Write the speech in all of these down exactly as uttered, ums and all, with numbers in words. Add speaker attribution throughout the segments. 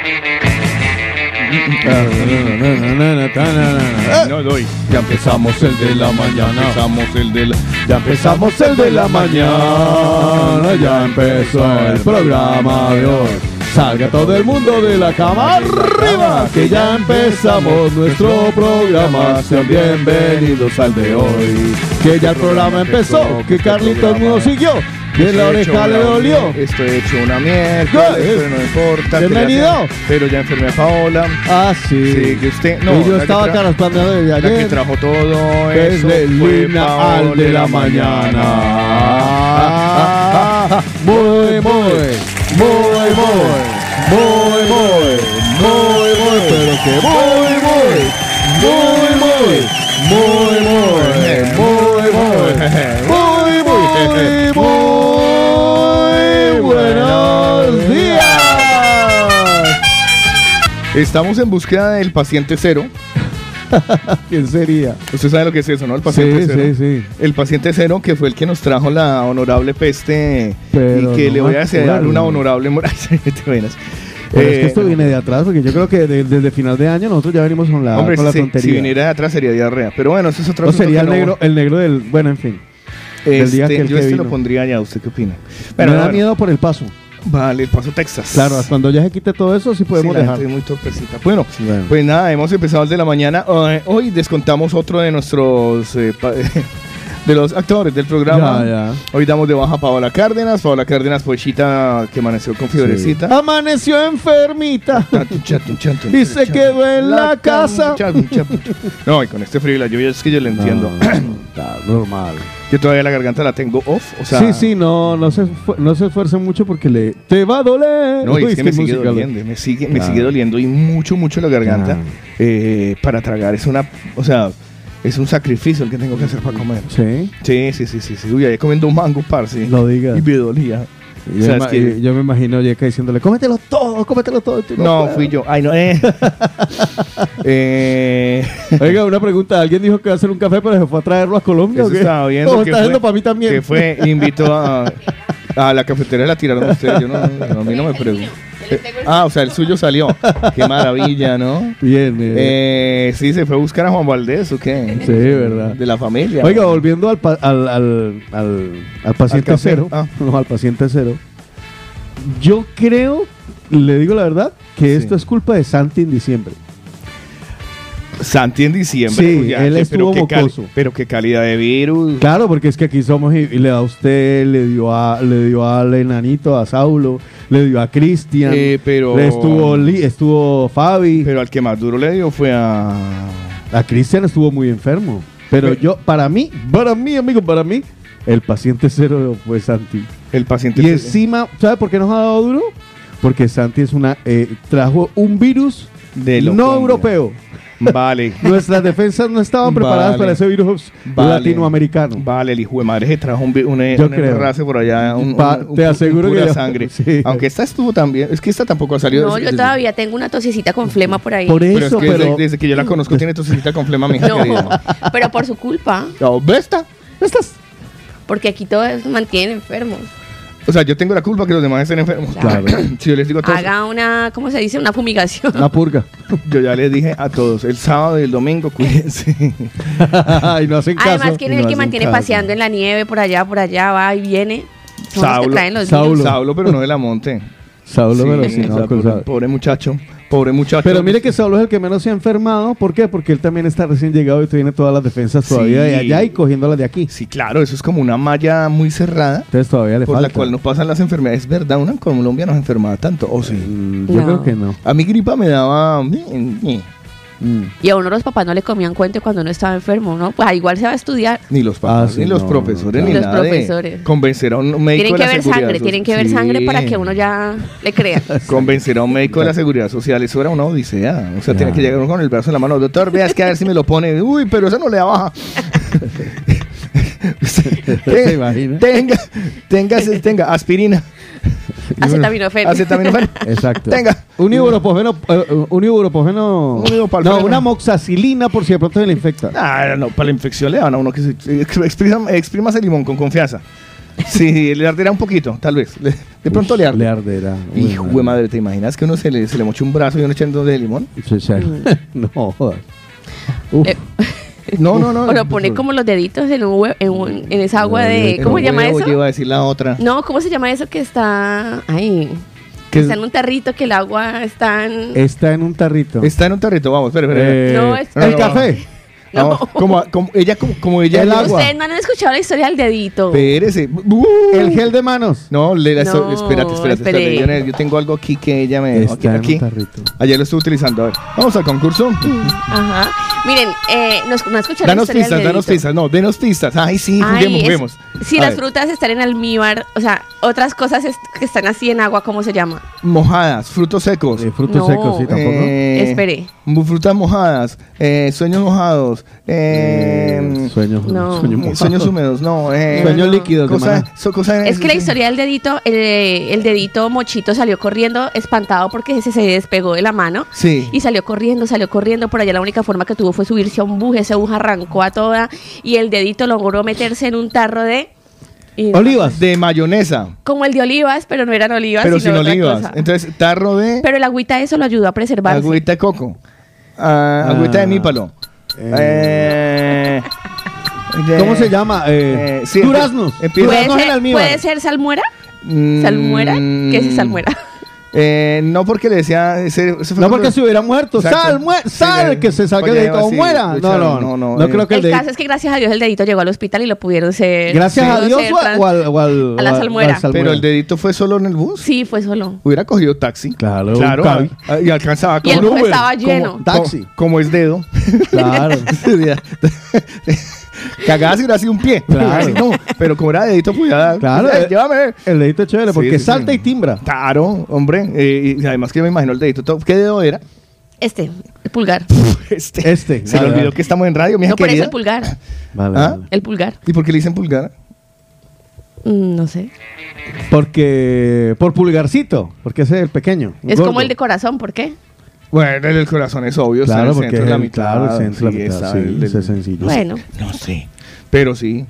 Speaker 1: No doy. Ya empezamos el de la mañana. Empezamos el de la... Ya empezamos el de la mañana. Ya empezó el programa de hoy. Salga todo el mundo de la cama arriba, que ya empezamos nuestro programa. Sean bienvenidos al de hoy. Que ya el programa empezó, que Carlitos no siguió, que la oreja le dolió.
Speaker 2: Estoy hecho una mierda, pero no importa.
Speaker 1: Bienvenido.
Speaker 2: Ya, pero ya enfermé a Paola.
Speaker 1: Ah, sí.
Speaker 2: Sí, que usted... No,
Speaker 1: y yo estaba caraspando de ayer.
Speaker 2: La que trajo todo
Speaker 1: que
Speaker 2: eso
Speaker 1: es de Luna al de la mañana. Ah, muy, muy, muy, muy, muy, muy, muy, muy, pero que muy, muy, muy, muy, muy, muy, muy, muy, muy, muy, buenos días.
Speaker 2: Estamos en búsqueda del paciente cero.
Speaker 1: ¿Quién sería?
Speaker 2: Usted sabe lo que es eso, ¿no? El paciente
Speaker 1: sí,
Speaker 2: cero.
Speaker 1: Sí, sí.
Speaker 2: El paciente cero, que fue el que nos trajo la honorable peste.
Speaker 1: Pero
Speaker 2: y que
Speaker 1: no
Speaker 2: le voy a hacer
Speaker 1: acuerdo.
Speaker 2: una honorable moral.
Speaker 1: Pero
Speaker 2: eh,
Speaker 1: es que esto viene de atrás, porque yo creo que de, desde final de año nosotros ya venimos con la,
Speaker 2: hombre,
Speaker 1: con la
Speaker 2: si,
Speaker 1: tontería.
Speaker 2: si viniera de atrás sería diarrea. Pero bueno, eso es otro
Speaker 1: No
Speaker 2: asunto
Speaker 1: sería
Speaker 2: que
Speaker 1: el
Speaker 2: no-
Speaker 1: negro, el negro del... Bueno, en fin.
Speaker 2: Este,
Speaker 1: del día que el
Speaker 2: yo
Speaker 1: que
Speaker 2: este
Speaker 1: vino.
Speaker 2: lo pondría allá. ¿Usted qué opina?
Speaker 1: Me
Speaker 2: Bueno,
Speaker 1: da
Speaker 2: bueno,
Speaker 1: miedo por el paso.
Speaker 2: Vale, el Paso Texas.
Speaker 1: Claro, cuando ya se quite todo eso sí podemos
Speaker 2: Sí, la
Speaker 1: dejar.
Speaker 2: gente es muy torpecita. Bueno,
Speaker 1: Bueno.
Speaker 2: pues nada, hemos empezado el de la mañana. Uh, hoy descontamos otro de nuestros... eh, pa- de los actores del programa.
Speaker 1: Ya, ya.
Speaker 2: Hoy damos de baja a Paola Cárdenas. Paola Cárdenas fue chita que amaneció con fiebrecita.
Speaker 1: Amaneció enfermita
Speaker 2: Chatun, chatun, chatun,
Speaker 1: y se
Speaker 2: chatun.
Speaker 1: quedó en la casa.
Speaker 2: Chatun, chatun. No, y con este frío y la lluvia es que yo le entiendo.
Speaker 1: No, está normal.
Speaker 2: Yo todavía la garganta la tengo off. O sea,
Speaker 1: Sí, sí, no, no se, esfu- no se esfuercen mucho porque le te va a doler.
Speaker 2: No, y
Speaker 1: Uy,
Speaker 2: es que me sigue
Speaker 1: música,
Speaker 2: doliendo, me sigue, me
Speaker 1: Claro.
Speaker 2: sigue doliendo y mucho, mucho la garganta.
Speaker 1: Claro.
Speaker 2: Eh, para tragar es una, o sea, es un sacrificio el que tengo que hacer para comer.
Speaker 1: Sí,
Speaker 2: Sí, sí, sí, sí, sí. Uy, ahí comiendo un mango, parce.
Speaker 1: lo digas.
Speaker 2: Y me dolía.
Speaker 1: Yo,
Speaker 2: ¿Sabes
Speaker 1: me,
Speaker 2: qué?
Speaker 1: yo me imagino a Yeka diciéndole, cómetelo todo, cómetelo todo. tú
Speaker 2: No,
Speaker 1: puedes".
Speaker 2: fui yo. Ay, no, eh. eh.
Speaker 1: Oiga, una pregunta. ¿Alguien dijo que va a hacer un café pero se fue a traerlo a Colombia?
Speaker 2: Eso
Speaker 1: o qué?
Speaker 2: estaba viendo.
Speaker 1: ¿Cómo
Speaker 2: que
Speaker 1: está
Speaker 2: fue-
Speaker 1: haciendo para mí también?
Speaker 2: Que fue, invitó a, a la cafetera, la tiraron a ustedes. Yo no, no, a mí no me pregunto. Ah, o sea, el suyo salió. Qué maravilla, ¿no?
Speaker 1: Bien, bien.
Speaker 2: Eh, sí, se fue a buscar a Juan Valdés, ¿o qué?
Speaker 1: Sí, verdad.
Speaker 2: De la familia.
Speaker 1: Oiga, volviendo al, pa- al, al, al, al paciente
Speaker 2: Al café,
Speaker 1: cero,
Speaker 2: ah.
Speaker 1: no, al paciente cero, yo creo, le digo la verdad, que
Speaker 2: Sí.
Speaker 1: esto es culpa de Santi en diciembre.
Speaker 2: Santi en diciembre.
Speaker 1: Sí,
Speaker 2: Uy,
Speaker 1: él
Speaker 2: qué-
Speaker 1: estuvo
Speaker 2: pero qué cali-
Speaker 1: mocoso.
Speaker 2: pero qué calidad de virus.
Speaker 1: Claro, porque es que aquí somos y, y le da a usted, le dio a, le dio al enanito, a Saulo, le dio a Cristian,
Speaker 2: Eh, pero,
Speaker 1: le estuvo, Li- estuvo Fabi,
Speaker 2: pero al que más duro le dio fue a...
Speaker 1: a Cristian estuvo muy enfermo. Pero
Speaker 2: Pero-
Speaker 1: yo, para mí, para mí, amigo, para mí, el paciente cero fue Santi.
Speaker 2: El paciente.
Speaker 1: Y encima, ¿sabe por qué nos ha dado duro? Porque Santi es una eh, trajo un virus
Speaker 2: De lo
Speaker 1: no
Speaker 2: combo.
Speaker 1: europeo.
Speaker 2: Vale.
Speaker 1: Nuestras defensas no estaban preparadas
Speaker 2: Vale.
Speaker 1: para ese virus
Speaker 2: Vale.
Speaker 1: latinoamericano.
Speaker 2: Vale, el hijo de madre se trajo un, vi- una,
Speaker 1: Yo
Speaker 2: una
Speaker 1: creo.
Speaker 2: raza por allá. Un,
Speaker 1: Pa-
Speaker 2: un-
Speaker 1: te
Speaker 2: un-
Speaker 1: aseguro
Speaker 2: un pura
Speaker 1: que yo-
Speaker 2: sangre.
Speaker 1: sí.
Speaker 2: Aunque esta estuvo también. Es que esta tampoco ha salido.
Speaker 3: No,
Speaker 2: desde-
Speaker 3: yo
Speaker 2: desde-
Speaker 3: todavía tengo una tosecita con flema por ahí.
Speaker 1: Por
Speaker 2: Pero es
Speaker 1: eso,
Speaker 2: que
Speaker 1: pero,
Speaker 2: desde, desde que yo la conozco tiene tosecita con flema, mi hija
Speaker 3: No,
Speaker 2: querida.
Speaker 3: pero por su culpa,
Speaker 2: No, ¿ves esta?
Speaker 1: estas
Speaker 3: porque aquí todos mantienen enfermos.
Speaker 2: O sea, yo tengo la culpa que los demás estén enfermos.
Speaker 1: Claro.
Speaker 2: Si yo les digo a todos,
Speaker 3: Haga una, ¿cómo se dice? Una fumigación.
Speaker 1: una purga.
Speaker 2: yo ya les dije a todos, el sábado y el domingo, cuídense.
Speaker 1: y no hacen caso.
Speaker 3: Además, ¿quién
Speaker 1: y
Speaker 3: es el
Speaker 1: no
Speaker 3: que
Speaker 1: hacen
Speaker 3: mantiene
Speaker 1: caso.
Speaker 3: paseando en la nieve por allá, por allá, va y viene? Son los que
Speaker 2: Saulo,
Speaker 3: traen los
Speaker 1: Saulo.
Speaker 3: virus.
Speaker 2: Saulo, pero no de la monte.
Speaker 1: Saulo,
Speaker 2: Sí,
Speaker 1: pero
Speaker 2: o
Speaker 1: sí, no,
Speaker 2: sea,
Speaker 1: cosa-
Speaker 2: pobre, pobre muchacho, pobre muchacho.
Speaker 1: Pero mire que Saulo es el que menos se ha enfermado. ¿Por qué? Porque él también está recién llegado y tiene todas las defensas todavía
Speaker 2: Sí.
Speaker 1: de allá y cogiéndolas de aquí.
Speaker 2: Sí, claro, eso es como una malla muy cerrada
Speaker 1: Entonces todavía le
Speaker 2: por
Speaker 1: falta.
Speaker 2: la cual no pasan las enfermedades. Es verdad, una en Colombia no se enfermaba tanto, ¿o sí?
Speaker 1: Mm, yo
Speaker 3: No.
Speaker 1: creo que no.
Speaker 2: A mi gripa me daba...
Speaker 1: Mm.
Speaker 3: Y a uno los papás no le comían cuento cuando uno estaba enfermo, ¿no? Pues igual se va a estudiar.
Speaker 2: Ni los papás,
Speaker 1: Ah, sí,
Speaker 2: ni los
Speaker 1: no,
Speaker 2: profesores,
Speaker 1: no,
Speaker 2: ni
Speaker 3: Los
Speaker 2: nada de
Speaker 3: profesores.
Speaker 2: convencer a un médico
Speaker 3: Tienen
Speaker 2: de
Speaker 3: que
Speaker 2: la
Speaker 3: ver
Speaker 2: seguridad
Speaker 3: sangre,
Speaker 2: social.
Speaker 3: tienen que ver
Speaker 2: Sí.
Speaker 3: sangre para que uno ya le crea.
Speaker 2: Convencer a un médico de la seguridad social, eso era una odisea. O sea,
Speaker 1: Ya.
Speaker 2: tiene que llegar uno con el brazo en la mano. Doctor, vea, es que a ver si me lo pone. Uy, pero eso no le da baja.
Speaker 1: ¿Se imagina?
Speaker 2: Tenga, tenga, tenga, aspirina.
Speaker 3: Acetaminofén.
Speaker 2: Acetaminofén.
Speaker 1: Exacto.
Speaker 2: Tenga.
Speaker 1: Un ibuprofeno, eh, un ibuprofeno,
Speaker 2: Un ibuprofeno.
Speaker 1: no, una amoxicilina por si de pronto se le infecta.
Speaker 2: Ah, no, para la infección le dan a uno que se exprima, exprima ese limón con confianza. Sí, le arderá un poquito, tal vez. Le- de pronto le arde.
Speaker 1: Le arderá.
Speaker 2: Hijo de madre, ¿te imaginas que uno se le, se le moche un brazo y uno echando de limón?
Speaker 1: Sí, sí. No jodas. Uf.
Speaker 3: Eh,
Speaker 2: No, no, no.
Speaker 3: O lo pone como los deditos en, un hue- en, un- en esa agua de...
Speaker 2: En
Speaker 3: ¿Cómo
Speaker 2: un
Speaker 3: se llama
Speaker 2: huevo,
Speaker 3: eso?
Speaker 2: yo iba a decir la otra.
Speaker 3: No, ¿cómo se llama eso que está... Ay,
Speaker 2: Que
Speaker 3: está en un tarrito que el agua está en...
Speaker 1: Está en un tarrito.
Speaker 2: Está en un tarrito, vamos, espera, espera.
Speaker 1: Eh,
Speaker 3: No, es-
Speaker 1: el
Speaker 2: No, no,
Speaker 1: café.
Speaker 3: No.
Speaker 2: Vamos, como, como ella, como, como ella.
Speaker 1: El agua.
Speaker 3: Ustedes no han escuchado la historia del dedito.
Speaker 2: Espérese. Uh.
Speaker 1: El gel de manos.
Speaker 2: No, le la
Speaker 3: No,
Speaker 2: espérate, espérate,
Speaker 3: espere.
Speaker 2: espérate. Yo, yo tengo algo aquí que ella me dejó aquí.
Speaker 1: Está en
Speaker 2: aquí.
Speaker 1: un tarrito.
Speaker 2: Ayer lo estuve utilizando. A ver, vamos al concurso.
Speaker 3: Ajá. Miren, eh, ¿no, no han escuchado
Speaker 2: Danos
Speaker 3: la historia
Speaker 2: pistas,
Speaker 3: del
Speaker 2: danos
Speaker 3: dedito?
Speaker 2: pistas. No, denos pistas. Ay, sí,
Speaker 3: Ay,
Speaker 2: juguemos,
Speaker 3: es-
Speaker 2: juguemos.
Speaker 3: Si
Speaker 2: A
Speaker 3: las
Speaker 2: ver,
Speaker 3: frutas están en almíbar, o sea, otras cosas es- que están así en agua, ¿cómo se llama?
Speaker 2: Mojadas, frutos secos.
Speaker 1: Eh, frutos
Speaker 3: No.
Speaker 1: secos, sí, tampoco.
Speaker 2: Eh,
Speaker 3: Espere.
Speaker 2: mu- Frutas mojadas, eh, sueños mojados, eh,
Speaker 1: Eh, sueños,
Speaker 3: no.
Speaker 1: sueños
Speaker 2: eh,
Speaker 1: mojados.
Speaker 2: suenos húmedos, no. Eh,
Speaker 1: Sueños
Speaker 3: no.
Speaker 1: líquidos de
Speaker 2: Cosas,
Speaker 1: maná.
Speaker 2: son cosas
Speaker 3: Es que la historia del dedito, el, el dedito mochito salió corriendo espantado porque ese se despegó de la mano.
Speaker 2: Sí.
Speaker 3: Y salió corriendo, salió corriendo. Por allá la única forma que tuvo fue subirse a un buje. Ese buje arrancó a toda. Y el dedito logró meterse en un tarro de... y-
Speaker 1: Olivas.
Speaker 2: De mayonesa,
Speaker 3: Como el de olivas, pero no eran olivas,
Speaker 2: pero sin
Speaker 3: sino otra
Speaker 2: olivas.
Speaker 3: cosa.
Speaker 2: Entonces, tarro de
Speaker 3: Pero el agüita eso lo ayudó a preservarse.
Speaker 2: agüita de coco, ah,
Speaker 1: Ah.
Speaker 2: agüita de mípalo.
Speaker 1: Eh,
Speaker 2: Eh, de-
Speaker 1: ¿Cómo se llama? Eh,
Speaker 2: Eh, sí,
Speaker 1: duraznos.
Speaker 2: empieza-
Speaker 3: ¿Puede
Speaker 1: Duraznos en
Speaker 3: ser,
Speaker 1: almíbar.
Speaker 3: ¿Puede ser salmuera?
Speaker 2: Mm,
Speaker 3: ¿Salmuera? ¿Qué es salmuera?
Speaker 2: Eh, no porque le decía... ese- ese fue
Speaker 1: No
Speaker 2: cuando-
Speaker 1: porque se hubiera muerto.
Speaker 2: Exacto.
Speaker 1: Sal, muer-
Speaker 2: Sí,
Speaker 1: sal,
Speaker 2: le-
Speaker 1: que se salga el
Speaker 2: oye,
Speaker 1: dedito o
Speaker 2: sí,
Speaker 1: muera.
Speaker 2: lo
Speaker 1: No,
Speaker 2: echaron,
Speaker 1: no,
Speaker 2: no,
Speaker 1: no.
Speaker 2: no,
Speaker 1: No
Speaker 2: eh.
Speaker 1: creo que el
Speaker 3: El
Speaker 1: dedito.
Speaker 3: caso es que gracias a Dios el dedito llegó al hospital y lo pudieron ser...
Speaker 1: Gracias a
Speaker 3: pudo
Speaker 1: Dios
Speaker 3: ser
Speaker 1: o, a-
Speaker 3: trans-
Speaker 1: o al, o al-
Speaker 3: a la
Speaker 1: o al-
Speaker 3: salmuera.
Speaker 1: al
Speaker 2: Pero el dedito fue solo en el bus.
Speaker 3: Sí, fue solo.
Speaker 2: Hubiera cogido taxi.
Speaker 1: Claro,
Speaker 2: Claro.
Speaker 1: un cabi.
Speaker 2: ah, Y alcanzaba
Speaker 3: Y
Speaker 2: como
Speaker 3: el
Speaker 2: un
Speaker 3: bus
Speaker 2: Uber,
Speaker 3: estaba
Speaker 2: como-
Speaker 3: lleno.
Speaker 2: como-
Speaker 1: Taxi.
Speaker 2: Como es dedo.
Speaker 1: Claro.
Speaker 2: Cagada si hubiera sido un pie.
Speaker 1: Claro.
Speaker 2: No, pero como era dedito, pues ya.
Speaker 1: Claro,
Speaker 2: eh,
Speaker 1: eh,
Speaker 2: llévame.
Speaker 1: El dedito es chévere
Speaker 2: Sí,
Speaker 1: porque
Speaker 2: sí, sí.
Speaker 1: salta y timbra.
Speaker 2: Claro, hombre. eh, y además que yo me imagino el dedito. todo- ¿Qué dedo era?
Speaker 3: Este, el pulgar.
Speaker 2: Este.
Speaker 1: Este.
Speaker 2: Se le
Speaker 1: Vale,
Speaker 2: olvidó
Speaker 1: vale.
Speaker 2: que estamos en radio, mija
Speaker 3: No, por eso
Speaker 2: querida.
Speaker 3: el pulgar.
Speaker 1: Vale,
Speaker 2: ¿Ah?
Speaker 1: vale.
Speaker 3: El pulgar.
Speaker 2: ¿Y por qué le dicen pulgar?
Speaker 3: Mm, no sé.
Speaker 1: Porque. Por pulgarcito. Porque ese es el pequeño.
Speaker 3: Es
Speaker 1: gordo.
Speaker 3: como el de corazón, ¿por qué?
Speaker 2: Bueno, el del corazón es obvio.
Speaker 1: Claro,
Speaker 2: está en el
Speaker 1: porque
Speaker 2: centro de la
Speaker 1: es el-
Speaker 2: mitad.
Speaker 1: claro, el centro de la
Speaker 2: sí,
Speaker 1: mitad,
Speaker 2: está
Speaker 1: sí,
Speaker 2: el del-
Speaker 1: ese es sencillo.
Speaker 3: Bueno,
Speaker 2: No sé. Pero sí.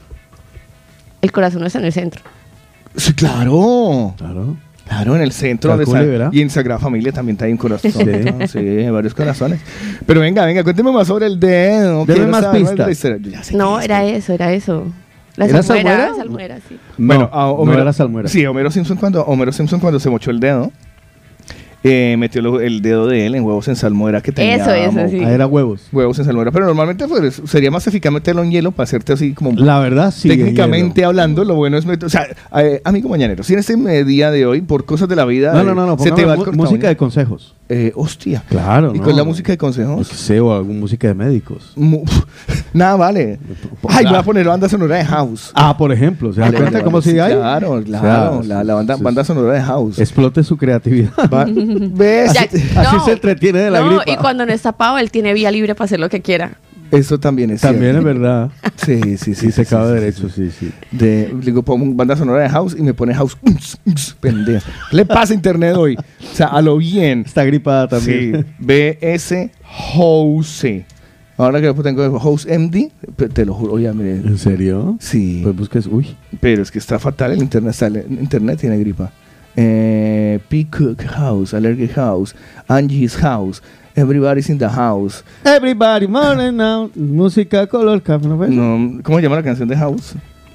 Speaker 3: el corazón no está en el centro.
Speaker 2: Sí, claro.
Speaker 1: Claro.
Speaker 2: Claro, en el centro donde
Speaker 1: Calcule,
Speaker 2: está.
Speaker 1: ¿verdad?
Speaker 2: Y en Sagrada Familia también está ahí un corazón.
Speaker 1: Sí.
Speaker 2: ¿no? Sí, varios corazones. Pero venga, venga, cuénteme más sobre el dedo.
Speaker 1: Deme
Speaker 2: Quiero
Speaker 1: más
Speaker 2: saber
Speaker 1: pistas.
Speaker 2: la historia. Yo ya sé
Speaker 3: No,
Speaker 2: qué es.
Speaker 3: era eso, era eso. La
Speaker 1: ¿Era
Speaker 3: salmuera,
Speaker 1: salmuera?
Speaker 3: salmuera, sí.
Speaker 2: Bueno,
Speaker 1: no,
Speaker 2: a
Speaker 1: no
Speaker 2: Homero-
Speaker 1: era salmuera.
Speaker 2: Sí, Homero Simpson cuando, Homero Simpson cuando se mochó el dedo, eh, metió lo- el dedo de él en huevos en salmuera que tenía.
Speaker 3: Eso, eso,
Speaker 2: mo-
Speaker 3: sí.
Speaker 1: Ah, era huevos.
Speaker 2: Huevos en salmuera. Pero normalmente pues, sería más eficaz meterlo en hielo para hacerte así como...
Speaker 1: La verdad, sí.
Speaker 2: Técnicamente hablando, lo bueno es meter, o sea, eh, amigo mañanero, si en este eh, día de hoy, por cosas de la vida,
Speaker 1: No, no, no, no.
Speaker 2: se te
Speaker 1: póngame
Speaker 2: va el
Speaker 1: mu-
Speaker 2: corta
Speaker 1: música
Speaker 2: uña.
Speaker 1: de consejos.
Speaker 2: Eh, hostia.
Speaker 1: Claro.
Speaker 2: ¿Y
Speaker 1: no.
Speaker 2: con la música de consejos?
Speaker 1: Yo qué sé, o alguna música de médicos.
Speaker 2: Mu- Nada, vale. Ay, voy a poner banda sonora de House.
Speaker 1: Ah, por ejemplo. ¿Se dan
Speaker 2: Vale,
Speaker 1: cuenta
Speaker 2: vale,
Speaker 1: cómo
Speaker 2: vale,
Speaker 1: sigue
Speaker 2: sí,
Speaker 1: ahí?
Speaker 2: Claro, claro.
Speaker 1: O sea,
Speaker 2: la la banda,
Speaker 1: sí,
Speaker 2: banda
Speaker 1: sí.
Speaker 2: sonora de House.
Speaker 1: Explote su creatividad.
Speaker 2: Va- ¿Ves?
Speaker 3: Ya-
Speaker 1: Así
Speaker 3: no,
Speaker 1: se entretiene de la
Speaker 3: no,
Speaker 1: gripa.
Speaker 3: y cuando no está pavo, él tiene vía libre para hacer lo que quiera.
Speaker 2: Eso también es
Speaker 1: También es
Speaker 2: cierto.
Speaker 1: verdad.
Speaker 2: Sí, sí, sí.
Speaker 1: Sí, se
Speaker 2: sí,
Speaker 1: acaba
Speaker 2: sí,
Speaker 1: derecho,
Speaker 2: sí,
Speaker 1: sí, sí.
Speaker 2: De, digo, pongo banda sonora de House y me pone House. Pendejo. ¿Qué le pasa a internet hoy? O sea, a lo bien.
Speaker 1: Está gripada también.
Speaker 2: Sí, B S House. Ahora que yo tengo House M D, pe- te lo juro, ya mire.
Speaker 1: ¿En serio?
Speaker 2: Sí,
Speaker 1: Pues busques, uy.
Speaker 2: pero es que está fatal el internet, está, el internet tiene gripa. Eh, P. Cook House, Allergic House, Angie's House, Everybody's in the House.
Speaker 1: Everybody morning now. Música color café. ¿No ves?
Speaker 2: No, ¿cómo se llama la canción de House?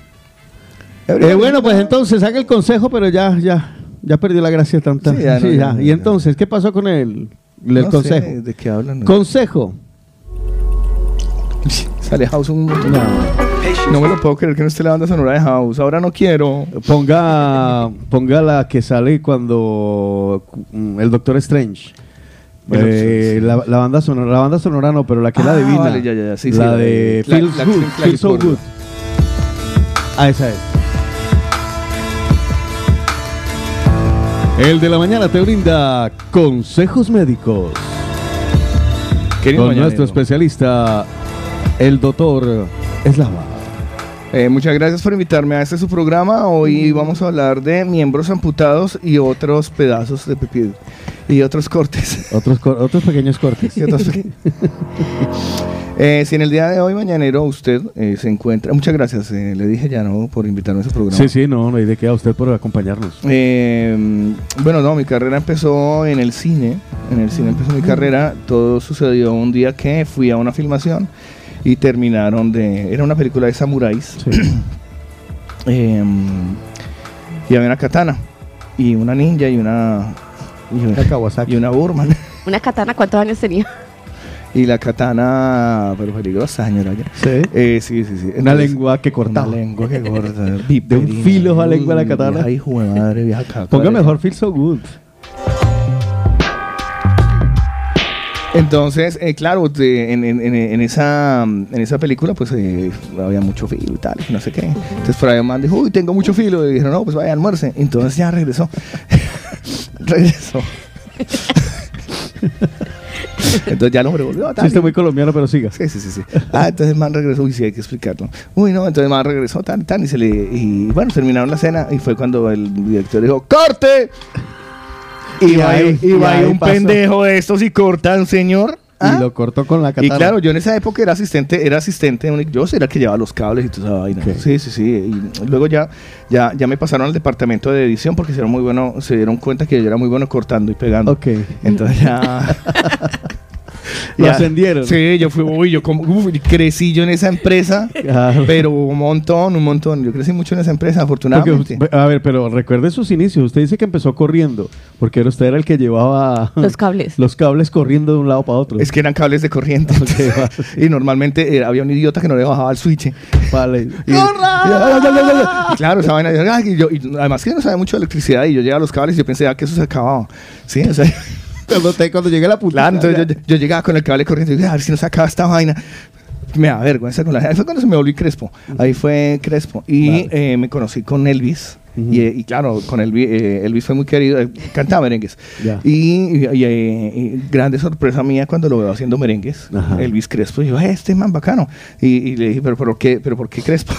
Speaker 1: Eh, bueno, pues entonces haga el consejo, pero ya, ya, ya perdió la gracia tanta.
Speaker 2: Sí, ya no, ya no,
Speaker 1: Y
Speaker 2: ya.
Speaker 1: entonces, ¿qué pasó con el, el
Speaker 2: No
Speaker 1: consejo?
Speaker 2: sé ¿De qué hablan?
Speaker 1: Consejo.
Speaker 2: Sale House un montón.
Speaker 1: No.
Speaker 2: No me lo puedo creer que no esté la banda sonora de House. Ahora no quiero.
Speaker 1: Ponga, ponga la que sale cuando mm, el Doctor Strange.
Speaker 2: Bueno,
Speaker 1: Eh,
Speaker 2: sí, sí.
Speaker 1: La, la banda sonora, la banda sonora no, pero la que la
Speaker 2: Ah,
Speaker 1: adivina.
Speaker 2: vale, ya, ya, ya, sí, sí,
Speaker 1: la
Speaker 2: la
Speaker 1: de
Speaker 2: de- la-
Speaker 1: Feels
Speaker 2: la-
Speaker 1: Good,
Speaker 2: la-
Speaker 1: Feels So
Speaker 2: la-
Speaker 1: Good. Ah, esa es. El de la mañana te brinda consejos médicos
Speaker 2: Querido
Speaker 1: con
Speaker 2: mañanero.
Speaker 1: nuestro especialista, el doctor Eslava.
Speaker 2: Eh, muchas gracias por invitarme a este su programa. Hoy vamos a hablar de miembros amputados y otros pedazos de pipí. y otros cortes.
Speaker 1: Otros, cor- otros pequeños cortes.
Speaker 2: Y otros pe- eh, si en el día de hoy, mañanero, usted eh, se encuentra... Muchas gracias, eh, le dije ya, ¿no? Por invitarme a su programa.
Speaker 1: Sí, sí, no, no hay de qué a usted por acompañarnos.
Speaker 2: Eh, bueno, no, mi carrera empezó en el cine. En el cine empezó mi carrera. Todo sucedió un día que fui a una filmación y terminaron de... Era una película de samuráis.
Speaker 1: Sí.
Speaker 2: eh, y había una katana y una ninja y una... Y una,
Speaker 1: La Kawasaki.
Speaker 2: y una Burman.
Speaker 3: Una katana, ¿cuántos años tenía?
Speaker 2: Y la katana, pero peligrosa, señora. ya.
Speaker 1: Sí.
Speaker 2: Eh, sí, sí, sí.
Speaker 1: Una
Speaker 2: Entonces,
Speaker 1: lengua que cortaba.
Speaker 2: Una lengua que corta.
Speaker 1: De un filo a lengua la katana.
Speaker 2: Ay, hijo de madre, vieja caca.
Speaker 1: Ponga mejor Feel So Good.
Speaker 2: Entonces, eh, claro, de- en, en- en- en esa, en esa película, pues eh, había mucho filo y tal, y no sé qué. Entonces, por ahí un man dijo, uy, tengo mucho filo. Y dijeron, no, pues vaya, almuerce. Entonces, ya regresó. regresó. Entonces, ya el hombre volvió. tal,
Speaker 1: Chiste
Speaker 2: y-
Speaker 1: muy colombiano, pero siga.
Speaker 2: Sí, sí, sí, sí. Ah, entonces el man regresó, uy, sí, hay que explicarlo. Uy, no, entonces el man regresó, tan, tan, y se le, y bueno, terminaron la cena, y fue cuando el director dijo, ¡corte! Y
Speaker 1: Y
Speaker 2: va
Speaker 1: ahí-
Speaker 2: y
Speaker 1: y
Speaker 2: va
Speaker 1: ahí
Speaker 2: un
Speaker 1: pasó.
Speaker 2: pendejo de estos y corta a un señor. ¿Ah?
Speaker 1: Y lo cortó con la
Speaker 2: Y
Speaker 1: katana.
Speaker 2: claro, yo en esa época era asistente, era asistente, único- yo era el que llevaba los cables y toda esa vaina.
Speaker 1: Ok.
Speaker 2: Sí, sí, sí. Y luego ya, ya, ya me pasaron al departamento de edición porque se dieron muy bueno, se dieron cuenta que yo era muy bueno cortando y pegando.
Speaker 1: Ok.
Speaker 2: Entonces ya.
Speaker 1: Lo
Speaker 2: ya-
Speaker 1: ascendieron.
Speaker 2: Sí, yo fui, uy, yo como, uf, crecí yo en esa empresa,
Speaker 1: Claro.
Speaker 2: pero un montón, un montón. Yo crecí mucho en esa empresa, afortunadamente.
Speaker 1: Porque, a ver, pero recuerde sus inicios. Usted dice que empezó corriendo, porque era usted era el que llevaba
Speaker 3: Los cables.
Speaker 1: los cables corriendo de un lado para otro.
Speaker 2: Es que eran cables de corriente.
Speaker 1: Ok, va.
Speaker 2: Y normalmente eh, había un idiota que no le bajaba el switch.
Speaker 1: Vale.
Speaker 2: Y, y- y claro, esa vaina. ay, Y yo, y además que yo no sabía mucho de electricidad y yo llegaba a los cables y yo pensé ah, que eso se acababa. Sí, o sea,
Speaker 1: Cuando, te, cuando llegue la puta.
Speaker 2: claro, entonces yo, yo llegaba con el cable corriente y dije, a ver si no se acaba esta vaina. Me da vergüenza con la gente. Ahí fue cuando se me volví Crespo. Ahí fue Crespo. Y
Speaker 1: Vale.
Speaker 2: eh, me conocí con Elvis.
Speaker 1: Ujú.
Speaker 2: y, eh, y claro, con Elvis, eh, Elvis fue muy querido. eh, cantaba merengues.
Speaker 1: Ya.
Speaker 2: Y, y- y, eh, y grande sorpresa mía cuando lo veo haciendo merengues.
Speaker 1: Ajá.
Speaker 2: Elvis Crespo. Y yo, "Eh, este man bacano". Y, y le dije, ¿pero por qué, pero por qué Crespo?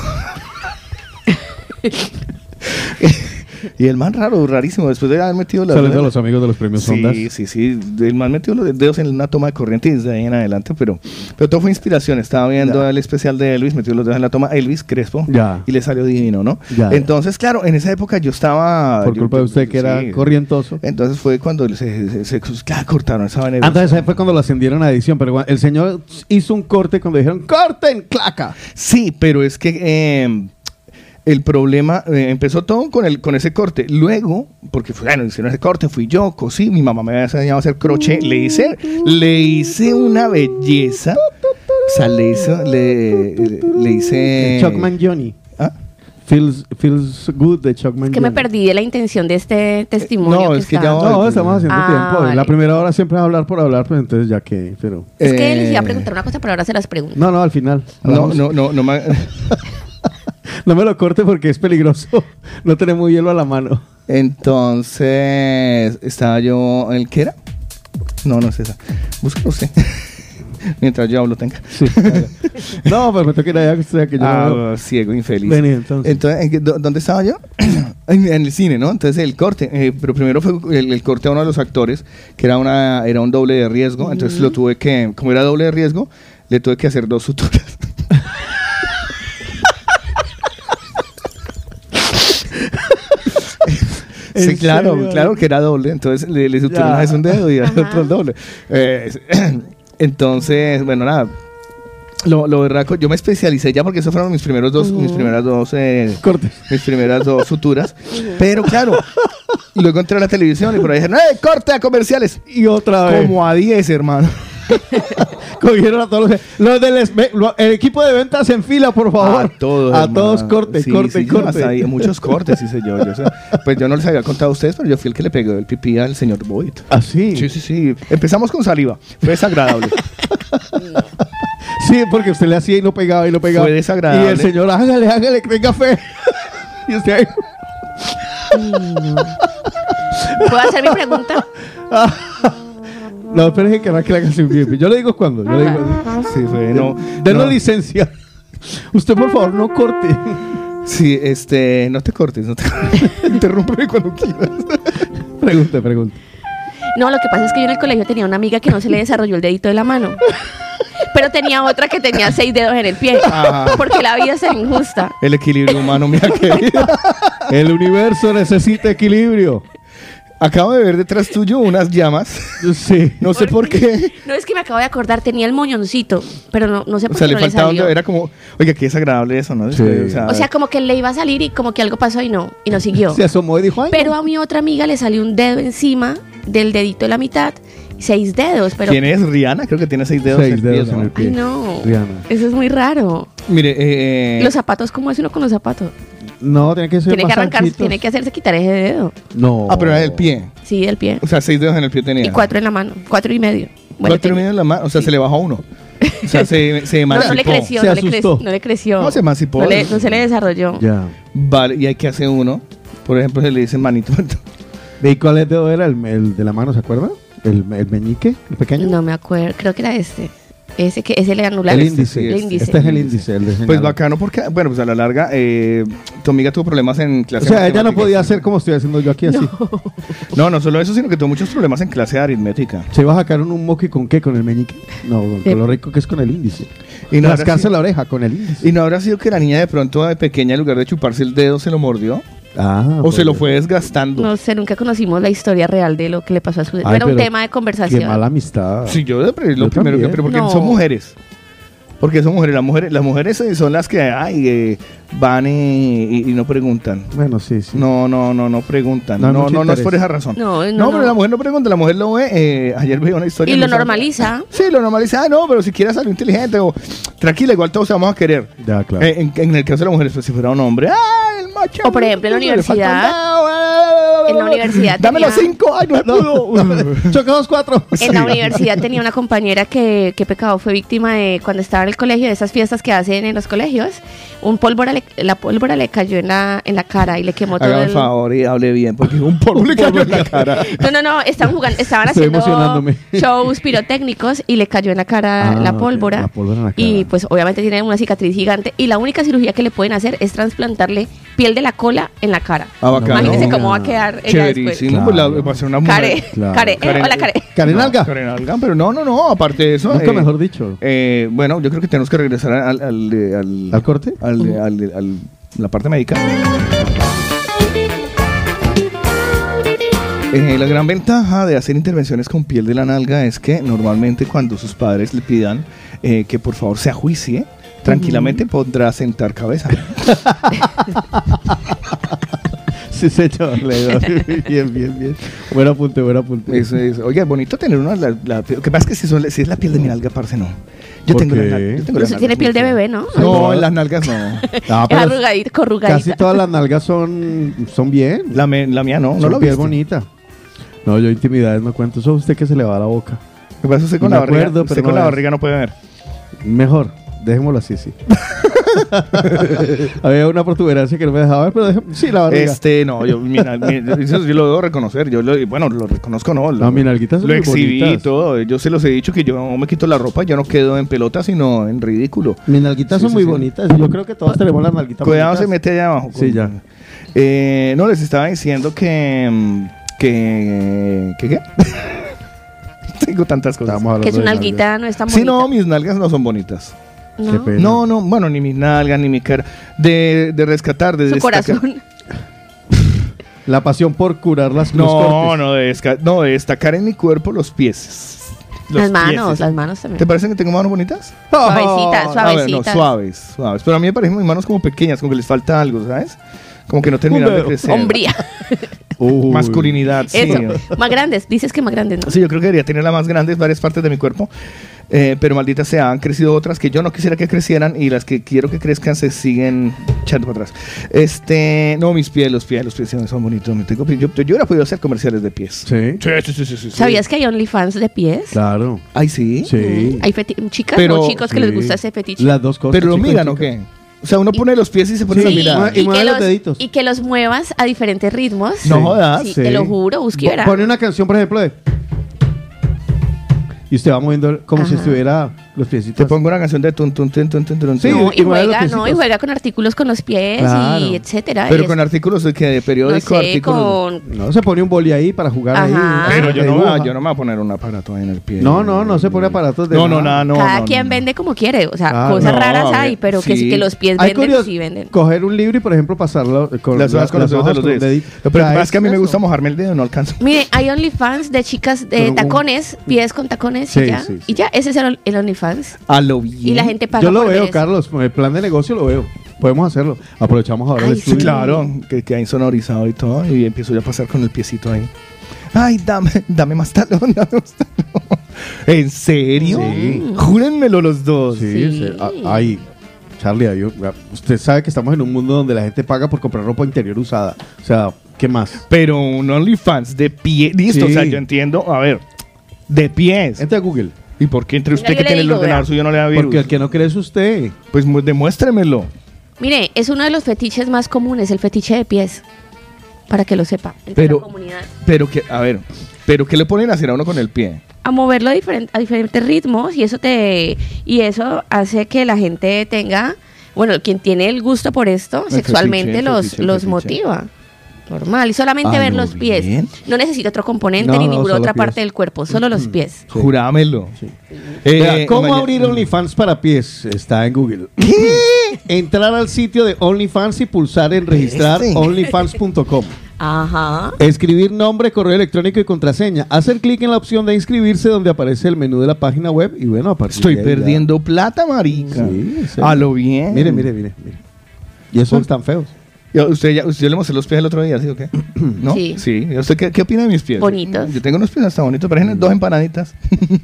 Speaker 2: Y el man raro, rarísimo, después de haber metido las
Speaker 1: Saludos a los amigos de los premios Ondas.
Speaker 2: Sí, sí, sí. El man metió los dedos en una toma de corriente y desde ahí en adelante, pero, pero todo fue inspiración. Estaba viendo
Speaker 1: Ya.
Speaker 2: el especial de Elvis, metió los dedos en la toma, Elvis Crespo,
Speaker 1: Ya.
Speaker 2: y le salió divino, ¿no?
Speaker 1: Ya.
Speaker 2: Entonces, claro, en esa época yo estaba...
Speaker 1: Por
Speaker 2: yo-
Speaker 1: culpa de usted que era
Speaker 2: sí.
Speaker 1: corrientoso.
Speaker 2: Entonces fue cuando se, se, se- se- claro, cortaron esa vaina.
Speaker 1: Antes de eso fue cuando lo ascendieron a edición, pero el señor hizo un corte cuando dijeron ¡corten! ¡Claca!
Speaker 2: Sí, pero es que eh, el problema eh, empezó todo con el con ese corte. Luego, porque bueno, hicieron ese corte, fui yo, cosí, mi mamá me había enseñado a hacer crochet, le hice, le hice una belleza. O sea, le hizo, le, le hice.
Speaker 1: Chuckman Johnny.
Speaker 2: ¿Ah?
Speaker 1: Feels, feels good de Chuckman
Speaker 3: Es que me
Speaker 1: Johnny.
Speaker 3: perdí de la intención de este testimonio.
Speaker 2: no,
Speaker 3: que
Speaker 2: es que
Speaker 3: está-
Speaker 2: ya-
Speaker 1: No, estamos haciendo
Speaker 3: Ah,
Speaker 1: tiempo.
Speaker 3: vale.
Speaker 1: La primera hora siempre es hablar por hablar, pues entonces ya que, pero...
Speaker 3: Es que les iba a
Speaker 2: Eh,
Speaker 3: preguntar una cosa, pero ahora se las pregunto.
Speaker 1: No, no, al final.
Speaker 2: No,
Speaker 1: Hablamos.
Speaker 2: no, no, no me.
Speaker 1: No me lo corte porque es peligroso. No tenemos hielo a la mano.
Speaker 2: Entonces, estaba yo. ¿El qué era? No, no es esa. Búscalo usted. Mientras yo hablo, tenga.
Speaker 1: Sí. No, pero me toca ir allá, que sea que yo
Speaker 2: Ah,
Speaker 1: no veo.
Speaker 2: ciego, infeliz.
Speaker 1: Vení, entonces.
Speaker 2: Entonces, ¿en qué- dó- ¿dónde estaba yo? en, en el cine, ¿no? Entonces el corte, eh, pero primero fue el, el corte a uno de los actores, que era una era un doble de riesgo, entonces lo tuve que, como era doble de riesgo, le tuve que hacer dos suturas. Sí,
Speaker 1: ¿En
Speaker 2: claro,
Speaker 1: serio?
Speaker 2: claro que era doble, entonces le, le suturé
Speaker 1: Ya.
Speaker 2: una vez un dedo y al
Speaker 3: Ajá.
Speaker 2: otro el doble. Eh, entonces, bueno, nada. Lo, lo berraco, yo me especialicé ya porque esos fueron mis primeros dos, mis primeras dos eh,
Speaker 1: Cortes.
Speaker 2: mis primeras dos suturas. Pero claro, luego entré a la televisión y por ahí dijeron, ¡eh, corte a comerciales!
Speaker 1: Y otra vez.
Speaker 2: Como a diez, hermano.
Speaker 1: Cogieron a todos los... los del esme- lo- el equipo de ventas en fila, por favor.
Speaker 2: A todos.
Speaker 1: A
Speaker 2: hermano.
Speaker 1: todos corte,
Speaker 2: Sí,
Speaker 1: corte,
Speaker 2: sí,
Speaker 1: corte.
Speaker 2: hasta ahí, muchos cortes, hice yo. yo sé. Pues yo no les había contado a ustedes, pero yo fui el que le pegó el pipí al señor Boyd.
Speaker 1: ¿Ah, sí?
Speaker 2: Sí, sí, sí. Empezamos con saliva. Fue desagradable.
Speaker 1: Sí, porque usted le hacía y no pegaba y no pegaba.
Speaker 2: Fue desagradable.
Speaker 1: Y el señor, hágale, hágale, que tenga fe. Y usted ahí...
Speaker 3: ¿Puedo hacer mi pregunta?
Speaker 1: No, espérese que arranque la canción bien. Yo le digo cuándo. Yo le digo...
Speaker 2: Sí, fue. No,
Speaker 1: Denos
Speaker 2: no.
Speaker 1: licencia. Usted, por favor, no corte.
Speaker 2: Sí, este. No te cortes, no te cortes. Interrúmpeme cuando quieras.
Speaker 1: Pregunte, pregunte.
Speaker 3: No, lo que pasa es que yo en el colegio tenía una amiga que no se le desarrolló el dedito de la mano. Pero tenía otra que tenía seis dedos en el pie.
Speaker 2: Ajá.
Speaker 3: Porque la vida es injusta.
Speaker 2: El equilibrio humano, mira querida.
Speaker 1: El universo necesita equilibrio.
Speaker 2: Acabo de ver detrás tuyo unas llamas.
Speaker 1: Sí.
Speaker 2: No sé por qué.
Speaker 3: No, es que me acabo de acordar, tenía el moñoncito, pero no, no sé
Speaker 2: O
Speaker 3: por
Speaker 2: sea,
Speaker 3: qué
Speaker 2: le
Speaker 3: no le
Speaker 2: faltaba
Speaker 3: salió.
Speaker 2: donde era como, oiga, qué desagradable eso, ¿no?
Speaker 1: Sí.
Speaker 2: O sea,
Speaker 3: O sea, como que le iba a salir y como que algo pasó y no, y no siguió.
Speaker 1: Se asomó y dijo, ay,
Speaker 3: Pero a mi otra amiga le salió un dedo encima del dedito de la mitad, seis dedos, pero...
Speaker 2: ¿quién es? Rihanna, creo que tiene seis dedos,
Speaker 1: Seis
Speaker 2: en el
Speaker 1: dedos
Speaker 2: pie,
Speaker 1: en
Speaker 2: ¿no?
Speaker 1: el pie.
Speaker 3: Ay, no.
Speaker 1: Rihanna.
Speaker 3: Eso es muy raro.
Speaker 2: Mire, eh,
Speaker 3: Los zapatos, ¿cómo es uno con los zapatos?
Speaker 1: no, tiene que ser
Speaker 3: Tiene que
Speaker 1: más
Speaker 3: arrancar,
Speaker 1: anchitos.
Speaker 3: tiene que hacerse quitar ese dedo.
Speaker 1: No.
Speaker 2: ah, pero era del pie.
Speaker 3: Sí, del pie.
Speaker 2: O sea, seis dedos en el pie tenía.
Speaker 3: Y cuatro en la mano, cuatro y medio. Bueno,
Speaker 2: Cuatro y
Speaker 3: tenía-
Speaker 2: medio en la mano, o sea, se le bajó uno. O sea, se, se
Speaker 3: No,
Speaker 2: emancipó.
Speaker 3: no le creció,
Speaker 1: Se
Speaker 3: no le, cre-
Speaker 1: asustó.
Speaker 3: no le creció.
Speaker 2: No, se emancipó.
Speaker 3: No, le- no se le desarrolló.
Speaker 1: Ya.
Speaker 2: Vale, y hay que hacer uno. Por ejemplo, se le dice manito.
Speaker 1: ¿Y cuál dedo era el, el de la mano, se acuerda? ¿El, el meñique, el pequeño?
Speaker 3: No me acuerdo, creo que era este. Ese que es el anular.
Speaker 1: el
Speaker 3: este,
Speaker 1: índice.
Speaker 3: El índice.
Speaker 1: Este es el índice, el de
Speaker 2: Pues
Speaker 1: señalar.
Speaker 2: bacano porque, bueno, pues a la larga, eh, tu amiga tuvo problemas en
Speaker 1: O
Speaker 2: clase
Speaker 1: sea,
Speaker 2: de
Speaker 1: ella no
Speaker 2: matemáticas.
Speaker 1: podía hacer como estoy haciendo yo aquí así.
Speaker 2: No, no solo eso, sino que tuvo muchos problemas en clase de aritmética.
Speaker 1: ¿Se iba a sacar un moqui con qué? ¿Con el meñique? No,
Speaker 3: Eh.
Speaker 1: con lo rico que es con el índice.
Speaker 2: Y no, habrá
Speaker 1: Rascarse
Speaker 2: sido,
Speaker 1: la oreja con el índice.
Speaker 2: y no habrá sido que la niña de pronto de pequeña, en lugar de chuparse el dedo, se lo mordió.
Speaker 1: Ah,
Speaker 2: O se lo
Speaker 1: pues,
Speaker 2: fue desgastando.
Speaker 3: No sé, nunca conocimos la historia real de lo que le pasó a su dedo.
Speaker 1: Ay,
Speaker 3: Era un
Speaker 1: pero
Speaker 3: tema de
Speaker 1: Qué
Speaker 3: conversación.
Speaker 1: mala amistad.
Speaker 2: Sí, yo pero es lo
Speaker 1: Yo
Speaker 2: primero que...
Speaker 1: también.
Speaker 2: Pero porque
Speaker 3: No.
Speaker 2: son mujeres. Porque son mujeres. Las mujeres, las mujeres eh, son las que ay, eh, van y, y- y no preguntan.
Speaker 1: Bueno, sí, sí.
Speaker 2: No, no, no, no preguntan.
Speaker 1: No
Speaker 2: No,
Speaker 1: hay
Speaker 2: no,
Speaker 1: mucho
Speaker 2: no, es por
Speaker 1: interés.
Speaker 2: esa razón.
Speaker 3: No, no,
Speaker 2: No, pero
Speaker 3: no.
Speaker 2: la mujer no pregunta, la mujer lo ve. eh, ayer veía una historia.
Speaker 3: Y lo
Speaker 2: no sé-
Speaker 3: normaliza.
Speaker 2: Sí, lo normaliza. Ah, no, pero si quieres salir inteligente o tranquila, igual todos te vamos a querer.
Speaker 1: Ya, claro.
Speaker 2: Eh, en, en el caso de la mujer, pues, si fuera un hombre, ¡ah, el macho!
Speaker 3: O, por ejemplo, en la
Speaker 2: le falta un
Speaker 3: universidad-
Speaker 2: dedo, eh,
Speaker 3: en la universidad
Speaker 2: Dame los
Speaker 3: tenía-
Speaker 2: cinco. Ay, no se pudo.
Speaker 1: Chocados cuatro.
Speaker 3: En la universidad tenía una compañera que, qué pecado, fue víctima de cuando estaba en el colegio, de esas fiestas que hacen en los colegios. Un pólvora le- la pólvora le cayó en la, en la cara y le quemó todo
Speaker 2: Hágame el
Speaker 3: el...
Speaker 2: favor y hable bien, porque un polvo le cayó en la cara.
Speaker 3: No, no, no, estaban jugando, estaban
Speaker 1: Estoy
Speaker 3: haciendo
Speaker 1: emocionándome.
Speaker 3: shows pirotécnicos y le cayó en la cara
Speaker 1: Ah,
Speaker 3: la
Speaker 1: ok,
Speaker 3: pólvora.
Speaker 1: la pólvora en la
Speaker 3: Y
Speaker 1: cara.
Speaker 3: pues obviamente tiene una cicatriz gigante y la única cirugía que le pueden hacer es trasplantarle piel de la cola en la cara.
Speaker 2: Ah, bacano.
Speaker 3: Imagínense
Speaker 1: No.
Speaker 3: cómo va a quedar ella después.
Speaker 2: Chéverísimo,
Speaker 1: Claro.
Speaker 2: pues la- va a ser una mujer.
Speaker 3: Care,
Speaker 1: Claro.
Speaker 3: care, eh,
Speaker 2: Karen-
Speaker 3: hola Care.
Speaker 1: Karen
Speaker 2: No,
Speaker 1: Alga.
Speaker 2: Karen Alga, pero no, no, no, aparte de eso.
Speaker 1: Nunca
Speaker 2: eh,
Speaker 1: mejor dicho.
Speaker 2: eh, bueno, yo creo que tenemos que regresar al, al, de- al,
Speaker 1: ¿Al corte?
Speaker 2: al, de- al, de- al- la parte médica. Eh, la gran ventaja de hacer intervenciones con piel de la nalga es que normalmente cuando sus padres le pidan eh, que por favor se ajuicie, tranquilamente podrá sentar cabeza.
Speaker 1: Sí, señor. le doy. Bien, bien, bien. Buen apunte, buen apunte.
Speaker 2: Es, es- oye, es bonito tener una. La, la- lo que pasa es que si, son- si es la piel de mi nalga, parce, no. Yo
Speaker 1: ¿Por
Speaker 2: tengo,
Speaker 1: qué?
Speaker 2: la, nalga- yo tengo
Speaker 3: Pero
Speaker 2: las
Speaker 3: usted tiene
Speaker 2: nalgas
Speaker 3: piel de
Speaker 2: muy
Speaker 3: bebé,
Speaker 2: feas.
Speaker 3: ¿no?
Speaker 2: No, en las nalgas no.
Speaker 1: Ah,
Speaker 3: Es
Speaker 1: pero
Speaker 3: arrugadita, corrugadita.
Speaker 1: casi todas las nalgas son, son bien.
Speaker 2: La, me- la mía no, no
Speaker 1: son
Speaker 2: lo
Speaker 1: piel
Speaker 2: viste.
Speaker 1: bonita. No, yo intimidades no cuento. Eso a usted que se le va a la boca.
Speaker 2: ¿Qué pasa usted con
Speaker 1: Me
Speaker 2: la barriga?
Speaker 1: acuerdo,
Speaker 2: Usted
Speaker 1: pero
Speaker 2: con
Speaker 1: no
Speaker 2: la
Speaker 1: es.
Speaker 2: barriga no puede ver.
Speaker 1: Mejor. Dejémoslo así, sí. Había una protuberancia que no me dejaba ver, pero dejé- sí, la barriga.
Speaker 2: Este, no, yo, mi nal- mi- eso yo lo debo reconocer. Yo lo, bueno, lo reconozco, no. Lo,
Speaker 1: No, mi nalguitas son
Speaker 2: lo
Speaker 1: muy
Speaker 2: exhibí y
Speaker 1: bonitas.
Speaker 2: todo. Yo se los he dicho que yo no me quito la ropa, yo no quedo en pelota, sino en ridículo.
Speaker 1: Mis nalguitas
Speaker 2: Sí,
Speaker 1: son
Speaker 2: sí,
Speaker 1: muy
Speaker 2: sí.
Speaker 1: bonitas. Yo creo que todos tenemos las nalguitas
Speaker 2: Cuidado,
Speaker 1: bonitas.
Speaker 2: se mete allá abajo.
Speaker 1: Sí, ya.
Speaker 2: Eh, no, les estaba diciendo que. mm, que. ¿Qué qué? Tengo tantas cosas.
Speaker 1: Estábamos
Speaker 3: Que
Speaker 1: hablando
Speaker 3: su
Speaker 1: de
Speaker 3: nalguita no es tan
Speaker 2: Sí,
Speaker 3: bonita.
Speaker 2: no, mis nalgas no son bonitas.
Speaker 3: ¿No?
Speaker 1: Qué pena.
Speaker 2: No, no, bueno, ni mis nalgas, ni mi cara. De, de rescatar, de
Speaker 3: Su
Speaker 2: destacar.
Speaker 3: corazón.
Speaker 1: La pasión por curar las los
Speaker 2: No,
Speaker 1: cortes.
Speaker 2: no de, desca- no, de destacar en mi cuerpo los pies. Los
Speaker 3: Las manos,
Speaker 2: pieses.
Speaker 3: las manos
Speaker 2: ¿Te
Speaker 3: también.
Speaker 2: parecen que tengo manos bonitas?
Speaker 3: Suavecitas,
Speaker 2: A ver, no,
Speaker 3: suavecitas.
Speaker 2: suaves, suaves. Pero a mí me parecen mis manos como pequeñas, como que les falta algo, ¿sabes? Como que no terminaron de
Speaker 1: dedo.
Speaker 2: crecer.
Speaker 3: Hombría.
Speaker 1: Uy.
Speaker 2: Masculinidad, sí.
Speaker 3: Eso. Más grandes. Dices que más grandes, ¿no?
Speaker 2: Sí, yo creo que debería tener las más grandes varias partes de mi cuerpo. Eh, pero maldita sea, han crecido otras que yo no quisiera que crecieran y las que quiero que crezcan se siguen echando para atrás. Este, no, mis pies, los pies, los pies son bonitos. Me tengo, yo, yo hubiera podido hacer comerciales de pies.
Speaker 1: Sí,
Speaker 2: Sí, sí, sí, sí, sí.
Speaker 3: ¿Sabías que hay OnlyFans de pies?
Speaker 1: claro.
Speaker 2: Ay, sí.
Speaker 1: Sí.
Speaker 3: Hay feti- chicas
Speaker 2: Pero-
Speaker 3: o chicos que
Speaker 1: sí.
Speaker 3: les gusta ese fetiche.
Speaker 1: Las dos cosas.
Speaker 2: Pero lo
Speaker 1: chico y
Speaker 2: miran, ¿o
Speaker 1: chica.
Speaker 2: qué? O sea, uno pone los pies y se pone
Speaker 1: Sí.
Speaker 2: a
Speaker 3: Sí,
Speaker 2: mirar.
Speaker 1: Y
Speaker 3: y,
Speaker 1: mueve
Speaker 3: que
Speaker 1: los
Speaker 3: los,
Speaker 1: deditos.
Speaker 3: y que los muevas a diferentes ritmos.
Speaker 2: No jodas.
Speaker 3: Sí,
Speaker 1: Sí.
Speaker 3: te lo juro, busque y verá.
Speaker 1: Pone una canción, por ejemplo, de... Y usted va moviendo como si
Speaker 3: Ajá.
Speaker 1: estuviera los piecitos.
Speaker 2: Te pongo una canción de tun tun tun tun tun tun.
Speaker 1: Sí,
Speaker 3: No, y
Speaker 1: igual los
Speaker 3: juega,
Speaker 1: piecitos.
Speaker 3: no, y juega con artículos con los pies
Speaker 1: Claro.
Speaker 3: y etcétera.
Speaker 2: Pero
Speaker 3: y
Speaker 2: con
Speaker 3: es-
Speaker 2: artículos de que de
Speaker 3: no
Speaker 2: periódico,
Speaker 3: sé,
Speaker 2: artículos.
Speaker 3: con
Speaker 1: No, se pone un boli ahí para jugar
Speaker 3: Ajá.
Speaker 1: ahí.
Speaker 2: Pero yo no, me,
Speaker 1: Dibuja.
Speaker 2: yo no me voy a poner un aparato ahí en el pie.
Speaker 1: No, no, no se pone aparatos de
Speaker 2: No, no, nada, no.
Speaker 3: cada
Speaker 2: no,
Speaker 3: quien
Speaker 2: no.
Speaker 3: vende como quiere, o sea,
Speaker 1: Ah,
Speaker 3: cosas
Speaker 2: no,
Speaker 3: raras
Speaker 2: a ver,
Speaker 3: hay, pero que
Speaker 2: sí.
Speaker 3: sí que los pies
Speaker 1: Hay
Speaker 3: venden,
Speaker 1: curioso
Speaker 3: sí venden.
Speaker 1: coger un libro y, por ejemplo, pasarlo con
Speaker 2: Las hojas con los dedos de los
Speaker 1: un
Speaker 2: dedos.
Speaker 1: dedito.
Speaker 2: Lo pero
Speaker 1: O sea,
Speaker 2: es que a mí me
Speaker 1: eso.
Speaker 2: gusta mojarme el dedo, no alcanzo.
Speaker 3: Mire, hay OnlyFans de chicas de
Speaker 1: Pero un-
Speaker 3: tacones, pies con tacones
Speaker 1: Sí,
Speaker 3: y ya.
Speaker 1: sí, sí.
Speaker 3: Y ya, ese es el, el OnlyFans.
Speaker 2: A lo bien.
Speaker 3: Y la gente paga
Speaker 1: Yo lo
Speaker 3: por ver
Speaker 1: veo,
Speaker 3: eso.
Speaker 1: Carlos, con el plan de negocio lo veo. Podemos hacerlo. Aprovechamos ahora
Speaker 3: Ay,
Speaker 1: el
Speaker 3: sí.
Speaker 2: Sí,
Speaker 1: estudio.
Speaker 2: claro, que, que hay sonorizado y todo. Y empiezo ya a pasar con el piecito ahí. Ay, dame, dame más talón, dame más talón. ¿En serio?
Speaker 1: Sí.
Speaker 2: Júrenmelo los dos.
Speaker 1: Sí,
Speaker 3: Sí.
Speaker 1: sí. Ah, Ay, Charlie, ay, yo- usted sabe que estamos en un mundo donde la gente paga por comprar ropa interior usada. O sea, ¿qué más?
Speaker 2: Pero un OnlyFans de pie. Listo,
Speaker 1: Sí.
Speaker 2: o sea, yo entiendo. A ver, de pies.
Speaker 1: Entre a Google.
Speaker 2: ¿Y por qué entre
Speaker 3: Venga,
Speaker 2: usted
Speaker 3: yo
Speaker 2: que
Speaker 3: le
Speaker 2: tiene el
Speaker 3: digo,
Speaker 2: ordenador
Speaker 3: vea.
Speaker 2: suyo no le da virus?
Speaker 1: Porque el que no cree es usted.
Speaker 2: Pues mu- demuéstremelo.
Speaker 3: Mire, es uno de los fetiches más comunes, el fetiche de pies. Para que lo sepa, entre
Speaker 2: Pero-
Speaker 3: la comunidad.
Speaker 2: Pero que, a ver, pero ¿qué le ponen a hacer a uno con el pie?
Speaker 3: A moverlo a, diferen- a diferentes ritmos y eso te y eso hace que la gente tenga, bueno, quien tiene el gusto por esto,
Speaker 2: El
Speaker 3: sexualmente
Speaker 2: fetiche, el
Speaker 3: los,
Speaker 2: fetiche, el
Speaker 3: los
Speaker 2: fetiche.
Speaker 3: motiva. Normal. Y solamente
Speaker 2: Ah,
Speaker 3: ver
Speaker 2: no,
Speaker 3: los pies.
Speaker 2: bien.
Speaker 3: No necesita otro componente
Speaker 1: No,
Speaker 3: ni
Speaker 1: no,
Speaker 3: ninguna
Speaker 1: solo
Speaker 3: otra
Speaker 1: pies.
Speaker 3: parte del cuerpo, solo los pies.
Speaker 1: Sí.
Speaker 2: Jurámelo.
Speaker 1: Sí.
Speaker 2: Eh,
Speaker 1: Vea, ¿cómo
Speaker 2: maña-
Speaker 1: abrir OnlyFans para pies? Está en Google. Entrar al sitio de OnlyFans y pulsar en registrar
Speaker 2: Este.
Speaker 1: onlyfans punto com.
Speaker 3: Ajá.
Speaker 1: Escribir nombre, correo electrónico y contraseña. Hacer clic en la opción de inscribirse donde aparece el menú de la página web y bueno, a partir
Speaker 2: Estoy
Speaker 1: de ahí ya-
Speaker 2: perdiendo plata, marica.
Speaker 1: Sí, sí.
Speaker 2: A lo bien.
Speaker 1: Mire, mire, mire, mire. Y esos están feos.
Speaker 2: Yo, usted, ya, usted le mostré los pies el otro día, ¿sí o qué? ¿No?
Speaker 3: Sí.
Speaker 2: Sí. ¿Y ¿Usted qué, qué opina de mis pies?
Speaker 3: Bonitos.
Speaker 2: Yo tengo unos pies hasta bonitos, parecen dos empanaditas.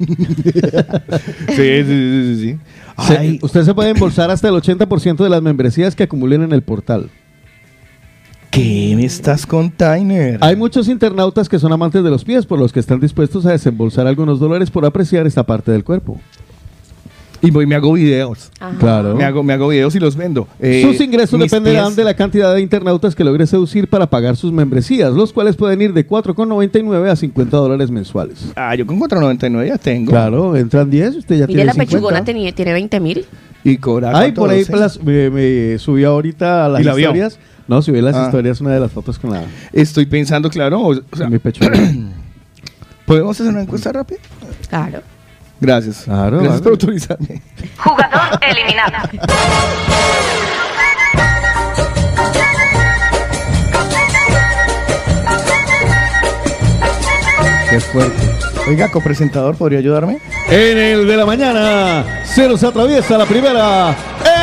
Speaker 2: sí, sí, sí, sí, sí.
Speaker 1: Se-
Speaker 2: Ay,
Speaker 1: usted se puede embolsar hasta el ochenta por ciento de las membresías que acumulen en el portal.
Speaker 2: ¿qué me estás container?
Speaker 1: Hay muchos internautas que son amantes de los pies, por los que están dispuestos a desembolsar algunos dólares por apreciar esta parte del cuerpo.
Speaker 2: Y voy, me hago videos.
Speaker 3: Ajá.
Speaker 1: Claro.
Speaker 2: Me hago, me hago videos y los vendo. Eh,
Speaker 1: Sus ingresos
Speaker 2: mis
Speaker 1: dependerán
Speaker 2: pies-
Speaker 1: de la cantidad de internautas que logre seducir para pagar sus membresías, los cuales pueden ir de cuatro con noventa y nueve a cincuenta dólares mensuales.
Speaker 2: Ah, yo con cuatro noventa y nueve ya tengo.
Speaker 1: Claro, entran diez, usted ya
Speaker 3: Mire,
Speaker 1: tiene
Speaker 3: la
Speaker 1: cincuenta.
Speaker 3: pechugona tenía, tiene veinte mil.
Speaker 2: Y cobrar.
Speaker 1: Ay,
Speaker 2: ¿cuánto?
Speaker 1: por ahí
Speaker 2: doce.
Speaker 1: las- me, me subí ahorita a las
Speaker 2: ¿Y la vio?
Speaker 1: historias. No, subí las
Speaker 2: Ah.
Speaker 1: historias, una de las fotos con la
Speaker 2: Estoy pensando, claro. O, o sea,
Speaker 1: con mi pecho.
Speaker 2: ¿podemos hacer una encuesta rápida?
Speaker 3: Claro.
Speaker 2: Gracias.
Speaker 1: Claro,
Speaker 2: Gracias
Speaker 1: hágale.
Speaker 2: por autorizarme.
Speaker 4: Jugador eliminado.
Speaker 1: Qué fuerte.
Speaker 2: Oiga, copresentador, ¿podría ayudarme?
Speaker 1: En el de la mañana se nos atraviesa la primera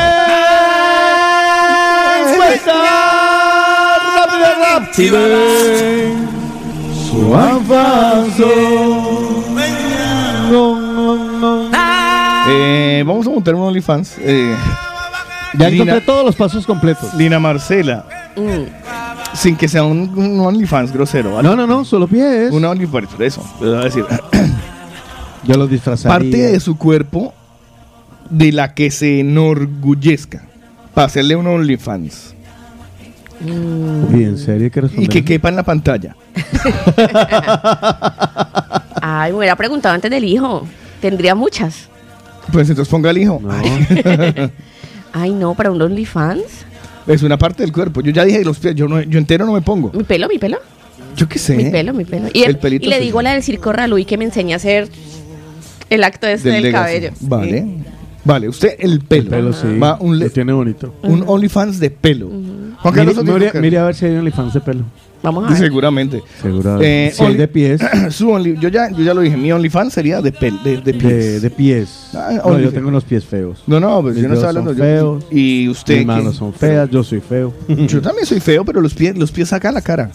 Speaker 1: encuesta rápida, rápida. Su avanzo. No, no, no.
Speaker 2: Eh, vamos a montar un OnlyFans. Eh,
Speaker 1: Ya
Speaker 2: Lina-
Speaker 1: encontré todos los pasos completos.
Speaker 2: Lina Marcela,
Speaker 3: Mm.
Speaker 2: sin que sea un, un OnlyFans grosero, ¿vale?
Speaker 1: No, no, no, solo pies.
Speaker 2: Un OnlyFans, por eso. Le voy a decir.
Speaker 1: Yo los disfrazaría.
Speaker 2: Parte de su cuerpo de la que se enorgullezca para hacerle un OnlyFans
Speaker 1: Uy, ¿en serio hay que
Speaker 2: y
Speaker 1: responder?
Speaker 2: que quepa en la pantalla.
Speaker 3: Ay, me hubiera preguntado antes del hijo. Tendría muchas.
Speaker 2: Pues entonces ponga al hijo.
Speaker 1: No.
Speaker 3: Ay, no, para un OnlyFans.
Speaker 2: Es una parte del cuerpo. Yo ya dije los pies, yo, no, yo entero no me pongo.
Speaker 3: Mi pelo, mi pelo.
Speaker 2: Yo qué sé.
Speaker 3: Mi pelo, mi pelo. Y,
Speaker 2: El pelito
Speaker 3: y le
Speaker 2: sí.
Speaker 3: digo a la del circo Raluy que me enseñe a hacer el acto este del,
Speaker 2: Legacy.
Speaker 3: cabello.
Speaker 2: Vale.
Speaker 3: Sí.
Speaker 2: Vale, usted el pelo.
Speaker 1: El pelo sí.
Speaker 2: Va un, le-
Speaker 1: Lo tiene bonito.
Speaker 2: un OnlyFans de pelo. Juan
Speaker 1: Mire,
Speaker 2: Carlos
Speaker 1: mire,
Speaker 2: Otis-
Speaker 1: mire a ver si hay OnlyFans de pelo.
Speaker 3: Vamos a ver.
Speaker 2: Seguramente.
Speaker 1: Seguro.
Speaker 2: Eh,
Speaker 1: si hay
Speaker 2: Only-
Speaker 1: de pies.
Speaker 2: Su only- yo, ya, yo ya lo dije, mi OnlyFans sería de, pel, de, de pies.
Speaker 1: De, de pies.
Speaker 2: Ah,
Speaker 1: No,
Speaker 2: Only-
Speaker 1: yo tengo unos pies feos.
Speaker 2: No, no, pues
Speaker 1: Mis
Speaker 2: yo no estoy
Speaker 1: dedos
Speaker 2: hablando.
Speaker 1: son
Speaker 2: yo-
Speaker 1: feos.
Speaker 2: y usted.
Speaker 1: Mis manos
Speaker 2: ¿qué?
Speaker 1: son feas, yo soy feo.
Speaker 2: Yo también soy feo, pero los pies, los pies sacan la cara.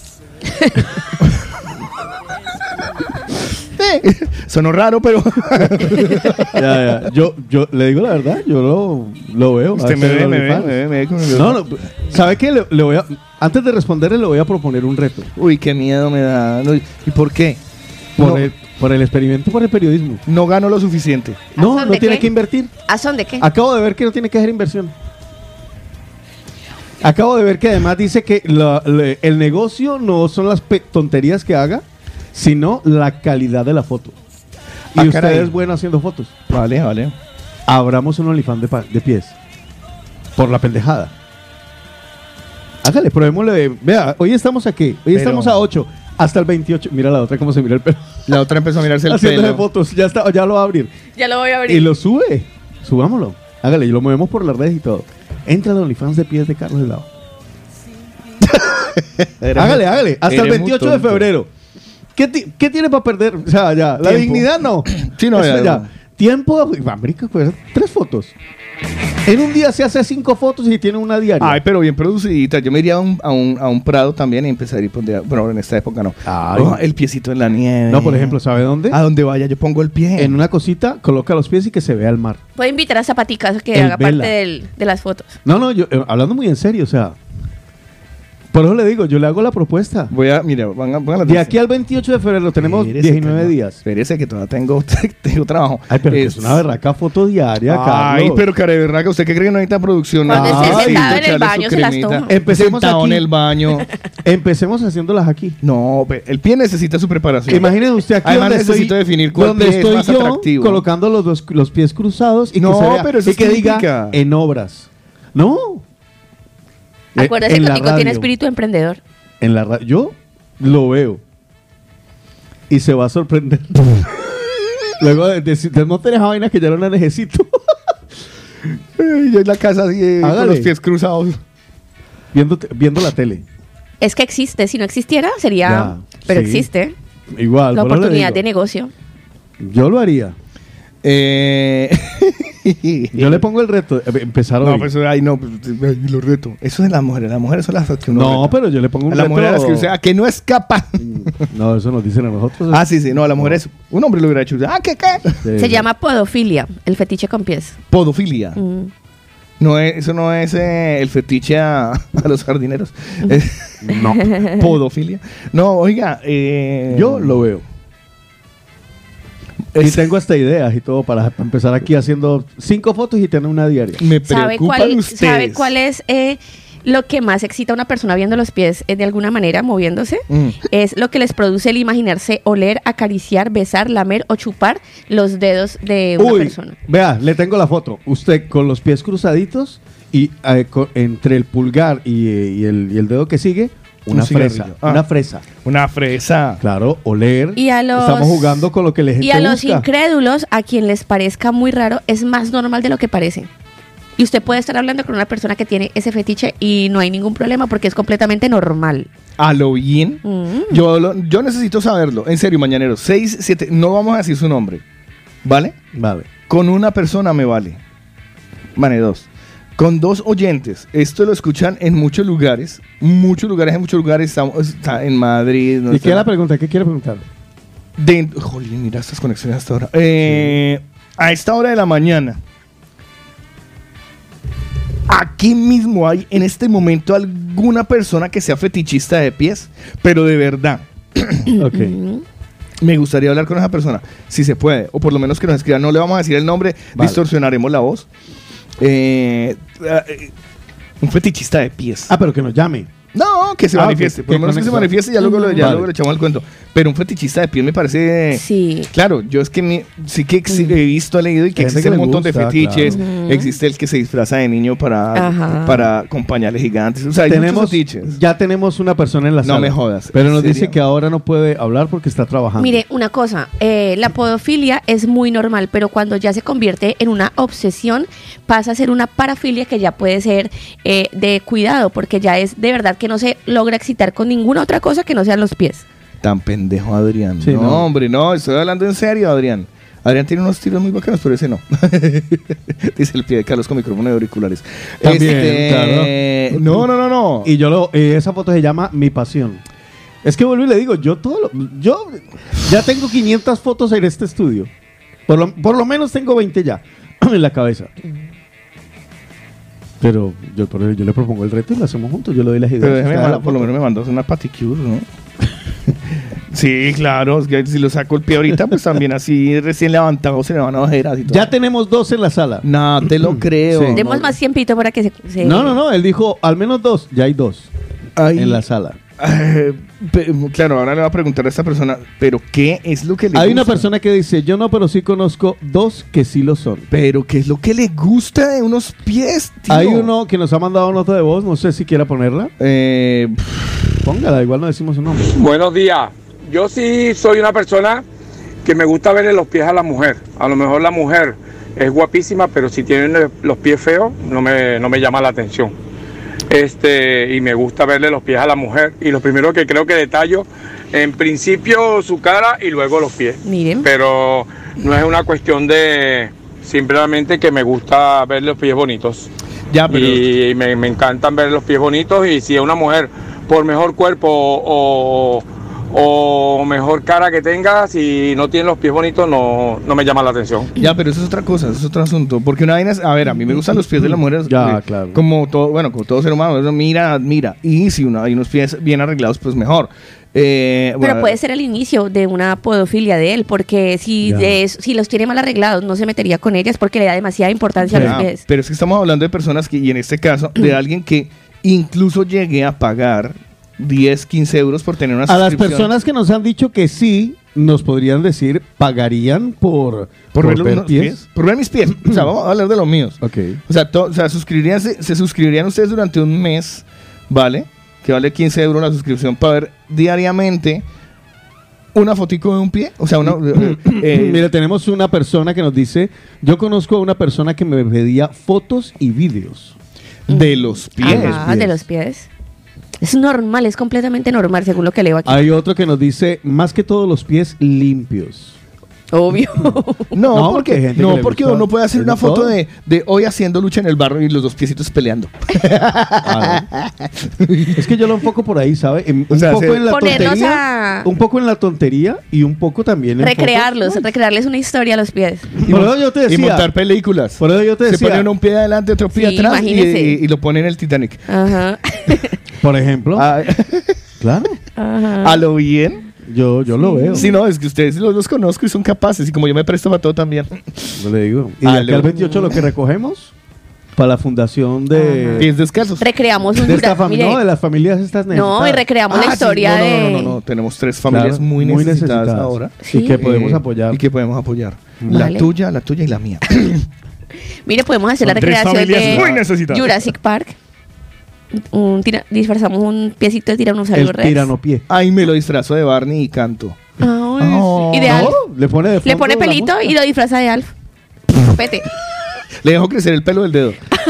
Speaker 2: Eh, Sonó raro, pero
Speaker 1: Ya, ya. Yo, yo le digo la verdad, yo lo, lo veo.
Speaker 2: usted me
Speaker 1: Hacer
Speaker 2: ve, me ve,
Speaker 1: OnlyFans.
Speaker 2: me ve, me ve como-
Speaker 1: No, no. ¿Sabe qué? Le, le voy a, antes de responderle, le voy a proponer un reto.
Speaker 2: Uy, qué miedo me da. No, ¿y por qué?
Speaker 1: Por,
Speaker 2: No,
Speaker 1: el, por el experimento, por el periodismo.
Speaker 2: no gano lo suficiente.
Speaker 3: ¿A
Speaker 1: No,
Speaker 3: son
Speaker 1: no
Speaker 3: de
Speaker 1: tiene
Speaker 3: qué?
Speaker 1: que invertir.
Speaker 3: ¿A son de qué?
Speaker 1: Acabo de ver que no tiene que hacer inversión. Acabo de ver que además dice que la- le- el negocio no son las pe- tonterías que haga, sino la calidad de la foto. Y
Speaker 2: Ah,
Speaker 1: usted
Speaker 2: caray.
Speaker 1: es bueno haciendo fotos.
Speaker 2: Vale, vale.
Speaker 1: abramos un OnlyFans de, pa- de pies. Por la pendejada. Hágale, probémosle. Vea, hoy estamos aquí. Hoy
Speaker 2: Pero-
Speaker 1: estamos a ocho. Hasta el veintiocho. Mira la otra cómo se mira el pelo.
Speaker 2: La otra empezó a mirarse el
Speaker 1: Haciéndole
Speaker 2: pelo.
Speaker 1: fotos. Ya, está, ya lo va a abrir.
Speaker 3: Ya lo voy a abrir.
Speaker 1: Y lo sube. Subámoslo. Hágale, y lo movemos por las redes y todo. Entra al OnlyFans de pies de Carlos Helado. Hágale, hágale. Hasta el
Speaker 2: Eres muy
Speaker 1: veintiocho de
Speaker 2: tonto.
Speaker 1: febrero. ¿Qué, ti- qué tiene para perder? O sea, ya. La
Speaker 2: Tiempo.
Speaker 1: dignidad no.
Speaker 2: Sí, no,
Speaker 1: Eso
Speaker 2: ya,
Speaker 1: ya.
Speaker 2: no.
Speaker 1: Tiempo. América, pues, tres fotos. En un día se hace cinco fotos y tiene una diaria.
Speaker 2: Ay, pero bien producidita. Yo me iría a un, a un, a un prado también y empezaría a poner. Bueno, en esta época no.
Speaker 1: Ay.
Speaker 2: Oh, el piecito en la nieve.
Speaker 1: No, por ejemplo, ¿sabe dónde?
Speaker 2: A donde vaya, yo pongo el pie.
Speaker 1: En una cosita, coloca los pies y que se vea el mar.
Speaker 3: Puedo invitar a Zapaticas que
Speaker 1: El
Speaker 3: haga
Speaker 1: Vela.
Speaker 3: parte del- de las fotos.
Speaker 1: No, no, yo eh, hablando muy en serio, o sea. Por eso le digo, yo le hago la propuesta.
Speaker 2: Voy a, mira, van a, van a
Speaker 1: De aquí al veintiocho de febrero tenemos
Speaker 2: Espérese,
Speaker 1: diecinueve
Speaker 2: calma.
Speaker 1: días.
Speaker 2: Espérese que todavía tengo, tengo trabajo.
Speaker 1: Ay, pero que es una berraca foto diaria,
Speaker 2: Ay,
Speaker 1: Carlos.
Speaker 2: pero care verraca, ¿usted qué cree que no necesita producción?
Speaker 3: Cuando
Speaker 1: esté
Speaker 2: Ay,
Speaker 3: sentado en el
Speaker 2: echarle
Speaker 3: baño
Speaker 2: su
Speaker 3: se las
Speaker 2: cremita.
Speaker 3: toma.
Speaker 1: Empecemos
Speaker 2: Sentado
Speaker 1: aquí.
Speaker 2: en el baño.
Speaker 1: Empecemos haciéndolas aquí.
Speaker 2: No, pe- el pie necesita su preparación.
Speaker 1: Imagínese usted aquí
Speaker 2: Además,
Speaker 1: donde estoy,
Speaker 2: necesito definir cuál
Speaker 1: donde
Speaker 2: pie es
Speaker 1: estoy
Speaker 2: más
Speaker 1: yo
Speaker 2: atractivo.
Speaker 1: colocando los, dos, los pies cruzados y
Speaker 2: No,
Speaker 1: que se vea,
Speaker 2: pero eso
Speaker 1: y
Speaker 2: es
Speaker 1: que diga
Speaker 2: típica.
Speaker 1: en obras. No. Eh,
Speaker 3: Acuérdese
Speaker 1: en
Speaker 3: que
Speaker 1: la
Speaker 3: Nico tiene
Speaker 1: radio.
Speaker 3: espíritu emprendedor.
Speaker 1: En la ra- yo lo veo y se va a sorprender. Luego de decir, desmonten esa vaina que ya no la necesito.
Speaker 2: Ay, yo en la casa así, eh, con
Speaker 1: Hágale.
Speaker 2: los pies cruzados.
Speaker 1: viendo, te- viendo la tele.
Speaker 3: Es que existe. Si no existiera, sería.
Speaker 1: Ya,
Speaker 3: pero
Speaker 1: sí.
Speaker 3: existe.
Speaker 1: Igual.
Speaker 3: La
Speaker 1: por eso le
Speaker 3: oportunidad
Speaker 1: digo,
Speaker 3: de negocio.
Speaker 1: Yo lo haría.
Speaker 2: Eh...
Speaker 1: Yo le pongo el reto. eh, Empezar hoy.
Speaker 2: No, pues, ay, no, pues, ay, lo reto. Eso es de las mujeres. Las mujeres son las que uno
Speaker 1: No,
Speaker 2: reta.
Speaker 1: pero yo le pongo un
Speaker 2: A las
Speaker 1: reto.
Speaker 2: mujeres a las que usted, a que no es capaz.
Speaker 1: No, eso nos dicen a nosotros.
Speaker 2: Ah, sí, sí, no, a las mujeres. Un hombre lo hubiera hecho. Ah, ¿qué, qué?
Speaker 1: Sí,
Speaker 3: Se
Speaker 1: sí.
Speaker 3: llama podofilia, el fetiche con pies.
Speaker 2: Podofilia.
Speaker 3: Mm.
Speaker 2: No es, eso no es eh, el fetiche a, a los jardineros. Es
Speaker 1: No.
Speaker 2: podofilia. No, oiga. Eh,
Speaker 1: Yo lo veo. Y tengo hasta ideas y todo para empezar aquí haciendo cinco fotos y tener una diaria.
Speaker 2: Me
Speaker 3: ¿Sabe
Speaker 2: preocupan
Speaker 3: cuál,
Speaker 2: ustedes.
Speaker 3: ¿Sabe cuál es eh, lo que más excita a una persona viendo los pies eh, de alguna manera moviéndose?
Speaker 2: Mm.
Speaker 3: Es lo que les produce el imaginarse oler, acariciar, besar, lamer o chupar los dedos de una
Speaker 1: Uy,
Speaker 3: persona.
Speaker 1: vea, le tengo la foto. Usted con los pies cruzaditos y eh, co- entre el pulgar y, eh, y el, y el dedo que sigue, una
Speaker 2: Un
Speaker 1: fresa.
Speaker 2: cigarrillo. Ah.
Speaker 1: Una fresa.
Speaker 2: Una fresa.
Speaker 1: Claro, oler.
Speaker 3: Y a los-
Speaker 1: Estamos jugando con lo que la gente
Speaker 3: Y a los
Speaker 1: busca.
Speaker 3: incrédulos, a quien les parezca muy raro, es más normal de lo que parece. Y usted puede estar hablando con una persona que tiene ese fetiche y no hay ningún problema porque es completamente normal.
Speaker 2: A lo bien.
Speaker 3: Mm.
Speaker 2: Yo, lo- yo necesito saberlo. En serio, mañanero. seis, siete. No vamos a decir su nombre. ¿Vale?
Speaker 1: Vale.
Speaker 2: Con una persona me vale. Vale, dos. Con dos oyentes. Esto lo escuchan en muchos lugares. Muchos lugares, en muchos lugares. Estamos, está en Madrid. no
Speaker 1: ¿Y
Speaker 2: está-
Speaker 1: qué es la pregunta? ¿Qué quiere preguntar?
Speaker 2: de- Jolín, mira estas conexiones hasta ahora. Eh, A esta hora de la mañana. Aquí mismo hay en este momento alguna persona que sea fetichista de pies, pero de verdad.
Speaker 1: Ok.
Speaker 3: Mm.
Speaker 2: Me gustaría hablar con esa persona, si se puede, o por lo menos que nos escriba. No le vamos a decir el nombre,
Speaker 1: Vale.
Speaker 2: distorsionaremos la voz. Eh, eh, un fetichista de pies.
Speaker 1: Ah, pero que nos llame.
Speaker 2: No, que se
Speaker 1: Ah,
Speaker 2: manifieste.
Speaker 1: ok,
Speaker 2: Por lo
Speaker 1: que
Speaker 2: menos que se
Speaker 1: conecta.
Speaker 2: manifieste, ya luego, lo- ya
Speaker 1: Vale.
Speaker 2: luego le echamos el cuento. Pero un fetichista de pies me parece.
Speaker 3: Sí.
Speaker 2: Claro, yo es que mi- sí que ex- he visto, he leído y que
Speaker 1: Hay gente
Speaker 2: existe
Speaker 1: que
Speaker 2: un
Speaker 1: le
Speaker 2: montón de
Speaker 1: gusta,
Speaker 2: fetiches.
Speaker 3: claro.
Speaker 2: Existe el que se disfraza de niño para,
Speaker 3: Ajá.
Speaker 2: para con pañales gigantes. O sea, hay
Speaker 1: Tenemos,
Speaker 2: muchos fetiches.
Speaker 1: ya tenemos una persona en la
Speaker 2: No
Speaker 1: sala.
Speaker 2: me jodas.
Speaker 1: Pero
Speaker 2: ¿En
Speaker 1: nos dice
Speaker 2: serio?
Speaker 1: que ahora no puede hablar porque está trabajando.
Speaker 3: Mire, una cosa, eh, la podofilia es muy normal, pero cuando ya se convierte en una obsesión, pasa a ser una parafilia que ya puede ser eh, de cuidado, porque ya es de verdad que no se logra excitar con ninguna otra cosa que no sean los pies.
Speaker 2: Tan pendejo, Adrián.
Speaker 1: Sí,
Speaker 2: no,
Speaker 1: no.
Speaker 2: hombre, no, estoy hablando en serio, Adrián. Adrián tiene unos tiros muy bacanos, pero ese no. Dice el pie de Carlos con micrófono de auriculares.
Speaker 1: También,
Speaker 2: Este, No, no, no, no.
Speaker 1: Y yo lo, eh, esa foto se llama Mi Pasión. Es que vuelvo y le digo, yo todo lo- yo ya tengo quinientas fotos en este estudio. Por lo, por lo menos tengo veinte ya en la cabeza. Pero yo, por yo le propongo el reto y lo hacemos juntos. Yo le doy las ideas.
Speaker 2: Pero déjeme
Speaker 1: Usted da la
Speaker 2: mandar- por lo
Speaker 1: foto.
Speaker 2: menos me mandó una paticure, ¿no? Sí, claro, es que si lo saco el pie ahorita, pues también así recién levantado se le van a ojeras y todo.
Speaker 1: Ya tenemos dos en la sala.
Speaker 2: No, te lo creo.
Speaker 1: Sí.
Speaker 2: No,
Speaker 3: Demos más tiempito para que se... se-
Speaker 1: No, no, no. Él dijo al menos dos. Ya hay dos
Speaker 2: Ay,
Speaker 1: en la sala.
Speaker 2: eh, Pe- claro, ahora le voy a preguntar a esta persona, pero ¿qué es lo que le
Speaker 1: Hay
Speaker 2: gusta?
Speaker 1: una persona que dice, yo no, pero sí conozco dos que sí lo son.
Speaker 2: Pero ¿qué es lo que le gusta de unos pies, tío?
Speaker 1: Hay uno que nos ha mandado nota de voz, no sé si quiera ponerla.
Speaker 2: Eh,
Speaker 1: Póngala, igual no decimos su nombre.
Speaker 5: Buenos días. Yo sí soy una persona que me gusta verle los pies a la mujer. A lo mejor la mujer es guapísima, pero si tiene los pies feos, no me, no me llama la atención. Este, y me gusta verle los pies a la mujer. Y lo primero que creo que detallo, en principio su cara y luego los pies.
Speaker 3: Miren.
Speaker 5: Pero no es una cuestión de simplemente que me gusta ver los pies bonitos.
Speaker 2: ya, pero...
Speaker 5: Y me, me encantan ver los pies bonitos. Y si es una mujer, por mejor cuerpo o, o mejor cara que tenga, si no tiene los pies bonitos, no, no me llama la atención.
Speaker 2: Ya, pero eso es otra cosa, eso es otro asunto. Porque una vaina es, a ver, a mí me gustan los pies de las mujeres.
Speaker 1: Ya,
Speaker 2: eh,
Speaker 1: claro.
Speaker 2: Como todo, bueno, como todo ser humano, eso mira, admira. Y si uno, hay unos pies bien arreglados, pues mejor. Eh,
Speaker 3: Pero
Speaker 2: bueno,
Speaker 3: puede ser el inicio de una podofilia de él, porque si,
Speaker 1: Ya.
Speaker 3: de eso- si los tiene mal arreglados, no se metería con ellas porque le da demasiada importancia a
Speaker 2: ya,
Speaker 3: los pies.
Speaker 2: pero es que estamos hablando de personas que, y en este caso, de alguien que incluso llegue a pagar diez, quince euros por tener una
Speaker 1: A las
Speaker 2: suscripción.
Speaker 1: personas que nos han dicho que sí, nos podrían decir, ¿pagarían por,
Speaker 2: por, ver,
Speaker 1: ver
Speaker 2: unos
Speaker 1: pies?
Speaker 2: pies? Por ver mis pies. O sea, vamos a hablar de los míos.
Speaker 1: Ok.
Speaker 2: O sea, to- o sea suscribirían, se, se suscribirían ustedes durante un mes, ¿vale? Que vale quince euros la suscripción para ver diariamente una fotico de un pie. O sea, una... eh, eh,
Speaker 1: Mira, tenemos una persona que nos dice, yo conozco a una persona que me pedía fotos y vídeos.
Speaker 2: de los pies.
Speaker 3: Ajá,
Speaker 1: pies.
Speaker 3: de los pies. Es normal, es completamente normal según lo que leo aquí.
Speaker 1: Hay otro que nos dice, más que todos los pies limpios.
Speaker 3: Obvio.
Speaker 2: No,
Speaker 1: No, porque hay
Speaker 2: porque,
Speaker 1: gente
Speaker 2: no,
Speaker 1: que le
Speaker 2: porque
Speaker 1: gusta
Speaker 2: uno puede hacer
Speaker 1: de
Speaker 2: una foto
Speaker 1: todo.
Speaker 2: de, de hoy haciendo lucha en el barro y los dos piecitos peleando.
Speaker 1: Ah, no. Es que yo lo enfoco por ahí, ¿sabe? En-
Speaker 2: O
Speaker 1: un
Speaker 2: sea,
Speaker 1: poco
Speaker 2: se-
Speaker 1: en la
Speaker 3: Ponernos
Speaker 1: tontería,
Speaker 3: a-
Speaker 1: un poco en la tontería y un poco también en
Speaker 3: Recrearlos,
Speaker 1: fotos.
Speaker 3: recrearles una historia a los pies.
Speaker 1: Y por eso yo te
Speaker 2: Y
Speaker 1: decía,
Speaker 2: montar películas.
Speaker 1: por eso yo te
Speaker 2: Se
Speaker 1: decía,
Speaker 2: ponen un pie adelante, otro pie
Speaker 3: Sí,
Speaker 2: atrás y,
Speaker 3: imagínese.
Speaker 2: y- y lo ponen en el Titanic.
Speaker 3: Ajá.
Speaker 1: por ejemplo,
Speaker 2: Ah,
Speaker 1: claro,
Speaker 3: Ajá.
Speaker 2: a lo bien.
Speaker 1: yo, yo lo veo.
Speaker 2: Sí, no, es que ustedes los, los conozco y son capaces. Y como yo me presto para todo también.
Speaker 1: Yo le digo. Y de
Speaker 2: Ah,
Speaker 1: aquí
Speaker 2: lo-
Speaker 1: al veintiocho lo que recogemos para la fundación de,
Speaker 2: Pies descalzos.
Speaker 3: Recreamos un
Speaker 1: de esta
Speaker 3: dura-
Speaker 1: familia,
Speaker 3: mire,
Speaker 1: no, de las familias estas
Speaker 3: no,
Speaker 1: necesitadas.
Speaker 3: y recreamos la
Speaker 2: Ah, sí,
Speaker 3: historia
Speaker 2: no, no,
Speaker 3: de.
Speaker 2: no, no, no, no. Tenemos tres familias
Speaker 1: Claro,
Speaker 2: muy, necesitadas, ahora.
Speaker 3: Sí.
Speaker 1: Y que podemos
Speaker 2: Eh,
Speaker 1: apoyar.
Speaker 2: Y que podemos apoyar.
Speaker 3: Vale.
Speaker 2: La tuya, la tuya y la mía.
Speaker 3: Mire, podemos hacer
Speaker 2: Son
Speaker 3: la
Speaker 2: tres
Speaker 3: recreación
Speaker 2: familias muy
Speaker 3: de
Speaker 2: necesitadas.
Speaker 3: Jurassic Park. Un tira- disfrazamos un piecito de tiranosaurio
Speaker 1: El
Speaker 3: rex.
Speaker 1: tiranopié.
Speaker 2: Ay, me lo disfrazo de Barney y canto.
Speaker 3: Ay,
Speaker 2: Oh.
Speaker 3: y de Alf.
Speaker 1: No, le pone de
Speaker 3: Le
Speaker 1: fondo
Speaker 3: pone
Speaker 1: la
Speaker 3: pelito
Speaker 1: música.
Speaker 3: y lo disfraza de Alf. Copete.
Speaker 2: Le dejo crecer el pelo del dedo.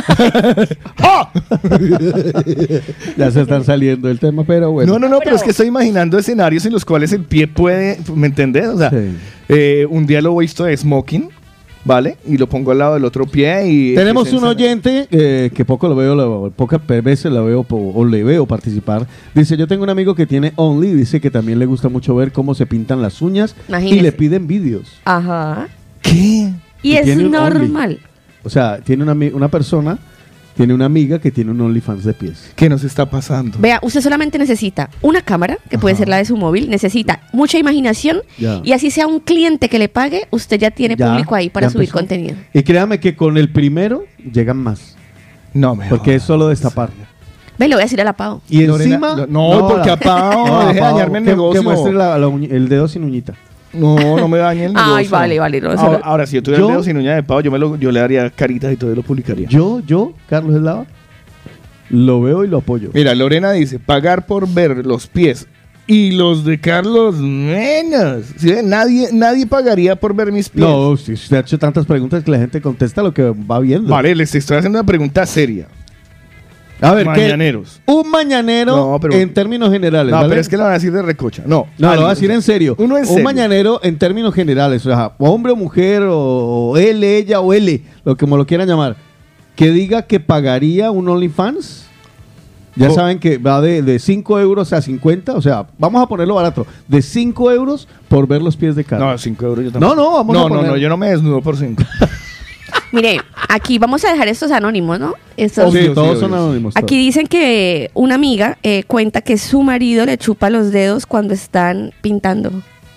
Speaker 1: Ya se están saliendo del tema, pero bueno.
Speaker 2: No, no, no, pero,
Speaker 3: Pero-
Speaker 2: es que estoy imaginando escenarios en los cuales el pie puede, ¿me entendés? O sea,
Speaker 1: Sí.
Speaker 2: eh, un día lo he visto de smoking, ¿vale? Y lo pongo al lado del otro pie y...
Speaker 1: Tenemos
Speaker 2: que
Speaker 1: un
Speaker 2: se-
Speaker 1: oyente eh, que poco lo veo, lo- pocas veces lo veo po- o le veo participar. Dice, yo tengo un amigo que tiene Only, dice que también le gusta mucho ver cómo se pintan las uñas y
Speaker 3: Imagínese.
Speaker 1: le piden vídeos.
Speaker 3: Ajá.
Speaker 2: ¿Qué?
Speaker 3: Y
Speaker 1: Y
Speaker 3: es
Speaker 1: tiene un
Speaker 3: normal.
Speaker 1: O sea, tiene una, ami- una persona, tiene una amiga que tiene un OnlyFans de pies.
Speaker 2: ¿Qué nos está pasando?
Speaker 3: Vea, usted solamente necesita una cámara, que puede
Speaker 2: Ajá.
Speaker 3: ser la de su móvil, necesita mucha imaginación
Speaker 1: Ya.
Speaker 3: y así sea un cliente que le pague, usted ya tiene
Speaker 1: Ya,
Speaker 3: público ahí para
Speaker 1: ya
Speaker 3: subir
Speaker 1: empezó.
Speaker 3: contenido.
Speaker 1: Y créame que con el primero llegan más,
Speaker 2: No, me
Speaker 1: porque es
Speaker 2: jodas.
Speaker 1: solo destapar.
Speaker 3: Ve, le voy a decir a la Pau.
Speaker 1: Y
Speaker 2: Lorena,
Speaker 1: encima...
Speaker 2: lo- no, porque a Pau,
Speaker 1: No,
Speaker 2: deje de
Speaker 1: Pau,
Speaker 2: dañarme el
Speaker 1: que-
Speaker 2: negocio.
Speaker 1: Que muestre la- la uñi- el dedo sin uñita.
Speaker 2: No, no me dañe el negocio.
Speaker 3: Ay, vale, vale. No,
Speaker 2: Ahora,
Speaker 3: solo-
Speaker 2: ahora, si yo tuviera
Speaker 1: Yo-
Speaker 2: el dedo sin uña de pavo, yo, me lo, yo le daría caritas y todo y lo publicaría.
Speaker 1: Yo, yo, Carlos Eslava, lo veo y lo apoyo.
Speaker 2: Mira, Lorena dice, pagar por ver los pies y los de Carlos menos. ¿Sí ve? Nadie, nadie pagaría por ver mis pies.
Speaker 1: No, si usted ha hecho tantas preguntas que la gente contesta lo que va viendo.
Speaker 2: Vale, les estoy haciendo una pregunta seria.
Speaker 1: A ver, ¿qué?
Speaker 2: Mañaneros.
Speaker 1: Un mañanero
Speaker 2: No, pero-
Speaker 1: en términos generales.
Speaker 2: No,
Speaker 1: ¿vale?
Speaker 2: pero es que lo van a decir de recocha. No,
Speaker 1: No, lo
Speaker 2: algo,
Speaker 1: voy a decir en serio.
Speaker 2: Uno en
Speaker 1: un
Speaker 2: serio.
Speaker 1: mañanero en términos generales, o sea, hombre o mujer, o, o él, ella o L, lo como lo quieran llamar, que diga que pagaría un OnlyFans. Ya
Speaker 2: Oh.
Speaker 1: saben que va de, de cinco euros a cincuenta, o sea, vamos a ponerlo barato, de cinco euros por ver los pies de Carlos.
Speaker 2: No, cinco euros yo tampoco.
Speaker 1: No, no, vamos
Speaker 2: no,
Speaker 1: a poner-
Speaker 2: No, no, yo no me desnudo por cinco.
Speaker 3: Mire, aquí vamos a dejar estos anónimos, ¿no? Estos-
Speaker 1: Obvio,
Speaker 2: Sí, sí,
Speaker 1: todos
Speaker 2: obvio,
Speaker 1: son
Speaker 2: sí.
Speaker 1: anónimos.
Speaker 3: Aquí dicen que una amiga eh, cuenta que su marido le chupa los dedos cuando están pintando.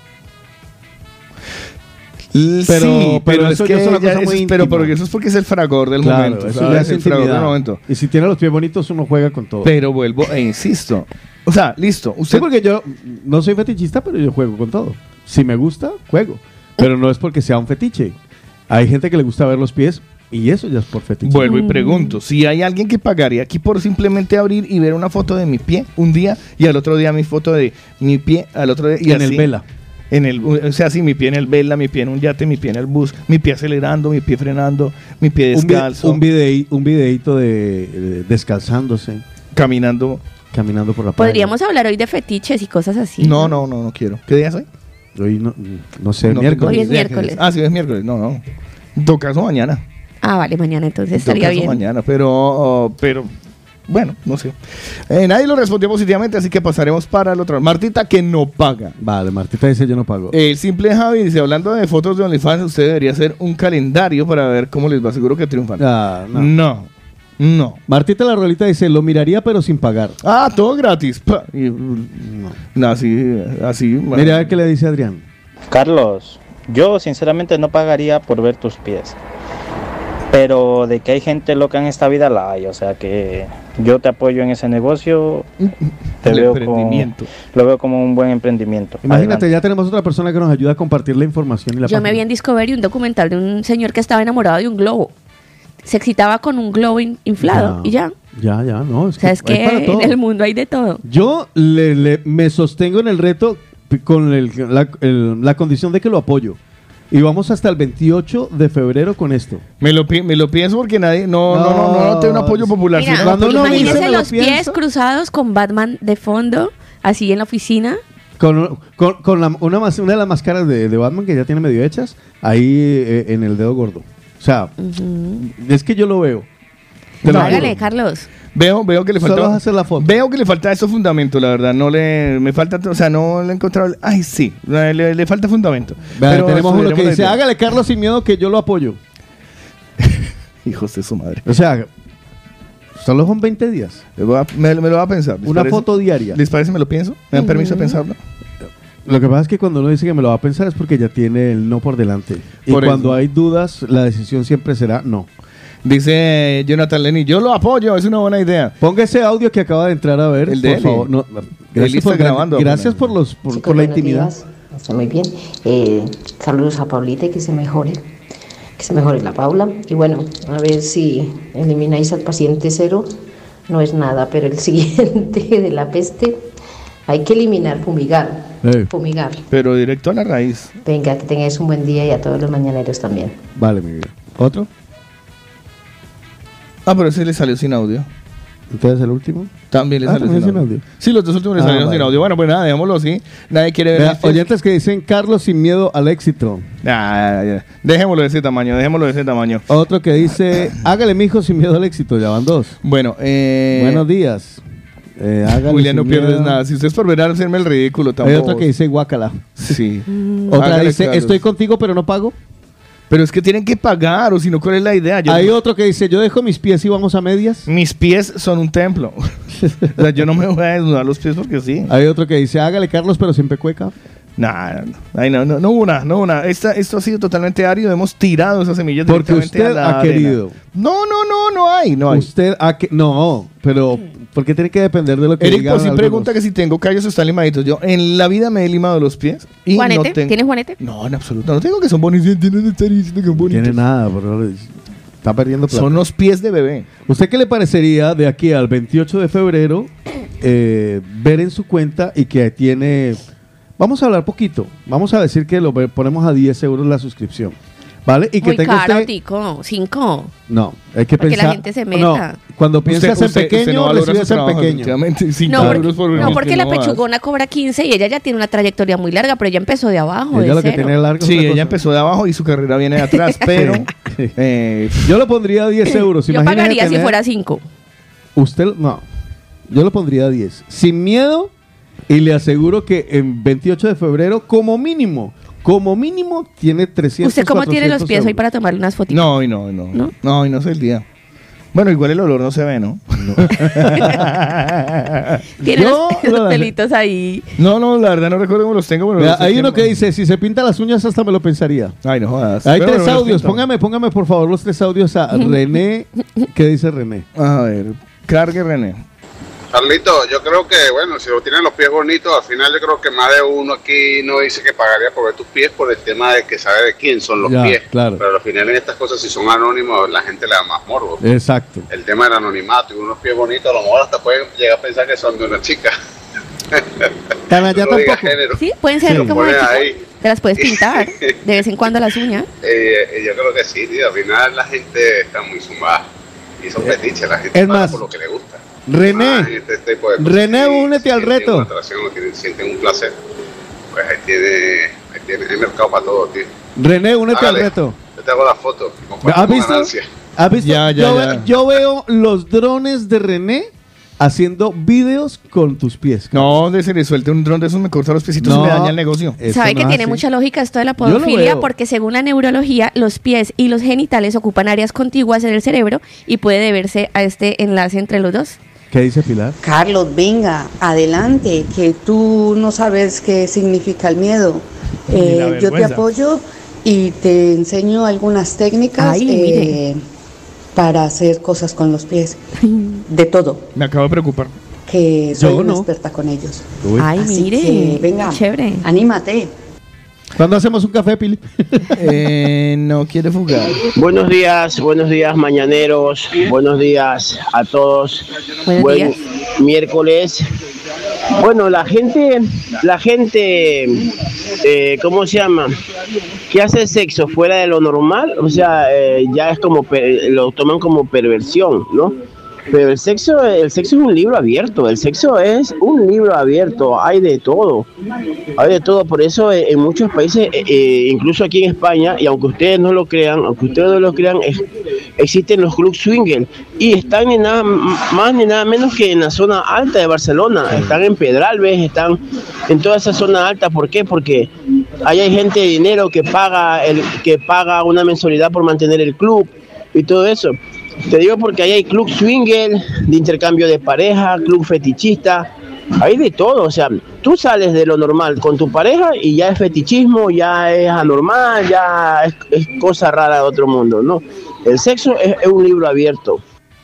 Speaker 2: Sí,
Speaker 1: Pero- pero eso ya es una cosa
Speaker 2: eso
Speaker 1: muy
Speaker 2: es- pero
Speaker 1: íntima.
Speaker 2: porque eso es porque es el fragor del
Speaker 1: Claro,
Speaker 2: momento.
Speaker 1: eso
Speaker 2: ¿sabes?
Speaker 1: ya es
Speaker 2: el fragor del
Speaker 1: intimidad.
Speaker 2: momento.
Speaker 1: Y si tiene los pies bonitos, uno juega con todo.
Speaker 2: Pero vuelvo e insisto. O sea, listo.
Speaker 1: Sí,
Speaker 2: Usted
Speaker 1: porque yo no soy fetichista, pero yo juego con todo. Si me gusta, juego. Pero no es porque sea un fetiche. Hay gente que le gusta ver los pies y eso ya es por fetiche.
Speaker 2: vuelvo y pregunto, si hay alguien que pagaría aquí por simplemente abrir y ver una foto de mi pie un día y al otro día mi foto de mi pie, al otro día y
Speaker 1: en
Speaker 2: así,
Speaker 1: el vela.
Speaker 2: En el, o sea, sí, mi pie en el vela, mi pie en un yate, mi pie en el bus, mi pie acelerando, mi pie frenando, mi pie
Speaker 1: Un, vi-
Speaker 2: descalzo,
Speaker 1: un, videi- un videíto de, de descalzándose,
Speaker 2: caminando.
Speaker 1: caminando por la playa.
Speaker 3: Podríamos hablar hoy de fetiches y cosas así.
Speaker 2: No, no, no, no quiero. ¿Qué día es hoy?
Speaker 1: Hoy no, no sé,
Speaker 2: No
Speaker 1: miércoles.
Speaker 3: Hoy es
Speaker 2: tengo idea.
Speaker 3: miércoles.
Speaker 2: Ah, sí, es miércoles. No, no. En todo caso, mañana.
Speaker 3: Ah, vale, mañana entonces
Speaker 2: En todo
Speaker 3: estaría
Speaker 2: caso,
Speaker 3: bien.
Speaker 2: mañana, pero, oh, pero, bueno, no sé. Eh, nadie lo respondió positivamente, así que pasaremos para el otro. Martita, que no paga.
Speaker 1: Vale, Martita dice yo no pago.
Speaker 2: El simple Javi dice, hablando de fotos de OnlyFans, usted debería hacer un calendario para ver cómo les va. Seguro que triunfan.
Speaker 1: Ah, no.
Speaker 2: No, no.
Speaker 1: Martita la rolita dice, lo miraría pero sin pagar.
Speaker 2: Ah, todo gratis. Pa. Y,
Speaker 1: No.
Speaker 2: no, así, así.
Speaker 1: Mira a ver qué le dice Adrián.
Speaker 6: Carlos, yo sinceramente no pagaría por ver tus pies. Pero de que hay gente loca en esta vida la hay, o sea que yo te apoyo en ese negocio, te
Speaker 2: El
Speaker 6: veo como,
Speaker 2: emprendimiento.
Speaker 6: lo veo como un buen emprendimiento.
Speaker 1: Imagínate,
Speaker 6: Adelante.
Speaker 1: ya tenemos otra persona que nos ayuda a compartir la información y la
Speaker 3: Yo me
Speaker 1: página.
Speaker 3: vi en Discovery un documental de un señor que estaba enamorado de un globo. Se excitaba con un globo in- inflado y ya.
Speaker 1: Ya, ya, no. Es
Speaker 3: O sea, es
Speaker 1: hay para
Speaker 3: que
Speaker 1: todo.
Speaker 3: en el mundo hay de todo.
Speaker 1: Yo le, le- me sostengo en el reto p- con el- la, el- la condición de que lo apoyo. Y vamos hasta el veintiocho de febrero con esto.
Speaker 2: Me lo, pi- me lo pienso porque nadie, no, no, no, no, no, tengo un apoyo popular.
Speaker 3: Mira,
Speaker 2: sino
Speaker 1: cuando
Speaker 2: un apoyo
Speaker 1: uno dice,
Speaker 3: imagínese
Speaker 1: me lo
Speaker 3: los pies
Speaker 1: pienso.
Speaker 3: cruzados con Batman de fondo, así en la oficina.
Speaker 1: Con, con- con la- una, mas- una de las máscaras de, de Batman que ya tiene medio hechas, ahí eh, en el dedo gordo. O sea,
Speaker 3: Ujú.
Speaker 1: es que yo lo veo. Te lo
Speaker 3: Hágale,
Speaker 1: juro.
Speaker 3: Carlos.
Speaker 2: Veo, veo que le
Speaker 1: Solo
Speaker 2: falta.
Speaker 1: vas a hacer la foto.
Speaker 2: Veo que le falta esos fundamentos, la verdad. No le, me falta, o sea, no le he encontrado. Ay, sí, le, le- le falta fundamento.
Speaker 1: Vea,
Speaker 2: Pero
Speaker 1: tenemos uno que
Speaker 2: estudiaremos la
Speaker 1: dice,
Speaker 2: idea.
Speaker 1: hágale Carlos sin miedo que yo lo apoyo.
Speaker 2: Hijos de su madre.
Speaker 1: O sea, solo son veinte días.
Speaker 2: Me, voy a- me- me lo voy a pensar. ¿Les
Speaker 1: Una
Speaker 2: parece?
Speaker 1: foto diaria.
Speaker 2: ¿Les parece? ¿Me lo pienso? ¿Me dan permiso de pensarlo?
Speaker 1: Lo que pasa es que cuando uno dice que me lo va a pensar es porque ya tiene el no por delante. Y
Speaker 2: Por
Speaker 1: cuando
Speaker 2: eso.
Speaker 1: hay dudas, la decisión siempre será no.
Speaker 2: Dice Jonathan Lenny, yo lo apoyo, es una buena idea.
Speaker 1: Ponga ese audio que acaba de entrar a ver,
Speaker 2: El de
Speaker 1: por
Speaker 2: Eli.
Speaker 1: favor. No,
Speaker 2: Eli
Speaker 1: gracias
Speaker 2: está
Speaker 1: por,
Speaker 2: grabando,
Speaker 1: gracias
Speaker 2: bueno.
Speaker 1: por, los, por,
Speaker 7: Chicos,
Speaker 1: por la
Speaker 7: buenos
Speaker 1: intimidad.
Speaker 7: días. Está muy bien. Eh, saludos a Paulita y que se mejore. Que se mejore la Paula. Y bueno, a ver si elimináis al paciente cero. No es nada, pero el siguiente de la peste hay que eliminar, fumigar.
Speaker 1: Eh.
Speaker 7: Fumigar.
Speaker 2: Pero directo a la raíz.
Speaker 7: Venga, que tengáis un buen día y a todos los mañaneros también.
Speaker 1: Vale, mi vida. ¿Otro?
Speaker 2: Ah, pero ese le salió sin audio.
Speaker 1: Entonces el último.
Speaker 2: También le
Speaker 1: Ah,
Speaker 2: salió
Speaker 1: también
Speaker 2: sin
Speaker 1: sin
Speaker 2: audio.
Speaker 1: audio.
Speaker 2: Sí, los dos últimos le
Speaker 1: Ah,
Speaker 2: salieron
Speaker 1: vale.
Speaker 2: sin audio. Bueno, pues nada, dejémoslo así. Nadie quiere ver
Speaker 1: Vea,
Speaker 2: este-
Speaker 1: oyentes que dicen Carlos sin miedo al éxito.
Speaker 2: Ah, ya, ya. Dejémoslo de ese tamaño, dejémoslo de ese tamaño.
Speaker 1: Otro que dice hágale mijo sin miedo al éxito. Ya van dos.
Speaker 2: Bueno, eh...
Speaker 1: Buenos días. Eh, hágale
Speaker 2: Julián, no
Speaker 1: sin
Speaker 2: pierdes
Speaker 1: miedo.
Speaker 2: nada. Si ustedes por ver a hacerme el ridículo,
Speaker 1: Hay
Speaker 2: tampoco.
Speaker 1: otro que dice guácala.
Speaker 2: Sí.
Speaker 1: Otra
Speaker 2: Hágale,
Speaker 1: dice
Speaker 2: Carlos.
Speaker 1: estoy contigo pero no pago.
Speaker 2: Pero es que tienen que pagar, o si no, ¿cuál es la idea? Yo-
Speaker 1: Hay otro que dice yo dejo mis pies y vamos a medias.
Speaker 2: Mis pies son un templo. O sea, yo no me voy a desnudar los pies porque sí.
Speaker 1: Hay otro que dice hágale Carlos pero siempre cueca.
Speaker 2: Nah, no, no. Ay, no, no, no una, no una. Esta, esto ha sido totalmente árido. Hemos tirado esas semillas
Speaker 1: Porque
Speaker 2: directamente
Speaker 1: usted
Speaker 2: a la
Speaker 1: ha
Speaker 2: arena.
Speaker 1: querido.
Speaker 2: No, no, no, no hay, no hay.
Speaker 1: Usted ha que no, pero ¿por qué tiene que depender de lo que
Speaker 2: Eric
Speaker 1: digan
Speaker 2: pues sí
Speaker 1: algunos?
Speaker 2: pregunta que si tengo callos o están limaditos. Yo en la vida me he limado los pies y
Speaker 3: ¿Juanete?
Speaker 2: no tengo...
Speaker 3: ¿Tienes Juanete?
Speaker 2: No, en absoluto. No tengo que son bonitos. Tienen que estar diciendo que son
Speaker 1: No
Speaker 2: bonitos.
Speaker 1: tiene nada, bro. Está perdiendo plata.
Speaker 2: Son los pies de bebé.
Speaker 1: ¿Usted qué le parecería de aquí al veintiocho de febrero eh, ver en su cuenta y que tiene... Vamos a hablar poquito. Vamos a decir que lo ve- ponemos a diez euros la suscripción. ¿Vale? Y que
Speaker 3: Muy
Speaker 1: tenga
Speaker 3: caro,
Speaker 1: usted...
Speaker 3: tico. Cinco.
Speaker 1: No, hay que
Speaker 3: Para que
Speaker 1: pensar...
Speaker 3: la gente se meta.
Speaker 1: No, cuando piensas
Speaker 2: Usted-
Speaker 1: en
Speaker 2: usted-
Speaker 1: pequeño,
Speaker 2: usted no valora
Speaker 1: recibes
Speaker 2: su
Speaker 1: en
Speaker 2: trabajo,
Speaker 1: pequeño.
Speaker 2: efectivamente. Cinco
Speaker 3: No,
Speaker 2: euros por
Speaker 3: porque, no,
Speaker 2: mes
Speaker 3: porque
Speaker 2: que
Speaker 3: la
Speaker 2: no das.
Speaker 3: pechugona cobra quince y ella ya tiene una trayectoria muy larga, pero ella empezó de abajo,
Speaker 1: Ella
Speaker 3: de
Speaker 1: lo que
Speaker 3: cero.
Speaker 1: tiene largo es
Speaker 2: Sí,
Speaker 1: otra
Speaker 2: ella
Speaker 1: cosa.
Speaker 2: empezó de abajo y su carrera viene de atrás, pero... eh,
Speaker 1: Yo lo pondría a diez euros.
Speaker 3: Yo
Speaker 1: Imagínese
Speaker 3: pagaría si
Speaker 1: tener-
Speaker 3: fuera cinco.
Speaker 1: Usted, no. Yo lo pondría a diez. Sin miedo. Y le aseguro que en veintiocho de febrero, como mínimo, como mínimo, tiene trescientos.
Speaker 3: ¿Usted cómo tiene los
Speaker 1: cuatrocientos
Speaker 3: pies hoy
Speaker 1: euros.
Speaker 3: para tomarle unas fotitos?
Speaker 2: no, y no, y no.
Speaker 3: ¿No?
Speaker 2: No, y no es el día. Bueno, igual el olor no se ve, ¿no?
Speaker 3: Tiene
Speaker 1: Yo,
Speaker 3: los, los
Speaker 1: no,
Speaker 3: pelitos ahí.
Speaker 2: No, no, la verdad no recuerdo cómo los tengo. Pero
Speaker 1: Vea,
Speaker 2: los sé
Speaker 1: hay uno que
Speaker 2: no-
Speaker 1: dice, si se pinta las uñas hasta me lo pensaría.
Speaker 2: Ay, no jodas.
Speaker 1: Hay
Speaker 2: Pero
Speaker 1: tres
Speaker 2: no los
Speaker 1: audios.
Speaker 2: pinto.
Speaker 1: Póngame, póngame por favor los tres audios a René. ¿Qué dice René?
Speaker 2: A ver, cargue René.
Speaker 8: Carlito, yo creo que, bueno, si lo tienen los pies bonitos, al final yo creo que más de uno aquí no dice que pagaría por ver tus pies por el tema de que sabe de quién son los
Speaker 1: Ya,
Speaker 8: pies.
Speaker 1: claro.
Speaker 8: Pero al final en estas cosas, si son anónimos, la gente le da más morbo.
Speaker 1: Exacto.
Speaker 8: El tema del anonimato y unos pies bonitos, a lo mejor hasta pueden llegar a pensar que son de una chica.
Speaker 1: Tan allá
Speaker 8: No diga
Speaker 1: tampoco.
Speaker 8: género.
Speaker 3: Sí, pueden ser
Speaker 1: Sí.
Speaker 3: como de
Speaker 8: Ponen
Speaker 3: chico.
Speaker 8: ahí.
Speaker 3: Te las puedes pintar de vez en cuando las uñas.
Speaker 8: Eh, yo creo que sí, tío. Al final la gente está muy sumada. Y son fetiches, la gente
Speaker 1: Es
Speaker 8: paga
Speaker 1: más,
Speaker 8: por lo que le gusta.
Speaker 1: René,
Speaker 8: Ah, este tipo de cosas.
Speaker 1: René,
Speaker 8: Sí,
Speaker 1: únete al
Speaker 8: sienten
Speaker 1: reto.
Speaker 8: una atracción, lo tienen- sienten un placer. Pues ahí tiene, ahí tiene, hay mercado para todo, tío.
Speaker 1: René, únete al
Speaker 8: Hágale.
Speaker 1: reto.
Speaker 8: Yo te hago la foto. comparto
Speaker 1: ¿Has
Speaker 8: con
Speaker 1: visto?
Speaker 8: ganancia.
Speaker 1: ¿Has visto?
Speaker 2: Ya, ya,
Speaker 1: yo,
Speaker 2: ya.
Speaker 1: ve- yo veo los drones de René haciendo videos con tus pies.
Speaker 2: No, de se le suelte un dron de esos, me corta los piecitos
Speaker 1: No.
Speaker 2: y me daña el negocio.
Speaker 1: Eso
Speaker 3: Sabe
Speaker 1: no
Speaker 3: que
Speaker 1: es
Speaker 3: tiene
Speaker 1: así.
Speaker 3: mucha lógica esto de la
Speaker 1: Yo lo
Speaker 3: podofilia
Speaker 1: veo.
Speaker 3: porque según la neurología, los pies y los genitales ocupan áreas contiguas en el cerebro y puede deberse a este enlace entre los dos.
Speaker 1: ¿Qué dice Pilar?
Speaker 9: Carlos, venga, adelante, que tú no sabes qué significa el miedo.
Speaker 2: Ni
Speaker 9: Eh,
Speaker 2: la
Speaker 9: yo te
Speaker 2: vergüenza.
Speaker 9: apoyo y te enseño algunas técnicas
Speaker 3: Ay,
Speaker 9: eh, para hacer cosas con los pies, de todo,
Speaker 2: Me acabo de preocar.
Speaker 9: que soy
Speaker 1: Yo
Speaker 9: una
Speaker 1: no.
Speaker 9: experta con ellos.
Speaker 1: Uy.
Speaker 3: Ay,
Speaker 9: Así
Speaker 3: mire,
Speaker 9: que, venga,
Speaker 3: qué chévere.
Speaker 9: anímate.
Speaker 1: ¿Cuándo hacemos un café, Pili?
Speaker 2: Eh, no quiere fugar.
Speaker 10: Buenos días, buenos días mañaneros, buenos días a todos.
Speaker 3: Buenos
Speaker 10: Buen
Speaker 3: días.
Speaker 10: miércoles. Bueno, la gente, la gente, eh, ¿cómo se llama? Que hace sexo fuera de lo normal, o sea, eh, ya es como, per- lo toman como perversión, ¿no? Pero el sexo, el sexo es un libro abierto, el sexo es un libro abierto, hay de todo, hay de todo, por eso eh, en muchos países, eh, eh, incluso aquí en España, y aunque ustedes no lo crean, aunque ustedes no lo crean, es- existen los clubs swinger, y están ni nada m- más ni nada menos que en la zona alta de Barcelona, están en Pedralbes, están en toda esa zona alta, ¿por qué? Porque ahí hay gente de dinero que paga, el, que paga una mensualidad por mantener el club, y todo eso. Te digo porque ahí hay club swinger, de intercambio de pareja, club fetichista, hay de todo, o sea, tú sales de lo normal con tu pareja y ya es fetichismo, ya es anormal, ya es, es cosa rara de otro mundo, ¿no? El sexo es, es un libro abierto.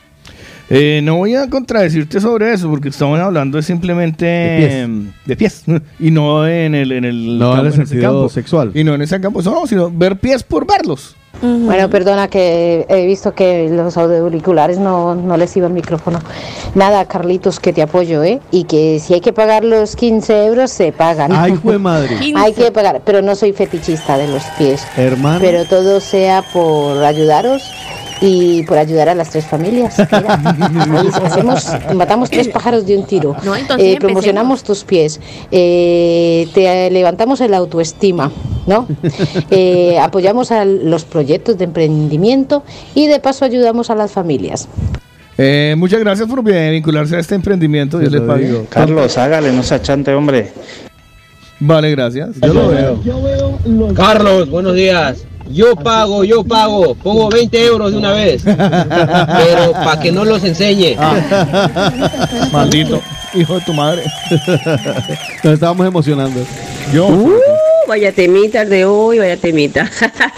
Speaker 2: Eh, no voy a contradecirte sobre eso porque estamos hablando de simplemente
Speaker 1: De
Speaker 2: de pies, y no en el, en el
Speaker 1: No, en el
Speaker 2: en ese
Speaker 1: sentido
Speaker 2: campo.
Speaker 1: sexual.
Speaker 2: Y no en ese campo, no, sino ver pies por verlos.
Speaker 3: Ujú.
Speaker 7: Bueno, perdona que he visto que los auriculares no, no les iba el micrófono. Nada, Carlitos, que te apoyo, ¿eh? Y que si hay que pagar los quince euros, se pagan.
Speaker 1: Ay, jue madre.
Speaker 3: quince.
Speaker 7: Hay que pagar, pero no soy fetichista de los pies.
Speaker 1: Hermano.
Speaker 7: Pero todo sea por ayudaros y por ayudar a las tres familias. Mira, ahí hacemos, matamos tres pájaros de un tiro.
Speaker 3: No, entonces
Speaker 7: Eh, promocionamos tus pies, eh, te levantamos el autoestima, ¿no? Eh, apoyamos a los proyectos de emprendimiento y de paso ayudamos a las familias.
Speaker 2: Eh, muchas gracias por vincularse a este emprendimiento. Dios
Speaker 1: Te
Speaker 2: les
Speaker 1: lo
Speaker 2: pague.
Speaker 1: digo.
Speaker 6: Carlos, hágale, no se achante, hombre.
Speaker 2: Vale, gracias.
Speaker 1: Yo lo veo.
Speaker 11: Carlos, buenos días. Yo pago, yo pago. Pongo veinte euros de una vez. Pero para que no los enseñe.
Speaker 2: Maldito hijo de tu madre.
Speaker 1: Nos estábamos emocionando.
Speaker 2: Yo.
Speaker 12: Uh, vaya temita de hoy, vaya temita.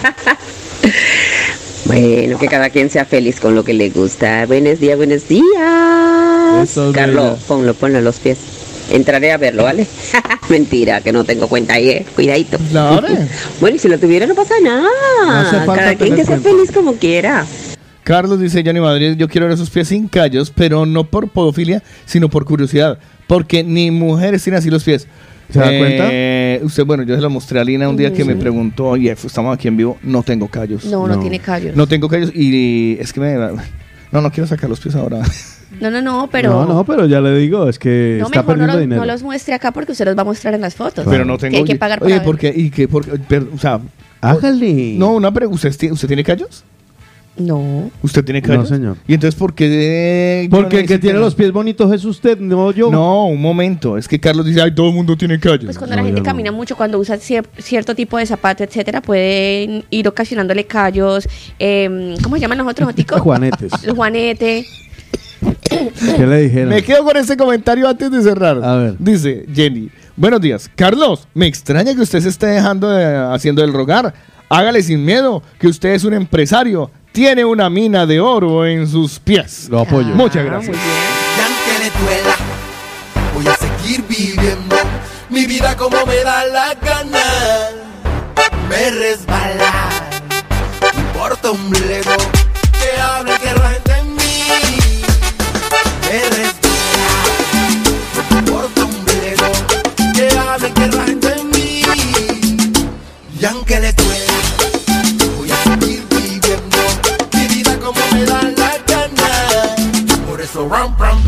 Speaker 12: Bueno, que cada quien sea feliz con lo que le gusta. Buenos días, buenos días.
Speaker 1: Eso es
Speaker 12: Carlos,
Speaker 1: bella.
Speaker 12: ponlo, ponlo a los pies. Entraré a verlo, ¿vale? Mentira, que no tengo cuenta ahí, ¿eh? Cuidadito.
Speaker 2: Claro.
Speaker 12: Bueno, y si lo tuviera no pasa nada.
Speaker 1: No hace falta
Speaker 12: cada quien
Speaker 1: tener
Speaker 12: que sea
Speaker 1: cuenta.
Speaker 12: feliz como quiera.
Speaker 2: Carlos dice, Johnny Madrid, yo quiero ver esos pies sin callos, pero no por podofilia, sino por curiosidad, porque ni mujeres tienen así los pies.
Speaker 1: ¿Se da
Speaker 2: Eh, usted, bueno, yo se lo mostré a Lina un día que me preguntó, oye, estamos aquí en vivo, no tengo callos.
Speaker 3: No, no,
Speaker 1: No.
Speaker 3: tiene callos.
Speaker 2: No tengo callos y es que me... No, no quiero sacar los pies ahora.
Speaker 3: No, no, no, pero...
Speaker 1: No, no, pero ya le digo, es que
Speaker 3: No,
Speaker 1: está
Speaker 3: mejor no,
Speaker 1: perdiendo
Speaker 3: lo-
Speaker 1: dinero.
Speaker 3: no los muestre acá porque usted los va a mostrar en las fotos.
Speaker 2: Pero no tengo...
Speaker 3: Que hay que pagar para
Speaker 2: Oye,
Speaker 3: ver.
Speaker 2: ¿por qué? ¿Y qué? Por qué? Per- o sea,
Speaker 1: Hágale.
Speaker 2: no, una pregunta. ¿Usted, ti- ¿Usted tiene callos?
Speaker 3: No.
Speaker 2: ¿Usted tiene
Speaker 1: No,
Speaker 2: callos?
Speaker 1: señor.
Speaker 2: ¿Y entonces por qué? de-
Speaker 1: Porque
Speaker 2: yo
Speaker 1: el que
Speaker 2: necesito-
Speaker 1: tiene los pies bonitos es usted, no yo.
Speaker 2: No, un momento. Es que Carlos dice, ay, todo el mundo tiene callos.
Speaker 3: Pues cuando
Speaker 1: No,
Speaker 3: la gente
Speaker 1: yo no.
Speaker 3: camina mucho, cuando usa cier- cierto tipo de zapato, etcétera, pueden ir ocasionándole callos. Eh, ¿Cómo se llaman los otros oticos?
Speaker 1: Juanetes.
Speaker 3: El juanete.
Speaker 1: ¿Qué le dijeron?
Speaker 2: Me quedo con ese comentario antes de cerrar.
Speaker 1: A ver.
Speaker 2: Dice Jenny, buenos días. Carlos, me extraña que usted se esté dejando de, haciendo el rogar. Hágale sin miedo, que usted es un empresario. Tiene una mina de oro en sus pies.
Speaker 1: Lo apoyo.
Speaker 2: Muchas gracias.
Speaker 3: Muy bien.
Speaker 13: duela, voy a seguir viviendo mi vida como me da la gana. Me resbala, no importa un bledo, que hable, que rajen de mí. Me resbala, no importa un bledo, que hable, que rajen de mí. Y aunque le duela, voy a seguir viviendo mi vida como me da la gana. Por eso ram, ram,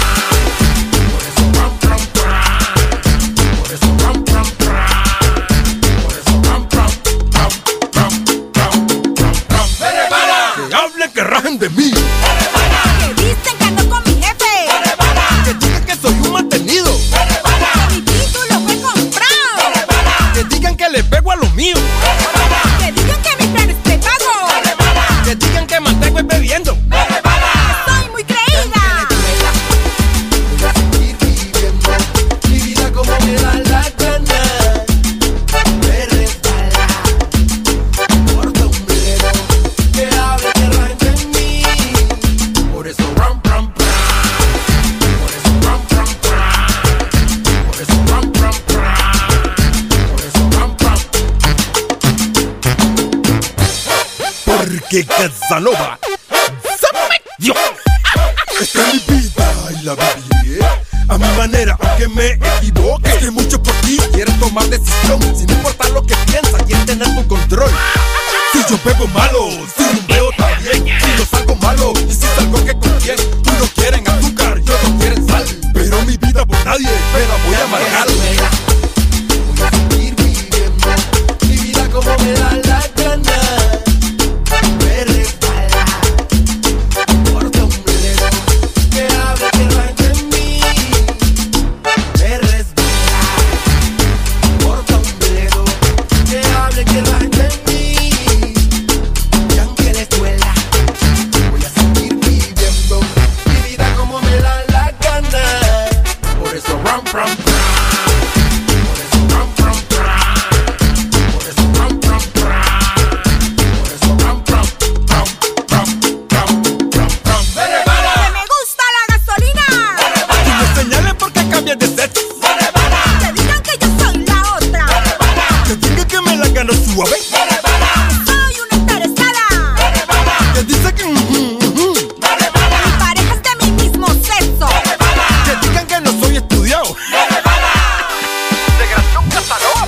Speaker 13: que rajen de mí.
Speaker 14: Que dicen que ando con mi jefe.
Speaker 13: Que digan que soy un mantenido.
Speaker 14: Que mi título fue comprado.
Speaker 13: Que digan que le pego a lo mío.
Speaker 14: Que digan que mis planes te pago.
Speaker 13: Que digan que mantengo bebiendo.
Speaker 14: Soy muy creída.
Speaker 13: Voy a seguir viviendo mi vida como me da la gana. Me resbala, corta un bledo, que hable, que rajen de mí. Por eso ram, ram, por eso ram, ram, por eso ram, ram, por eso ram, ram. Porque Casanova se metió. Esta es mi vida y la viviré a mi manera, aunque me equivoque. Es que mucho por ti quiero tomar decisión, sin importar lo que piensas y en tener tu control. Si yo bebo malo, si rumbeo también, si no salgo malo y si salgo que con quién. Unos quieren azúcar y otros quieren sal, pero mi vida por nadie me la voy a amargar. Voy a seguir viviendo mi vida como me da la gana. Me resbala, corta un bledo, que hable, que rajen de mí. Me resbala, corta un bledo, que hable, que rajen de mí. Y aunque les duela, voy a seguir viviendo mi vida como me da la gana. Por eso ram, ram, por eso ram, ram, por eso ram, ram, por eso ram, ram, ram, ram, ram, ram, ram. ¡Me resbala!
Speaker 14: Que me gusta la gasolina.
Speaker 13: Y me señalen porque cambies de sexo.
Speaker 14: Que digan que yo soy la otra.
Speaker 13: Que digan que me la gano suave.
Speaker 14: Soy una interesada.
Speaker 13: Que dice que mm, mm, mm.
Speaker 14: Mi pareja es de mi mismo sexo.
Speaker 13: Que digan que no soy estudiado. Degradación Casanova.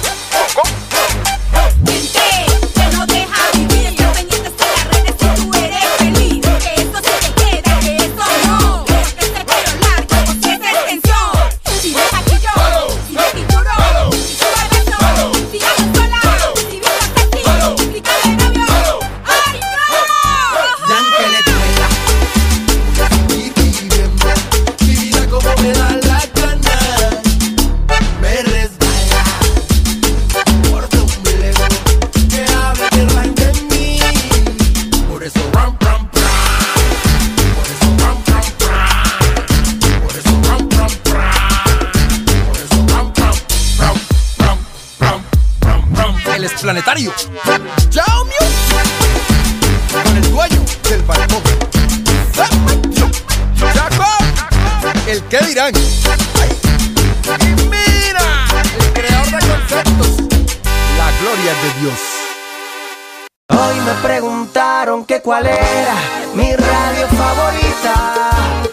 Speaker 14: Gente que no deja vivir, están pendientes de las redes si tú eres feliz. Que esto sí te queda, que esto no. Porque es el pelo largo o si es extensión. Si ves aquí yo, si ves aquí duro, si tú al beso, si yo sola, si vives así, si cae novio. ¡Ay, no!
Speaker 13: Y aunque le duela, voy a seguir viviendo mi vida como me da la gana. Me resbala, corta un bledo, que hable, que rajen de mí. Por eso ram, ram, por eso ram, ram, por eso ram, ram, por eso ram, ram, ram, ram, ram, ram, ram. El Esplanetario. Chao, Music. Con el dueño del balcón. Se metió. Jacob. El que dirán. Ay. Y mira, el creador de conceptos. La gloria de Dios.
Speaker 15: Hoy me preguntaron que cuál era mi radio favorita.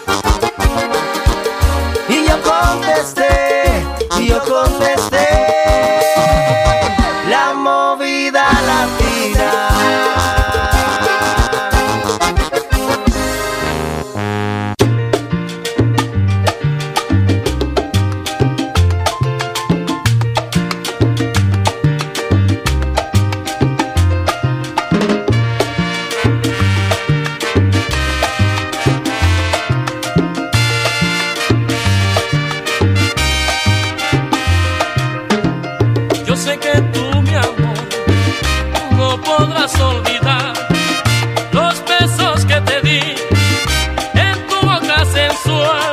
Speaker 15: Y yo contesté, y yo contesté, la movida latina.
Speaker 16: Yo sé que tú, mi amor, no podrás olvidar los besos que te di en tu boca sensual.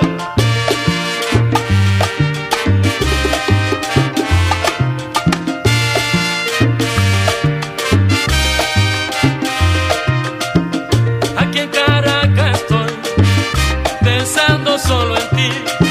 Speaker 16: Aquí en Caracas estoy pensando solo en ti.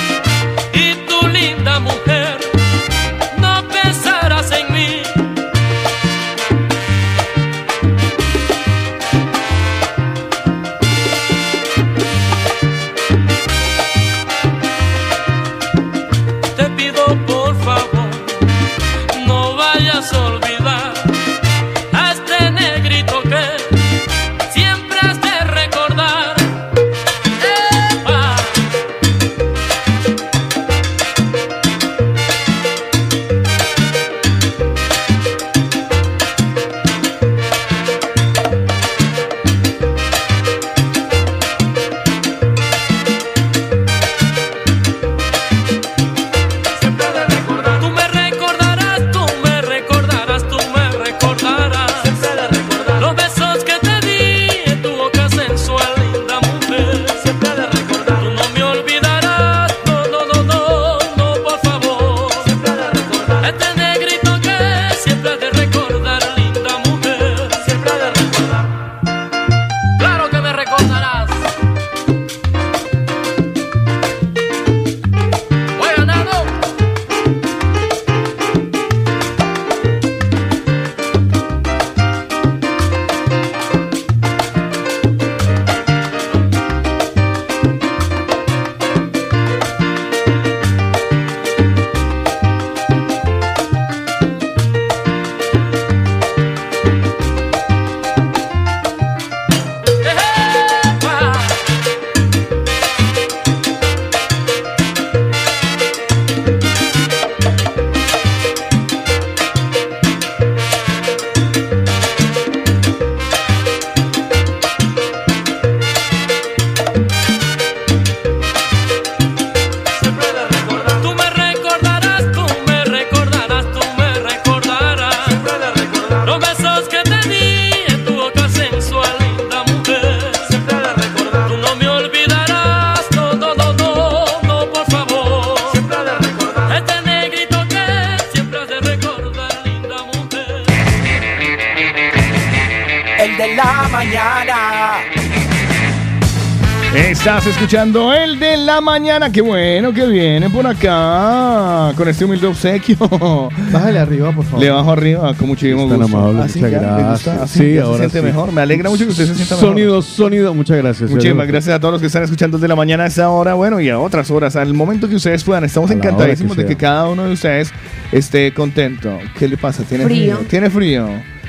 Speaker 15: el de la mañana.
Speaker 2: Estás escuchando el de la mañana. Qué bueno que viene por acá con este humilde obsequio.
Speaker 1: Bájale arriba, por favor.
Speaker 2: Le bajo arriba con muchísimo
Speaker 1: Tan
Speaker 2: gusto.
Speaker 1: amable,
Speaker 2: Así
Speaker 1: muchas
Speaker 2: ya, ¿le
Speaker 1: gracias.
Speaker 2: gusta? Así
Speaker 1: Sí,
Speaker 2: ya
Speaker 1: ahora
Speaker 2: se siente
Speaker 1: sí.
Speaker 2: mejor. Me alegra mucho que usted se sienta mejor.
Speaker 1: Sonido, sonido, muchas gracias.
Speaker 2: Muchísimas gracias a todos los que están escuchando desde la mañana a esta hora, bueno, y a otras horas, al momento que ustedes puedan. Estamos
Speaker 1: A la hora
Speaker 2: encantadísimos
Speaker 1: que
Speaker 2: de que
Speaker 1: sea.
Speaker 2: cada uno de ustedes esté contento. ¿Qué le pasa? ¿Tiene
Speaker 3: Frío.
Speaker 2: frío? ¿Tiene frío?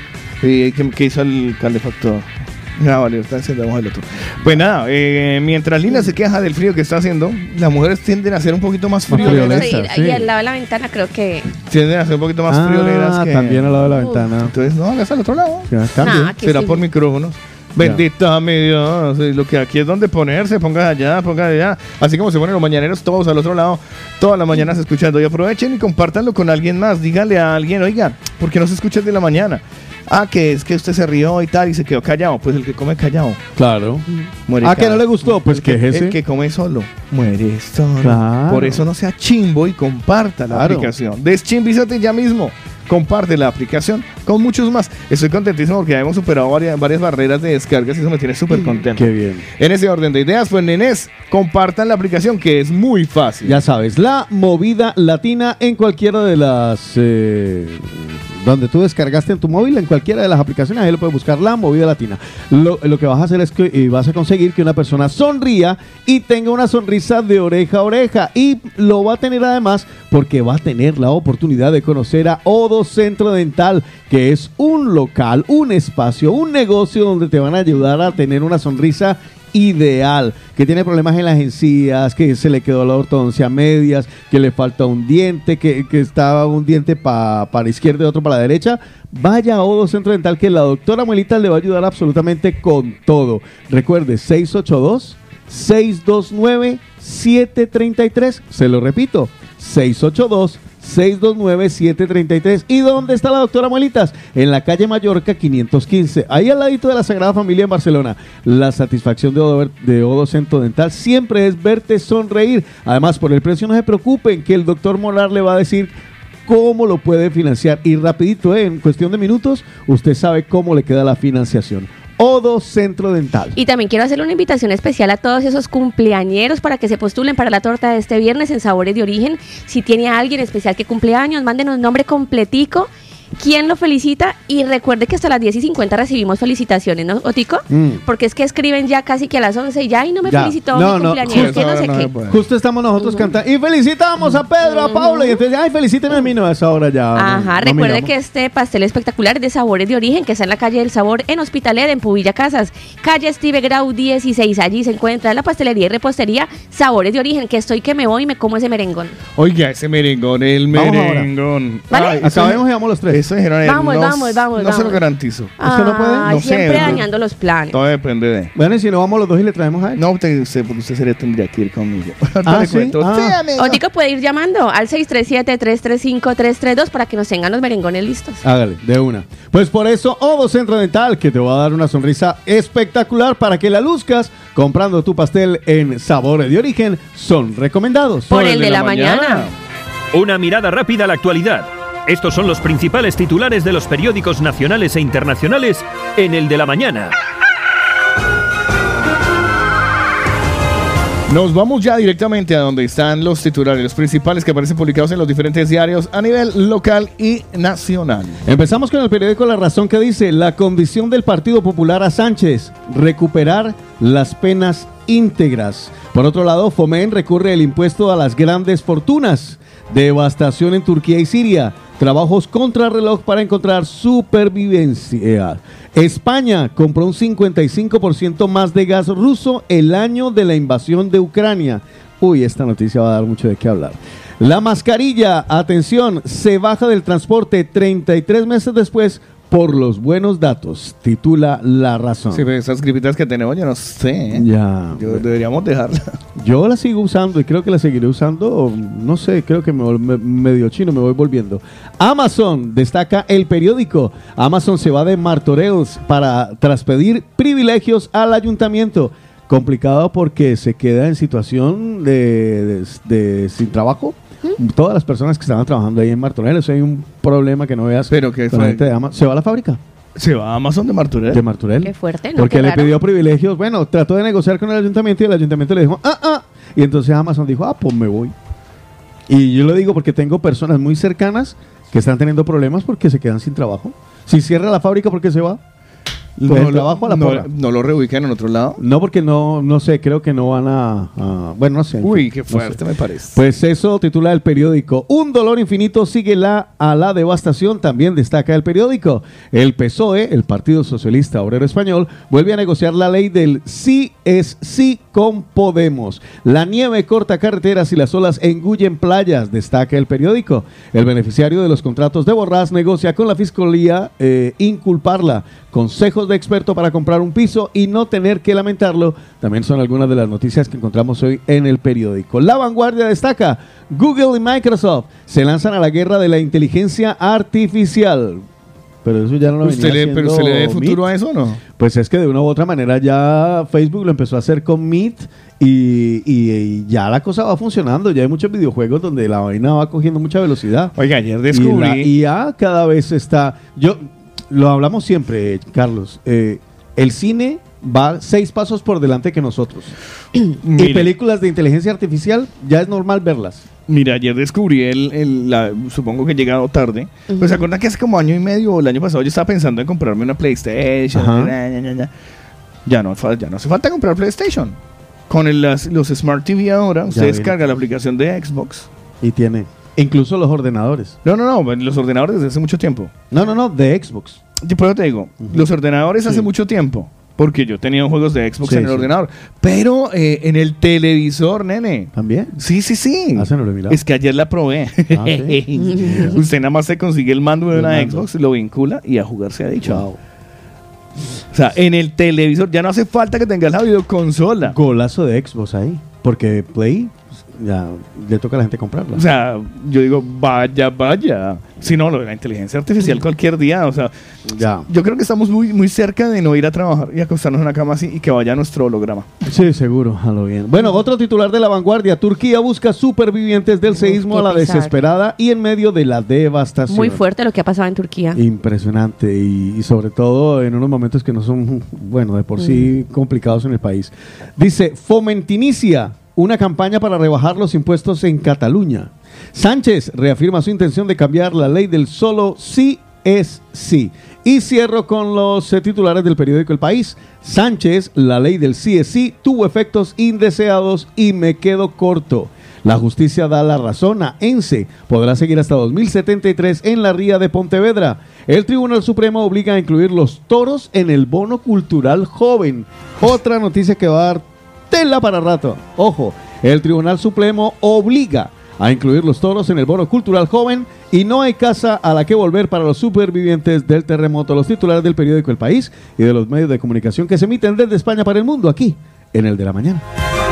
Speaker 2: ¿Y qué, qué hizo el calefactor? Ah, vale, está encendamos el otro. Pues nada, eh, mientras Lina se queja del frío que está haciendo, las mujeres tienden a ser un poquito más
Speaker 1: Más
Speaker 2: frioleras.
Speaker 1: friolentas.
Speaker 3: Sí, ahí al lado de la ventana creo que...
Speaker 2: Tienden a ser un poquito más
Speaker 1: Ah,
Speaker 2: frioleras que...
Speaker 1: también al lado de la
Speaker 3: Uf.
Speaker 1: ventana.
Speaker 2: Entonces, no, hagas al otro lado.
Speaker 1: Ya, cambie.
Speaker 3: Nah, que
Speaker 2: Será
Speaker 3: sí.
Speaker 2: por micrófonos. Bendita mi Dios. Y lo que aquí es donde ponerse, ponga allá, ponga allá. Así como se ponen los mañaneros todos al otro lado, todas las mañanas escuchando. Y aprovechen y compártanlo con alguien más. Dígale a alguien, oiga, ¿por qué no se escucha el de la mañana? Ah, que es que usted se rió y tal y se quedó callado. Pues el que come callado
Speaker 1: Claro.
Speaker 2: muere.
Speaker 1: ¿A que
Speaker 2: callado.
Speaker 1: no le gustó? Pues
Speaker 2: el que,
Speaker 1: quéjese.
Speaker 2: el que come solo muere solo.
Speaker 1: Claro.
Speaker 2: Por eso no sea chimbo y comparta la
Speaker 1: Claro.
Speaker 2: aplicación. Deschimvízate ya mismo. Comparte la aplicación con muchos más. Estoy contentísimo porque ya hemos superado varias, varias barreras de descargas y eso me tiene súper contento.
Speaker 1: Qué bien.
Speaker 2: En ese orden de ideas, pues nenes, compartan la aplicación que es muy fácil.
Speaker 1: Ya sabes, la movida latina en cualquiera de las... eh, donde tú descargaste en tu móvil, en cualquiera de las aplicaciones, ahí lo puedes buscar, la movida latina. Lo, lo que vas a hacer es que eh, vas a conseguir que una persona sonría y tenga una sonrisa de oreja a oreja. Y lo va a tener además porque va a tener la oportunidad de conocer a Odo Centro Dental, que es un local, un espacio, un negocio donde te van a ayudar a tener una sonrisa ideal, que tiene problemas en las encías, que se le quedó la ortodoncia a medias, que le falta un diente, que, que estaba un diente pa- para la izquierda y otro para la derecha, vaya a Odo Centro Dental, que la doctora Muelita le va a ayudar absolutamente con todo. Recuerde, seis ocho dos, seis dos nueve, siete tres tres, se lo repito, seis ocho dos, seis dos nueve, siete tres tres. ¿Y dónde está la doctora Muelitas? En la calle Mallorca quinientos quince, ahí al ladito de la Sagrada Familia en Barcelona. La satisfacción de Odo, de Odo Centro Dental siempre es verte sonreír. Además, por el precio no se preocupen, que el doctor Molar le va a decir cómo lo puede financiar. Y rapidito, ¿eh? En cuestión de minutos, usted sabe cómo le queda la financiación. Odo Centro Dental.
Speaker 3: Y también quiero hacerle una invitación especial a todos esos cumpleañeros para que se postulen para la torta de este viernes en Sabores de Origen. Si tiene a alguien especial que cumple años, mándenos nombre completico, quién lo felicita, y recuerde que hasta las diez y cincuenta recibimos felicitaciones, ¿no, Otico?
Speaker 1: Mm.
Speaker 3: Porque es que escriben ya casi que a las once y ya, y no me
Speaker 1: Ya.
Speaker 3: felicitó
Speaker 1: No,
Speaker 3: mi
Speaker 1: no,
Speaker 3: cumpleañero,
Speaker 1: justo
Speaker 3: que no
Speaker 1: ahora
Speaker 3: sé
Speaker 1: no
Speaker 3: qué.
Speaker 1: se puede. Justo estamos nosotros cantando y felicitamos a Pedro, a Paula, y entonces, ay, felicítenme a mí, no, a esa hora ya.
Speaker 3: Ajá,
Speaker 1: no- no
Speaker 3: recuerde
Speaker 1: miramos.
Speaker 3: que este pastel espectacular es de Sabores de Origen, que está en la calle del Sabor en Hospitalet, en Pubilla Casas, calle Steve Grau dieciséis. Allí se encuentra la pastelería y repostería Sabores de Origen, que estoy que me voy y me como ese merengón.
Speaker 2: Oiga, ese merengón, el
Speaker 1: Vamos ahora.
Speaker 2: merengón.
Speaker 3: ¿Vale?
Speaker 2: Ay, eso-
Speaker 1: Acabemos y vamos los tres.
Speaker 2: Eso dijeron, eh,
Speaker 3: Vamos,
Speaker 2: no,
Speaker 3: vamos, vamos,
Speaker 2: No se
Speaker 3: vamos.
Speaker 2: lo garantizo.
Speaker 1: ¿Usted no puede?
Speaker 3: Ah,
Speaker 2: No sé,
Speaker 3: siempre
Speaker 2: ¿no?
Speaker 3: dañando los planes.
Speaker 2: Todo depende de...
Speaker 1: Bueno, y si no vamos los dos y le traemos a él.
Speaker 2: No, usted, usted, porque usted sería, tendría que ir conmigo.
Speaker 1: Ah,
Speaker 2: Ahorita le
Speaker 1: ¿sí?
Speaker 2: cuento.
Speaker 1: Ah.
Speaker 2: Sí, amigo.
Speaker 3: Otico puede ir llamando al seis tres siete, tres tres cinco, tres tres dos para que nos tengan los merengones listos.
Speaker 1: Hágale, de una. Pues por eso, Odo Centro Dental, que te va a dar una sonrisa espectacular para que la luzcas comprando tu pastel en Sabores de Origen, son recomendados.
Speaker 3: Por el de la mañana.
Speaker 17: Una mirada rápida a la actualidad. Estos son los principales titulares de los periódicos nacionales e internacionales en el de la mañana.
Speaker 2: Nos vamos ya directamente a donde están los titulares, los principales que aparecen publicados en los diferentes diarios a nivel local y nacional.
Speaker 1: Empezamos con el periódico La Razón, que dice: la condición del Partido Popular a Sánchez, recuperar las penas íntegras. Por otro lado, Fomen recurre el impuesto a las grandes fortunas. Devastación en Turquía y Siria. Trabajos contrarreloj para encontrar supervivencia. España compró un cincuenta y cinco por ciento más de gas ruso el año de la invasión de Ucrania. Uy, esta noticia va a dar mucho de qué hablar. La mascarilla, atención, se baja del transporte treinta y tres meses después por los buenos datos, titula La Razón.
Speaker 2: Sí, pero esas gripitas que tenemos, yo no sé. ¿eh?
Speaker 1: Ya.
Speaker 2: Yo- deberíamos dejarla.
Speaker 1: Yo la sigo usando y creo que la seguiré usando, no sé, creo que me, vol- me- medio chino me voy volviendo. Amazon, destaca el periódico. Amazon se va de martoreos para traspedir privilegios al ayuntamiento. Complicado porque se queda en situación de, de- de- sin trabajo. Todas las personas que estaban trabajando ahí en Martorell, eso hay un problema que no veas.
Speaker 2: Pero que
Speaker 1: con la
Speaker 2: fue-
Speaker 1: gente de Ama- se va a la fábrica.
Speaker 2: ¿Se va a Amazon de Martorell?
Speaker 1: De Martorell.
Speaker 3: Qué fuerte, ¿no?
Speaker 1: Porque
Speaker 3: Qué
Speaker 1: le
Speaker 3: raro.
Speaker 1: pidió privilegios. Bueno, trató de negociar con el ayuntamiento y el ayuntamiento le dijo, ah, ah. Y entonces Amazon dijo, ah, pues me voy. Y yo lo digo porque tengo personas muy cercanas que están teniendo problemas porque se quedan sin trabajo. Si cierra la fábrica, ¿por qué se va? Pues
Speaker 2: No
Speaker 1: el
Speaker 2: lo-
Speaker 1: trabajo a la
Speaker 2: no-
Speaker 1: porra.
Speaker 2: ¿No lo reubican en otro lado?
Speaker 1: No, porque no, no sé, creo que no van a... a- bueno, no sé. en
Speaker 2: Uy,
Speaker 1: fin,
Speaker 2: qué
Speaker 1: no
Speaker 2: fuerte
Speaker 1: sé.
Speaker 2: me parece.
Speaker 1: Pues eso titula el periódico. Un dolor infinito sigue la, a la devastación, también destaca el periódico. El P S O E, el Partido Socialista Obrero Español, vuelve a negociar la ley del sí es sí con Podemos. La nieve corta carreteras y las olas engullen playas, destaca el periódico. El beneficiario de los contratos de Borrás negocia con la Fiscalía eh, inculparla. Consejos de experto para comprar un piso y no tener que lamentarlo. También son algunas de las noticias que encontramos hoy en el periódico. La Vanguardia destaca, Google y Microsoft se lanzan a la guerra de la inteligencia artificial. Pero eso ya no lo
Speaker 2: ¿Usted
Speaker 1: venía
Speaker 2: le, ¿Pero
Speaker 1: haciendo
Speaker 2: se le dé futuro
Speaker 1: Meet.
Speaker 2: a eso o no?
Speaker 1: Pues es que de una u otra manera ya Facebook lo empezó a hacer con Meet y, y- y ya la cosa va funcionando. Ya hay muchos videojuegos donde la vaina va cogiendo mucha velocidad.
Speaker 2: Oiga, ayer
Speaker 1: Y
Speaker 2: descubrí...
Speaker 1: la I A cada vez está... Yo lo hablamos siempre, Carlos. eh, el cine va seis pasos por delante que nosotros. Y
Speaker 2: Mire.
Speaker 1: películas de inteligencia artificial ya es normal verlas.
Speaker 2: Mira, ayer descubrí el, el- la, supongo que he llegado tarde. Pues se acuerdan que hace como año y medio o el año pasado yo estaba pensando en comprarme una PlayStation.
Speaker 1: Ajá.
Speaker 2: ña, ña, ña, ña. Ya no, fa- ya no hace falta comprar PlayStation. Con el- las- los Smart T V ahora, usted
Speaker 1: viene.
Speaker 2: descarga la aplicación de Xbox.
Speaker 1: Y tiene incluso los ordenadores.
Speaker 2: No, no, no, los ordenadores desde hace mucho tiempo.
Speaker 1: No, no, no, de Xbox.
Speaker 2: Yo por eso te digo, los ordenadores hace
Speaker 1: Sí.
Speaker 2: mucho tiempo. Porque yo tenía juegos de Xbox
Speaker 1: Sí,
Speaker 2: en el
Speaker 1: sí.
Speaker 2: ordenador. Pero eh, en el televisor, nene.
Speaker 1: ¿También?
Speaker 2: Sí, sí, sí.
Speaker 1: Ah, se no lo he mirado.
Speaker 2: Es que ayer la probé.
Speaker 1: Ah, ¿sí?
Speaker 2: Usted nada más se consigue el mando de
Speaker 1: El
Speaker 2: una
Speaker 1: mando.
Speaker 2: Xbox, lo vincula y a jugar se ha dicho.
Speaker 1: Wow.
Speaker 2: O sea, en el televisor ya no hace falta que tengas la videoconsola.
Speaker 1: Golazo de Xbox ahí. Porque Play pues, ya le toca a la gente comprarla.
Speaker 2: O sea, yo digo, vaya, vaya. Si no, lo de la inteligencia artificial cualquier día. O sea,
Speaker 1: ya.
Speaker 2: yo creo que estamos muy, muy cerca de no ir a trabajar y acostarnos en una cama así y que vaya nuestro holograma.
Speaker 1: Sí, seguro, a lo bien. Bueno, otro titular de La Vanguardia. Turquía busca supervivientes del seísmo
Speaker 3: qué
Speaker 1: a la
Speaker 3: pesar.
Speaker 1: desesperada y en medio de la devastación.
Speaker 3: Muy fuerte lo que ha pasado en Turquía.
Speaker 1: Impresionante y, y sobre todo en unos momentos que no son, bueno, de por sí complicados en el país. Dice, Foment inicia una campaña para rebajar los impuestos en Cataluña. Sánchez reafirma su intención de cambiar la ley del solo sí es sí. Y cierro con los eh, titulares del periódico El País. Sánchez, la ley del sí es sí tuvo efectos indeseados y me quedo corto. La justicia da la razón a ENCE. Podrá seguir hasta dos mil setenta y tres en la ría de Pontevedra. El Tribunal Supremo obliga a incluir los toros en el bono cultural joven. Otra noticia que va a dar tela para rato. Ojo, el Tribunal Supremo obliga a incluir los toros en el bono cultural joven y no hay casa a la que volver para los supervivientes del terremoto. Los titulares del periódico El País y de los medios de comunicación que se emiten desde España para el mundo aquí en el de la mañana.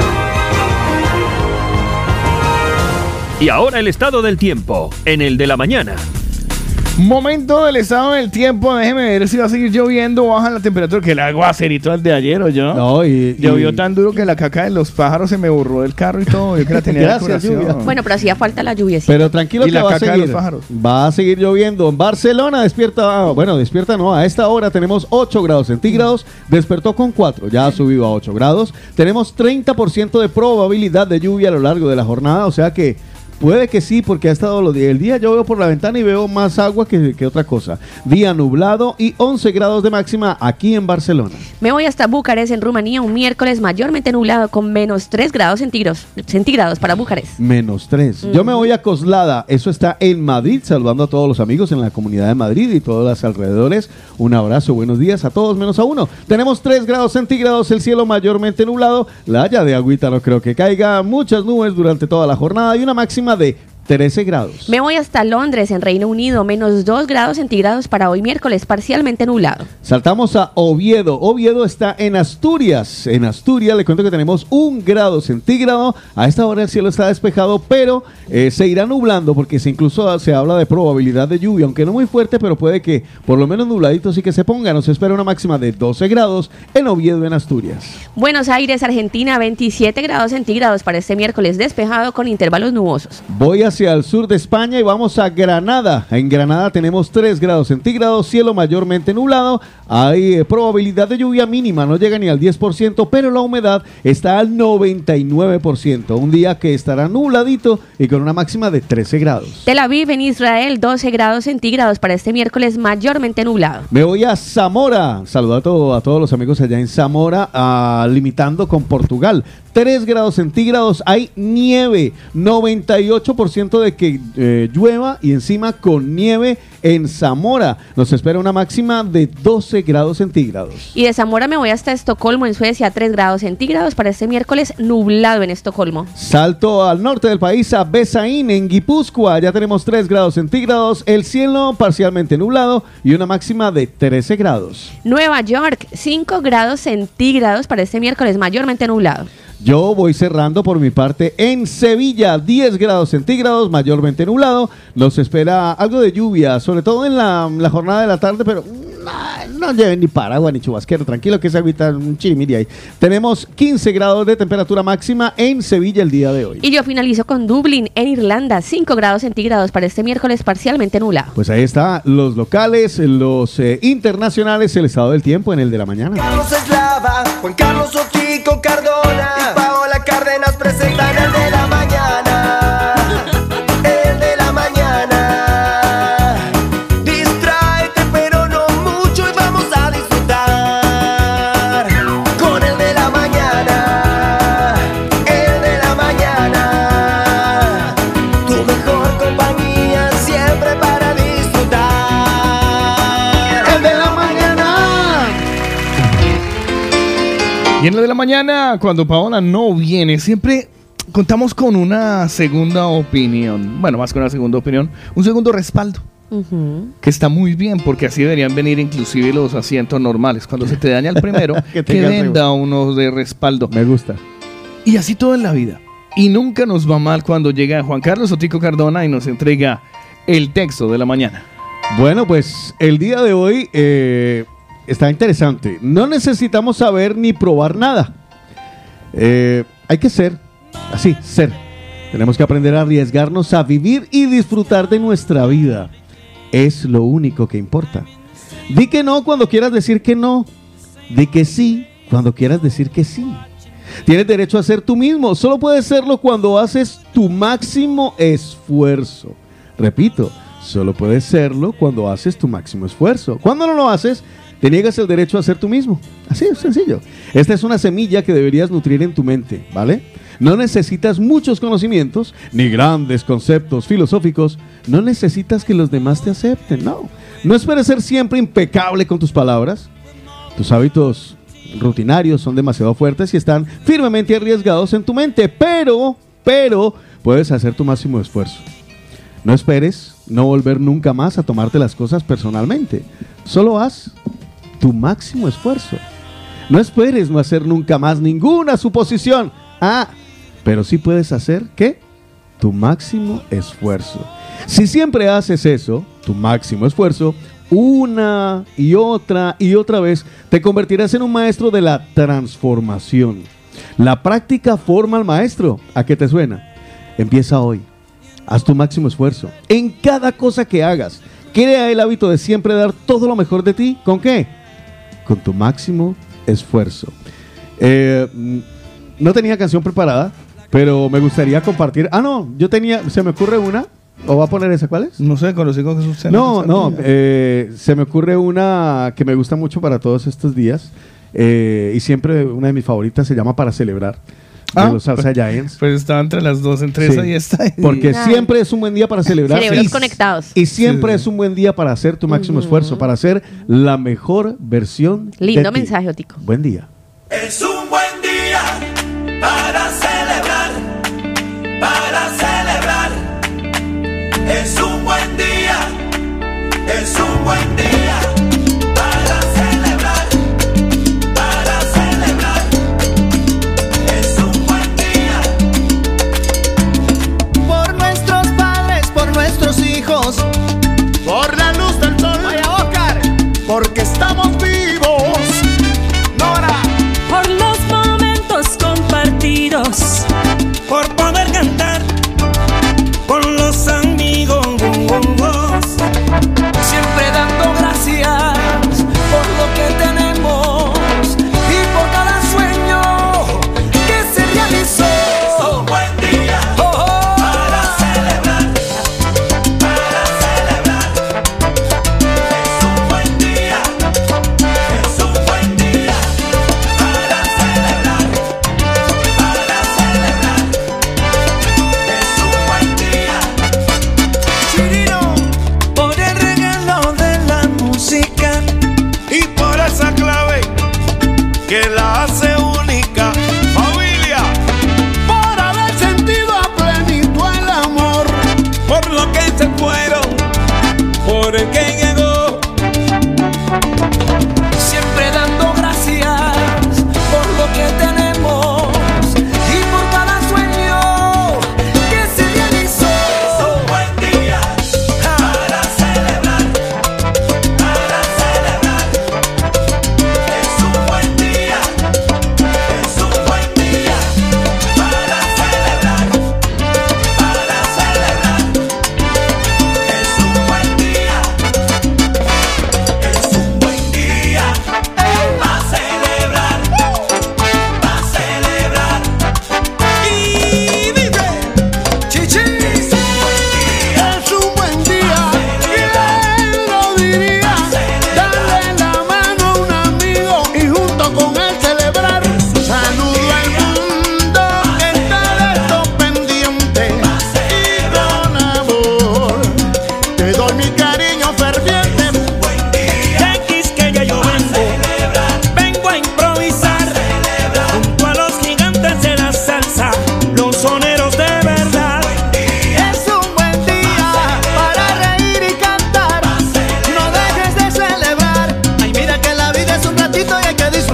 Speaker 17: Y ahora el estado del tiempo, en el de la mañana.
Speaker 2: Momento del estado del tiempo. Déjeme ver si va a seguir lloviendo o baja la temperatura. Que el aguacerito al de ayer, ¿o yo?
Speaker 1: No, y,
Speaker 2: Llovió
Speaker 1: y-
Speaker 2: tan duro que la caca de los pájaros se me borró del carro y todo. Yo que la tenía de
Speaker 1: Gracias,
Speaker 2: decoración.
Speaker 1: lluvia.
Speaker 3: Bueno, pero hacía falta la lluviecita.
Speaker 1: Pero tranquilo
Speaker 2: Y
Speaker 1: que
Speaker 2: la
Speaker 1: va a
Speaker 2: caca de los
Speaker 1: seguir.
Speaker 2: pájaros.
Speaker 1: Va a seguir lloviendo. En Barcelona despierta, bueno, despierta no, a esta hora tenemos ocho grados centígrados, despertó con cuatro, ya ha subido a ocho grados. Tenemos treinta por ciento de probabilidad de lluvia a lo largo de la jornada, o sea que puede que sí, porque ha estado los días. El día yo veo por la ventana y veo más agua que, que otra cosa. Día nublado y once grados de máxima aquí en Barcelona.
Speaker 3: Me voy hasta Bucarest, en Rumanía, un miércoles mayormente nublado con menos tres grados centígrados, centígrados para Bucarest.
Speaker 1: Menos tres. Yo me voy a Coslada, eso está en Madrid, saludando a todos los amigos en la comunidad de Madrid y todos los alrededores. Un abrazo, buenos días a todos menos a uno. Tenemos tres grados centígrados, el cielo mayormente nublado, la haya de agüita no creo que caiga, muchas nubes durante toda la jornada y una máxima de trece grados.
Speaker 3: Me voy hasta Londres, en Reino Unido, menos dos grados centígrados para hoy miércoles, parcialmente nublado.
Speaker 1: Saltamos a Oviedo. Oviedo está en Asturias. En Asturias le cuento que tenemos un grado centígrado. A esta hora el cielo está despejado, pero eh, se irá nublando porque se incluso se habla de probabilidad de lluvia, aunque no muy fuerte, pero puede que por lo menos nubladito sí que se ponga. Nos espera una máxima de doce grados en Oviedo, en Asturias.
Speaker 3: Buenos Aires, Argentina, veintisiete grados centígrados para este miércoles despejado con intervalos nubosos.
Speaker 1: Voy hacia hacia el sur de España y vamos a Granada. En Granada tenemos tres grados centígrados, cielo mayormente nublado. Hay eh, probabilidad de lluvia mínima, no llega ni al diez por ciento, pero la humedad está al noventa y nueve por ciento. Un día que estará nubladito y con una máxima de trece grados.
Speaker 3: Tel Aviv en Israel, doce grados centígrados para este miércoles, mayormente nublado.
Speaker 1: Me voy a Zamora. Saludo a, todo, a todos los amigos allá en Zamora, ah, limitando con Portugal. tres grados centígrados, hay nieve, noventa y ocho por ciento de que eh, llueva y encima con nieve en Zamora. Nos espera una máxima de doce grados centígrados.
Speaker 3: Y de Zamora me voy hasta Estocolmo, en Suecia, tres grados centígrados para este miércoles, nublado en Estocolmo.
Speaker 1: Salto al norte del país, a Besaín, en Guipúzcoa. Ya tenemos tres grados centígrados, el cielo parcialmente nublado y una máxima de trece grados.
Speaker 3: Nueva York, cinco grados centígrados para este miércoles, mayormente nublado.
Speaker 1: Yo voy cerrando por mi parte en Sevilla, diez grados centígrados, mayormente nublado. Nos espera algo de lluvia, sobre todo en la, la jornada de la tarde, pero no, no lleven ni paraguas ni chubasquero, tranquilo que se agüita un chirimiri ahí. Tenemos quince grados de temperatura máxima en Sevilla el día de hoy.
Speaker 3: Y yo finalizo con Dublín, en Irlanda, cinco grados centígrados para este miércoles, parcialmente nublado.
Speaker 1: Pues ahí está, los locales, los eh, internacionales, el estado del tiempo en el de la mañana.
Speaker 15: Carlos Eslava, Juan Carlos Oquico Cardona y Paola Cárdenas presentan el de la mañana. El de la mañana. Distráete pero no mucho y vamos a disfrutar con el de la mañana. El de la mañana. Tu mejor compañía siempre para disfrutar.
Speaker 2: El de la mañana. Y en lo de la mañana, cuando Paola no viene, siempre contamos con una segunda opinión. Bueno, más que una segunda opinión, un segundo respaldo.
Speaker 3: Uh-huh.
Speaker 2: Que está muy bien, porque así deberían venir inclusive los asientos normales. Cuando se te daña el primero,
Speaker 1: que
Speaker 2: que venda uno de respaldo.
Speaker 1: Me gusta.
Speaker 2: Y así todo en la vida. Y nunca nos va mal cuando llega Juan Carlos Otico Cardona y nos entrega el texto de la mañana.
Speaker 1: Bueno, pues el día de hoy eh, está interesante. No necesitamos saber ni probar nada. Eh, hay que ser, así, ser. Tenemos que aprender a arriesgarnos a vivir y disfrutar de nuestra vida. Es lo único que importa. Di que no cuando quieras decir que no. Di que sí cuando quieras decir que sí. Tienes derecho a ser tú mismo. Solo puedes serlo cuando haces tu máximo esfuerzo. Repito, solo puedes serlo cuando haces tu máximo esfuerzo. Cuando no lo haces, te niegas el derecho a ser tú mismo. Así es sencillo. Esta es una semilla que deberías nutrir en tu mente, ¿vale? No necesitas muchos conocimientos, ni grandes conceptos filosóficos. No necesitas que los demás te acepten, no. No esperes ser siempre impecable con tus palabras. Tus hábitos rutinarios son demasiado fuertes y están firmemente arriesgados en tu mente. Pero, pero, puedes hacer tu máximo esfuerzo. No esperes no volver nunca más a tomarte las cosas personalmente. Solo haz tu máximo esfuerzo. No esperes no hacer nunca más ninguna suposición. Ah, pero sí puedes hacer, ¿qué? Tu máximo esfuerzo. Si siempre haces eso, tu máximo esfuerzo, una y otra y otra vez, te convertirás en un maestro de la transformación. La práctica forma al maestro. ¿A qué te suena? Empieza hoy. Haz tu máximo esfuerzo. En cada cosa que hagas, crea el hábito de siempre dar todo lo mejor de ti. ¿Con qué? Con tu máximo esfuerzo. Eh, no tenía canción preparada, pero me gustaría compartir. Ah, no, yo tenía, se me ocurre una. ¿O va a poner esa? ¿Cuál es?
Speaker 2: No sé, conocí con Jesús.
Speaker 1: No, no, eh, se me ocurre una que me gusta mucho para todos estos días. Eh, y siempre una de mis favoritas se llama Para Celebrar.
Speaker 2: Ah,
Speaker 1: de los Salsa Giants.
Speaker 2: Pues estaba entre las dos, entre
Speaker 1: Sí,
Speaker 2: esa y esta.
Speaker 1: Porque
Speaker 3: Ay.
Speaker 1: siempre es un buen día para celebrar.
Speaker 3: Cerebros
Speaker 1: Y-
Speaker 3: conectados.
Speaker 1: Y siempre
Speaker 2: Sí, sí.
Speaker 1: es un buen día para hacer tu máximo
Speaker 3: Ujú.
Speaker 1: esfuerzo, para hacer la mejor versión
Speaker 3: Lindo
Speaker 1: de ti.
Speaker 3: mensaje, Otico.
Speaker 1: Buen día.
Speaker 15: Es un buen día para celebrar, para celebrar. Es un buen día, es un buen día para celebrar, para celebrar. Es un buen día. Por nuestros padres, por nuestros hijos, por la luz del sol. Vaya Óscar, porque estamos vivos. Nora.
Speaker 14: Por los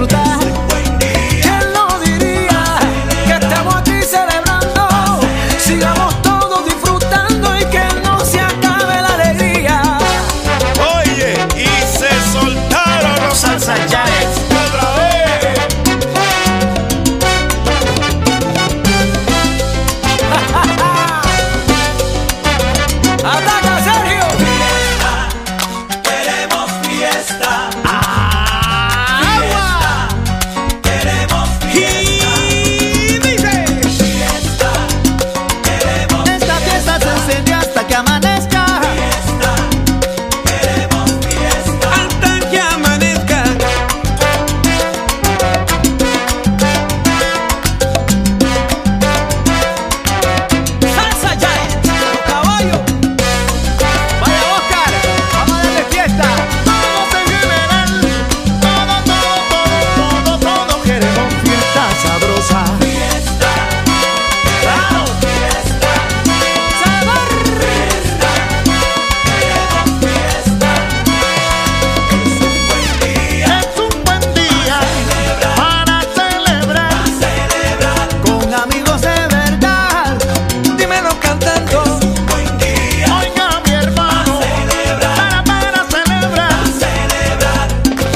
Speaker 15: disfrutar. ¿Quién lo diría? Que estamos aquí celebrando. Sigamos todos disfrutando y que no se acabe la alegría.
Speaker 13: Oye, y se soltaron los
Speaker 15: Salsa Giants.
Speaker 13: otra vez.
Speaker 15: ¡Ataca, Sergio!
Speaker 13: Queremos fiesta.
Speaker 15: ¡Agua!
Speaker 13: Queremos
Speaker 15: Y dice:
Speaker 13: fiesta. Queremos
Speaker 15: esta fiesta se enciende hasta que amanezca.
Speaker 13: fiesta. Queremos fiesta.
Speaker 15: Hasta que amanezca. Salsa Giants, caballo. Vaya Oscar, vamos a darle fiesta. Todos en general, todo, todo, todo, todo, todo queremos fiesta sabrosa.
Speaker 13: Fiesta.
Speaker 15: ¡Claro!
Speaker 13: Fiesta.
Speaker 15: ¡Sabor!
Speaker 13: Fiesta. Queremos fiesta. Es un buen día.
Speaker 15: Es un buen día para celebrar
Speaker 13: Celebrar.
Speaker 15: con amigos de verdad. Dímelo cantando.
Speaker 13: Un buen día.
Speaker 15: Oiga, mi hermano,
Speaker 13: Celebrar.
Speaker 15: para, para celebrar.
Speaker 13: Celebrar.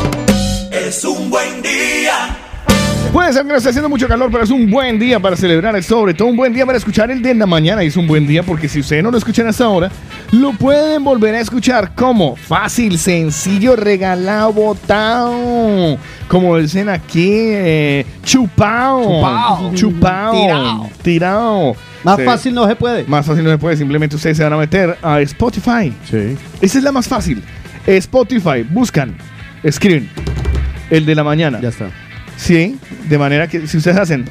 Speaker 13: Es un buen día.
Speaker 2: Puede ser que no esté haciendo mucho calor, pero es un buen día para celebrar, es sobre todo un buen día para escuchar el de la mañana. Y es un buen día porque si ustedes no lo escuchan hasta ahora, lo pueden volver a escuchar como fácil, sencillo, regalado, botado. Como dicen aquí, eh, chupao.
Speaker 1: Chupao.
Speaker 2: Chupao.
Speaker 1: Tirao.
Speaker 2: Tirao.
Speaker 1: Más
Speaker 2: Sí.
Speaker 1: fácil no se puede.
Speaker 2: Más fácil no se puede, simplemente ustedes se van a meter a Spotify.
Speaker 1: Sí.
Speaker 2: Esa es la más fácil. Spotify, buscan, escriben el de la mañana.
Speaker 1: Ya está.
Speaker 2: Sí, de manera que si ustedes hacen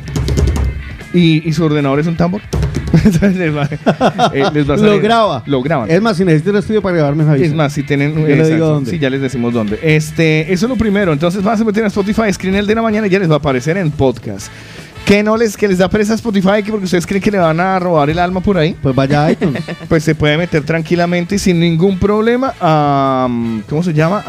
Speaker 2: y, y su ordenador es un tambor, entonces les va, eh, les va a
Speaker 1: Lo
Speaker 2: salir-
Speaker 1: graba.
Speaker 2: Lo graban.
Speaker 1: Es más, si necesitas el estudio para grabarme, avisa.
Speaker 2: Es más, si tienen.
Speaker 1: Yo le
Speaker 2: exacto,
Speaker 1: digo dónde.
Speaker 2: Sí, ya les decimos dónde. Este, eso es lo primero. Entonces vas a meter a Spotify, escriben el de la mañana y ya les va a aparecer en podcast. Que no les, que les da pereza a Spotify, que porque ustedes creen que le van a robar el alma por ahí.
Speaker 1: Pues vaya a iTunes.
Speaker 2: Pues se puede meter tranquilamente y sin ningún problema a. ¿Cómo se llama?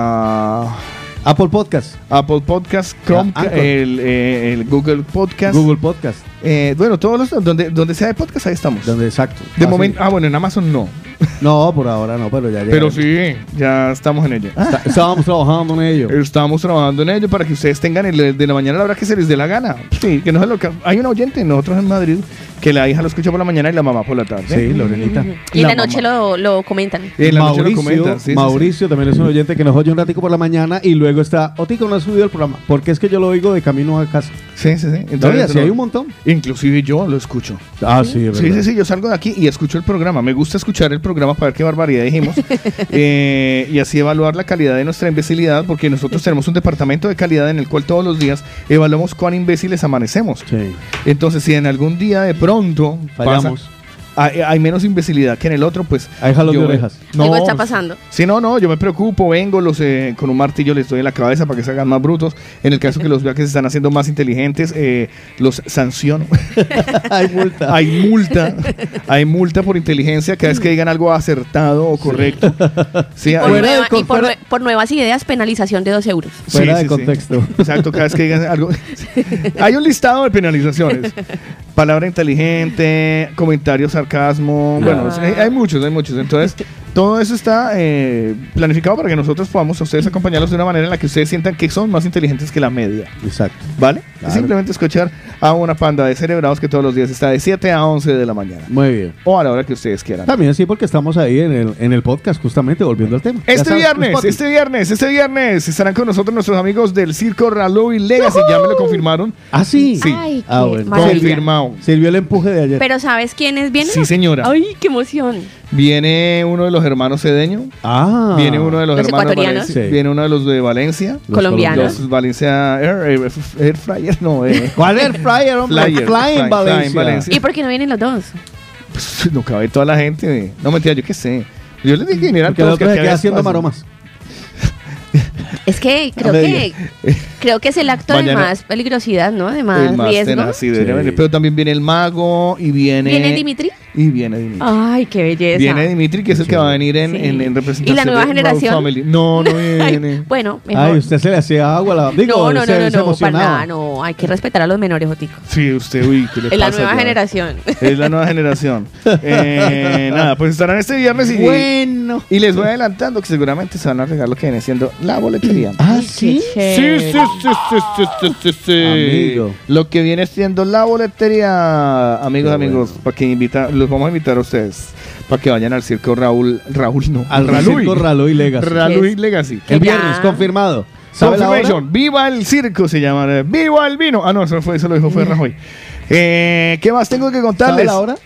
Speaker 2: A.
Speaker 1: Apple Podcast.
Speaker 2: Apple Podcast, Chrome,
Speaker 1: Ah, Anchor.
Speaker 2: el, eh, el Google Podcast.
Speaker 1: Google Podcast.
Speaker 2: Eh, bueno, todos los. Donde, donde sea de podcast, ahí estamos.
Speaker 1: Donde exacto.
Speaker 2: De
Speaker 1: Ah,
Speaker 2: momento.
Speaker 1: sí.
Speaker 2: Ah, bueno, en Amazon no.
Speaker 1: No, por ahora no, pero ya
Speaker 2: Pero
Speaker 1: llegaremos.
Speaker 2: sí, ya estamos en ello.
Speaker 1: Está- estábamos trabajando en ello.
Speaker 2: Estamos trabajando en ello para que ustedes tengan el de la mañana a la hora que se les dé la gana. Sí, que no se lo ca- Hay un oyente, nosotros en Madrid, que la hija lo escucha por la mañana y la mamá por la tarde.
Speaker 1: Sí, Lorenita.
Speaker 3: Y en la
Speaker 2: La
Speaker 3: noche lo, lo comentan.
Speaker 2: Y en la noche lo
Speaker 1: Mauricio,
Speaker 2: comenta, sí, sí,
Speaker 1: Mauricio también es un oyente que nos oye un ratico por la mañana y luego está, Otico no ha subido el programa, porque es que yo lo oigo de camino a casa.
Speaker 2: Sí, sí, sí.
Speaker 1: Entonces, así hay un montón.
Speaker 2: Inclusive yo lo escucho.
Speaker 1: Ah, sí, es
Speaker 2: Sí,
Speaker 1: verdad.
Speaker 2: sí, sí, yo salgo de aquí y escucho el programa. Me gusta escuchar el programa para ver qué barbaridad dijimos. Eh, y así evaluar la calidad de nuestra imbecilidad, porque nosotros tenemos un departamento de calidad en el cual todos los días evaluamos cuán imbéciles amanecemos.
Speaker 1: Sí.
Speaker 2: Entonces, si en algún día de pronto
Speaker 1: Fallamos.
Speaker 2: pasa- hay, hay menos imbecilidad que en el otro, pues...
Speaker 1: Hay jalón
Speaker 2: yo-
Speaker 1: de orejas.
Speaker 3: Algo está pasando.
Speaker 2: Sí, no, no, yo me preocupo, vengo, los eh, con un martillo les doy en la cabeza para que se hagan más brutos. En el caso que los vea que se están haciendo más inteligentes, eh, los sanciono.
Speaker 1: Hay multa.
Speaker 2: Hay multa, hay multa por inteligencia cada vez que digan algo acertado o correcto. Sí,
Speaker 3: Por
Speaker 2: hay-
Speaker 1: Fuera
Speaker 3: nueva-
Speaker 1: de con-
Speaker 3: y por,
Speaker 1: fuera-
Speaker 3: nue- por nuevas ideas, penalización de dos euros.
Speaker 1: Fuera de
Speaker 2: sí.
Speaker 1: contexto.
Speaker 2: Exacto, cada vez que digan algo. Hay un listado de penalizaciones. Palabra inteligente, comentario sarcasmo. Bueno,
Speaker 3: Ah.
Speaker 2: hay, hay muchos, hay muchos. Entonces, todo eso está eh, planificado para que nosotros podamos a ustedes acompañarlos de una manera en la que ustedes sientan que son más inteligentes que la media.
Speaker 1: Exacto.
Speaker 2: ¿Vale?
Speaker 1: Claro.
Speaker 2: Simplemente escuchar a una panda de cerebrados que todos los días está de siete a once de la mañana.
Speaker 1: Muy bien.
Speaker 2: O a la hora que ustedes quieran.
Speaker 1: También sí, porque estamos ahí en el, en el podcast, justamente, volviendo al tema. Ya
Speaker 2: Este
Speaker 1: sabes,
Speaker 2: viernes,
Speaker 1: Spotify.
Speaker 2: este viernes, este viernes estarán con nosotros nuestros amigos del Circo Ralo y Legacy. Ya me lo confirmaron.
Speaker 1: Ah, sí.
Speaker 2: Sí.
Speaker 3: Ay,
Speaker 1: Ah,
Speaker 3: qué
Speaker 1: bueno.
Speaker 3: maravilla.
Speaker 2: Confirmado.
Speaker 1: Sirvió el empuje de ayer.
Speaker 3: Pero ¿sabes quiénes vienen?
Speaker 2: Sí, señora.
Speaker 3: Ay, qué emoción.
Speaker 2: Viene uno de los hermanos Cedeño.
Speaker 1: ah.
Speaker 2: Viene uno de los,
Speaker 3: Los
Speaker 2: hermanos
Speaker 3: ecuatorianos.
Speaker 2: Valencia.
Speaker 1: Sí.
Speaker 2: Viene uno de los de Valencia.
Speaker 1: Los
Speaker 3: colombianos.
Speaker 2: Los Valencia Air, Air, Air Fryer, no, eh.
Speaker 1: ¿Cuál es el flyer, hombre?
Speaker 2: Flyer,
Speaker 1: Flying
Speaker 2: Fly-
Speaker 1: Valencia.
Speaker 2: Flying Valencia.
Speaker 3: ¿Y por qué no vienen los dos?
Speaker 2: Pues, no cabe toda la gente. No mentira, yo qué sé. Yo les dije que vinieran
Speaker 1: Porque el
Speaker 2: todos.
Speaker 1: otro
Speaker 2: que
Speaker 1: se
Speaker 2: aquí
Speaker 1: queda
Speaker 2: había
Speaker 1: haciendo
Speaker 2: espacio.
Speaker 1: maromas.
Speaker 3: Es que creo
Speaker 2: A
Speaker 3: que creo que es el acto de
Speaker 2: Mañana-
Speaker 3: más peligrosidad, ¿no? De más
Speaker 2: El más
Speaker 3: riesgo.
Speaker 2: tenaz, sí, debería
Speaker 1: Sí.
Speaker 2: venir. Pero también viene el mago y viene.
Speaker 3: ¿Viene Dimitri?
Speaker 2: y viene Dimitri.
Speaker 3: Ay, qué belleza.
Speaker 2: Viene Dimitri, que es el que va a venir en,
Speaker 3: Sí.
Speaker 2: en, en representación
Speaker 3: ¿Y la nueva
Speaker 2: de Royal
Speaker 3: generación?
Speaker 2: Family. No, no viene.
Speaker 3: Bueno, mejor.
Speaker 1: Ay, usted se le hacía agua a la... Digo,
Speaker 3: no, no, no,
Speaker 1: se,
Speaker 3: no,
Speaker 1: se
Speaker 3: no, para
Speaker 1: emocionaba.
Speaker 3: nada, no. Hay que respetar a los menores, Jotico.
Speaker 2: Sí, usted, uy, ¿qué le
Speaker 3: Es la
Speaker 2: pasa
Speaker 3: nueva
Speaker 2: ya?
Speaker 3: generación.
Speaker 2: Es la nueva generación. Eh, nada, pues estarán este viernes y,
Speaker 1: Bueno.
Speaker 2: y les voy adelantando que seguramente se van a regalar lo que viene siendo la boletería.
Speaker 1: Ah,
Speaker 3: Ay,
Speaker 1: ¿sí?
Speaker 3: qué
Speaker 2: Sí,
Speaker 3: chévere.
Speaker 2: sí, sí, sí, sí, sí, sí, sí.
Speaker 1: Amigo.
Speaker 2: Lo que viene siendo la boletería, amigos,
Speaker 1: Qué
Speaker 2: amigos, para que invita, los vamos a invitar a ustedes para que vayan al circo Raúl, Raúl no,
Speaker 1: Al circo Raluy Legacy.
Speaker 2: Raluy Legacy.
Speaker 1: El
Speaker 3: Que ya-
Speaker 1: viernes, confirmado. ¿Sabe la hora?
Speaker 2: Confirmation, viva el circo se llama, eh, viva el vino. Ah, no, eso fue, eso lo dijo fue Rajoy. Eh, ¿Qué más tengo que
Speaker 1: ¿Sabe
Speaker 2: contarles?
Speaker 1: la hora?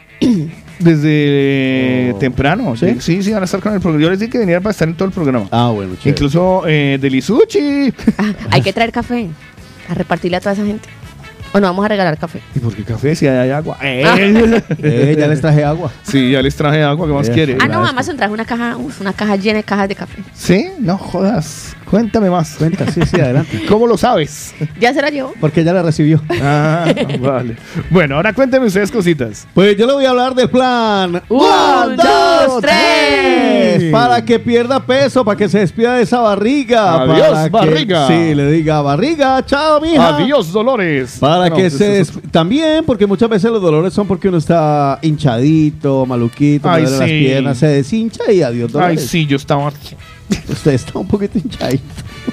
Speaker 2: Desde
Speaker 1: Oh.
Speaker 2: temprano,
Speaker 1: ¿Sí?
Speaker 2: sí, sí, sí, van a estar con el programa. Yo les dije que vinieran para estar en todo el programa.
Speaker 1: Ah, bueno, chévere.
Speaker 2: Incluso eh, Delisuchi.
Speaker 3: Ah, hay que traer café a repartirle a toda esa gente. ¿O no vamos a regalar café?
Speaker 2: ¿Y por qué café si hay agua? Eh.
Speaker 1: Eh, ya les traje agua.
Speaker 2: Sí, ya les traje agua, ¿qué más
Speaker 1: Eh.
Speaker 2: quiere?
Speaker 3: Ah, no, Amazon trajo una caja, uf, una caja llena de cajas de café.
Speaker 2: ¿Sí? No jodas. Cuéntame más.
Speaker 1: Cuenta, sí, sí, adelante.
Speaker 2: ¿Cómo lo sabes?
Speaker 3: Ya se la llevó.
Speaker 1: Porque ya la recibió.
Speaker 2: Ah, vale. Bueno, ahora cuénteme ustedes cositas.
Speaker 1: Pues yo le voy a hablar del plan.
Speaker 3: Un, dos, tres.
Speaker 1: Para que pierda peso, para que se despida de esa barriga.
Speaker 2: Adiós,
Speaker 1: para que-
Speaker 2: barriga.
Speaker 1: sí, le diga barriga, chao, mija.
Speaker 2: Adiós, Dolores.
Speaker 1: Para
Speaker 2: No,
Speaker 1: que
Speaker 2: eso
Speaker 1: se
Speaker 2: es-
Speaker 1: des- también, porque muchas veces los dolores son porque uno está hinchadito, maluquito,
Speaker 2: Ay,
Speaker 1: me duelen las
Speaker 2: sí.
Speaker 1: piernas, se deshincha y adiós
Speaker 2: Ay,
Speaker 1: dolores.
Speaker 2: sí, yo estaba...
Speaker 1: Usted está un poquito hinchadito.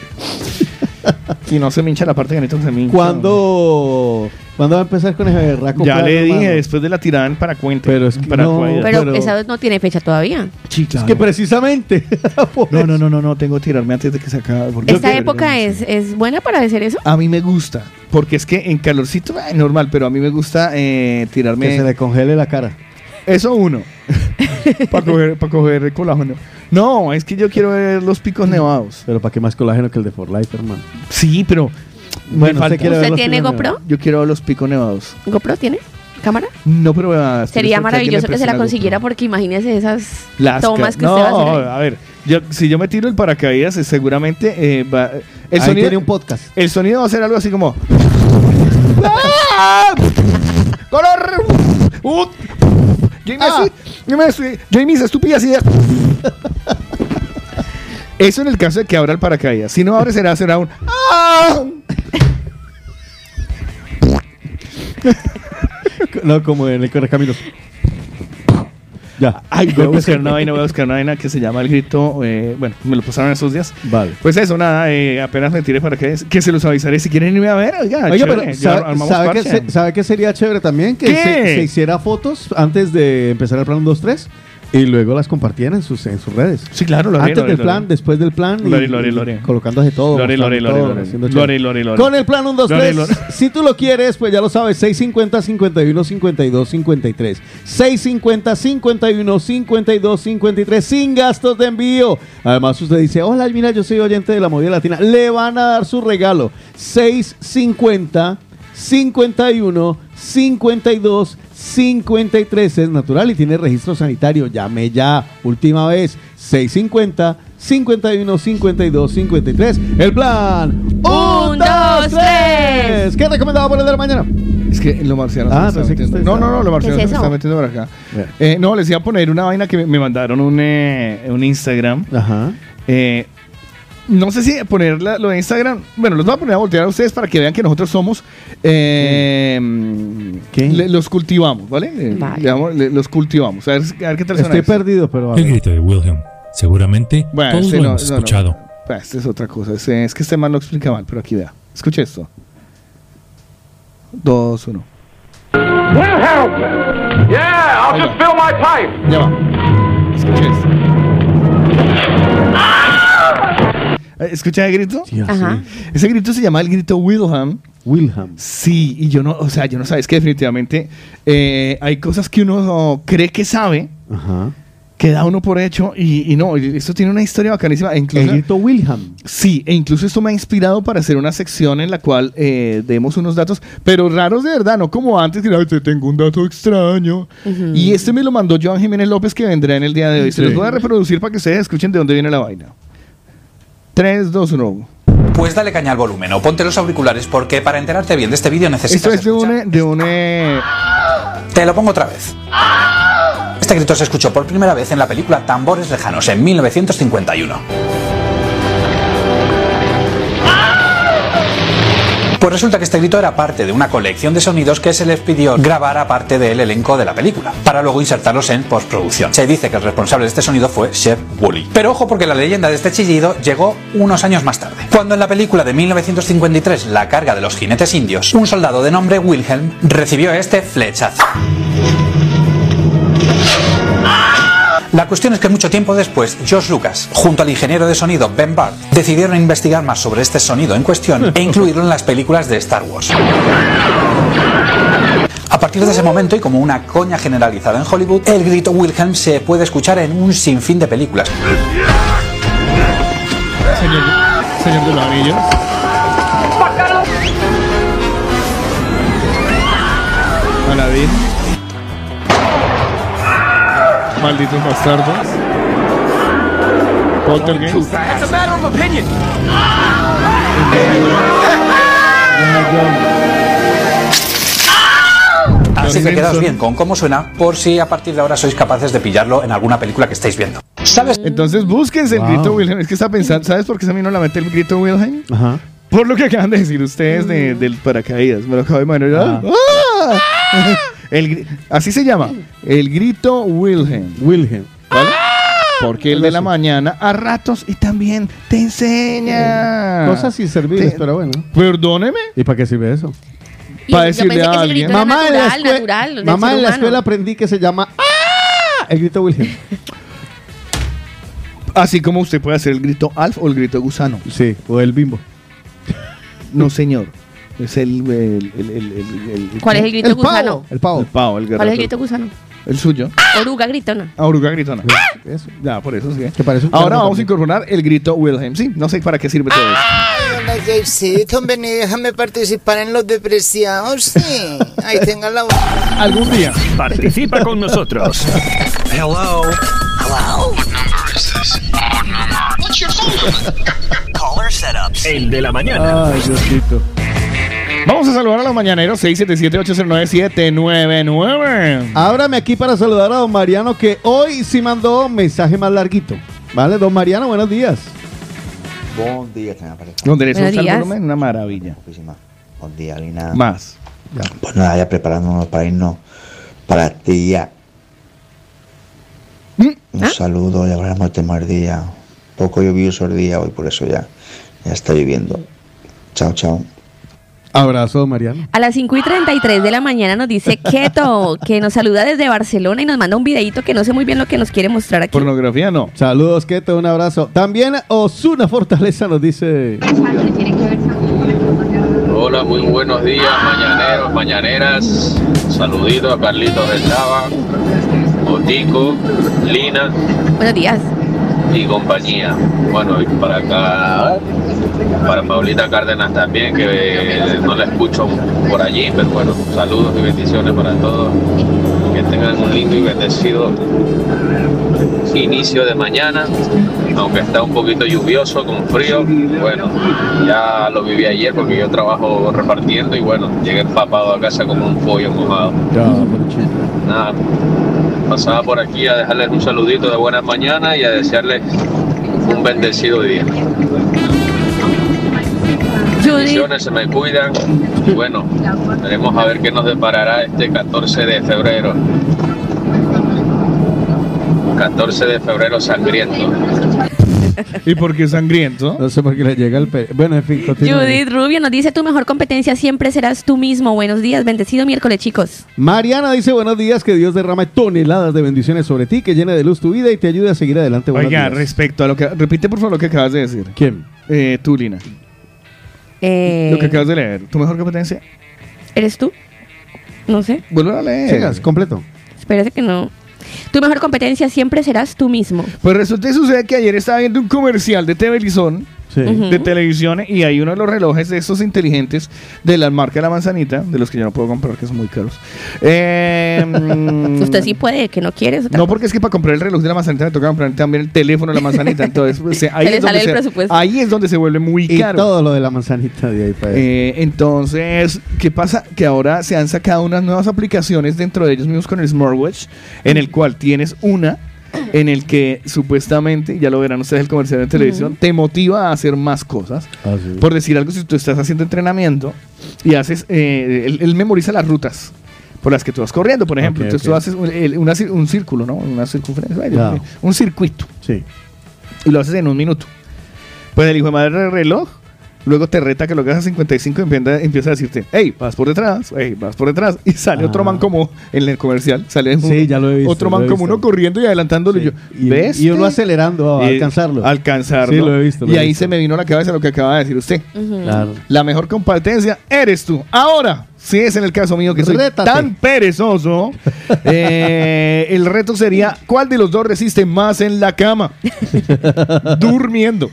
Speaker 2: Y no se me hincha la parte que necesito que se me hincha.
Speaker 1: ¿Cuándo, ¿Cuándo va a empezar con ese berraco
Speaker 2: Ya
Speaker 1: plan,
Speaker 2: le dije,
Speaker 1: hermano?
Speaker 2: después de la tirada en Paracuente.
Speaker 1: Pero es que
Speaker 2: para
Speaker 1: no,
Speaker 2: Cuaida.
Speaker 3: Pero,
Speaker 1: Pero-
Speaker 3: esa no tiene fecha todavía.
Speaker 2: Sí,
Speaker 1: Es
Speaker 2: claro.
Speaker 1: que precisamente.
Speaker 2: No, no, no, no, no, tengo que tirarme antes de que se acabe. porque-
Speaker 3: Esta
Speaker 2: Yo-
Speaker 3: época es, es buena para hacer eso.
Speaker 2: A mí me gusta, porque es que en calorcito es normal, pero a mí me gusta eh, tirarme...
Speaker 1: Que se le congele la cara.
Speaker 2: Eso uno. Para coger, para coger colágeno. No, es que yo quiero ver los picos nevados.
Speaker 1: Pero ¿para qué más colágeno que el de For Life, hermano?
Speaker 2: Sí, pero... me
Speaker 1: Bueno,
Speaker 2: falta-
Speaker 1: usted quiere ver
Speaker 3: ¿Usted
Speaker 1: los
Speaker 3: tiene
Speaker 1: picos
Speaker 3: GoPro?
Speaker 1: nevados.
Speaker 2: Yo quiero ver los picos nevados.
Speaker 3: ¿GoPro tiene? ¿Cámara?
Speaker 2: No, pero... ah, estoy
Speaker 3: Sería
Speaker 2: esperando que alguien
Speaker 3: maravilloso
Speaker 2: me
Speaker 3: que se la
Speaker 2: preste
Speaker 3: consiguiera
Speaker 2: GoPro.
Speaker 3: porque imagínese esas
Speaker 2: Las
Speaker 3: tomas
Speaker 2: ca-
Speaker 3: que
Speaker 2: no,
Speaker 3: usted va a hacer.
Speaker 2: a ver, yo, si yo me tiro el paracaídas, eh, seguramente eh, va, el
Speaker 1: Ahí
Speaker 2: sonido
Speaker 1: tiene un podcast.
Speaker 2: el sonido va a ser algo así como ¡Ah! ¡Color! ¡Uh! Yo y mis-
Speaker 1: Ah.
Speaker 2: yo me- yo y mis estúpidas ideas. Eso en el caso de que abra el paracaídas. Si no abre, será, será un ¡Ah!
Speaker 1: No, como en el Correcaminos. Ya.
Speaker 2: Ay, voy a buscar una vaina, voy a buscar una vaina que se llama el grito. eh, bueno, me lo pasaron esos días.
Speaker 1: Vale.
Speaker 2: Pues eso, nada, eh, apenas me tire para que, que se los avisaré si quieren irme a ver. Oiga,
Speaker 1: Oiga,
Speaker 2: chévere,
Speaker 1: pero
Speaker 2: ya
Speaker 1: ¿sabe,
Speaker 2: armamos
Speaker 1: sabe que
Speaker 2: parche.
Speaker 1: se- ¿sabe qué sería chévere también? Que
Speaker 2: ¿Qué?
Speaker 1: se, se hiciera fotos antes de empezar el plan uno, dos, tres y luego las compartieran en sus, en sus redes.
Speaker 2: Sí, claro, lo haré,
Speaker 1: Antes
Speaker 2: lo haré,
Speaker 1: del
Speaker 2: lo
Speaker 1: plan,
Speaker 2: haré.
Speaker 1: después del plan. y-
Speaker 2: Lo haré, lo haré, lo
Speaker 1: y
Speaker 2: haré.
Speaker 1: Colocándose todo.
Speaker 2: Lo haré, lo haré, lo
Speaker 1: mostrando
Speaker 2: haré,
Speaker 1: todo,
Speaker 2: lo haré.
Speaker 1: haciendo
Speaker 2: Lo
Speaker 1: chévere.
Speaker 2: haré, lo haré, lo haré.
Speaker 1: Con el plan uno, dos,
Speaker 2: Lo haré,
Speaker 1: tres.
Speaker 2: lo haré.
Speaker 1: Si tú lo quieres, pues ya lo sabes. seis cincuenta, cincuenta y uno, cincuenta y dos, cincuenta y tres. seis cincuenta, cincuenta y uno, cincuenta y dos, cincuenta y tres. Sin gastos de envío. Además, usted dice: hola, mira, yo soy oyente de la movida latina. Le van a dar su regalo. seis cincuenta, cincuenta y uno, cincuenta y dos, cincuenta y tres. Es natural y tiene registro sanitario. Llame ya. Última vez. seis cincuenta, cincuenta y uno, cincuenta y dos, cincuenta y tres. El plan
Speaker 3: Un, dos, tres.
Speaker 1: ¿Qué recomendado por el de la mañana?
Speaker 2: Es que lo marciano
Speaker 1: Ah,
Speaker 2: se me está
Speaker 1: pensé que
Speaker 2: metiendo.
Speaker 1: usted
Speaker 2: No,
Speaker 1: estaba-
Speaker 2: no, no, lo marciano
Speaker 3: ¿Qué
Speaker 2: se
Speaker 3: es
Speaker 2: me
Speaker 3: eso?
Speaker 2: está metiendo por acá.
Speaker 1: Bien.
Speaker 2: Eh, no, les iba a poner una vaina que me, me mandaron un, eh, un Instagram.
Speaker 1: Ajá.
Speaker 2: Eh, no sé si ponerla, lo de Instagram. Bueno, los voy a poner a voltear a ustedes para que vean que nosotros somos. eh,
Speaker 1: ¿Qué?
Speaker 2: le- los cultivamos, ¿vale? Eh,
Speaker 3: Vale.
Speaker 2: le damos- le- los cultivamos. A ver, a ver qué tal suena
Speaker 1: Estoy
Speaker 2: esto.
Speaker 1: perdido, pero. a
Speaker 18: El
Speaker 1: ver.
Speaker 18: grito de Wilhelm. Seguramente
Speaker 2: Bueno,
Speaker 18: todos
Speaker 2: este
Speaker 18: lo
Speaker 2: no,
Speaker 18: hemos
Speaker 2: no, no.
Speaker 18: escuchado.
Speaker 2: Pues, esta es otra cosa. Este- es que este man lo explica mal, pero aquí vea. Escuche esto. Dos, uno.
Speaker 5: Wilhelm! Yeah, I'll just fill my pipe.
Speaker 2: Ya va. Escuche esto. Eh, ¿Escucha el grito?
Speaker 1: Sí, así.
Speaker 3: Ajá.
Speaker 2: Ese grito se llama el grito Wilhelm.
Speaker 1: Wilhelm.
Speaker 2: Sí, y yo no, o sea, yo no sabes que definitivamente eh, hay cosas que uno cree que sabe,
Speaker 1: Ajá.
Speaker 2: que da uno por hecho, y, y no, y esto tiene una historia bacanísima. E incluso,
Speaker 1: El grito Wilhelm.
Speaker 2: sí, e incluso esto me ha inspirado para hacer una sección en la cual eh, demos unos datos, pero raros de verdad, no como antes, que "Ay, te tengo un dato extraño".
Speaker 3: Ujú.
Speaker 2: Y este me lo mandó Joan Jiménez López, que vendrá en el día de hoy. Se
Speaker 1: Sí.
Speaker 2: los voy a reproducir para que ustedes escuchen de dónde viene la vaina. tres, dos, uno.
Speaker 19: Pues dale caña al volumen o ponte los auriculares porque para enterarte bien de este vídeo
Speaker 2: Esto
Speaker 19: necesitas
Speaker 2: es de un... De un eh,
Speaker 19: Te lo pongo otra vez. Este grito se escuchó por primera vez en la película Tambores Lejanos en mil novecientos cincuenta y uno. Pues resulta que este grito era parte de una colección de sonidos que se les pidió grabar aparte del elenco de la película, para luego insertarlos en postproducción. Se dice que el responsable de este sonido fue Chef Woolley. Pero ojo, porque la leyenda de este chillido llegó unos años más tarde. Cuando en la película de mil novecientos cincuenta y tres, La carga de los jinetes indios, un soldado de nombre Wilhelm recibió este flechazo. La cuestión es que mucho tiempo después, George Lucas, junto al ingeniero de sonido Ben Bard, decidieron investigar más sobre este sonido en cuestión e incluirlo en las películas de Star Wars. A partir de ese momento, y como una coña generalizada en Hollywood, el grito Wilhelm se puede escuchar en un sinfín de películas.
Speaker 2: Señor, señor de los Anillos. Aladdin. Malditos bastardos. Poltergeist.
Speaker 16: It's a matter of opinion.
Speaker 19: Así que quedaos bien con cómo suena, por si a partir de ahora sois capaces de pillarlo en alguna película que estáis viendo. ¿Sabes?
Speaker 2: Entonces búsquense el
Speaker 19: Wow.
Speaker 2: grito Wilhelm. Es que está pensando, ¿sabes por qué se me vino a la mente el grito Wilhelm?
Speaker 1: Ajá.
Speaker 2: Por lo que acaban de decir ustedes de, del paracaídas. Me lo acabo de imaginar. ¡Ah! El gri- así se llama. El grito Wilhelm.
Speaker 1: Wilhelm.
Speaker 2: ¿Vale? Porque el de la mañana a ratos y también te enseña.
Speaker 1: Cosas inservibles,
Speaker 2: Te-
Speaker 1: pero bueno.
Speaker 2: Perdóneme.
Speaker 1: ¿Y para qué sirve eso?
Speaker 3: Y
Speaker 2: Para
Speaker 3: yo
Speaker 2: decirle
Speaker 3: pensé
Speaker 2: a
Speaker 3: que ese
Speaker 2: alguien.
Speaker 3: grito era
Speaker 1: Mamá, en la
Speaker 3: natural,
Speaker 1: escue-
Speaker 3: natural, del
Speaker 1: Mamá,
Speaker 3: ser
Speaker 1: en la
Speaker 3: humano.
Speaker 1: escuela aprendí que se llama ¡Ah! El grito Wilhelm.
Speaker 2: Así como usted puede hacer el grito Alf o el grito gusano.
Speaker 1: Sí, o el bimbo.
Speaker 2: No, señor. Es el. el, el, el, el- el-
Speaker 3: ¿Cuál es el grito
Speaker 2: el
Speaker 3: gusano?
Speaker 2: pavo. El pavo. El pavo, el
Speaker 3: ¿Cuál es
Speaker 2: guerrero.
Speaker 3: el grito gusano?
Speaker 2: El suyo.
Speaker 3: Oruga gritona.
Speaker 2: Ah, oruga gritona.
Speaker 1: Eso.
Speaker 2: Ya, por eso sí.
Speaker 1: Que parece un
Speaker 2: Ahora
Speaker 1: perro
Speaker 2: vamos a
Speaker 1: también.
Speaker 2: incorporar el grito Wilhelm. Sí, no sé para qué sirve todo eso.
Speaker 20: Hola, Javesito, ven y déjame participar en los depreciados. Sí, ahí tenga la.
Speaker 2: Algún día.
Speaker 17: Participa con nosotros.
Speaker 16: Hello. Hello. What number is this? What number? What's your phone number? Caller setups.
Speaker 17: El de la mañana.
Speaker 2: Ay, Diosito. Vamos a saludar a los mañaneros seis siete siete, ocho cero nueve, siete nueve nueve.
Speaker 1: Ábrame aquí para saludar a don Mariano, que hoy sí mandó un mensaje más larguito. ¿Vale? Don Mariano, buenos días.
Speaker 21: Buen día, señora pareja.
Speaker 2: Donde le
Speaker 3: Buenos
Speaker 2: suelta el
Speaker 3: días.
Speaker 2: volumen, una maravilla.
Speaker 21: Muchísimas. Buen día, Lina.
Speaker 2: Más.
Speaker 21: Pues nada, ya preparándonos para irnos para este día. Un
Speaker 3: ¿Ah?
Speaker 21: saludo, ya hablaremos el tema del día. Poco lluvioso el día hoy, por eso ya, ya está lloviendo. Chao, chao.
Speaker 1: Abrazo, Mariano.
Speaker 3: A las cinco y treinta y tres de la mañana nos dice Keto, que nos saluda desde Barcelona y nos manda un videito que no sé muy bien lo que nos quiere mostrar aquí.
Speaker 2: Pornografía no.
Speaker 1: Saludos, Keto, un abrazo. También Osuna Fortaleza nos dice...
Speaker 22: Hola, muy buenos días, mañaneros, mañaneras. Saluditos a Carlitos del Lava, Otico, Lina
Speaker 3: Buenos días.
Speaker 22: y compañía. Bueno, y para acá, para Paulita Cárdenas también, que no la escucho por allí, pero bueno, saludos y bendiciones para todos. Que tengan un lindo y bendecido inicio de mañana, aunque está un poquito lluvioso, con frío. Bueno, ya lo viví ayer porque yo trabajo repartiendo y bueno, llegué empapado a casa como un pollo mojado. Nada, pasaba por aquí a dejarles un saludito de buenas mañanas y a desearles un bendecido día. Bendiciones, se me cuidan y bueno, veremos a ver qué nos deparará este catorce de febrero. catorce de febrero sangriento.
Speaker 2: ¿Y por qué sangriento?
Speaker 1: No sé por qué le llega el... Pe... Bueno, en fin, continúa.
Speaker 3: Judith Rubio nos dice, tu mejor competencia siempre serás tú mismo. Buenos días, bendecido miércoles, chicos.
Speaker 1: Mariana dice, buenos días, que Dios derrame toneladas de bendiciones sobre ti, que llene de luz tu vida y te ayude a seguir adelante. Buenos
Speaker 2: Oiga,
Speaker 1: días.
Speaker 2: respecto a lo que... Repite por favor lo que acabas de decir.
Speaker 1: ¿Quién?
Speaker 2: Eh, tú, Lina.
Speaker 3: Eh,
Speaker 2: Lo que acabas de leer. ¿Tu mejor competencia?
Speaker 3: ¿Eres tú? No sé.
Speaker 2: Vuelve a leer.
Speaker 1: Sigas, completo.
Speaker 3: Espérate que no. Tu mejor competencia siempre serás tú mismo.
Speaker 2: Pues resulta y sucede que ayer estaba viendo un comercial de Televisión
Speaker 1: Sí.
Speaker 2: de televisión, y hay uno de los relojes de estos inteligentes de la marca de la manzanita, de los que yo no puedo comprar, que son muy caros. Eh, mm,
Speaker 3: Usted sí puede, que no quiere. es otra
Speaker 2: no,
Speaker 3: cosa.
Speaker 2: porque es que para comprar el reloj de la manzanita me toca comprar también el teléfono de la manzanita. Entonces, pues, ahí,
Speaker 3: Se le
Speaker 2: es donde
Speaker 3: sale el
Speaker 2: se,
Speaker 3: presupuesto.
Speaker 2: ahí es donde se vuelve muy
Speaker 1: Y
Speaker 2: caro.
Speaker 1: todo lo de la manzanita de ahí para allá.
Speaker 2: Eh, entonces, ¿qué pasa? Que ahora se han sacado unas nuevas aplicaciones dentro de ellos mismos con el smartwatch, en el cual tienes una en el que supuestamente, ya lo verán ustedes el comercial de televisión, te motiva a hacer más cosas.
Speaker 1: Ah, sí.
Speaker 2: Por decir algo, si tú estás haciendo entrenamiento y haces, eh, él, él memoriza las rutas por las que tú vas corriendo, por ejemplo.
Speaker 1: Ok,
Speaker 2: Entonces
Speaker 1: ok.
Speaker 2: tú haces un, el- una cir- un círculo, ¿no? Una circunferencia, ay, Dios
Speaker 1: Ya.
Speaker 2: mío, un circuito.
Speaker 1: Sí.
Speaker 2: Y lo haces en un minuto. Pues el hijo de madre del reloj luego te reta que lo hagas a cincuenta y cinco y empieza, empieza a decirte, hey, vas por detrás, hey, vas por detrás. Y sale otro man como en el comercial, sale un-
Speaker 1: Sí, ya lo he visto,
Speaker 2: otro
Speaker 1: lo
Speaker 2: man
Speaker 1: he
Speaker 2: como
Speaker 1: visto.
Speaker 2: uno corriendo y adelantándolo. Y yo,
Speaker 1: Y,
Speaker 2: ¿ves?
Speaker 1: y uno acelerando a
Speaker 2: Eh,
Speaker 1: alcanzarlo.
Speaker 2: Alcanzarlo.
Speaker 1: Sí, lo he visto. lo
Speaker 2: y
Speaker 1: he
Speaker 2: ahí
Speaker 1: visto.
Speaker 2: se me vino a la cabeza lo que acaba de decir usted.
Speaker 3: Ujú.
Speaker 1: Claro.
Speaker 2: La mejor competencia eres tú. Ahora, si es en el caso mío que soy
Speaker 1: Rétate.
Speaker 2: tan perezoso, eh, el reto sería, ¿cuál de los dos resiste más en la cama? Durmiendo.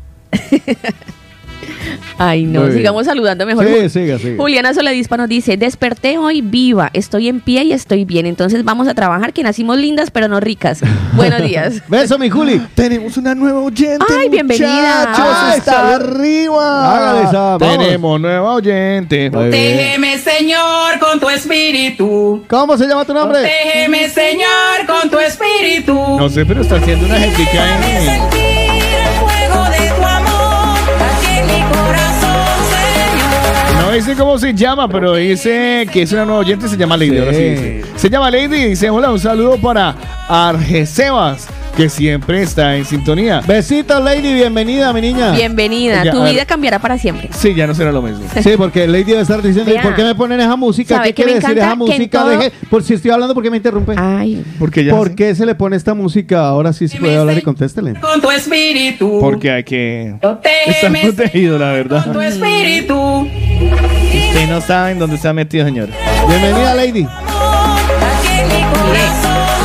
Speaker 3: Ay, no,
Speaker 1: Muy bien.
Speaker 3: sigamos saludando mejor.
Speaker 1: Sí,
Speaker 3: Ju-
Speaker 1: siga, siga.
Speaker 3: Juliana Soledispa nos dice, desperté hoy viva, estoy en pie y estoy bien, entonces vamos a trabajar, que nacimos lindas pero no ricas. Buenos días.
Speaker 1: Beso, mi Juli.
Speaker 2: Tenemos una nueva oyente.
Speaker 3: Ay, bienvenida.
Speaker 2: Muchachos,
Speaker 3: Ay,
Speaker 2: está arriba.
Speaker 1: Hágale esa, vamos.
Speaker 2: Tenemos nueva oyente.
Speaker 1: Muy bien.
Speaker 4: Protégeme, Señor, con tu espíritu.
Speaker 1: ¿Cómo se llama tu nombre?
Speaker 4: Protégeme, Señor, con tu espíritu.
Speaker 2: No sé, pero está haciendo una ejecutiva en...
Speaker 4: Sentir el fuego de tu amor aquí en mi corazón, Señor.
Speaker 2: No dice cómo se llama, pero dice que es una nueva oyente, se llama Lady.
Speaker 1: Sí.
Speaker 2: Ahora sí dice. Se llama Lady y dice, hola, un saludo para Argesebas, que siempre está en sintonía.
Speaker 1: Besitos, Lady, bienvenida, mi niña.
Speaker 3: Bienvenida,
Speaker 2: Ya,
Speaker 3: tu
Speaker 2: a ver.
Speaker 3: vida cambiará para siempre.
Speaker 2: Sí, ya no será lo mismo.
Speaker 1: Sí, porque Lady debe estar diciendo, ¿y
Speaker 3: Vea.
Speaker 1: por qué me ponen esa música?
Speaker 3: ¿Sabe
Speaker 1: ¿Qué
Speaker 3: que me
Speaker 1: quiere decir
Speaker 3: encanta
Speaker 1: esa
Speaker 3: que en
Speaker 1: música?
Speaker 3: todo-
Speaker 1: Deje, por si estoy hablando, ¿por qué me interrumpe?
Speaker 3: Ay,
Speaker 2: Porque ya
Speaker 1: ¿Por
Speaker 2: sé-
Speaker 1: qué se le pone esta música? Ahora sí se puede hablar y contéstele.
Speaker 4: Con tu espíritu.
Speaker 2: Porque hay que estar
Speaker 4: Protégeme,
Speaker 2: protegido, la verdad.
Speaker 4: con tu espíritu.
Speaker 2: Ustedes no saben dónde se ha metido, señor.
Speaker 1: Bienvenida, Lady.
Speaker 4: Aquí en mi corazón,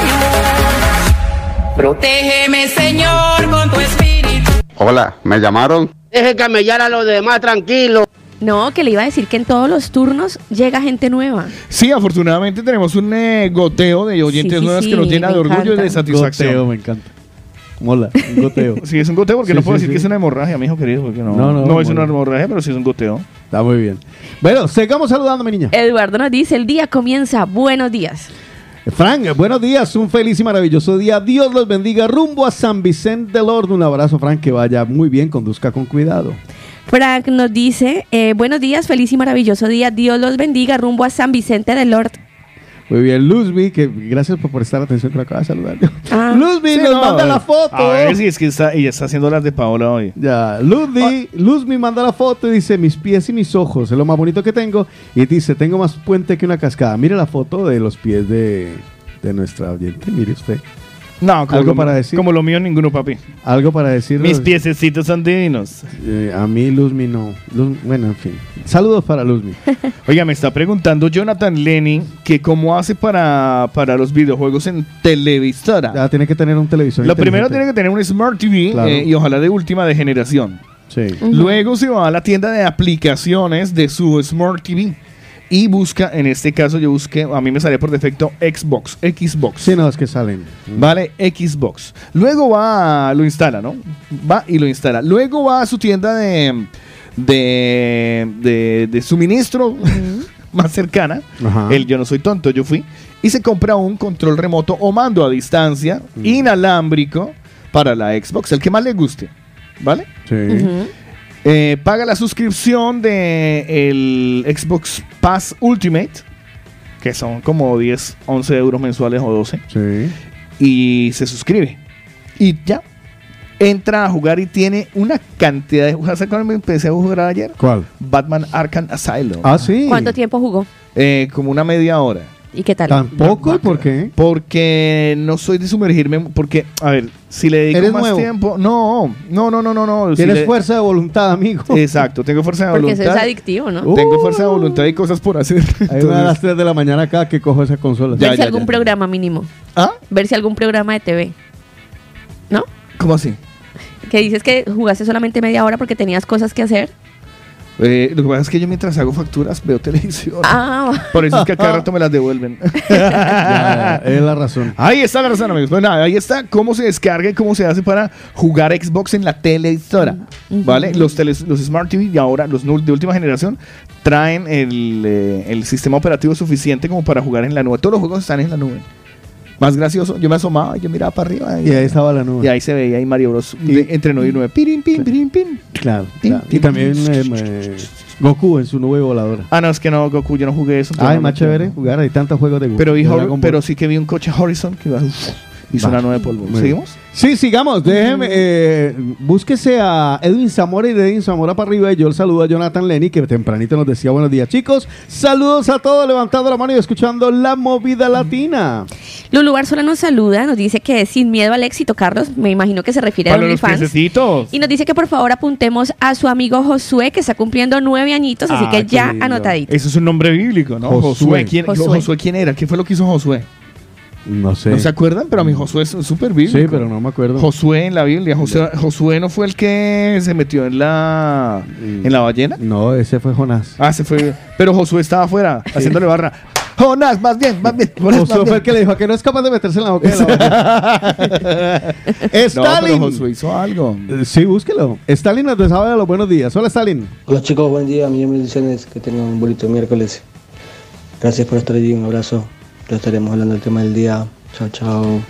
Speaker 4: Señor. Protégeme, Señor, con tu espíritu.
Speaker 8: Hola, ¿me llamaron?
Speaker 10: Deje camellar a los demás, tranquilo.
Speaker 3: no, que le iba a decir que en todos los turnos llega gente nueva.
Speaker 2: Sí, afortunadamente tenemos un eh, goteo de oyentes
Speaker 3: Sí, sí,
Speaker 2: nuevas
Speaker 3: sí,
Speaker 2: que nos llena
Speaker 3: me
Speaker 2: de orgullo y de
Speaker 3: encanta.
Speaker 2: satisfacción.
Speaker 1: Goteo, me encanta. Mola, un goteo.
Speaker 2: Sí, es un goteo porque
Speaker 1: Sí,
Speaker 2: no puedo
Speaker 1: sí,
Speaker 2: decir
Speaker 1: sí.
Speaker 2: que es una hemorragia, mi hijo querido, porque no,
Speaker 1: No,
Speaker 2: no,
Speaker 1: no,
Speaker 2: es una
Speaker 1: bueno.
Speaker 2: hemorragia, pero sí es un goteo.
Speaker 1: Está muy bien. Bueno, sigamos saludando, mi niña.
Speaker 3: Eduardo nos dice, el día comienza, buenos días.
Speaker 1: Frank, buenos días, un feliz y maravilloso día. Dios los bendiga rumbo a San Vicente del Orden. Un abrazo, Frank, que vaya muy bien, conduzca con cuidado.
Speaker 3: Frank nos dice, eh, buenos días, feliz y maravilloso día, Dios los bendiga rumbo a San Vicente del Orden.
Speaker 1: Muy bien, Luzby, que gracias por prestar atención que lo acaba de saludar.
Speaker 3: Ah.
Speaker 1: Luzby,
Speaker 2: Sí,
Speaker 1: nos
Speaker 2: no,
Speaker 1: manda
Speaker 2: a
Speaker 1: la
Speaker 2: ver,
Speaker 1: foto.
Speaker 2: A ver si es que está, ella está haciendo las de Paola hoy.
Speaker 1: Ya, Luzby, Luzby manda la foto y dice, mis pies y mis ojos, es lo más bonito que tengo. Y dice, tengo más puente que una cascada. Mire la foto de los pies de, de nuestra oyente, mire usted.
Speaker 2: No, como
Speaker 1: ¿Algo
Speaker 2: lo,
Speaker 1: para decir?
Speaker 2: Como lo mío, ninguno, papi.
Speaker 1: Algo para decir.
Speaker 2: Mis piececitos son divinos.
Speaker 1: Eh, a mí, Luzmi, no. Luz- bueno, en fin. Saludos para Luzmi.
Speaker 2: Oiga, me está preguntando Jonathan Lenny que cómo hace para, para los videojuegos en televisora.
Speaker 1: Ya tiene que tener un televisor.
Speaker 2: Lo primero
Speaker 1: inteligente.
Speaker 2: tiene que tener un Smart T V
Speaker 1: Claro.
Speaker 2: eh, y ojalá de última de generación.
Speaker 1: Sí.
Speaker 2: Luego se va a la tienda de aplicaciones de su Smart T V y busca, en este caso yo busqué, a mí me salió por defecto Xbox, Xbox.
Speaker 1: Sí, no, es que salen.
Speaker 2: Vale, Xbox. Luego va, lo instala, ¿no? Va y lo instala. Luego va a su tienda de, de, de, de suministro más cercana.
Speaker 1: Ajá.
Speaker 2: El yo no soy tonto, yo fui. Y se compra un control remoto o mando a distancia inalámbrico para la Xbox, el que más le guste. ¿Vale?
Speaker 1: Sí.
Speaker 2: Eh, paga la suscripción de el Xbox Pass Ultimate, que son como diez, once euros mensuales o doce.
Speaker 1: Sí.
Speaker 2: Y se suscribe. Y ya. Entra a jugar y tiene una cantidad de juegos. ¿Sabes cuál me empecé a jugar ayer?
Speaker 1: ¿Cuál?
Speaker 2: Batman Arkham Asylum.
Speaker 1: Ah, sí.
Speaker 3: ¿Cuánto tiempo jugó?
Speaker 2: Eh, como una media hora.
Speaker 3: ¿Y qué tal?
Speaker 1: ¿Tampoco? ¿Y por qué?
Speaker 2: Porque no soy de sumergirme. Porque, a ver, si le dedico
Speaker 1: ¿Eres
Speaker 2: más
Speaker 1: nuevo?
Speaker 2: tiempo. No, no, no, no, no. no. Si
Speaker 1: Tienes
Speaker 2: le-
Speaker 1: fuerza de voluntad, amigo.
Speaker 2: Exacto, tengo fuerza de
Speaker 3: Porque
Speaker 2: voluntad.
Speaker 3: eso es adictivo, ¿no?
Speaker 2: Tengo fuerza de voluntad y cosas por hacer.
Speaker 1: Hay una a las
Speaker 2: Entonces,
Speaker 1: tres de la mañana acá que cojo esa consola.
Speaker 2: Ya,
Speaker 3: Ver si
Speaker 2: ya,
Speaker 3: algún
Speaker 2: ya.
Speaker 3: programa mínimo.
Speaker 2: ¿Ah?
Speaker 3: Ver si algún programa de T V. ¿No?
Speaker 2: ¿Cómo así?
Speaker 3: Que dices que jugaste solamente media hora porque tenías cosas que hacer.
Speaker 2: Eh, lo que pasa es que yo mientras hago facturas veo televisión.
Speaker 3: Ah.
Speaker 2: Por eso es que a cada rato me las devuelven.
Speaker 1: Ya, es la razón.
Speaker 2: Ahí está la razón, amigos. Pues nada, ahí está cómo se descarga y cómo se hace para jugar Xbox en la televisora.
Speaker 3: Uh-huh.
Speaker 2: ¿Vale? Los, teles, los Smart T V y ahora los nu- de última generación traen el, eh, el sistema operativo suficiente como para jugar en la nube. Todos los juegos están en la nube. Más gracioso, yo me asomaba y yo miraba para arriba.
Speaker 1: Y ahí estaba la nube.
Speaker 2: Y ahí se veía ahí Mario Bros. De, entre nueve y nueve. Pirin, pin, pirin, pin.
Speaker 1: Claro,
Speaker 2: Pin,
Speaker 1: claro. Y
Speaker 2: pin,
Speaker 1: también
Speaker 2: pin.
Speaker 1: eh, eh, Goku en su nube voladora.
Speaker 2: Ah, no, es que no, Goku, yo no jugué eso.
Speaker 1: Ay, más chévere jugar, hay tantos juegos de Goku.
Speaker 2: Pero, vi
Speaker 1: de
Speaker 2: Hor-
Speaker 1: Dragon Ball.
Speaker 2: pero sí que vi un coche Horizon que iba, uf, hizo
Speaker 1: Va.
Speaker 2: una nube de polvo.
Speaker 1: Bueno.
Speaker 2: ¿Seguimos?
Speaker 1: Sí, sigamos. Déjeme, eh, búsquese a Edwin Zamora y de Edwin Zamora para arriba. Y yo el saludo a Jonathan Lenny, que tempranito nos decía buenos días, chicos. Saludos a todos, levantando la mano y escuchando la movida latina.
Speaker 3: Lulu Barzola nos saluda, nos dice que sin miedo al éxito, Carlos, me imagino que se refiere a
Speaker 2: Para los
Speaker 3: OnlyFans.
Speaker 2: piececitos.
Speaker 3: Y nos dice que por favor apuntemos a su amigo Josué, que está cumpliendo nueve añitos, así
Speaker 2: Ah,
Speaker 3: que
Speaker 2: qué
Speaker 3: ya
Speaker 2: lindo.
Speaker 3: anotadito.
Speaker 2: Eso es un nombre bíblico, ¿no?
Speaker 1: Josué.
Speaker 2: Josué. ¿Quién,
Speaker 3: Josué.
Speaker 2: Josué, ¿quién era? ¿Qué fue lo que hizo Josué?
Speaker 1: No sé.
Speaker 2: ¿No se acuerdan? Pero a mí Josué es súper bíblico.
Speaker 1: Sí, pero no me acuerdo.
Speaker 2: Josué en la Biblia. Josué, Josué no fue el que se metió en la en la ballena.
Speaker 1: No, ese fue Jonás.
Speaker 2: Ah, se fue. Pero Josué estaba afuera haciéndole barra. Jonás, más bien, más bien. Jonás,
Speaker 1: Josué
Speaker 2: más
Speaker 1: fue
Speaker 2: bien.
Speaker 1: el que le dijo que no es capaz de meterse en la boca de la ballena.
Speaker 2: No,
Speaker 1: Stalin.
Speaker 2: pero Josué hizo algo.
Speaker 1: Eh, Sí, búsquelo. Stalin nos desea los buenos días. Hola, Stalin.
Speaker 8: Hola chicos, buen día, millones de bendiciones, que tengan un bonito miércoles. Gracias por estar allí, un abrazo. Ya estaremos hablando del tema del día. Chao, chao.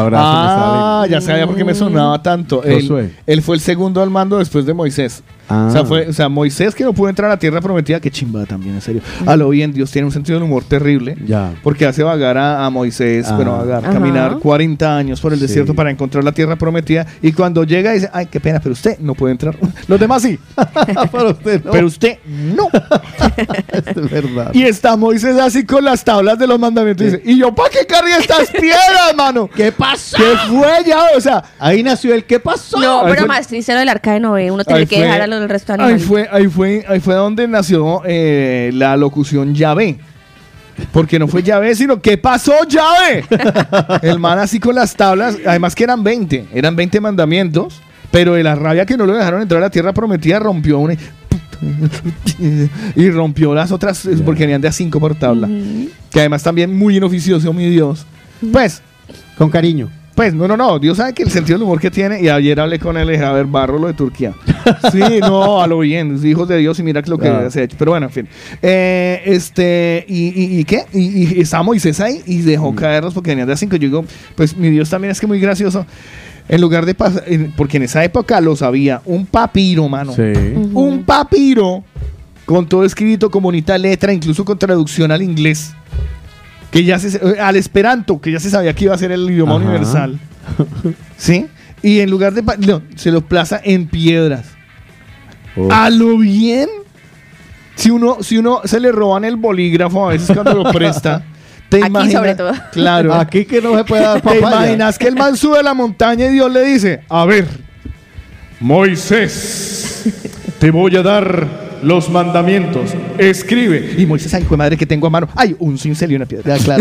Speaker 2: Ah, ya sabía por qué me sonaba tanto.
Speaker 1: Josué.
Speaker 2: Él, él fue el segundo al mando después de Moisés.
Speaker 1: Ah.
Speaker 2: O, sea, fue, o sea, Moisés que no pudo entrar a la tierra prometida, qué chimba también, en serio. A lo bien, Dios tiene un sentido del humor terrible.
Speaker 1: Ya.
Speaker 2: Porque hace vagar a, a Moisés,
Speaker 1: Ah.
Speaker 2: bueno, vagar,
Speaker 3: Ajá.
Speaker 2: caminar cuarenta años por el
Speaker 1: Sí.
Speaker 2: desierto para encontrar la tierra prometida. Y cuando llega dice, ay, qué pena, pero usted no puede entrar. Los demás sí,
Speaker 1: Para usted no.
Speaker 2: pero usted no.
Speaker 1: es verdad.
Speaker 2: Y está Moisés así con las tablas de los mandamientos. Y dice, ¿y yo para qué cargué estas piedras, mano?
Speaker 1: ¿Qué pasó?
Speaker 2: ¿Qué fue ya? O sea,
Speaker 1: Ahí nació el ¿qué pasó?
Speaker 3: No,
Speaker 2: Ahí
Speaker 3: pero
Speaker 2: fue-
Speaker 3: más triste lo del arca de Noé, uno tiene
Speaker 2: Ahí
Speaker 3: que
Speaker 2: fue-
Speaker 3: dejar a los del resto de
Speaker 2: ahí
Speaker 3: animales.
Speaker 2: fue, ahí fue, ahí fue donde nació eh, la locución Yahvé. Porque no fue Yahvé, sino ¿qué pasó, Yahvé? El man así con las tablas, además que eran veinte, eran veinte mandamientos, pero de la rabia que no lo dejaron entrar a la tierra prometida, rompió una y rompió las otras, porque venían de a cinco por tabla.
Speaker 3: Ujú.
Speaker 2: Que además también muy inoficioso, mi Dios. Pues,
Speaker 1: Con cariño.
Speaker 2: pues, no, no, no. Dios sabe que el sentido del humor que tiene. Y ayer hablé con él, le dije, a ver, barro lo de Turquía. Sí, no, a lo bien. Hijos de Dios y mira que lo que
Speaker 1: Ah.
Speaker 2: se ha hecho. Pero bueno, en fin. Eh, este, ¿y, y, y qué? Y, y está Moisés ahí y dejó caerlos porque venían de a cinco. Yo digo, pues mi Dios también es que muy gracioso. En lugar de pasar, porque en esa época lo sabía, un papiro, mano.
Speaker 1: Sí.
Speaker 3: Ujú.
Speaker 2: Un papiro con todo escrito, con bonita letra, incluso con traducción al inglés. Que ya se, eh, al esperanto, que ya se sabía que iba a ser el idioma
Speaker 1: Ajá.
Speaker 2: universal. ¿Sí? Y en lugar de... pa- No, se lo plaza en piedras.
Speaker 1: Oh.
Speaker 2: A lo bien. Si uno, si uno se le roban el bolígrafo a veces cuando lo presta. ¿Te
Speaker 3: Aquí
Speaker 2: imaginas?
Speaker 3: sobre todo.
Speaker 2: Claro.
Speaker 1: Aquí que no se puede dar
Speaker 2: ¿Te
Speaker 1: papaya.
Speaker 2: imaginas que el man sube a la montaña y Dios le dice, a ver, Moisés, te voy a dar los mandamientos, escribe. Y Moisés, ay, hijo de madre que tengo a mano. Ay, un cincel y una piedra.
Speaker 1: Ya, claro.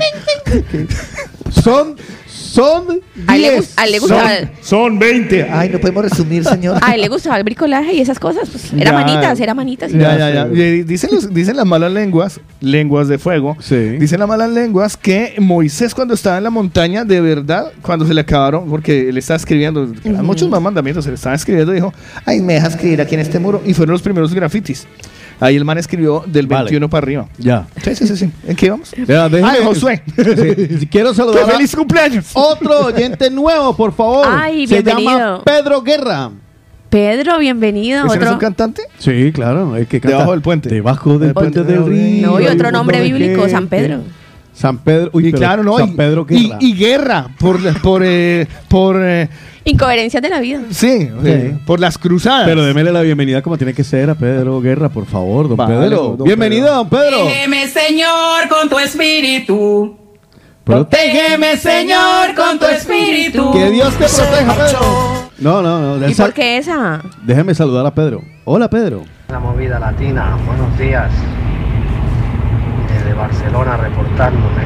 Speaker 1: Son, son
Speaker 3: A él le
Speaker 1: diez.
Speaker 3: gus- a él le
Speaker 2: Son,
Speaker 3: gustaba,
Speaker 2: son veinte. Ay, no podemos resumir, señor.
Speaker 3: a él le gustaba el bricolaje y esas cosas. Pues, era
Speaker 2: Ya.
Speaker 3: manitas, era manitas. y
Speaker 2: Ya,
Speaker 3: todo.
Speaker 2: ya, ya. Y Dicen, los- dicen las malas lenguas, lenguas de fuego,
Speaker 1: Sí.
Speaker 2: dicen las malas lenguas que Moisés cuando estaba en la montaña, de verdad, cuando se le acabaron, porque él estaba escribiendo, que eran
Speaker 3: Ujú.
Speaker 2: muchos más mandamientos, se le estaba escribiendo, dijo, ay, me deja escribir aquí en este muro, y fueron los primeros grafitis. Ahí el man escribió del
Speaker 1: Vale.
Speaker 2: veintiuno para arriba.
Speaker 1: Ya.
Speaker 2: Sí, sí, sí, sí. ¿En qué vamos?
Speaker 1: Ya, déjeme-
Speaker 2: Ay, Josué.
Speaker 1: Sí. Quiero
Speaker 2: ¡Qué
Speaker 1: saludar a
Speaker 2: feliz cumpleaños!
Speaker 1: otro oyente nuevo, por favor.
Speaker 3: Ay,
Speaker 1: Se
Speaker 3: bienvenido.
Speaker 1: llama Pedro Guerra.
Speaker 3: Pedro, bienvenido.
Speaker 2: ¿Ese no es
Speaker 3: Otro,
Speaker 2: un cantante?
Speaker 1: Sí, claro. El que canta
Speaker 2: Debajo del puente.
Speaker 1: Debajo del
Speaker 2: El
Speaker 1: puente
Speaker 2: puente
Speaker 1: del
Speaker 2: del
Speaker 1: río.
Speaker 3: no, y
Speaker 1: hay
Speaker 3: otro
Speaker 1: un
Speaker 3: nombre
Speaker 1: montón de
Speaker 3: bíblico,
Speaker 1: gente.
Speaker 3: San Pedro.
Speaker 1: San Pedro. Uy,
Speaker 2: Y
Speaker 1: pero
Speaker 2: claro, no.
Speaker 1: San
Speaker 2: y-
Speaker 1: Pedro
Speaker 2: y,
Speaker 1: Guerra.
Speaker 2: y guerra por, por, eh, por eh,
Speaker 3: Incoherencias de la vida.
Speaker 2: sí, eh, por las cruzadas.
Speaker 1: Pero démele la bienvenida como tiene que ser a Pedro Guerra, por favor, don
Speaker 2: Vale,
Speaker 1: Pedro.
Speaker 2: don
Speaker 1: Bienvenido, don Pedro.
Speaker 4: Protégeme, Señor, con tu espíritu.
Speaker 1: Prote-
Speaker 4: Protégeme, Señor, con tu espíritu.
Speaker 1: Que Dios te proteja, Pedro. No, no, no.
Speaker 3: ¿Y
Speaker 1: sal-
Speaker 3: por qué esa?
Speaker 1: Déjeme saludar a Pedro. Hola, Pedro.
Speaker 9: La movida latina, buenos días. Desde Barcelona reportándome.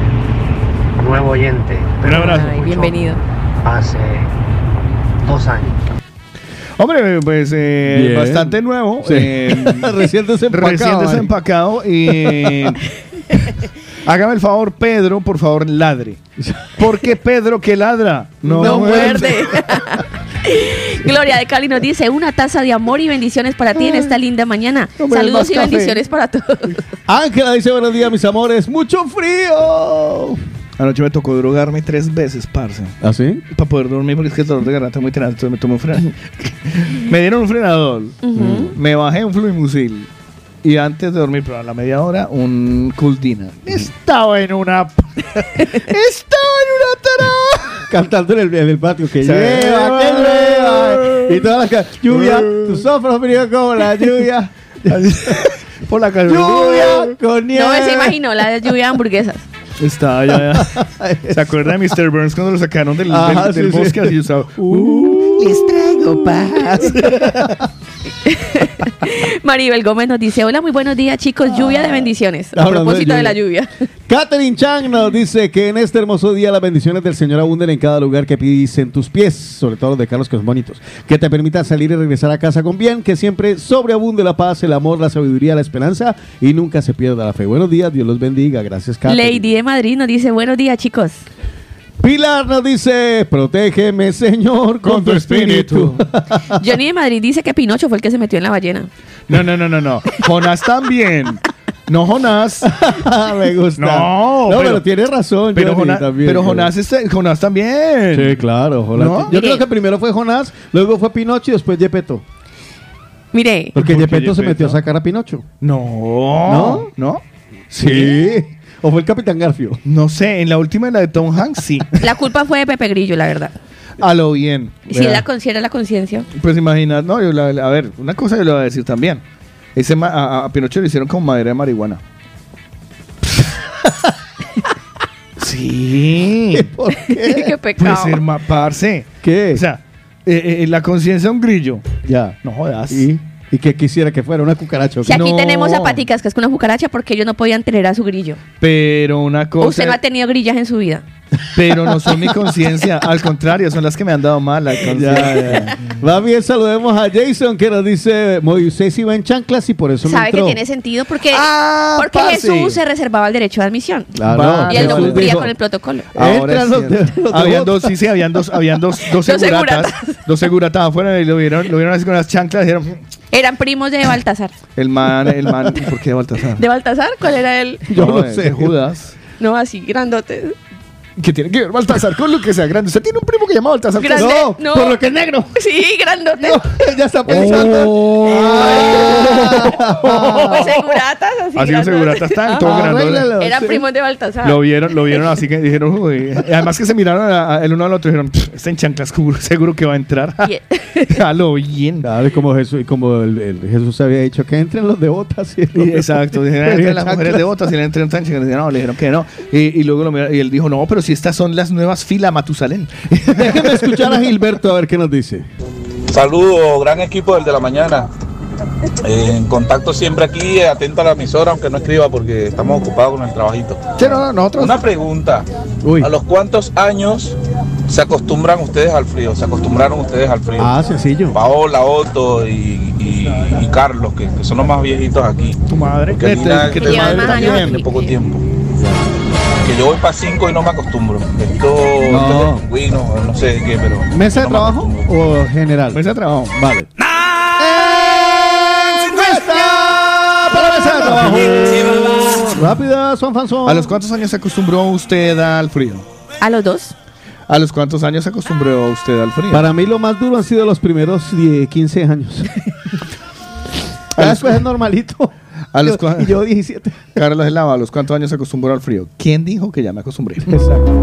Speaker 9: Nuevo oyente.
Speaker 2: Un abrazo.
Speaker 3: Ay, bienvenido.
Speaker 9: Hace dos años.
Speaker 2: Hombre, pues eh,
Speaker 1: Bien.
Speaker 2: bastante nuevo.
Speaker 1: Sí.
Speaker 2: eh,
Speaker 1: Recién desempacado.
Speaker 2: Recién
Speaker 1: Mari.
Speaker 2: desempacado. Y hágame el favor, Pedro, por favor, ladre. Porque Pedro que ladra no,
Speaker 3: No muerde. Gloria de Cali nos dice una taza de amor y bendiciones para ti en esta linda mañana.
Speaker 1: Hombre,
Speaker 3: Saludos
Speaker 1: más
Speaker 3: y
Speaker 1: café.
Speaker 3: bendiciones para todos.
Speaker 1: Ángela dice, buenos días, mis amores. ¡Mucho frío!
Speaker 2: Anoche me tocó drogarme tres veces, parce.
Speaker 1: ¿Ah, sí?
Speaker 2: Para poder dormir porque es que el dolor de garganta es muy tenaz. Entonces me tomé un frenador. Me dieron un frenador.
Speaker 3: Ujú.
Speaker 2: Me bajé un fluimucil. Y antes de dormir, pero a la media hora, un Culdina. Estaba en una... Estaba en una tarada.
Speaker 1: Cantando en el, en el patio que
Speaker 2: Sí.
Speaker 1: lleva, que lleva. Y toda la ca- lluvia, tus ojos fríos como la lluvia.
Speaker 2: Por la calle.
Speaker 1: Lluvia con nieve.
Speaker 3: No se imaginó la lluvia de hamburguesas.
Speaker 2: Estaba ya, ya. ¿Se acuerda de mister Burns cuando lo sacaron del,
Speaker 1: Ajá,
Speaker 2: del, del
Speaker 1: sí, sí.
Speaker 2: bosque? Así estaba. Uh, les traigo paz.
Speaker 3: Maribel Gómez nos dice, hola, muy buenos días, chicos, lluvia de bendiciones. A
Speaker 1: Hablando de
Speaker 3: propósito de la lluvia.
Speaker 1: Catherine Chang nos dice que en este hermoso día las bendiciones del Señor abunden en cada lugar que pisen tus pies, sobre todo los de Carlos, que son bonitos. Que te permitan salir y regresar a casa con bien, que siempre sobreabunde la paz, el amor, la sabiduría, la esperanza y nunca se pierda la fe. Buenos días, Dios los bendiga. Gracias, Catherine.
Speaker 3: Lady de Madrid nos dice, buenos días, chicos.
Speaker 1: Pilar nos dice, protégeme, Señor, con, tu espíritu.
Speaker 3: Johnny de Madrid dice que Pinocho fue el que se metió en la ballena.
Speaker 2: No, no, no, no, no. Jonás también. No, Jonás.
Speaker 1: Me gusta.
Speaker 2: No,
Speaker 1: no pero,
Speaker 2: pero-
Speaker 1: tiene razón.
Speaker 2: Pero,
Speaker 1: Johnny,
Speaker 2: Jonás,
Speaker 1: también,
Speaker 2: pero
Speaker 1: ¿no?
Speaker 2: Jonás, está- Jonás también.
Speaker 1: Sí, claro. Jonás.
Speaker 2: ¿No?
Speaker 1: Yo
Speaker 3: Mire.
Speaker 1: creo que primero fue Jonás, luego fue Pinocho y después Gepetto.
Speaker 3: Mire,
Speaker 1: Porque
Speaker 2: ¿Por qué
Speaker 1: Gepetto se
Speaker 2: Gepetto?
Speaker 1: metió a sacar a Pinocho.
Speaker 2: No.
Speaker 1: ¿No?
Speaker 2: ¿No?
Speaker 1: Sí. ¿O fue el Capitán Garfio?
Speaker 2: No sé, en la última, en la de Tom Hanks, sí.
Speaker 3: la culpa fue de Pepe Grillo, la verdad.
Speaker 2: A lo bien.
Speaker 3: Si él la considera la conciencia.
Speaker 2: Pues imagina, no, yo la- a ver, una cosa yo le voy a decir también. Ese ma- a, a Pinocho le hicieron con madera de marihuana. Sí.
Speaker 1: ¿Por qué?
Speaker 3: Qué pecado.
Speaker 2: Pues herma, parce.
Speaker 1: ¿Qué?
Speaker 2: O sea, eh, eh, la conciencia de un grillo.
Speaker 1: Ya.
Speaker 2: No jodas.
Speaker 1: ¿Y? ¿Y qué quisiera que fuera? ¿Una cucaracha? ¿o
Speaker 3: Si
Speaker 1: qué?
Speaker 3: aquí
Speaker 2: No.
Speaker 3: tenemos a Paticas, que es con una cucaracha, porque ellos no podían tener a su grillo.
Speaker 2: Pero una
Speaker 3: O
Speaker 2: cosa.
Speaker 3: usted no ha tenido grillas en su vida.
Speaker 2: Pero no son mi conciencia. Al contrario, son las que me han dado mal la conciencia.
Speaker 1: Ya, ya. Va bien, saludemos a Jason que nos dice, Moisés iba en chanclas y por eso no
Speaker 3: Sabe que
Speaker 1: entró.
Speaker 3: tiene sentido porque,
Speaker 2: Ah,
Speaker 3: porque
Speaker 2: parce.
Speaker 3: Jesús se reservaba el derecho de admisión.
Speaker 1: Claro.
Speaker 2: Va,
Speaker 3: Y él no
Speaker 1: Jesús
Speaker 3: cumplía
Speaker 1: dijo,
Speaker 3: con el protocolo.
Speaker 2: Ahora
Speaker 1: Entran
Speaker 2: es
Speaker 1: los de-
Speaker 2: cierto.
Speaker 1: los de
Speaker 2: Habían
Speaker 1: bota.
Speaker 2: dos, sí, sí, habían dos, habían dos, dos
Speaker 3: Dos
Speaker 2: seguratas.
Speaker 3: seguratas.
Speaker 2: Dos seguratas afuera y lo vieron, lo vieron así con las chanclas y dijeron,
Speaker 3: Eran primos de Baltasar.
Speaker 2: el man, el man, ¿por qué Baltasar?
Speaker 3: ¿De Baltasar? ¿Cuál era él?
Speaker 1: Yo no
Speaker 2: de-
Speaker 1: sé.
Speaker 2: de Judas.
Speaker 3: No, así, grandote.
Speaker 2: ¿Qué tiene que ver Baltasar con lo que sea grande? ¿Usted tiene un primo que llama Baltasar?
Speaker 3: Grande,
Speaker 1: No,
Speaker 3: no.
Speaker 1: por lo que es negro.
Speaker 3: Sí, grandote.
Speaker 1: Ya está pensando.
Speaker 3: Pues seguratas, así.
Speaker 2: Así los
Speaker 3: grandotes.
Speaker 2: seguratas están, todo
Speaker 3: Ajá.
Speaker 2: grandote.
Speaker 1: Arréglalo.
Speaker 3: Eran
Speaker 1: Sí.
Speaker 3: primos de Baltasar.
Speaker 2: Lo vieron, lo vieron así que dijeron, uy. Y además que se miraron a- a- el uno al otro y dijeron, "Pff, está en chanclas, seguro, seguro que va a entrar.
Speaker 3: Y-
Speaker 2: A lo bien.
Speaker 1: Claro, y como Jesús, y como el, el Jesús había dicho que entren los de botas. Y
Speaker 2: Y exacto, dijeron, "Ah, entran las mujeres de botas y le entran tan chicas". No, le dijeron que no. Y, y luego lo miraron, y él dijo, no, pero si estas son las nuevas filas Matusalén.
Speaker 1: Déjeme escuchar a Gilberto a ver qué nos dice.
Speaker 6: Saludos, gran equipo del de la mañana. Eh, en contacto siempre aquí, eh, atento a la emisora, aunque no escriba porque estamos ocupados con el trabajito.
Speaker 2: Sí, no, no, nosotros.
Speaker 6: Una pregunta.
Speaker 1: Uy.
Speaker 6: ¿A los cuántos años se acostumbran ustedes al frío? ¿Se acostumbraron ustedes al frío?
Speaker 1: Ah, sencillo.
Speaker 6: Paola, Otto y, y- y Carlos, que, que son los más viejitos aquí.
Speaker 2: Tu madre.
Speaker 6: Porque
Speaker 2: Que
Speaker 6: Lina,
Speaker 2: te, que
Speaker 6: que
Speaker 2: te
Speaker 3: llevan
Speaker 2: madre
Speaker 3: más
Speaker 2: también.
Speaker 3: años.
Speaker 6: tiene poco tiempo. Que yo voy para cinco y no me acostumbro. Esto,
Speaker 1: No.
Speaker 6: esto es de pingüino, no sé de qué, pero.
Speaker 1: ¿Mesa de
Speaker 6: no me
Speaker 1: trabajo
Speaker 6: acostumbro.
Speaker 1: o general?
Speaker 2: Mesa de trabajo.
Speaker 1: Vale. Para mesa de trabajo. Rápida, son fanzón.
Speaker 2: ¿A los cuántos años se acostumbró usted al frío?
Speaker 3: A los dos.
Speaker 2: ¿A los cuántos años se acostumbró usted al frío?
Speaker 1: Para mí lo más duro han sido los primeros diez, quince años. Ya después es normalito.
Speaker 2: A los
Speaker 1: Yo-
Speaker 2: cua-
Speaker 1: y yo diecisiete.
Speaker 2: Carlos Elava, ¿a los cuántos años se acostumbró al frío? ¿Quién dijo que ya me acostumbré?
Speaker 1: Exacto.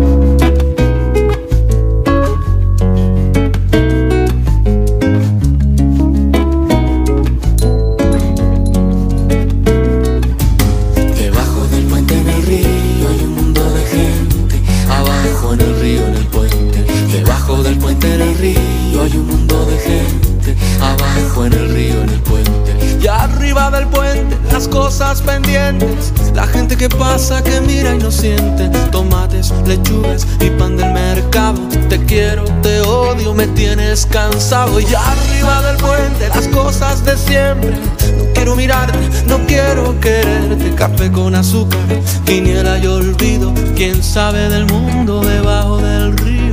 Speaker 7: Debajo del puente en el río hay un mundo de gente. Abajo en el río en el puente. Debajo del puente en el río hay un mundo de gente. Abajo en el río en el puente. Y arriba del puente las cosas pendientes.
Speaker 11: La gente que pasa, que mira y no siente. Tomates, lechugas y pan del mercado. Te quiero, te odio, me tienes cansado. Y arriba del puente las cosas de siempre. No quiero mirarte, no quiero quererte. Café con azúcar, quiniela y olvido. Quién sabe del mundo debajo del río.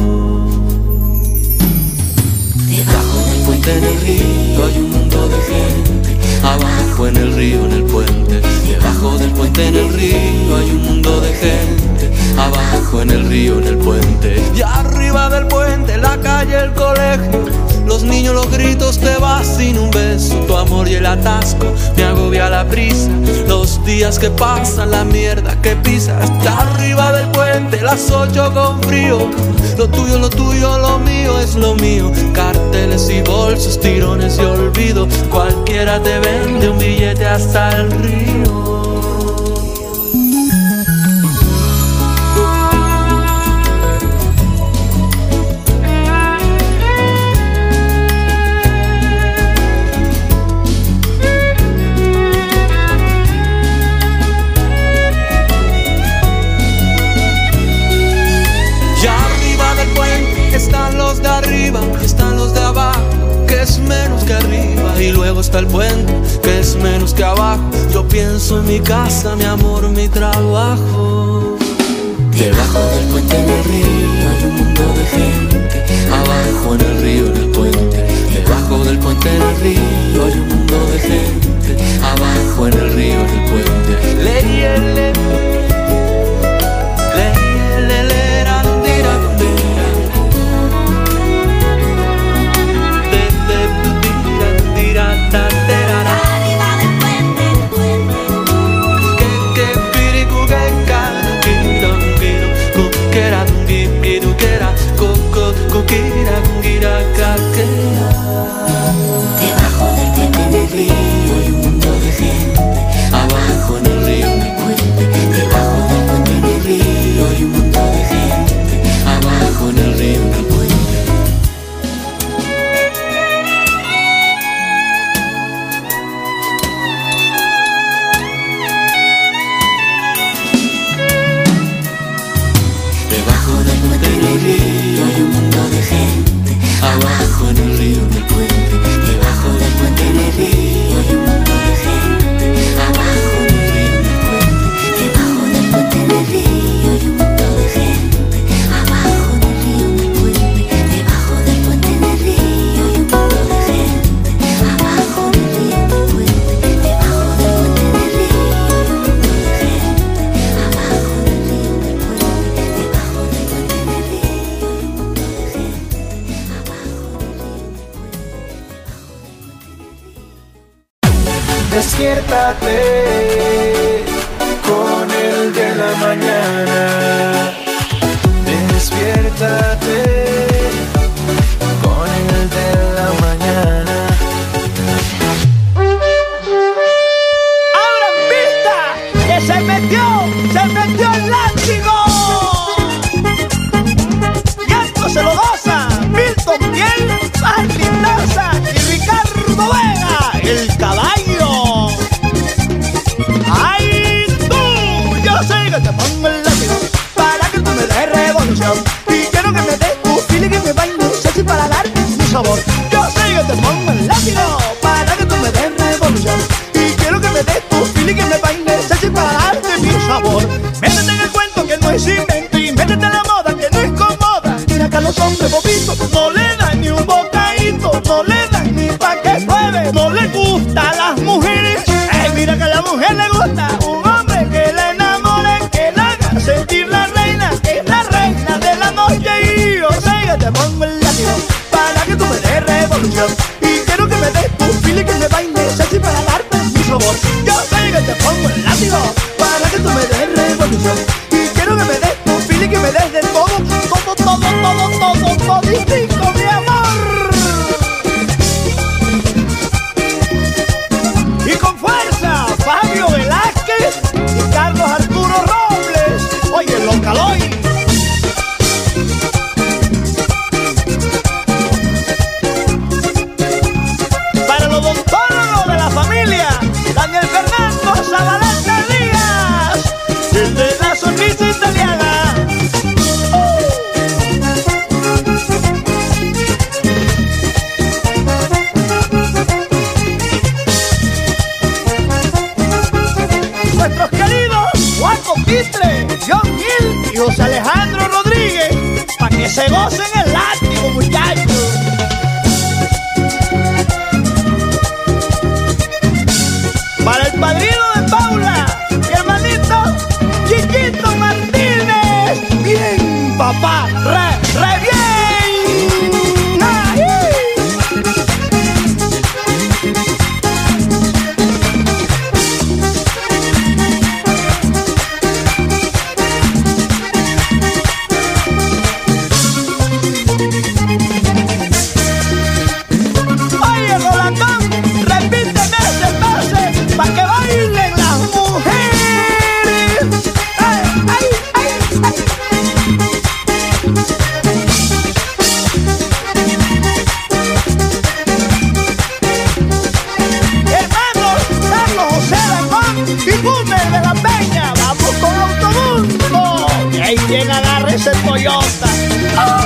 Speaker 11: Debajo del puente en el río hay un mundo de gente. Abajo en el río, en el puente. Debajo del puente en el río hay un mundo de gente. Abajo en el río, en el puente. Y arriba del puente, la calle, el colegio. Los niños, los gritos, te vas sin un beso. Tu amor y el atasco, me agobia la prisa. Los días que pasan, la mierda que pisas. Está arriba del puente, las ocho con frío. Lo tuyo, lo tuyo, lo mío es lo mío. Carteles y bolsos, tirones y olvido. Cualquiera te vende un billete hasta el río. Están los de arriba y están los de abajo, que es menos que arriba. Y luego está el puente, que es menos que abajo. Yo pienso en mi casa, mi amor, mi trabajo. Debajo del puente en el río hay un mundo de gente. Abajo en el río, en el puente. Debajo del puente en el río hay un mundo de gente. Abajo en el río, en el puente. Leyele, leyele, lerandira. Arriba del puente, que que piricu que cara, kira kira, coquera kira kira, coco coquera kira kira. Debajo del puente en el río hay un mundo de gente. Abajo en el río, en el puente. Debajo del puente en el río hay un mundo de gente. Abajo en el río, en el puente. Hay un mundo de gente. Abajo en el río, en el puente. Debajo del puente en el río hay un mundo de gente. Abajo en el río, en el puente. Debajo del puente en el río hay un mundo de gente. Abajo en el río, en el puente. Debajo del puente en el río hay un mundo de gente. Abajo en el río, en el puente. Debajo del puente en el río hay un mundo de gente. Abajo en el río, en el puente. Debajo del puente en el río.
Speaker 15: Despiértate con el de la mañana. Despiértate con el de la mañana.
Speaker 12: ¡Abran vista! ¡Que se metió! ¡Se metió el látigo! Y esto se lo goza Milton Miel, Marlin Daza y Ricardo Vega, el caballo. ¡Ay, tú! Yo sé que te pongo el látigo para que tú me des revolución. Y quiero que me des tu fili, que me bailes así para darte mi sabor. Yo sé que te pongo el látigo para que tú me des revolución. Y quiero que me des tu fili, que me bailes así para darte mi sabor. Métete en el cuento que no es invento y métete en la moda que no es cómoda. Mira que a los hombres bobitos no le dan ni un bocadito, no le dan ni pa' que pruebe. No le gusta a las mujeres. Ey, mira que a la mujer le gusta un hombre que la enamore, que la haga sentir la reina, que es la reina de la noche. Y yo sé que te pongo el látigo para que tú me des revolución. Y quiero que me des tu fili, que me bailes así para darte mi sabor. Yo sé que te pongo el látigo para que tú me des revolución. Y quiero que me des tu fili, que me des de todo, todo, todo, todo, todo, todo, mi amor. José Alejandro Rodríguez, pa' que se gocen el látigo, muchachos. Para el padrino de Paula y hermanito Chiquito Martínez. Bien, papá, re, re bien. ¡Ay! Oye, Rolandón, repíteme ese pase pa' que bailen las mujeres. ¡Ay, ay, ay, ay! Hermanos, Carlos José Ramón y Boomer de la Peña, vamos con Automundo. Y ahí quien agarre ese Toyota. ¡Oh!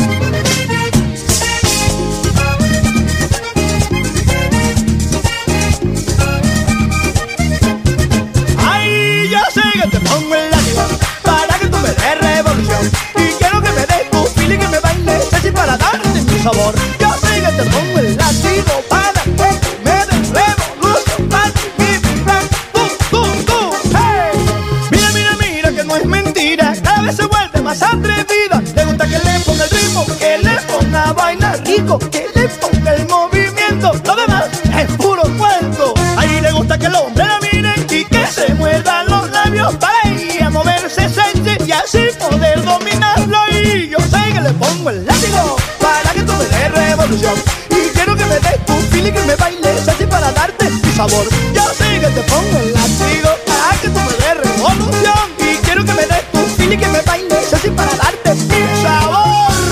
Speaker 12: Ay, yo sé que te pongo el látigo para que tú me des revolución. Y quiero que me des tu feeling, que me bailes así para darte tu sabor. Yo sé que te pongo el látigo para que tú me des revolución. Para mi plan, tú, tú, tú, hey. Mira, mira, mira que no es mentira, cada vez se vuelve más atrevida. Le gusta que le ponga el ritmo, que le ponga a bailar rico, que le ponga el movimiento. Lo demás es puro cuento. Ahí le gusta que el hombre la mire y que se muerdan los labios para ella moverse sexy y así poder dominarlo. Y yo sé que le pongo el látigo para que tú me des revolución. Y quiero que me des tu feeling, que me bailes así para darte mi sabor. Yo sé que te pongo el látigo para que tú me des revolución. Y quiero que me des tu feeling, que me bailes así para darte mi sabor.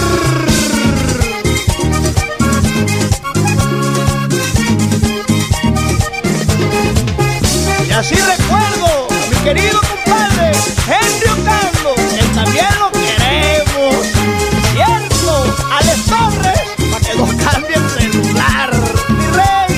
Speaker 12: Y así recuerdo a mi querido compadre Henry Ocando, él también lo queremos. Cierto, Alex Torres, para que nos cambie el celular, mi rey.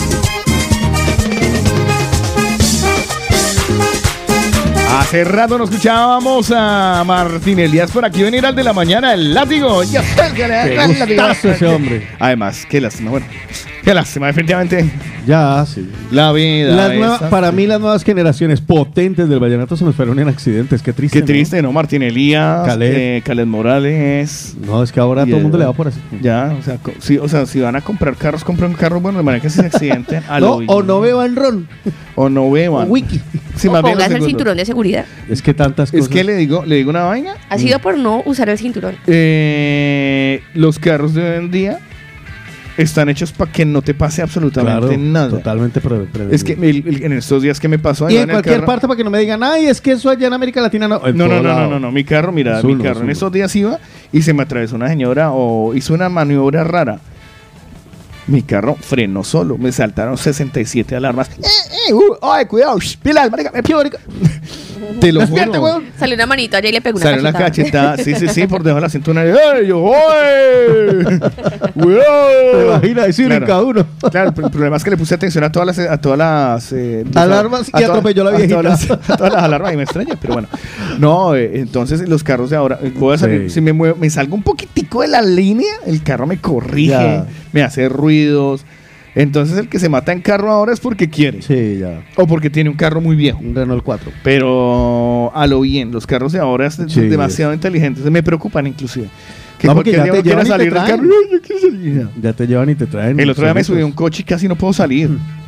Speaker 2: Hace rato no escuchábamos a Martín Elías por aquí venir al de la mañana, el látigo. Ya está, el
Speaker 1: Qué gustazo ese hombre.
Speaker 2: Además, qué lástima, bueno, qué lástima, definitivamente.
Speaker 1: Ya, sí.
Speaker 2: La vida.
Speaker 1: Las nuevas-
Speaker 2: esa,
Speaker 1: para
Speaker 2: sí.
Speaker 1: mí las nuevas generaciones potentes del vallenato se nos fueron en accidentes. Qué triste.
Speaker 2: Qué triste, ¿no? Martín Elías,
Speaker 1: Caled.
Speaker 2: eh, Caled Morales.
Speaker 1: No, es que ahora
Speaker 2: Y,
Speaker 1: todo el mundo
Speaker 2: eh,
Speaker 1: le va por así.
Speaker 2: Ya, o sea, co- si, o sea, si van a comprar carros, compren un carro bueno, de manera que se accidenten. a
Speaker 1: No,
Speaker 2: lo
Speaker 1: o no beban ron.
Speaker 2: O no beban.
Speaker 1: O wiki.
Speaker 2: Sí,
Speaker 3: O
Speaker 2: más bien
Speaker 3: pongas
Speaker 2: lo
Speaker 3: el
Speaker 2: segundo.
Speaker 3: cinturón de seguridad.
Speaker 1: Es que tantas
Speaker 2: Es
Speaker 1: cosas.
Speaker 2: que le digo, le digo una vaina.
Speaker 3: Ha sido por no usar el cinturón.
Speaker 2: Eh, los carros de hoy en día están hechos para que no te pase absolutamente
Speaker 1: Claro,
Speaker 2: nada.
Speaker 1: totalmente pre- prevenido.
Speaker 2: Es que el- el- en estos días que me pasó
Speaker 1: Y
Speaker 2: iba
Speaker 1: en
Speaker 2: el
Speaker 1: cualquier
Speaker 2: carro-
Speaker 1: parte para que no me digan, ay, es que eso allá en América Latina no. En
Speaker 2: No, no,
Speaker 1: todo
Speaker 2: no, no,
Speaker 1: lado.
Speaker 2: no, no, mi carro, mira,
Speaker 1: Azul,
Speaker 2: mi carro
Speaker 1: azul.
Speaker 2: en estos días iba y se me atravesó una señora o hizo una maniobra rara. Mi carro frenó solo, me saltaron sesenta y siete alarmas. ¡Eh, eh! Uh, ¡Ay, cuidado! Shh, ¡Pilar, marica! ¡Me pido, marica! Te lo
Speaker 1: Despierte,
Speaker 2: juro.
Speaker 1: weón.
Speaker 3: Salió una manito allá y le pegó una
Speaker 2: Salió una
Speaker 3: cachetada.
Speaker 2: cachetada, sí, sí, sí, por debajo de la cintura. ¡Ey, yo, oye!
Speaker 1: Te
Speaker 2: ¡Cuidado!
Speaker 1: imaginas decir en cada uno.
Speaker 2: Claro, pero el problema es que le puse atención a todas las, a todas las eh,
Speaker 1: Alarmas y
Speaker 2: a todas-
Speaker 1: atropelló a la
Speaker 2: a
Speaker 1: viejita.
Speaker 2: todas las- a todas las alarmas y me extraña, pero bueno. No, eh, entonces los carros de ahora, eh, voy a salir,
Speaker 1: Sí.
Speaker 2: si me muevo, me salgo un poquitico de la línea, el carro me corrige,
Speaker 1: Ya.
Speaker 2: me hace ruidos. Entonces el que se mata en carro ahora es porque quiere.
Speaker 1: Sí, ya.
Speaker 2: O porque tiene un carro muy viejo.
Speaker 1: Un Renault cuatro.
Speaker 2: Pero a lo bien, los carros de ahora son
Speaker 1: Sí,
Speaker 2: demasiado inteligentes. Me preocupan inclusive. Que
Speaker 1: No, porque
Speaker 2: cualquier
Speaker 1: ya
Speaker 2: día
Speaker 1: te
Speaker 2: uno quiera
Speaker 1: llevan y te
Speaker 2: salir del
Speaker 1: traen.
Speaker 2: carro. "Ay, yo quiero salir".
Speaker 1: Ya te llevan y te traen.
Speaker 2: El otro día me
Speaker 1: solitos.
Speaker 2: subí a un coche y casi no puedo salir.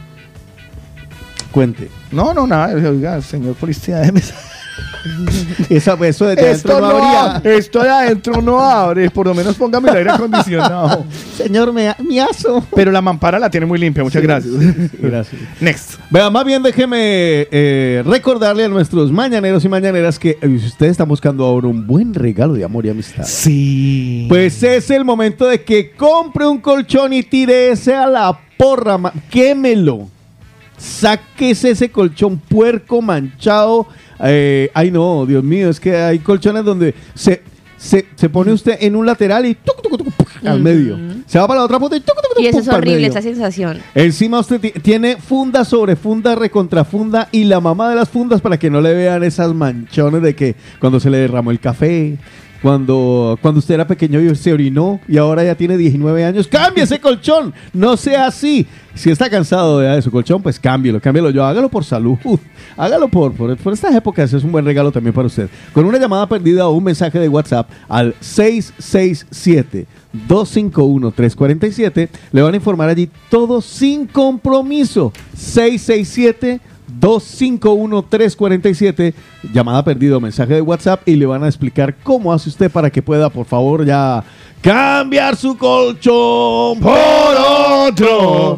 Speaker 1: Cuente.
Speaker 2: No, no, nada. Oiga, señor policía, déjeme salir.
Speaker 1: Esa, eso de
Speaker 2: Esto
Speaker 1: adentro no
Speaker 2: no,
Speaker 1: abría.
Speaker 2: ab- esto de adentro no abre. Por lo menos póngame el aire acondicionado.
Speaker 1: Señor, me miazo.
Speaker 2: Pero la mampara la tiene muy limpia. Muchas
Speaker 1: Sí,
Speaker 2: gracias.
Speaker 1: Gracias.
Speaker 2: Next.
Speaker 1: Vea, más bien déjeme eh, recordarle a nuestros mañaneros y mañaneras que eh, si ustedes están buscando ahora un buen regalo de amor y amistad,
Speaker 2: Sí.
Speaker 1: pues es el momento de que compre un colchón y tire ese a la porra, ma- quémelo. Sáquese ese colchón puerco, manchado. Eh, ay no, Dios mío, es que hay colchones donde se se, se pone usted en un lateral y tuc, tuc, tuc, tuc, al
Speaker 3: Ujú.
Speaker 1: medio. Se va para la otra punta y tuc, tuc, tuc,
Speaker 3: Y eso es
Speaker 1: tuc, al
Speaker 3: horrible,
Speaker 1: medio.
Speaker 3: esa sensación.
Speaker 1: Encima usted ti- tiene funda sobre funda, recontra funda y la mamá de las fundas para que no le vean esas manchones de que cuando se le derramó el café, cuando, cuando usted era pequeño y se orinó y ahora ya tiene diecinueve años. ¡Cambie ese colchón! No sea así. Si está cansado de, de su colchón, pues cámbielo, cámbielo yo. Hágalo por salud. Hágalo por, por, por estas épocas. Es un buen regalo también para usted. Con una llamada perdida o un mensaje de WhatsApp al seis seis siete, dos cinco uno, tres cuatro siete le van a informar allí todo sin compromiso. seis seis siete, dos cinco uno, tres cuatro siete, llamada perdida o mensaje de WhatsApp y le van a explicar cómo hace usted para que pueda, por favor, ya cambiar su colchón por otro.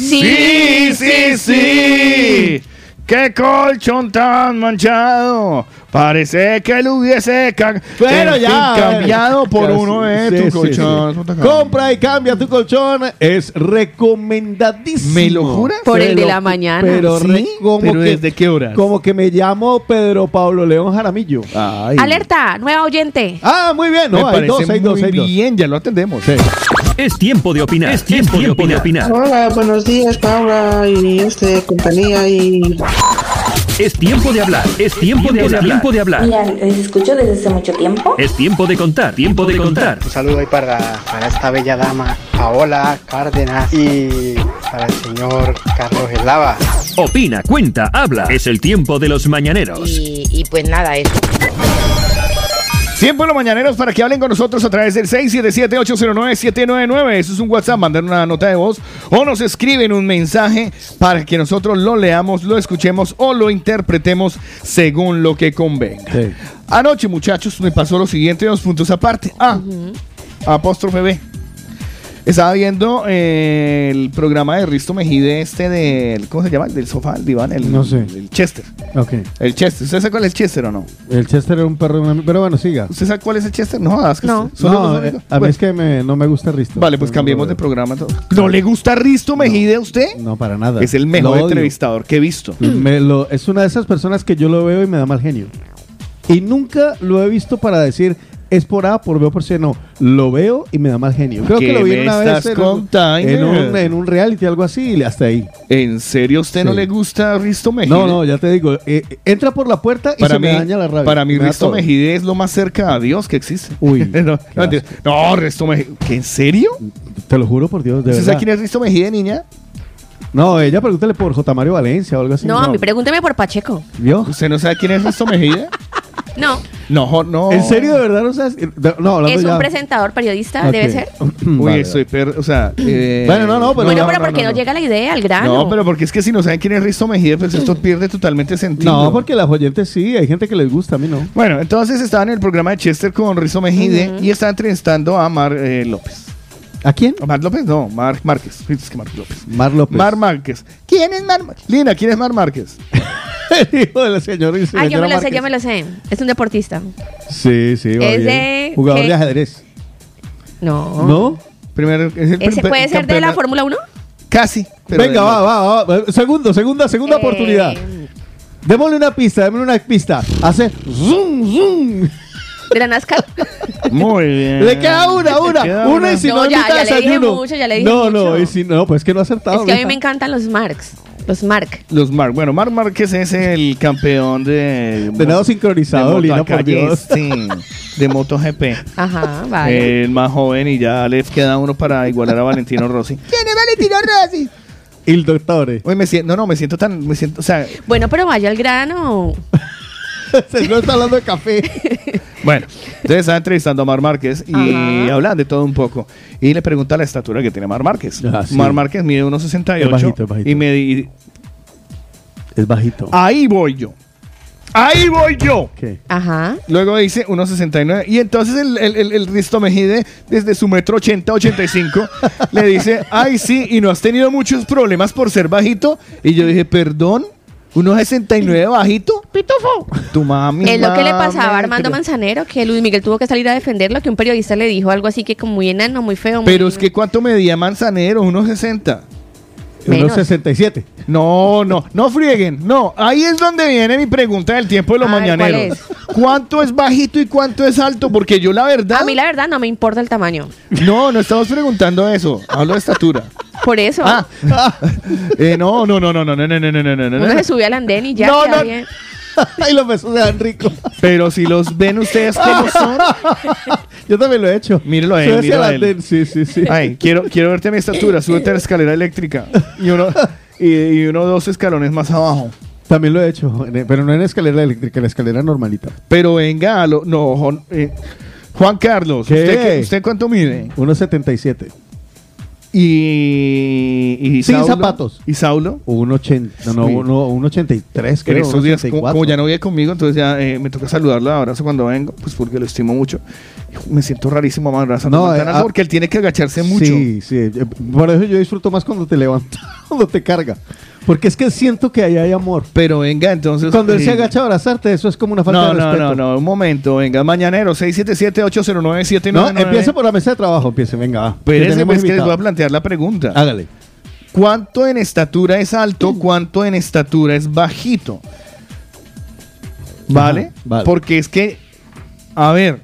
Speaker 2: Sí, sí, sí. ¡Qué colchón tan manchado! Parece que lo hubiese ca-
Speaker 1: Pero
Speaker 2: en
Speaker 1: ya,
Speaker 2: fin, cambiado por
Speaker 1: casi.
Speaker 2: uno de
Speaker 1: Sí,
Speaker 2: tu
Speaker 1: sí,
Speaker 2: colchón.
Speaker 1: sí. Compra y cambia tu colchón. Es recomendadísimo.
Speaker 2: ¿Me lo juras?
Speaker 3: Por el de
Speaker 1: Pero-
Speaker 3: la mañana.
Speaker 1: Pero,
Speaker 2: ¿Sí?
Speaker 1: re- como
Speaker 2: ¿Pero
Speaker 1: que,
Speaker 2: desde qué horas?
Speaker 1: Como que me llamo Pedro Pablo León Jaramillo.
Speaker 2: Ay.
Speaker 3: Alerta, nueva oyente.
Speaker 1: Ah, muy bien.
Speaker 2: Me
Speaker 1: No, hay
Speaker 2: parece
Speaker 1: dos, hay dos,
Speaker 2: muy
Speaker 1: hay dos.
Speaker 2: bien, ya lo atendemos.
Speaker 1: Sí.
Speaker 17: Es tiempo de opinar. Es tiempo, de opinar.
Speaker 13: Hola, buenos días, Paula y este compañía y
Speaker 17: Es tiempo de hablar. Es tiempo de hablar. Tiempo de hablar.
Speaker 14: Mira, les escucho desde hace mucho tiempo.
Speaker 17: Es tiempo de contar. Tiempo de contar.
Speaker 23: Un saludo ahí para, para esta bella dama, Paola Cárdenas, y para el señor Carlos Eslava.
Speaker 17: Opina, cuenta, habla. Es el tiempo de los mañaneros.
Speaker 14: Y, y pues nada, eso.
Speaker 2: Siempre los mañaneros para que hablen con nosotros a través del seis siete siete, ocho cero nueve, siete nueve nueve. Eso es un WhatsApp, mandan una nota de voz o nos escriben un mensaje para que nosotros lo leamos, lo escuchemos o lo interpretemos según lo que convenga.
Speaker 1: Sí.
Speaker 2: Anoche, muchachos, me pasó lo siguiente, dos puntos aparte. A, apóstrofe B. Estaba viendo eh, el programa de Risto Mejide, este del, ¿cómo se llama? Del sofá, el diván, el,
Speaker 1: No sé.
Speaker 2: el Chester.
Speaker 1: Ok.
Speaker 2: El Chester. ¿Usted sabe cuál es el Chester o no?
Speaker 1: El Chester era un perro, de una- pero bueno, siga.
Speaker 2: ¿Usted sabe cuál es el Chester? No, es que
Speaker 3: No.
Speaker 2: son los
Speaker 1: No,
Speaker 2: dos
Speaker 1: eh,
Speaker 2: únicos.
Speaker 1: a mí
Speaker 2: Bueno,
Speaker 1: es que me- no me gusta Risto.
Speaker 2: Vale, pues
Speaker 1: No,
Speaker 2: cambiemos
Speaker 1: no,
Speaker 2: de programa. todo. ¿No le gusta Risto Mejide a usted?
Speaker 1: No, para nada.
Speaker 2: Es el
Speaker 1: Lo
Speaker 2: mejor
Speaker 1: odio.
Speaker 2: entrevistador que he visto.
Speaker 1: Me lo- es una de esas personas que yo lo veo y me da mal genio. Y nunca lo he visto para decir es por A, por B o por C. No, lo veo y me da mal genio. Creo
Speaker 2: ¿Qué
Speaker 1: que lo vi
Speaker 2: me
Speaker 1: una vez
Speaker 2: estás
Speaker 1: en un,
Speaker 2: contando?
Speaker 1: en, un, en un reality, algo así, y hasta ahí.
Speaker 2: ¿En serio a usted no
Speaker 1: Sí.
Speaker 2: le gusta Risto Mejide?
Speaker 1: No, no, ya te digo. eh, entra por la puerta y
Speaker 2: Para
Speaker 1: se
Speaker 2: mí,
Speaker 1: me daña la rabia.
Speaker 2: para mí
Speaker 1: Me da
Speaker 2: Risto
Speaker 1: todo.
Speaker 2: Mejide es lo más cerca a Dios que existe.
Speaker 1: Uy,
Speaker 2: no, no, mentira. No, Risto Mejide. ¿Qué, ¿En serio?
Speaker 1: Te lo juro por Dios, de
Speaker 2: ¿Usted
Speaker 1: verdad.
Speaker 2: sabe quién es Risto Mejide, niña?
Speaker 1: No, ella pregúntale por J. Mario Valencia o algo así.
Speaker 3: No, a mí pregúnteme por Pacheco.
Speaker 1: ¿Vio?
Speaker 2: ¿Usted no sabe quién es Risto Mejide?
Speaker 3: No,
Speaker 2: No, jo- no.
Speaker 1: ¿En serio, de verdad? No, sabes? no hablando
Speaker 3: es un
Speaker 1: ya.
Speaker 3: presentador, periodista,
Speaker 1: Ok.
Speaker 3: debe ser.
Speaker 2: Uy,
Speaker 1: Vale,
Speaker 2: estoy per... O sea... eh,
Speaker 1: Bueno, no, no, pero-
Speaker 3: bueno,
Speaker 1: no,
Speaker 3: pero
Speaker 1: no,
Speaker 3: ¿por qué no,
Speaker 1: no, no.
Speaker 3: llega la idea al grano?
Speaker 2: No, pero porque es que si no saben quién es Risto Mejide, pues esto pierde totalmente sentido.
Speaker 1: No, porque las oyentes sí, hay gente que les gusta, a mí no.
Speaker 2: Bueno, entonces estaba en el programa de Chester con Risto Mejide
Speaker 3: Ujú.
Speaker 2: y estaba entrevistando a Mar eh, López.
Speaker 1: ¿A quién?
Speaker 2: ¿A Mar López? No, Mar Márquez. Es que Mar López.
Speaker 1: Mar López.
Speaker 2: Mar Márquez. ¿Quién es Mar Márquez? Lina, ¿quién es Mar Márquez?
Speaker 1: El hijo de la señora y
Speaker 3: Ah, yo
Speaker 1: señora
Speaker 3: me lo sé,
Speaker 1: Márquez.
Speaker 3: yo me lo sé. Es un deportista.
Speaker 1: Sí, sí, va
Speaker 3: Es
Speaker 1: bien.
Speaker 3: de-
Speaker 1: Jugador
Speaker 3: ¿qué?
Speaker 1: de ajedrez.
Speaker 3: No.
Speaker 1: ¿No?
Speaker 2: Primero, es el
Speaker 3: ¿Ese
Speaker 2: prim-
Speaker 3: puede ser de la
Speaker 2: campeona-
Speaker 3: Fórmula uno?
Speaker 2: Casi. pero
Speaker 1: Venga,
Speaker 2: de-
Speaker 1: va, va, va. Segundo, segunda, segunda
Speaker 3: Eh,
Speaker 1: oportunidad. Démosle una pista, démosle una pista. Hace zoom, zoom.
Speaker 3: ¿De la NASCAR?
Speaker 2: Muy bien.
Speaker 1: Le queda una,
Speaker 2: Le
Speaker 1: una.
Speaker 2: queda
Speaker 1: Una y si no,
Speaker 3: No, ya-
Speaker 1: invita
Speaker 3: ya le dije
Speaker 1: desayuno.
Speaker 3: mucho, ya le dije
Speaker 1: No, no,
Speaker 3: mucho.
Speaker 1: y si no, pues que no ha acertado.
Speaker 3: Es que a mí
Speaker 1: mija.
Speaker 3: me encantan los Marks. Los Mark.
Speaker 2: Los Mar, bueno, Mar Márquez es el campeón de...
Speaker 1: De nado sincronizado,
Speaker 2: de
Speaker 1: Lina, por
Speaker 2: motocalle,
Speaker 1: Dios.
Speaker 2: sí, de MotoGP.
Speaker 3: Ajá, vale.
Speaker 2: El más joven y ya le queda uno para igualar a Valentino Rossi.
Speaker 20: ¿Quién es Valentino Rossi?
Speaker 1: Il doctore.
Speaker 2: Hoy me siento, no, no, me siento tan, me siento, o sea,
Speaker 3: Bueno, pero vaya al grano.
Speaker 1: Se no está hablando de café.
Speaker 2: bueno, entonces estaba entrevistando a Mar Márquez y
Speaker 3: Ajá.
Speaker 2: hablan de todo un poco. Y le pregunta la estatura que tiene Mar Márquez.
Speaker 1: Ah, sí.
Speaker 2: Mar Márquez mide uno sesenta y ocho.
Speaker 1: Es bajito, es bajito.
Speaker 2: Y me di-
Speaker 1: Es bajito.
Speaker 2: ahí voy yo. Ahí voy yo.
Speaker 1: ¿Qué?
Speaker 3: Ajá.
Speaker 2: Luego dice uno sesenta y nueve. Y entonces el, el, el, el Risto Mejide, desde su metro ochenta, ochenta y cinco, le dice, ay, sí, y no has tenido muchos problemas por ser bajito. Y yo dije, perdón, uno sesenta y nueve bajito. Pitufo. Tu mami.
Speaker 3: Es lo que le
Speaker 2: mami,
Speaker 3: pasaba a Armando
Speaker 2: creo.
Speaker 3: Manzanero, que Luis Miguel tuvo que salir a defenderlo, que un periodista le dijo algo así que como muy enano, muy feo. muy-
Speaker 2: Pero es que ¿cuánto medía Manzanero? uno sesenta.
Speaker 3: Menos.
Speaker 1: uno sesenta y siete.
Speaker 2: No, no, no frieguen. No, ahí es donde viene mi pregunta del tiempo de los
Speaker 3: Ay, ¿cuál
Speaker 2: mañaneros.
Speaker 3: es?
Speaker 2: ¿Cuánto es bajito y cuánto es alto? Porque yo la verdad...
Speaker 3: A mí la verdad no me importa el tamaño.
Speaker 2: No, no estamos preguntando eso. Hablo de estatura.
Speaker 3: Por eso.
Speaker 2: Ah, eh, no, no, no, no, no, no, no, no, no, no, no,
Speaker 3: Uno
Speaker 2: no.
Speaker 3: se sube al andén y ya
Speaker 2: No,
Speaker 3: queda
Speaker 2: no.
Speaker 3: bien.
Speaker 1: Ay, los besos se dan ricos.
Speaker 2: Pero si los ven ustedes como son...
Speaker 1: Yo también lo he hecho.
Speaker 2: Mírelo a él,
Speaker 1: Súbese
Speaker 2: mírelo
Speaker 1: al
Speaker 2: a él.
Speaker 1: andén, Sí, sí, sí.
Speaker 2: Ay, quiero, quiero verte a mi estatura. Súbete a la escalera eléctrica. Y uno, y, y uno dos escalones más abajo.
Speaker 1: También lo he hecho, pero no en escalera eléctrica, en la escalera normalita.
Speaker 2: Pero venga, a lo- no, Jon- eh, Juan Carlos,
Speaker 1: ¿Qué?
Speaker 2: ¿usted, qué- ¿usted cuánto mide?
Speaker 1: uno setenta y siete.
Speaker 2: Y, y
Speaker 1: Sin
Speaker 2: Saulo?
Speaker 1: zapatos.
Speaker 2: ¿Y Saulo?
Speaker 1: uno ochenta, no, no,
Speaker 2: Uy.
Speaker 1: uno, uno ochenta y tres,
Speaker 2: En
Speaker 1: creo.
Speaker 2: estos días,
Speaker 1: uno ochenta y
Speaker 2: como,
Speaker 1: cuatro.
Speaker 2: como ya no vive conmigo, entonces ya eh, me toca saludarlo de abrazo cuando vengo, pues porque lo estimo mucho. Me siento rarísimo más abrazando
Speaker 1: No,
Speaker 2: a
Speaker 1: eh,
Speaker 2: Montana
Speaker 1: ah,
Speaker 2: porque él tiene que agacharse mucho.
Speaker 1: Sí, sí. eh, Por eso yo disfruto más cuando te levantas, cuando te carga. Porque es que siento que ahí hay amor.
Speaker 2: Pero venga, entonces...
Speaker 1: Cuando él se
Speaker 2: eh,
Speaker 1: agacha a abrazarte, eso es como una falta
Speaker 2: No,
Speaker 1: de
Speaker 2: no,
Speaker 1: respeto.
Speaker 2: no, no, un momento, venga, mañanero, seis siete siete, ocho cero nueve, siete nueve
Speaker 1: No,
Speaker 2: nueve.
Speaker 1: empiece por la mesa de trabajo, empiece, venga, va.
Speaker 2: Pero
Speaker 1: Que
Speaker 2: ese,
Speaker 1: tenemos
Speaker 2: pues, que les voy a
Speaker 1: invitado.
Speaker 2: plantear la pregunta.
Speaker 1: Hágale.
Speaker 2: ¿Cuánto en estatura es alto? ¿Cuánto en estatura es bajito? ¿Vale?
Speaker 1: Ajá, vale.
Speaker 2: Porque es que, a ver,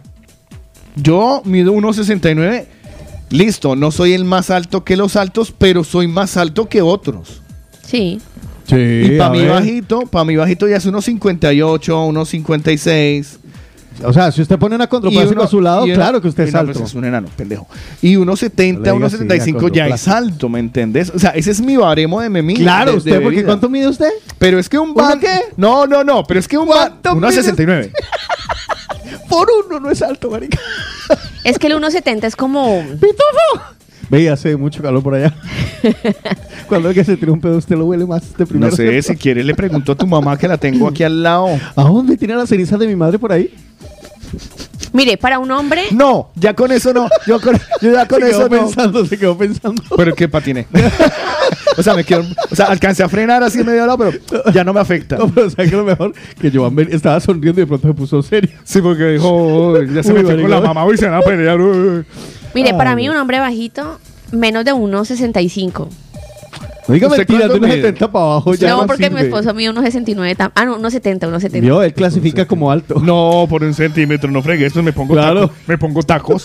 Speaker 2: yo mido uno sesenta y nueve, listo, no soy el más alto que los altos, pero soy más alto que otros.
Speaker 3: Sí.
Speaker 1: Sí,
Speaker 2: Y
Speaker 1: a
Speaker 2: para mí
Speaker 1: ver.
Speaker 2: bajito, para mí bajito ya es uno cincuenta y ocho, uno cincuenta y seis.
Speaker 1: O sea, si usted pone una contraplásica a su lado,
Speaker 2: y uno-
Speaker 1: claro que usted
Speaker 2: y
Speaker 1: es
Speaker 2: no,
Speaker 1: alto.
Speaker 2: pues es un enano, pendejo. Y uno setenta,
Speaker 1: No le
Speaker 2: uno
Speaker 1: diga
Speaker 2: setenta y cinco
Speaker 1: así,
Speaker 2: ya es
Speaker 1: acondroplásico.
Speaker 2: alto, ¿me entendés? O sea, ese es mi baremo de memín.
Speaker 1: Claro,
Speaker 2: de-
Speaker 1: usted,
Speaker 2: de
Speaker 1: porque
Speaker 2: bebida.
Speaker 1: ¿cuánto mide usted?
Speaker 2: Pero es que un
Speaker 1: ¿Uno
Speaker 2: ban...
Speaker 1: qué?
Speaker 2: No, no, no, pero es que un ban...
Speaker 1: ¿Cuánto
Speaker 2: uno
Speaker 1: mide?
Speaker 2: sesenta y nueve.
Speaker 1: Por uno no es alto, marica.
Speaker 3: Es que el uno setenta es como...
Speaker 1: ¡Pitufo! Ve, hace mucho calor por allá. Cuando el que se tira un pedo, usted lo huele más de primero.
Speaker 2: No sé,
Speaker 1: ¿cierto?
Speaker 2: si quieres le pregunto a tu mamá que la tengo aquí al lado.
Speaker 1: ¿A dónde tiene la ceniza de mi madre por ahí?
Speaker 3: Mire, para un hombre...
Speaker 2: No, ya con eso no. Yo, con- yo ya con
Speaker 1: se
Speaker 2: eso
Speaker 1: quedó
Speaker 2: no.
Speaker 1: pensando, se quedó pensando.
Speaker 2: Pero qué patiné. O sea, me quedo, o sea, alcancé a frenar así medio lado, pero ya no me afecta.
Speaker 1: No, pero ¿sabes qué es lo mejor? Que Joan ven- estaba sonriendo y de pronto se puso serio.
Speaker 2: Sí, porque dijo, "Oh, ya se
Speaker 1: Uy,
Speaker 2: metió con
Speaker 1: marica.
Speaker 2: la mamá, hoy se van a pelear. uy".
Speaker 3: Mire,
Speaker 1: Ay,
Speaker 3: para mí
Speaker 1: no.
Speaker 3: un hombre bajito, menos de uno sesenta y cinco.
Speaker 1: No diga
Speaker 2: ¿Usted
Speaker 1: mentiras, de
Speaker 2: cuánto
Speaker 1: unos
Speaker 2: mide?
Speaker 1: setenta para abajo ya
Speaker 3: No, porque mi
Speaker 1: sirve.
Speaker 3: esposo mide uno sesenta y nueve. tam- Ah, no, uno setenta, uno setenta.
Speaker 1: Vio, él clasifica como alto.
Speaker 2: No, por un centímetro, no fregué. Esto me pongo
Speaker 1: Claro.
Speaker 2: tacos. Me pongo tacos.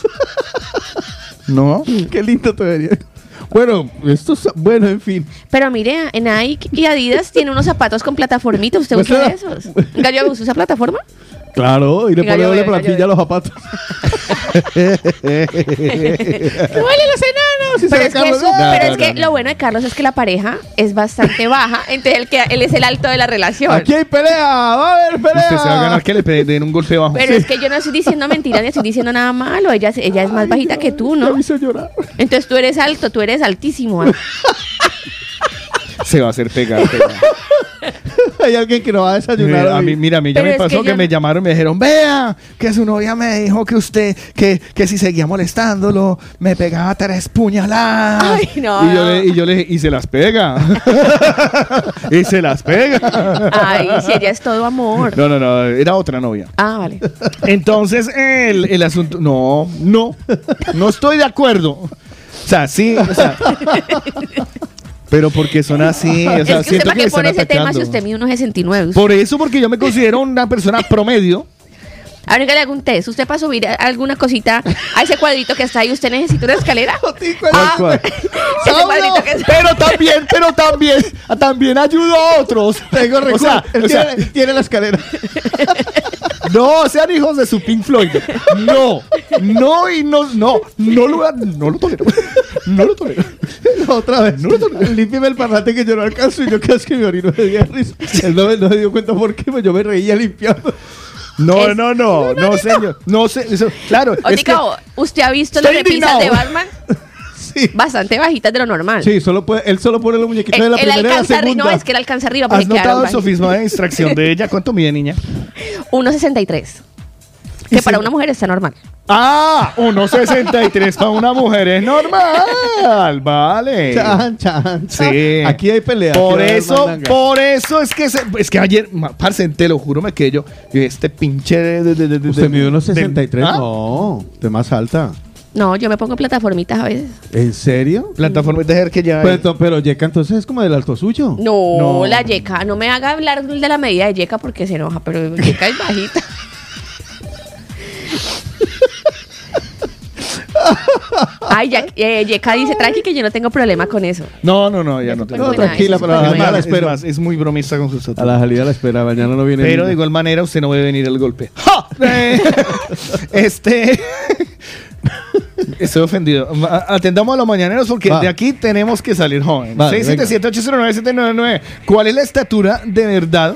Speaker 2: No.
Speaker 1: Qué lindo te vería. Bueno, esto es, bueno, en fin.
Speaker 3: Pero mire, Nike y Adidas tienen unos zapatos con plataformita. ¿Usted usa de
Speaker 1: Muestra.
Speaker 3: esos? ¿Gallo usa plataforma?
Speaker 1: Claro, y le
Speaker 3: Venga,
Speaker 1: pone
Speaker 3: yo
Speaker 1: doble
Speaker 3: veo,
Speaker 1: plantilla
Speaker 3: yo
Speaker 1: a los zapatos.
Speaker 3: ¡Huele los enanos! Pero, es que,
Speaker 1: Carlos.
Speaker 3: su-
Speaker 1: No,
Speaker 3: pero
Speaker 1: no,
Speaker 3: es que
Speaker 1: no,
Speaker 3: lo bueno de Carlos es que la pareja es bastante baja, entonces él, queda- él es el alto de la relación.
Speaker 1: Aquí hay pelea, va a haber pelea.
Speaker 2: Usted se va a ganar que le pe- den un golpe bajo.
Speaker 3: Pero es que yo no estoy diciendo mentiras ni estoy diciendo nada malo. Ella, es- ella es más bajita que tú, ¿no?
Speaker 1: Me hizo llorar.
Speaker 3: Entonces tú eres alto, tú eres altísimo. ¿eh?
Speaker 2: Se va a hacer pegar. pegar.
Speaker 1: Hay alguien que no va a desayunar.
Speaker 2: Mira, a
Speaker 1: hoy.
Speaker 2: mí, mira, a mí ya
Speaker 3: Pero
Speaker 2: me
Speaker 3: es que
Speaker 2: pasó que,
Speaker 3: yo
Speaker 2: me
Speaker 3: no-
Speaker 2: llamaron y me dijeron, vea, que su novia me dijo que usted, que, que si seguía molestándolo, me pegaba tres puñaladas.
Speaker 3: Ay, no.
Speaker 2: Y yo le, y yo le dije, y se las pega. Y se las pega.
Speaker 3: Ay, si ella es todo amor.
Speaker 2: No, no, no, era otra novia.
Speaker 3: Ah, vale.
Speaker 2: Entonces, el, el asunto, no, no, no estoy de acuerdo. O sea, sí, o sea, pero porque son así, o sea,
Speaker 3: es que usted
Speaker 2: siento
Speaker 3: para
Speaker 2: que
Speaker 3: qué
Speaker 2: me están
Speaker 3: pone ese tema si
Speaker 2: atacando.
Speaker 3: usted mide uno sesenta y nueve.
Speaker 2: Por eso, porque yo me considero una persona promedio.
Speaker 3: Ahora que le hago un test, usted para subir a- alguna cosita a ese cuadrito que está ahí, ¿usted necesita una escalera? Ah,
Speaker 2: ¿Cuál?
Speaker 3: ese cuadrito que está-
Speaker 2: Pero también, pero también, también ayudo a otros.
Speaker 1: Tengo
Speaker 2: o
Speaker 1: recursos.
Speaker 2: sea,
Speaker 1: Él
Speaker 2: o sea,
Speaker 1: tiene, tiene la escalera.
Speaker 2: no sean hijos de su Pink Floyd. No, no y no, no, no lo, no lo tolero. No lo tolero.
Speaker 1: Otra vez. No, límpiame el parlante que yo no alcanzo y yo casi me orino de día de risa. Él no, me- no se dio cuenta por qué, pues yo me reía limpiando.
Speaker 2: No,
Speaker 3: Es-
Speaker 2: no, no, no, señor. No sé, eso- claro. es que-
Speaker 3: Oiga, ¿usted ha visto las
Speaker 2: Estoy
Speaker 3: repisas de
Speaker 2: indignado.
Speaker 3: Batman?
Speaker 1: Sí.
Speaker 3: Bastante bajitas de lo normal.
Speaker 1: Sí, solo puede, él solo pone los muñequitos de
Speaker 3: Él,
Speaker 1: la
Speaker 3: él
Speaker 1: primera y la
Speaker 3: alcanza arriba,
Speaker 1: segunda.
Speaker 3: no, es que él alcanza arriba porque
Speaker 2: ¿Has notado
Speaker 3: quedaron
Speaker 2: el sofisma de distracción de ella? ¿Cuánto mide, niña?
Speaker 3: uno sesenta y tres. Que para una mujer está normal.
Speaker 2: Ah, uno sesenta y tres para una mujer es normal. Vale.
Speaker 1: Chan, chan, chan.
Speaker 2: Sí.
Speaker 1: Aquí hay pelea.
Speaker 2: Por
Speaker 1: aquí va a haber
Speaker 2: eso,
Speaker 1: mandanga.
Speaker 2: por eso es que se- es que ayer, ma- parce, te lo juro, me quedé yo. y Este pinche de, de- de- de-
Speaker 1: Usted
Speaker 2: de-
Speaker 1: mide unos sesenta y tres.
Speaker 2: ¿Ah?
Speaker 1: No, usted más alta.
Speaker 3: No, yo me pongo plataformitas a veces.
Speaker 1: ¿En serio?
Speaker 2: Plataforma de mujer que ya.
Speaker 1: Pues, ento- pero Yeka entonces es como del alto suyo.
Speaker 3: No,
Speaker 2: No.
Speaker 3: la yeca. No me haga hablar de la medida de yeca porque se enoja, pero yeca es bajita. Ay, ya, eh, Yeka dice, tranqui que yo no tengo problema con eso.
Speaker 2: No, no, no, ya no tengo
Speaker 3: No,
Speaker 2: problema.
Speaker 3: tranquila,
Speaker 1: pero a la salida la espero.
Speaker 2: Es, más, es muy bromista con sus
Speaker 1: A
Speaker 2: otros.
Speaker 1: la salida la espera, mañana no viene.
Speaker 2: Pero
Speaker 1: ni-
Speaker 2: de igual manera usted no debe venir al golpe. ¡Ja! Eh, este... Estoy ofendido. Ma- Atendamos a los mañaneros porque
Speaker 1: Va.
Speaker 2: de aquí tenemos que salir joven.
Speaker 1: Vale,
Speaker 2: seis siete siete, ocho cero nueve, siete nueve nueve. ¿Cuál es la estatura de verdad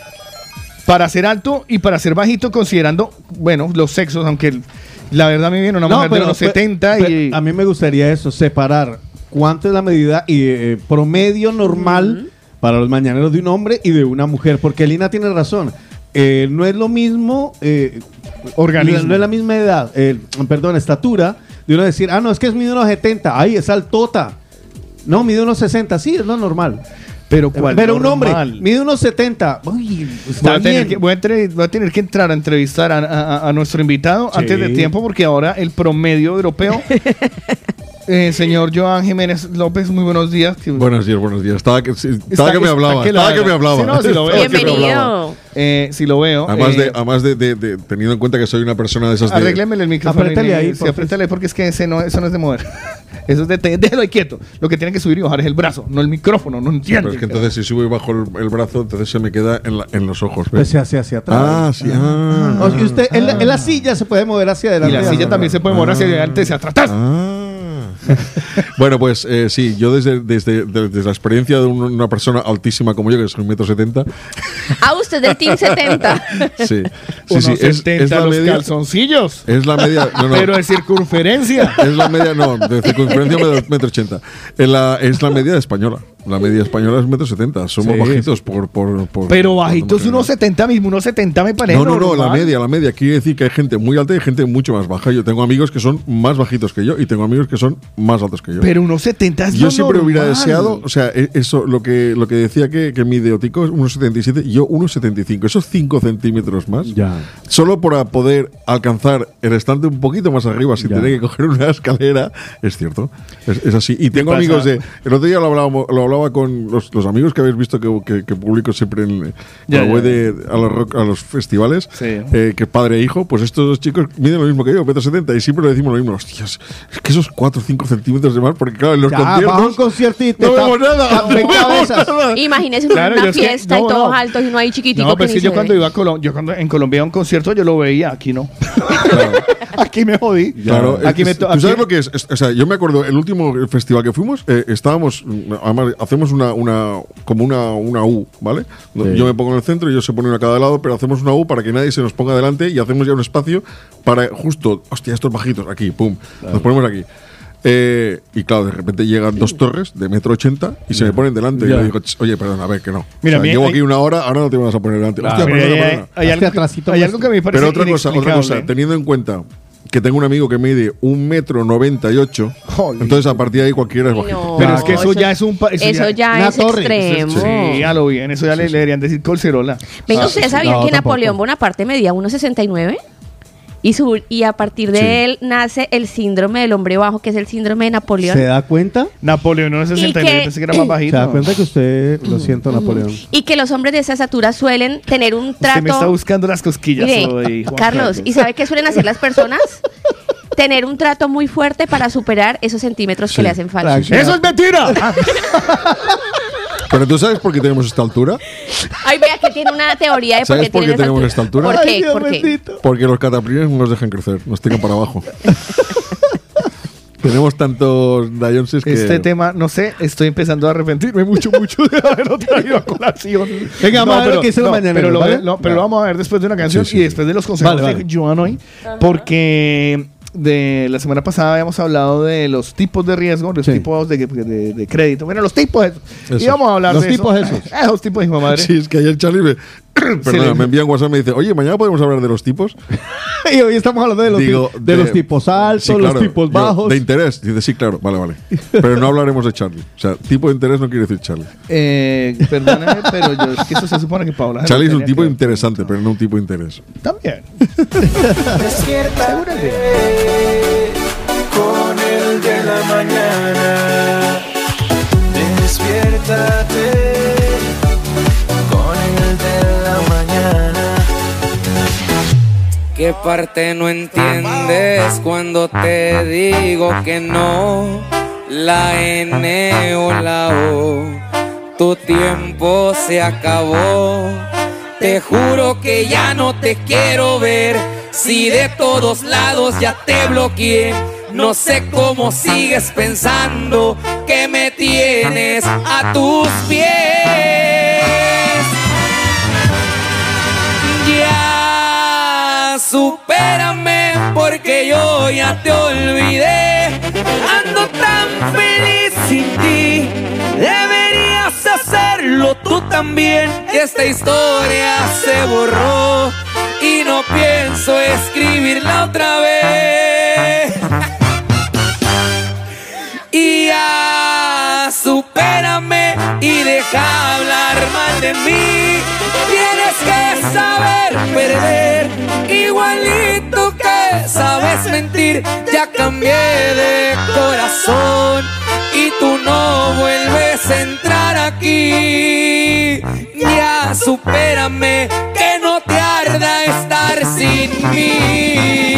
Speaker 2: para ser alto y para ser bajito considerando, bueno, los sexos, aunque el- la verdad me viene una
Speaker 1: No,
Speaker 2: mujer de
Speaker 1: pero-
Speaker 2: unos
Speaker 1: pe-
Speaker 2: setenta
Speaker 1: pe-
Speaker 2: y...
Speaker 1: A mí me gustaría eso, separar cuánto es la medida y eh, promedio normal para los mañaneros de un hombre y de una mujer, porque Lina tiene razón. Eh, no es lo mismo eh,
Speaker 2: organismo.
Speaker 1: No es la misma edad, eh, perdón, estatura, de uno decir, ah, no, es que es mide unos setenta, ay, es altota. No, mide unos sesenta, sí, es lo normal.
Speaker 2: Pero ¿cuál
Speaker 1: Pero un
Speaker 2: normal?
Speaker 1: hombre mide unos setenta. Uy,
Speaker 2: Voy
Speaker 1: está
Speaker 2: a, tener
Speaker 1: bien.
Speaker 2: que, voy, a tener, voy a tener que entrar a entrevistar a, a- a nuestro invitado
Speaker 1: Sí.
Speaker 2: antes de tiempo porque ahora el promedio europeo... eh, señor Joan Jiménez López, muy buenos días. Que-
Speaker 5: Buenos días, buenos días. Estaba que, sí, estaba
Speaker 2: Está-
Speaker 5: que me
Speaker 2: está
Speaker 5: hablaba.
Speaker 2: que la
Speaker 5: Estaba que
Speaker 2: haga.
Speaker 5: me hablaba.
Speaker 2: Sí, no, sí lo veo.
Speaker 5: Estaba que me hablaba.
Speaker 3: Bienvenido.
Speaker 2: Eh, si lo veo.
Speaker 5: Además,
Speaker 2: eh,
Speaker 5: de, además de, de- de- teniendo en cuenta que soy una persona de esas de...
Speaker 2: Arréglemele el micrófono.
Speaker 1: Apriétale
Speaker 2: y-
Speaker 1: ahí,
Speaker 2: sí,
Speaker 1: por
Speaker 2: apriétale porque es que ese no, eso no es de mover. Eso es de... te- déjalo ahí quieto. Lo que tiene que subir y bajar es el brazo, no el micrófono. No entiendo.
Speaker 5: Pero es que entonces si subo y bajo el, el brazo, entonces se me queda en, la- en los ojos. ¿ves?
Speaker 1: Pues se hace hacia atrás.
Speaker 5: Ah, sí. Ah.
Speaker 1: O sea, usted, en, la, en la silla se puede mover hacia
Speaker 2: Y
Speaker 1: adelante.
Speaker 2: la
Speaker 1: hacia
Speaker 2: silla
Speaker 1: atrás.
Speaker 2: también se puede mover hacia adelante, hacia atrás.
Speaker 5: Ah. Bueno, pues eh, sí, yo desde, desde, de- desde la experiencia de un- una persona altísima como yo, que soy un metro setenta,
Speaker 3: Ah, usted del Team setenta.
Speaker 5: sí, sí,
Speaker 2: Unos
Speaker 5: sí, es,
Speaker 2: setenta
Speaker 5: es la
Speaker 2: los
Speaker 5: media,
Speaker 2: calzoncillos.
Speaker 5: es la media, no, no,
Speaker 2: Pero de circunferencia.
Speaker 5: es la media, no, de circunferencia metro, metro ochenta, es la, es la media española, la media española es metro setenta, somos
Speaker 1: Sí,
Speaker 5: bajitos por, por, por-
Speaker 2: Pero
Speaker 5: por-
Speaker 2: bajitos,
Speaker 5: por-
Speaker 2: unos setenta mismo, unos setenta me parece
Speaker 5: No, no, no, la
Speaker 2: normal.
Speaker 5: media, la media. Quiere decir que hay gente muy alta y gente mucho más baja. Yo tengo amigos que son más bajitos que yo y tengo amigos que son más altos que yo.
Speaker 2: Pero unos setenta es
Speaker 5: Yo
Speaker 2: lo
Speaker 5: siempre hubiera
Speaker 2: normal.
Speaker 5: deseado, o sea, e- eso, lo que, lo que decía que, que mide Otico es uno setenta y siete y yo uno setenta y cinco. Esos cinco centímetros más,
Speaker 1: Ya.
Speaker 5: solo para poder alcanzar el estante un poquito más arriba sin
Speaker 1: Ya.
Speaker 5: tener que coger una escalera, es cierto. Es, es así. Y tengo
Speaker 2: pasa?
Speaker 5: amigos de. El otro día lo, hablábamos, lo hablaba con los, los amigos que habéis visto que, que, que publico siempre en,
Speaker 2: Ya,
Speaker 5: cuando voy
Speaker 2: ya.
Speaker 5: de, a, los rock- a los festivales,
Speaker 2: Sí.
Speaker 5: eh, que padre e hijo, pues estos dos chicos miden lo mismo que yo, metro setenta, y siempre le decimos lo mismo. Hostias, es que esos cuatro o cinco centímetros de más, porque claro, en los
Speaker 1: Ya, baja un
Speaker 5: conciertos.
Speaker 1: concierto y te
Speaker 5: No
Speaker 1: tap-
Speaker 5: vemos nada.
Speaker 1: tapen
Speaker 5: No vemos
Speaker 1: cabezas.
Speaker 5: nada.
Speaker 3: Imagínese
Speaker 2: Claro,
Speaker 3: una
Speaker 2: yo es que-
Speaker 3: fiesta y
Speaker 2: no,
Speaker 3: todos
Speaker 2: no.
Speaker 3: altos y no hay chiquitico
Speaker 2: No, pero es
Speaker 3: ni
Speaker 2: que yo
Speaker 3: se
Speaker 2: cuando
Speaker 3: ve.
Speaker 2: iba a Colombia, yo cuando en Colombia a un concierto yo lo veía, aquí no. Aquí me jodí.
Speaker 5: Claro,
Speaker 2: aquí
Speaker 5: es-
Speaker 2: me to-
Speaker 5: ¿tú sabes
Speaker 2: aquí-
Speaker 5: lo que es? Es- O sea, yo me acuerdo, el último festival que fuimos, eh, estábamos, mm, además, hacemos una, una como una, una U, ¿vale?
Speaker 1: Sí.
Speaker 5: Yo me pongo en el centro y ellos se ponen a cada lado, pero hacemos una U para que nadie se nos ponga delante y hacemos ya un espacio para justo, hostia, estos bajitos, aquí, pum, nos ponemos aquí. Eh, y claro, de repente llegan dos torres de metro ochenta y se me ponen delante. Y
Speaker 1: Ya.
Speaker 5: yo digo, "Ch, oye, perdona, a ver, que no.
Speaker 2: Mira,
Speaker 5: O sea,
Speaker 2: mira,
Speaker 5: llevo
Speaker 2: hay-
Speaker 5: aquí una hora, ahora no te vas a poner delante.
Speaker 1: Claro.
Speaker 5: Hostia,
Speaker 2: Mira,
Speaker 5: perdona,
Speaker 2: hay,
Speaker 5: perdona.
Speaker 2: hay
Speaker 1: Hazte
Speaker 2: algo,
Speaker 1: atrásito
Speaker 2: hay
Speaker 1: más.
Speaker 2: algo que me parece
Speaker 5: Pero otra cosa, otra
Speaker 2: inexplicable.
Speaker 5: cosa, teniendo en cuenta que tengo un amigo que mide un metro noventa y ocho,
Speaker 2: Jolín.
Speaker 5: entonces a partir de ahí cualquiera es bajito.
Speaker 3: No,
Speaker 2: Pero es que eso
Speaker 3: eso-
Speaker 2: ya es un... pa-
Speaker 3: Eso ya
Speaker 1: Una
Speaker 3: es
Speaker 1: torre.
Speaker 3: extremo.
Speaker 2: Sí, a lo bien. Eso ya le, le deberían decir colcerola.
Speaker 3: Venga,
Speaker 5: Ah,
Speaker 3: ¿ustedes
Speaker 5: sí, sí.
Speaker 3: sabían
Speaker 1: No,
Speaker 3: que
Speaker 1: tampoco.
Speaker 3: Napoleón Bonaparte medía uno sesenta y nueve? Y, su, y a partir de
Speaker 5: Sí.
Speaker 3: él nace el síndrome del hombre bajo, que es el síndrome de Napoleón.
Speaker 1: ¿Se da cuenta?
Speaker 2: Napoleón no es sesenta y nueve,
Speaker 3: que-
Speaker 2: pensé que era más
Speaker 1: ¿Se
Speaker 2: bajito.
Speaker 1: da cuenta que usted, lo siento, Napoleón?
Speaker 3: Y que los hombres de esa estatura suelen tener un
Speaker 2: Usted me está
Speaker 3: trato...
Speaker 2: buscando las cosquillas
Speaker 3: Mire,
Speaker 2: hoy, Juan
Speaker 3: Carlos, ¿y sabe qué suelen hacer las personas? Tener un trato muy fuerte para superar esos centímetros que
Speaker 5: Sí.
Speaker 3: le hacen falta.
Speaker 2: ¡Eso es mentira!
Speaker 5: Pero tú sabes por qué tenemos esta altura.
Speaker 3: Ay, vea que tiene una teoría de por
Speaker 5: ¿Sabes
Speaker 3: qué
Speaker 5: por qué
Speaker 3: tienen esa
Speaker 5: tenemos esta altura?
Speaker 3: ¿Por
Speaker 1: Ay,
Speaker 3: qué?
Speaker 1: Dios
Speaker 3: ¿Por qué?
Speaker 1: bendito.
Speaker 5: Porque los cataplines no nos dejan crecer, nos tiran para abajo. Tenemos tantos Dionses que.
Speaker 2: Este tema, no sé, estoy empezando a arrepentirme mucho, mucho de haberlo traído a colación.
Speaker 1: Venga, vamos a ver qué dice los
Speaker 2: no,
Speaker 1: mañaneros,
Speaker 2: pero, lo,
Speaker 1: ¿vale?
Speaker 2: no, pero lo vamos a ver después de una canción
Speaker 5: Sí, sí,
Speaker 2: y
Speaker 5: sí.
Speaker 2: después de los consejos
Speaker 1: Vale, vale.
Speaker 2: de Joan hoy, porque de la semana pasada habíamos hablado de los tipos de riesgo, los
Speaker 1: Sí.
Speaker 2: tipos de, de- de crédito. Bueno, los tipos esos. Y
Speaker 5: Eso.
Speaker 2: vamos a hablar
Speaker 1: Los
Speaker 2: de
Speaker 1: tipos
Speaker 2: eso.
Speaker 1: esos.
Speaker 2: Esos tipos, hijo de madre.
Speaker 5: Sí, es que ayer Charlie me. Perdona,
Speaker 2: le-
Speaker 5: me envía un WhatsApp y me dice, oye, mañana podemos hablar de los tipos.
Speaker 1: Y hoy estamos hablando de los,
Speaker 5: Digo,
Speaker 1: ti- de los tipos altos,
Speaker 5: sí, claro,
Speaker 1: los tipos
Speaker 5: yo,
Speaker 1: bajos.
Speaker 5: De interés. Dice, sí, claro, vale, vale. Pero no hablaremos de Charlie. O sea, tipo de interés no quiere decir Charlie.
Speaker 2: Eh, perdóname, pero yo, es que eso se supone que Paula.
Speaker 5: Charlie es un
Speaker 2: tenía
Speaker 5: tipo
Speaker 2: que-
Speaker 5: interesante, pero no un tipo de interés.
Speaker 2: También.
Speaker 15: Despiértate con el de la mañana. Despiértate con el de la mañana.
Speaker 16: ¿Qué parte no entiendes cuando te digo que no? La N o la O, tu tiempo se acabó. Te juro que ya no te quiero ver. Si de todos lados ya te bloqueé, no sé cómo sigues pensando que me tienes a tus pies. Ya supérame porque yo ya te olvidé. Ando tan feliz sin ti, deberías hacerlo tú también. Esta historia se borró y no pienso escribirla otra vez. Y ya supérame y deja hablar mal de mí. Tienes que saber perder, igualito que sabes mentir. Ya cambié de corazón y tú no vuelves a entrar aquí. Ya supérame, que no te arda estar sin mí.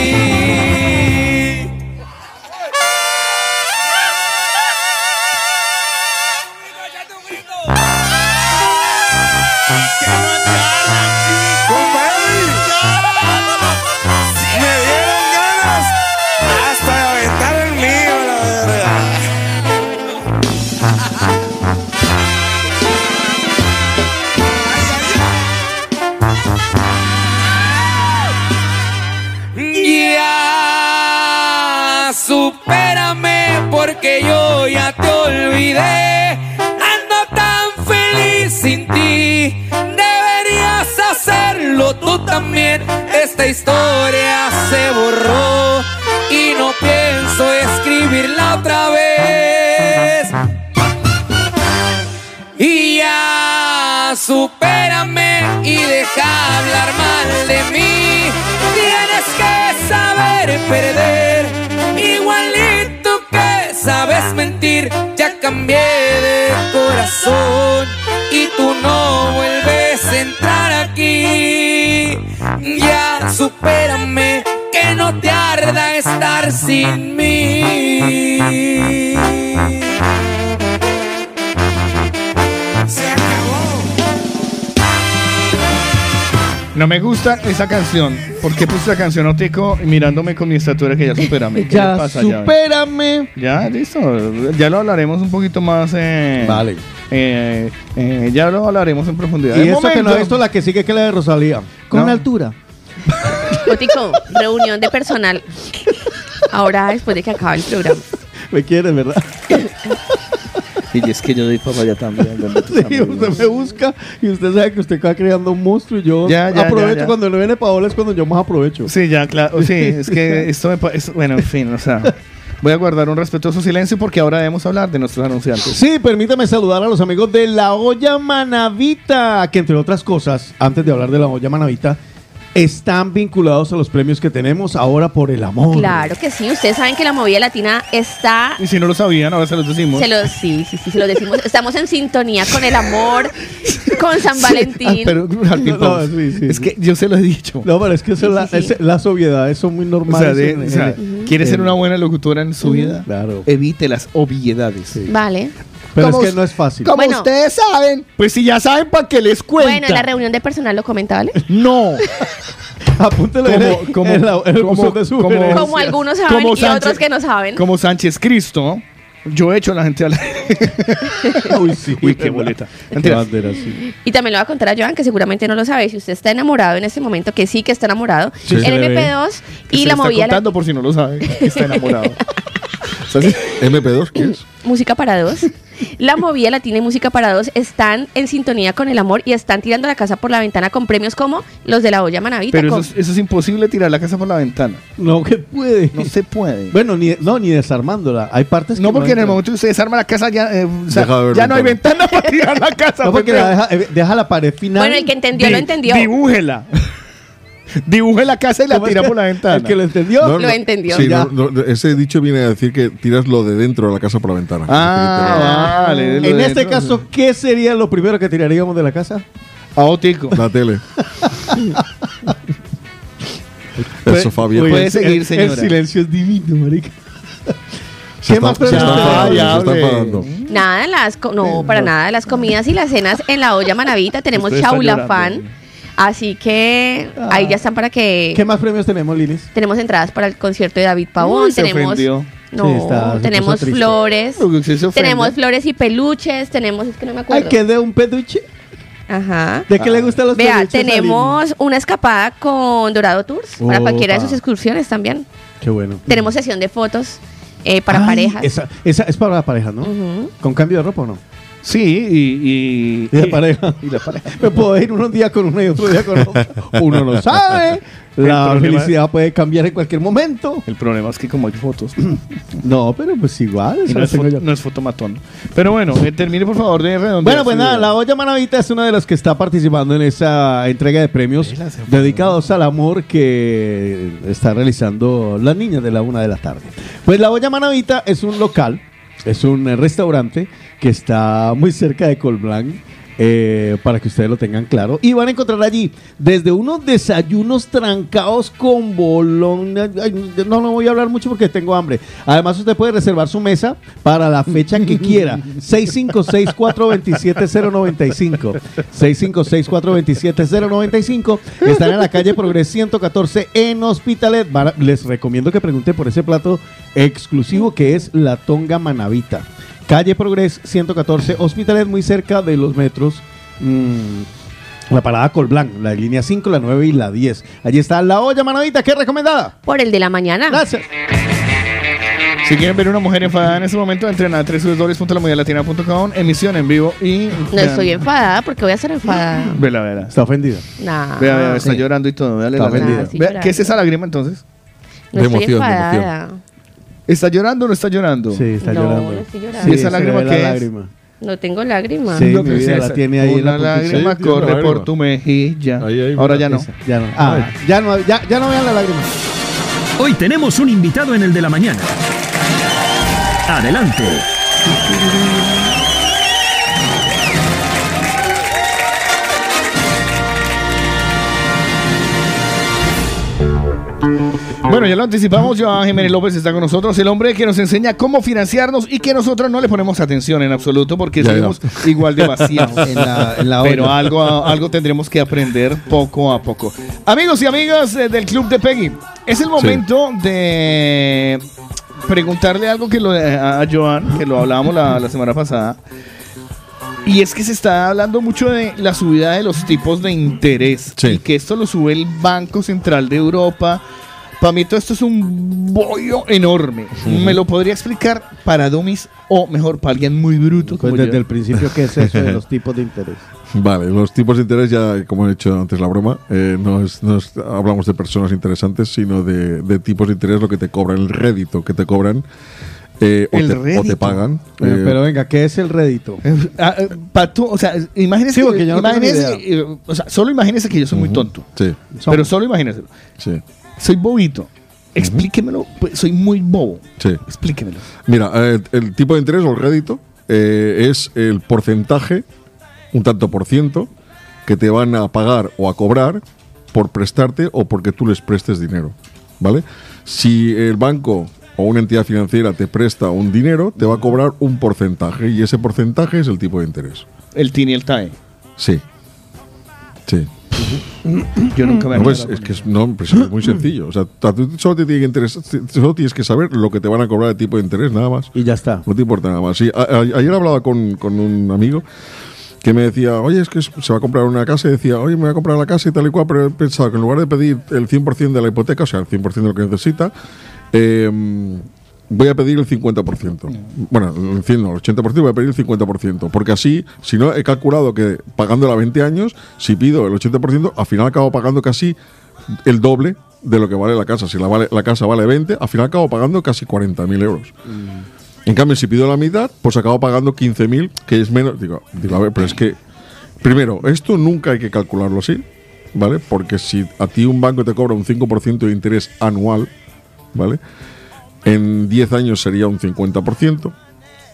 Speaker 16: Supérame porque yo ya te olvidé. Ando tan feliz sin ti, deberías hacerlo tú también. Esta historia se borró y no pienso escribirla otra vez. Y ya supérame y deja hablar mal de mí. Tienes que saber perder, igualito que sabes mentir. Ya cambié de corazón y tú no vuelves a entrar aquí. Ya supérame, que no te arda estar sin mí. Se acabó.
Speaker 2: No me gusta esa canción. ¿Por qué puse esa canción, Otico, mirándome con mi estatura que ya supérame? ¿Qué
Speaker 1: Ya
Speaker 2: le pasa,
Speaker 1: supérame.
Speaker 2: Ya, listo. Ya lo hablaremos un poquito más. Eh,
Speaker 1: Vale.
Speaker 2: eh, eh, ya lo hablaremos en profundidad.
Speaker 1: Y
Speaker 2: De
Speaker 1: eso que no
Speaker 2: momento-
Speaker 1: he visto la que sigue que la de Rosalía. Con
Speaker 2: No.
Speaker 1: altura.
Speaker 3: Otico, reunión de personal. Ahora, después de que acaba el programa.
Speaker 1: Me quiere, ¿verdad?
Speaker 2: Y es que yo doy papaya también.
Speaker 1: Sí, usted me busca y usted sabe que usted va creando un monstruo y yo
Speaker 2: Ya, ya,
Speaker 1: aprovecho.
Speaker 2: ya, ya.
Speaker 1: Cuando no viene Paola es cuando yo más aprovecho.
Speaker 2: Sí, ya, claro. Sí, es que esto me parece. Bueno, en fin, o sea. Voy a guardar un respetuoso silencio porque ahora debemos hablar de nuestros anunciantes.
Speaker 1: Sí, permítame saludar a los amigos de La Olla Manavita, que entre otras cosas, antes de hablar de La Olla Manavita, están vinculados a los premios que tenemos ahora por el amor.
Speaker 3: Claro que sí, ustedes saben que la movida latina está...
Speaker 2: Y si no lo sabían, ahora se los decimos.
Speaker 3: Se lo, sí, sí, sí, se lo decimos. Estamos en sintonía con el amor, con San Valentín.
Speaker 2: Ah, pero,
Speaker 1: No, no, sí, sí,
Speaker 2: es
Speaker 1: sí.
Speaker 2: que yo se lo he dicho.
Speaker 1: No, pero es que eso
Speaker 3: Sí,
Speaker 1: la-
Speaker 3: sí, sí.
Speaker 1: es- las obviedades son muy
Speaker 2: O
Speaker 1: normales.
Speaker 2: sea, de-
Speaker 1: en-
Speaker 2: o sea,
Speaker 1: en-
Speaker 2: ¿quiere ser
Speaker 1: en-
Speaker 2: una buena locutora en su vida?
Speaker 1: Claro.
Speaker 2: Evite las obviedades.
Speaker 3: Vale.
Speaker 1: Pero
Speaker 2: Como
Speaker 1: es que no es fácil.
Speaker 2: Como
Speaker 3: Bueno.
Speaker 2: ustedes saben, pues si ya saben, ¿para qué les cuento?
Speaker 3: Bueno, en la reunión de personal lo comenta, ¿vale?
Speaker 2: No.
Speaker 1: Apúntelo en el-
Speaker 2: Como-
Speaker 1: en la- en el
Speaker 2: como-
Speaker 1: buzón de
Speaker 2: como-
Speaker 1: sugerencias.
Speaker 3: Como algunos saben
Speaker 2: Como
Speaker 3: y
Speaker 2: Sánchez-
Speaker 3: otros que no saben.
Speaker 2: Como Sánchez Cristo, yo he hecho a la gente a la...
Speaker 1: Uy, sí.
Speaker 2: Uy, qué boleta.
Speaker 1: Qué
Speaker 2: Mentira.
Speaker 1: bandera, sí.
Speaker 3: Y también lo va a contar a Joan, que seguramente no lo sabe. Si usted está enamorado en este momento, que sí que está enamorado,
Speaker 2: Sí,
Speaker 3: el
Speaker 2: se le
Speaker 3: M P
Speaker 2: ve.
Speaker 3: dos
Speaker 2: Que
Speaker 3: y
Speaker 2: se
Speaker 3: la
Speaker 2: le está
Speaker 3: movida la-
Speaker 2: contando por si no lo sabe, que está enamorado. O sea, sí.
Speaker 5: ¿M P dos qué es?
Speaker 3: Música para dos. La movida latina y música para dos están en sintonía con el amor y están tirando la casa por la ventana con premios como los de la olla Manavita.
Speaker 2: Pero eso
Speaker 3: con-
Speaker 2: es, eso es imposible tirar la casa por la ventana.
Speaker 1: No, que puede.
Speaker 2: No se puede.
Speaker 1: Bueno, ni, no, ni desarmándola. Hay partes que
Speaker 2: No, porque en el
Speaker 1: entran.
Speaker 2: momento que usted desarma la casa ya, eh, o sea,
Speaker 5: Deja de haber
Speaker 2: ya no hay
Speaker 5: ventana.
Speaker 2: ventana para tirar la casa.
Speaker 1: No, porque
Speaker 2: pues,
Speaker 1: la deja, eh, deja la pared final.
Speaker 3: Bueno, el que entendió lo
Speaker 2: di-
Speaker 3: entendió.
Speaker 2: Dibújela. Dibuje la casa y la
Speaker 1: ¿Cómo es
Speaker 2: tira
Speaker 1: que-
Speaker 2: por la ventana.
Speaker 1: El que lo entendió.
Speaker 5: No,
Speaker 3: Lo
Speaker 5: no,
Speaker 3: entendió.
Speaker 5: Sí,
Speaker 1: Ya.
Speaker 5: no, no, ese dicho viene a decir que tiras lo de dentro de la casa por la ventana.
Speaker 2: Ah, vale. lo
Speaker 1: En
Speaker 2: de
Speaker 1: este
Speaker 2: dentro.
Speaker 1: caso, ¿qué sería lo primero que tiraríamos de la casa?
Speaker 2: A Otico.
Speaker 5: La tele. El sofá viejo.
Speaker 2: Puede seguir, señora.
Speaker 1: El silencio es divino, marica.
Speaker 5: Se
Speaker 1: ¿Qué
Speaker 5: está-
Speaker 1: más
Speaker 5: se
Speaker 1: premios
Speaker 5: está
Speaker 1: tenemos?
Speaker 5: enfadando, se está
Speaker 1: Hable.
Speaker 5: enfadando.
Speaker 3: Nada, las co- no, para nada, las comidas y las cenas en la olla Manavita tenemos
Speaker 2: Usted está
Speaker 3: chaulafán,
Speaker 2: llorando.
Speaker 3: así que ahí ya están para que
Speaker 1: ¿Qué más premios tenemos, Lilis?
Speaker 3: tenemos entradas para el concierto de David Pavón,
Speaker 2: Uy, se
Speaker 3: tenemos
Speaker 2: ofendió.
Speaker 3: no,
Speaker 1: Sí, está- se
Speaker 3: tenemos
Speaker 1: puso triste.
Speaker 3: flores,
Speaker 2: Porque usted se ofende.
Speaker 3: tenemos flores y peluches, tenemos es que no me
Speaker 1: Ay,
Speaker 3: acuerdo.
Speaker 1: que de un peluche.
Speaker 3: Ajá.
Speaker 1: ¿De qué le gustan los
Speaker 3: Vea,
Speaker 1: peluches a Lilis?
Speaker 3: tenemos una escapada con Dorado Tours para
Speaker 1: Opa.
Speaker 3: cualquiera de sus excursiones también.
Speaker 1: Qué bueno.
Speaker 3: Tenemos sesión de fotos eh, para
Speaker 1: Ay,
Speaker 3: parejas.
Speaker 1: Esa, esa es para la pareja, ¿no?
Speaker 3: Ujú.
Speaker 1: ¿Con cambio de ropa o no?
Speaker 2: Sí, y...
Speaker 1: Y de pareja.
Speaker 2: y la pareja.
Speaker 1: Me puedo ir unos días con una y otro día con otra. Uno no sabe. La
Speaker 2: El problema-
Speaker 1: felicidad puede cambiar en cualquier momento.
Speaker 2: El problema es que como hay fotos,
Speaker 1: No, pero pues igual.
Speaker 2: y
Speaker 1: esa
Speaker 2: no,
Speaker 1: la
Speaker 2: es
Speaker 1: tengo
Speaker 2: foto,
Speaker 1: yo.
Speaker 2: no es fotomatón. Pero bueno, eh, termine por favor de redondear.
Speaker 1: Bueno, pues
Speaker 2: su
Speaker 1: nada,
Speaker 2: idea.
Speaker 1: la olla Manavita es una de las que está participando en esa entrega de premios dedicados al amor que está realizando las niñas de la una de la tarde. Pues la olla Manavita es un local, es un eh, restaurante que está muy cerca de Colblanc. eh, para que ustedes lo tengan claro. Y van a encontrar allí desde unos desayunos trancados con bolón. Ay, no, no voy a hablar mucho porque tengo hambre. Además, usted puede reservar su mesa para la fecha que quiera. seis cinco seis, cuatro dos siete, cero nueve cinco. seis cinco seis, cuatro dos siete, cero nueve cinco. Están en la calle Progres ciento catorce en Hospitalet. Van a- Les recomiendo que pregunten por ese plato exclusivo que es la tonga manavita. Calle Progres ciento catorce, Hospitalet, muy cerca de los metros. mm, la parada Colblanc, la línea cinco, la nueve y la diez. Allí está la olla Manavita, ¿qué es recomendada?
Speaker 3: Por el de la mañana.
Speaker 1: Gracias.
Speaker 2: Si quieren ver una mujer enfadada en ese momento, entren a doble u doble u doble u punto la movida latina punto com, emisión en vivo y...
Speaker 3: No estoy enfadada porque voy a estar enfadada.
Speaker 2: Vela, vela.
Speaker 1: Está ofendida.
Speaker 3: Nah.
Speaker 2: Vea, vea, está
Speaker 1: Sí.
Speaker 2: llorando y todo. Véale
Speaker 1: Está
Speaker 2: la lágrima.
Speaker 1: ofendida.
Speaker 3: Ah, sí,
Speaker 2: Vea,
Speaker 3: llorando.
Speaker 2: ¿qué es esa lágrima entonces?
Speaker 3: No
Speaker 5: De
Speaker 3: estoy
Speaker 5: emoción, de
Speaker 3: enfadada.
Speaker 2: ¿Está llorando o no está llorando?
Speaker 1: Sí, está
Speaker 3: No,
Speaker 1: llorando.
Speaker 3: no estoy llorando.
Speaker 2: ¿Y esa
Speaker 1: se
Speaker 2: lágrima
Speaker 1: ve la
Speaker 2: qué es?
Speaker 1: lágrima.
Speaker 3: No tengo lágrimas.
Speaker 1: Sí,
Speaker 2: No,
Speaker 1: mi
Speaker 2: que
Speaker 1: vida
Speaker 2: sí,
Speaker 1: la
Speaker 2: esa-
Speaker 1: tiene ahí en
Speaker 2: una
Speaker 1: la puntita.
Speaker 2: lágrima
Speaker 5: Sí, tiene una
Speaker 2: corre
Speaker 5: lágrima.
Speaker 2: por tu mejilla.
Speaker 5: Ahí, ahí,
Speaker 2: Ahora
Speaker 5: mira,
Speaker 2: ya no.
Speaker 1: Esa, ya no. Ah, ya no, ya, ya no vean la lágrima.
Speaker 17: Hoy tenemos un invitado en el de la mañana. Adelante.
Speaker 2: Bueno, ya lo anticipamos, Joan Jiménez López está con nosotros, el hombre que nos enseña cómo financiarnos y que nosotros no le ponemos atención en absoluto porque
Speaker 5: Ya,
Speaker 2: somos igual de vacíos.
Speaker 1: En la, en la
Speaker 2: Pero
Speaker 1: olla.
Speaker 2: algo, algo tendremos que aprender poco a poco. Amigos y amigas eh, del Club de Peggy, es el momento de preguntarle algo que lo, a Joan, que lo hablábamos la, la semana pasada. Y es que se está hablando mucho de la subida de los tipos de interés.
Speaker 5: Sí.
Speaker 2: Y que esto lo sube el Banco Central de Europa. Para mí todo esto es un bollo enorme. ¿Me lo podría explicar para Domis o mejor para alguien muy bruto?
Speaker 1: Pues
Speaker 2: como
Speaker 1: desde
Speaker 2: yo?
Speaker 1: el principio, ¿qué es eso de los tipos de interés?
Speaker 5: Vale, los tipos de interés, ya como he hecho antes la broma, eh, no, es, no es- hablamos de personas interesantes, sino de, de tipos de interés, lo que te cobran, el rédito que te cobran eh, o,
Speaker 2: El
Speaker 5: te, o te
Speaker 2: rédito.
Speaker 5: pagan.
Speaker 1: Pero,
Speaker 5: eh,
Speaker 1: pero venga, ¿qué es el rédito?
Speaker 2: Ah, eh, pa' tú, o sea, imagínese,
Speaker 1: Sí, porque yo no tengo ni
Speaker 2: imagínese, eh, o sea, solo imagínese que yo soy muy tonto.
Speaker 5: sí,
Speaker 1: Son-
Speaker 2: Pero solo imagínese.
Speaker 5: sí,
Speaker 2: Soy bobito. Explíquemelo, pues, soy muy bobo.
Speaker 5: sí.
Speaker 2: Explíquemelo.
Speaker 5: Mira, eh, el tipo de interés o el rédito eh, es el porcentaje, un tanto por ciento, que te van a pagar o a cobrar por prestarte o porque tú les prestes dinero, ¿vale? Si el banco o una entidad financiera te presta un dinero, te va a cobrar un porcentaje y ese porcentaje es el tipo de interés.
Speaker 2: El T I N y el T A E.
Speaker 5: Sí. Sí.
Speaker 2: Yo nunca me
Speaker 5: No, pues,
Speaker 2: acuerdo.
Speaker 5: es que es, no, pues es muy sencillo. O sea, tú solo, te tiene que interesar- solo tienes que saber lo que te van a cobrar de tipo de interés, nada más.
Speaker 1: Y ya está.
Speaker 5: No te importa nada más. Sí, a- a- ayer hablaba con, con un amigo que me decía, oye, es que se va a comprar una casa y decía, oye, me voy a comprar la casa y tal y cual, pero he pensado que en lugar de pedir el cien por ciento de la hipoteca, o sea, el cien por ciento de lo que necesita, eh, voy a pedir el cincuenta por ciento. Bueno, el cien, no, el ochenta por ciento voy a pedir el cincuenta por ciento, porque así, si no, he calculado que pagándola a veinte años, si pido el ochenta por ciento, al final acabo pagando casi el doble de lo que vale la casa. Si la, vale, la casa vale veinte, al final acabo pagando casi cuarenta mil euros. En cambio, si pido la mitad, pues acabo pagando quince mil, que es menos. Digo, digo, a ver, pero es que, primero, esto nunca hay que calcularlo así, ¿vale? Porque si a ti un banco te cobra un cinco por ciento de interés anual, ¿vale? En diez años sería un cincuenta por ciento.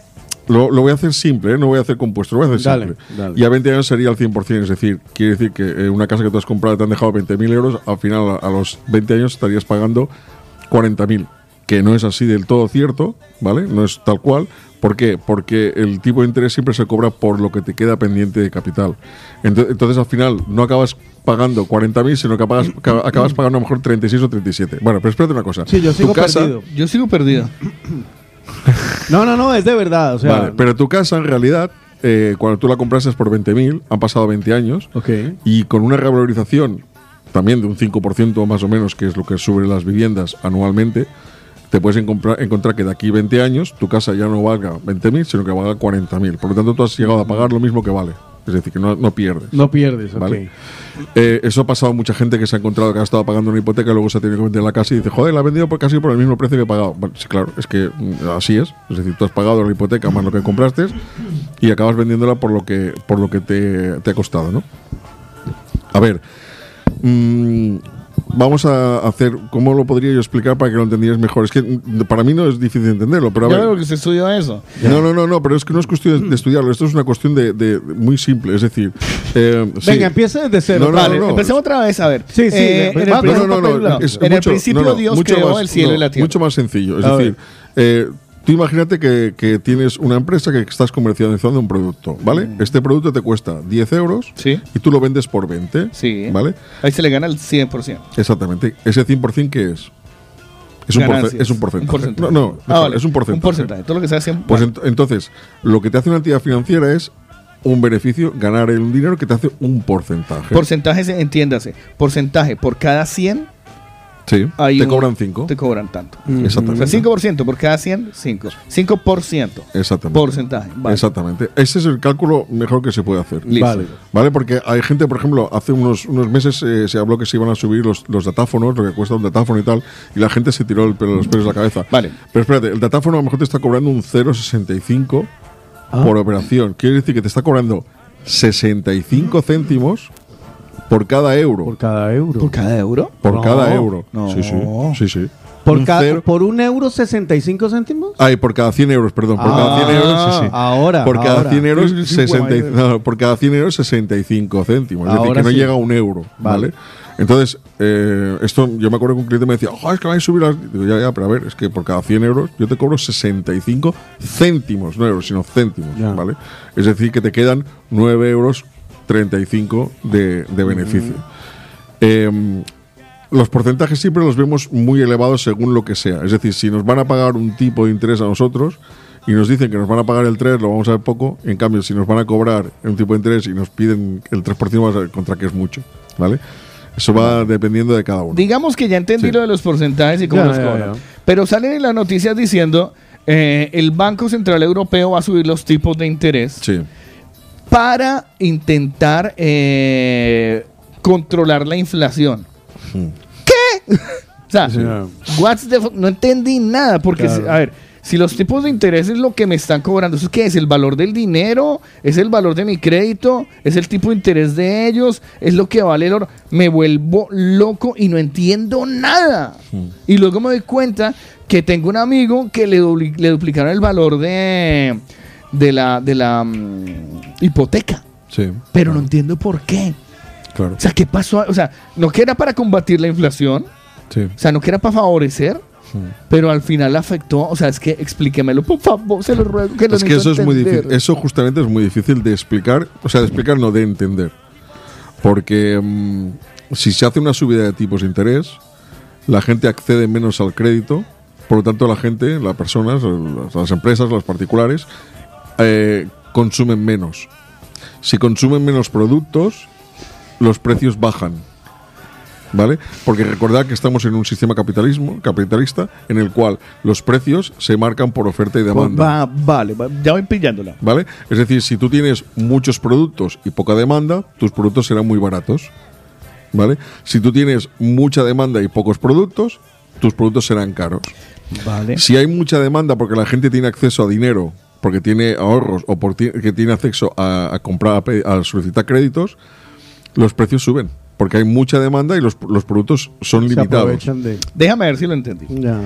Speaker 5: Lo, lo voy a hacer simple, ¿eh? No voy a hacer compuesto, lo voy a hacer
Speaker 1: Dale,
Speaker 5: simple.
Speaker 1: dale.
Speaker 5: Y a veinte años sería al cien por ciento, es decir, quiere decir que eh, una casa que tú has comprado te han dejado veinte mil euros, al final a, a los veinte años estarías pagando cuarenta mil, que no es así del todo cierto, ¿vale? No es tal cual. ¿Por qué? Porque el tipo de interés siempre se cobra por lo que te queda pendiente de capital. Entonces, entonces al final no acabas pagando cuarenta mil, sino que acabas, acabas pagando a lo mejor treinta y seis o treinta y siete. Bueno, pero espérate una cosa.
Speaker 1: Sí, yo sigo
Speaker 5: Tu casa-
Speaker 1: perdido.
Speaker 2: Yo sigo perdido.
Speaker 1: No, no, no, es de verdad. O sea,
Speaker 5: Vale, pero tu casa en realidad, eh, cuando tú la compraste por veinte mil, han pasado veinte años,
Speaker 1: ok.
Speaker 5: y con una revalorización también de un cinco por ciento más o menos, que es lo que suben las viviendas anualmente, te puedes encontrar, encontrar que de aquí veinte años tu casa ya no valga veinte mil, sino que valga cuarenta mil. Por lo tanto, tú has llegado a pagar lo mismo que vale. Es decir, que no, no pierdes.
Speaker 1: No pierdes, ok.
Speaker 5: ¿Vale? Eh, eso ha pasado a mucha gente que se ha encontrado que ha estado pagando una hipoteca y luego se ha tenido que vender la casa y dice, joder, la he vendido por casi por el mismo precio que he pagado. Bueno, sí, claro, es que mm, así es. Es decir, tú has pagado la hipoteca más lo que compraste y acabas vendiéndola por lo que, por lo que te, te ha costado, ¿no? A ver, mm, vamos a hacer, ¿cómo lo podría yo explicar para que lo entendieras mejor? Es que mm, para mí no es difícil entenderlo, pero a
Speaker 2: Yo
Speaker 5: ver.
Speaker 2: creo que se estudió eso.
Speaker 5: No, no, no, no, pero es que no es cuestión de, de estudiarlo, esto es una cuestión de, de- muy simple, es decir, eh, sí.
Speaker 1: Venga, empieza desde cero.
Speaker 5: No, no,
Speaker 2: Vale,
Speaker 5: no, no.
Speaker 2: empecemos otra vez a ver.
Speaker 1: Sí, sí,
Speaker 2: Eh,
Speaker 1: ve-
Speaker 2: en el
Speaker 1: va,
Speaker 2: principio-
Speaker 5: No, no, no,
Speaker 2: no,
Speaker 5: es
Speaker 2: en el
Speaker 5: mucho-
Speaker 2: principio
Speaker 5: no, no,
Speaker 2: Dios
Speaker 5: mucho
Speaker 2: creó
Speaker 5: más-
Speaker 2: el cielo
Speaker 5: no,
Speaker 2: y la tierra.
Speaker 5: Mucho más sencillo. Es
Speaker 2: A
Speaker 5: decir, eh, tú imagínate que, que tienes una empresa que estás comercializando un producto, ¿vale? Este producto te cuesta diez euros y tú lo vendes por veinte,
Speaker 2: Sí.
Speaker 5: ¿vale?
Speaker 2: Ahí se le gana el cien por ciento.
Speaker 5: Exactamente. ¿Ese cien por ciento qué es? Es un, porce-
Speaker 2: Ganancias.
Speaker 5: es un porcentaje.
Speaker 2: Un porcentaje.
Speaker 5: No, no,
Speaker 2: Ah, vale.
Speaker 5: es un porcentaje.
Speaker 2: Un porcentaje. Todo lo que sea cien.
Speaker 5: Pues ent- entonces, lo que te hace una entidad financiera es un beneficio, ganar el dinero que te hace un porcentaje.
Speaker 2: Porcentaje, se- entiéndase. Porcentaje por cada cien.
Speaker 5: Sí,
Speaker 2: hay
Speaker 5: te
Speaker 2: un-
Speaker 5: cobran cinco.
Speaker 2: Te cobran tanto.
Speaker 5: Exactamente.
Speaker 2: O sea, cinco por ciento por cada cien, cinco. cinco por ciento.
Speaker 5: Exactamente.
Speaker 2: Porcentaje. Vale.
Speaker 5: Exactamente. Ese es el cálculo mejor que se puede hacer.
Speaker 2: Listo.
Speaker 5: Vale. Vale, porque hay gente, por ejemplo, hace unos, unos meses eh, se habló que se iban a subir los, los datáfonos, lo que cuesta un datáfono y tal, y la gente se tiró el pelo, los pelos de la cabeza.
Speaker 2: Vale.
Speaker 5: Pero espérate, el datáfono a lo mejor te está cobrando un cero coma sesenta y cinco
Speaker 1: Ah.
Speaker 5: por operación. Quiere decir que te está cobrando sesenta y cinco céntimos por cada euro.
Speaker 1: Por cada euro.
Speaker 2: ¿Por cada euro?
Speaker 5: Por
Speaker 1: No.
Speaker 5: cada euro.
Speaker 2: No.
Speaker 5: Sí, sí. Sí, sí.
Speaker 1: Por,
Speaker 5: Un
Speaker 1: ca-
Speaker 5: cero-
Speaker 1: por un euro sesenta y cinco céntimos.
Speaker 5: Ay, por cada cien euros, perdón. Por
Speaker 1: Ah,
Speaker 5: cada cien euros, sí, sí.
Speaker 1: ahora,
Speaker 5: Por cada
Speaker 1: ahora.
Speaker 5: cien euros,
Speaker 1: Sí, sí, sí,
Speaker 5: sesenta y-
Speaker 1: guay.
Speaker 5: no, por cada cien euros, sesenta y cinco céntimos. Es decir,
Speaker 1: Ahora
Speaker 5: que no
Speaker 1: sí.
Speaker 5: llega a un euro.
Speaker 1: Vale.
Speaker 5: ¿Vale? Entonces, eh, esto yo me acuerdo que un cliente me decía, oh, es que vais a subir las. Digo, ya, ya, pero a ver, es que por cada cien euros yo te cobro sesenta y cinco céntimos, no euros, sino céntimos.
Speaker 1: Ya.
Speaker 5: ¿Vale? Es decir, que te quedan nueve euros treinta y cinco de, de beneficio. Eh, los porcentajes siempre los vemos muy elevados según lo que sea. Es decir, si nos van a pagar un tipo de interés a nosotros y nos dicen que nos van a pagar el tres, lo vamos a ver poco. En cambio, si nos van a cobrar un tipo de interés y nos piden el tres por ciento, vamos a ver contra que es mucho. ¿Vale? Eso va dependiendo de cada uno.
Speaker 2: Digamos que ya entendí
Speaker 5: Sí.
Speaker 2: lo de los porcentajes y cómo
Speaker 5: Ya,
Speaker 2: los
Speaker 5: ya,
Speaker 2: cobran.
Speaker 5: ya.
Speaker 2: Pero salen en las noticias diciendo eh, el Banco Central Europeo va a subir los tipos de interés
Speaker 5: Sí.
Speaker 2: para intentar eh, controlar la inflación. ¿Qué? O sea, what's the fu- no entendí nada porque,
Speaker 1: Claro.
Speaker 2: si- a ver, si los tipos de interés es lo que me están cobrando, ¿eso qué es? ¿El valor del dinero? ¿Es el valor de mi crédito? ¿Es el tipo de interés de ellos? ¿Es lo que vale el oro? Me vuelvo loco y no entiendo nada. Y luego me doy cuenta que tengo un amigo que le, dupli- le duplicaron el valor de, de la, de la mm, hipoteca.
Speaker 5: Sí.
Speaker 2: Pero no entiendo por qué.
Speaker 5: Claro.
Speaker 2: O sea, ¿qué pasó? O sea, no que era para combatir la inflación.
Speaker 5: Sí.
Speaker 2: O sea, no que era para favorecer. Pero al final afectó. O sea, es que explíquemelo, por favor, se lo ruego. Que lo
Speaker 5: Es que eso
Speaker 2: necesito
Speaker 5: es muy
Speaker 2: entender.
Speaker 5: difícil. Eso justamente es muy difícil de explicar. O sea, de explicar, no de entender. Porque mm, si se hace una subida de tipos de interés, la gente accede menos al crédito. Por lo tanto, la gente, las personas, las, las empresas, los particulares, eh, consumen menos. Si consumen menos productos, los precios bajan. ¿Vale? Porque recordad que estamos en un sistema capitalismo, capitalista en el cual los precios se marcan por oferta y demanda.
Speaker 2: Va, vale, va, ya voy pillándola.
Speaker 5: ¿Vale? Es decir, si tú tienes muchos productos y poca demanda, tus productos serán muy baratos. ¿Vale? Si tú tienes mucha demanda y pocos productos, tus productos serán caros.
Speaker 2: Vale.
Speaker 5: Si hay mucha demanda porque la gente tiene acceso a dinero, porque tiene ahorros o porque tiene acceso a, a comprar, a, pe- a solicitar créditos, los precios suben. Porque hay mucha demanda y los, los productos son
Speaker 1: Se
Speaker 5: limitados.
Speaker 1: aprovechan de.
Speaker 2: Déjame ver si lo entendí.
Speaker 1: Ya.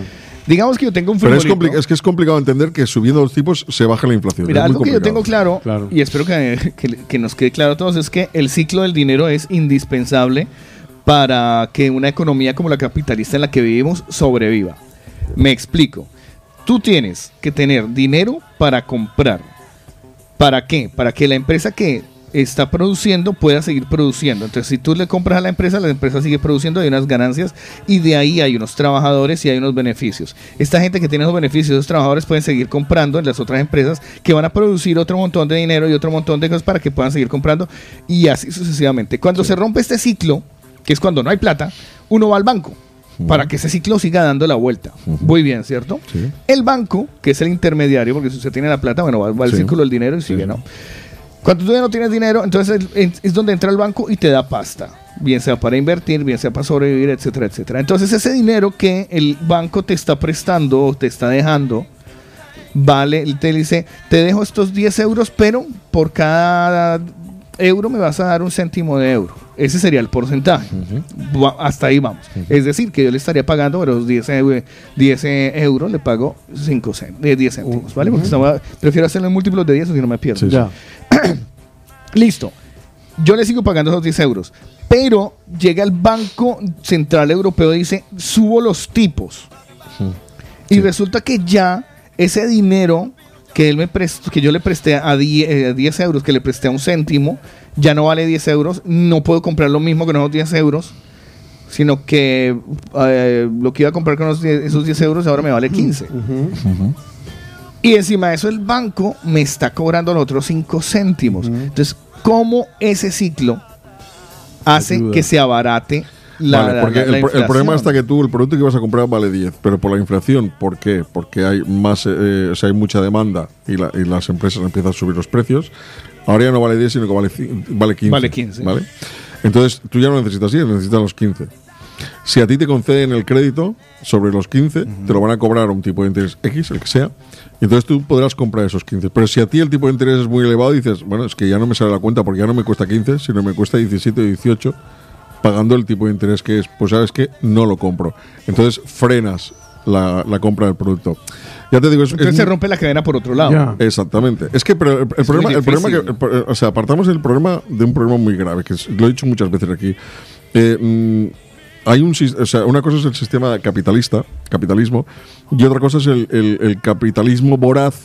Speaker 2: Digamos que yo tengo un
Speaker 5: Pero es,
Speaker 2: frijolito.
Speaker 5: compli- es que es complicado entender que subiendo los tipos se baja la inflación.
Speaker 2: Mira,
Speaker 5: es muy
Speaker 2: algo que yo
Speaker 5: complicado.
Speaker 2: tengo claro, claro. y espero que, que, que nos quede claro a todos, es que el ciclo del dinero es indispensable para que una economía como la capitalista en la que vivimos sobreviva. Me explico. Tú tienes que tener dinero para comprar. ¿Para qué? Para que la empresa que está produciendo pueda seguir produciendo. Entonces, si tú le compras a la empresa, la empresa sigue produciendo, hay unas ganancias y de ahí hay unos trabajadores y hay unos beneficios. Esta gente que tiene esos beneficios, esos trabajadores pueden seguir comprando en las otras empresas que van a producir otro montón de dinero y otro montón de cosas para que puedan seguir comprando y así sucesivamente. Cuando se rompe este ciclo, que es cuando no hay plata, uno va al banco para que ese ciclo siga dando la vuelta. Muy bien, ¿cierto?
Speaker 5: Sí.
Speaker 2: El banco, que es el intermediario, porque si usted tiene la plata, bueno, va, va al
Speaker 5: Sí.
Speaker 2: círculo del dinero y sigue, ¿no? Cuando tú ya no tienes dinero, entonces es, es donde entra el banco y te da pasta. Bien sea para invertir, bien sea para sobrevivir, etcétera, etcétera. Entonces ese dinero que el banco te está prestando o te está dejando, vale, él te dice, te dejo estos diez euros, pero por cada euro me vas a dar un céntimo de euro. Ese sería el porcentaje. Va- Hasta ahí vamos. Es decir, que yo le estaría pagando, pero los diez, eu- diez euros le pago cinco céntimos, diez céntimos, ¿vale? Porque estaba- prefiero hacerlo en múltiplos de diez o si no me pierdo.
Speaker 1: Sí, sí. Ya.
Speaker 2: Listo. Yo le sigo pagando esos diez euros. Pero llega el Banco Central Europeo y dice, subo los tipos. Y resulta que ya ese dinero que él me prestó, que yo le presté a diez euros, que le presté a un céntimo, ya no vale diez euros. No puedo comprar lo mismo con esos diez euros, sino que eh, lo que iba a comprar con esos diez, esos diez euros ahora me vale quince. Y encima de eso el banco me está cobrando los otros cinco céntimos. Entonces, ¿cómo ese ciclo hace
Speaker 5: Ayuda.
Speaker 2: que se abarate la,
Speaker 5: Vale,
Speaker 2: la-
Speaker 5: porque
Speaker 2: la- la
Speaker 5: el, pro- el problema
Speaker 2: inflación?
Speaker 5: está que tú el producto que vas a comprar vale diez, pero por la inflación, ¿por qué? Porque hay más, eh, o sea, hay mucha demanda y, la- y las empresas empiezan a subir los precios. Ahora ya no vale diez, sino que vale, ci- vale quince.
Speaker 2: Vale quince.
Speaker 5: ¿Vale? Entonces tú ya no necesitas diez, necesitas los quince. Si a ti te conceden el crédito sobre los quince, te lo van a cobrar a un tipo de interés X, el que sea, y entonces tú podrás comprar esos quince. Pero si a ti el tipo de interés es muy elevado, dices, bueno, es que ya no me sale la cuenta porque ya no me cuesta quince, sino me cuesta diecisiete o dieciocho, pagando el tipo de interés que es, pues sabes que no lo compro. Entonces frenas la, la compra del producto. Ya te digo, es,
Speaker 2: Entonces
Speaker 5: es
Speaker 2: se
Speaker 5: muy-
Speaker 2: rompe la cadena por otro lado.
Speaker 5: Ya. Exactamente. Es que pero el, el
Speaker 2: Es
Speaker 5: problema,
Speaker 2: muy
Speaker 5: el problema que,
Speaker 2: difícil.
Speaker 5: el pro- o sea, apartamos el problema de un problema muy grave, que es- lo he dicho muchas veces aquí. Eh, mm, hay un, sis- o sea, una cosa es el sistema capitalista, capitalismo, y otra cosa es el, el- el capitalismo voraz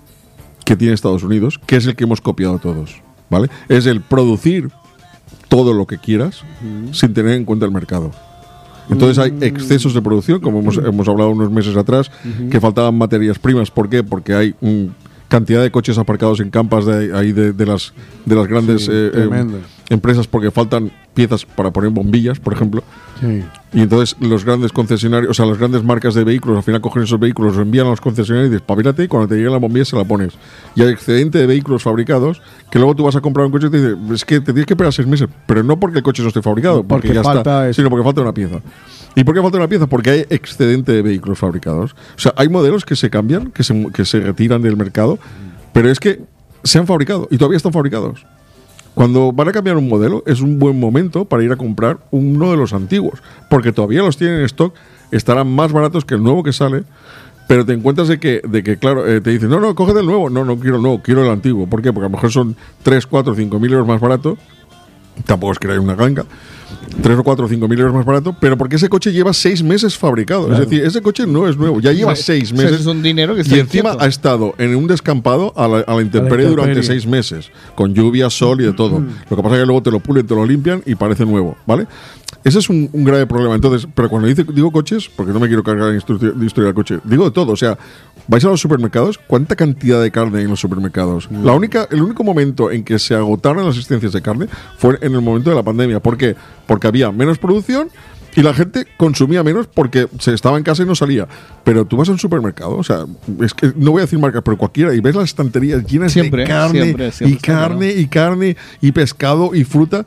Speaker 5: que tiene Estados Unidos, que es el que hemos copiado todos, ¿vale? Es el producir todo lo que quieras sin tener en cuenta el mercado. Entonces hay excesos de producción, como hemos, hemos hablado unos meses atrás, que faltaban materias primas. ¿Por qué? Porque hay mm, cantidad de coches aparcados en campas de ahí de, de las de las grandes
Speaker 1: Sí,
Speaker 5: eh, eh,
Speaker 1: tremendo.
Speaker 5: empresas porque faltan piezas para poner bombillas, por ejemplo.
Speaker 1: Sí.
Speaker 5: Y entonces los grandes concesionarios, o sea, las grandes marcas de vehículos, al final cogen esos vehículos, los envían a los concesionarios y dices, pavilate, y cuando te llegue la bombilla se la pones. Y hay excedente de vehículos fabricados que luego tú vas a comprar un coche y te dice, es que te tienes que esperar seis meses, pero no porque el coche no esté fabricado, porque,
Speaker 1: Porque
Speaker 5: ya
Speaker 1: falta
Speaker 5: está,
Speaker 1: eso.
Speaker 5: sino porque falta una pieza. ¿Y por qué falta una pieza? Porque hay excedente de vehículos fabricados. O sea, hay modelos que se cambian, que se, que se retiran del mercado, pero es que se han fabricado y todavía están fabricados. Cuando van a cambiar un modelo, es un buen momento para ir a comprar uno de los antiguos, porque todavía los tienen en stock, estarán más baratos que el nuevo que sale, pero te encuentras de que, de que claro, eh, te dicen, no, no, coge del nuevo, no, no quiero el nuevo, quiero el antiguo. ¿Por qué? Porque a lo mejor son tres, cuatro, cinco mil euros más barato, tampoco es que haya una ganga, tres o cuatro o cinco mil euros más barato, pero porque ese coche lleva seis meses fabricado.
Speaker 2: Claro.
Speaker 5: Es decir, ese coche no es nuevo, ya lleva
Speaker 2: O sea,
Speaker 5: seis
Speaker 2: o sea,
Speaker 5: meses.
Speaker 2: es un dinero que está
Speaker 5: y encima
Speaker 2: quieto.
Speaker 5: ha estado en un descampado a la, a la intemperie durante
Speaker 1: intemperie.
Speaker 5: seis meses, con lluvia, sol y de todo. Lo que pasa es que luego te lo pulen, te lo limpian y parece nuevo, ¿vale? Ese es un, un grave problema. Entonces, pero cuando dice, digo coches, porque no me quiero cargar en instru- de historia del coche, digo de todo. O sea, vais a los supermercados, ¿cuánta cantidad de carne hay en los supermercados? La única, el único momento en que se agotaron las existencias de carne fue en el momento de la pandemia. ¿Por qué? Porque había menos producción y la gente consumía menos porque se estaba en casa y no salía. Pero tú vas a un supermercado, o sea, es que no voy a decir marcas, pero cualquiera, y ves las estanterías llenas
Speaker 2: Siempre,
Speaker 5: de carne
Speaker 2: siempre, siempre
Speaker 5: y
Speaker 2: está
Speaker 5: carne y carne y pescado y fruta.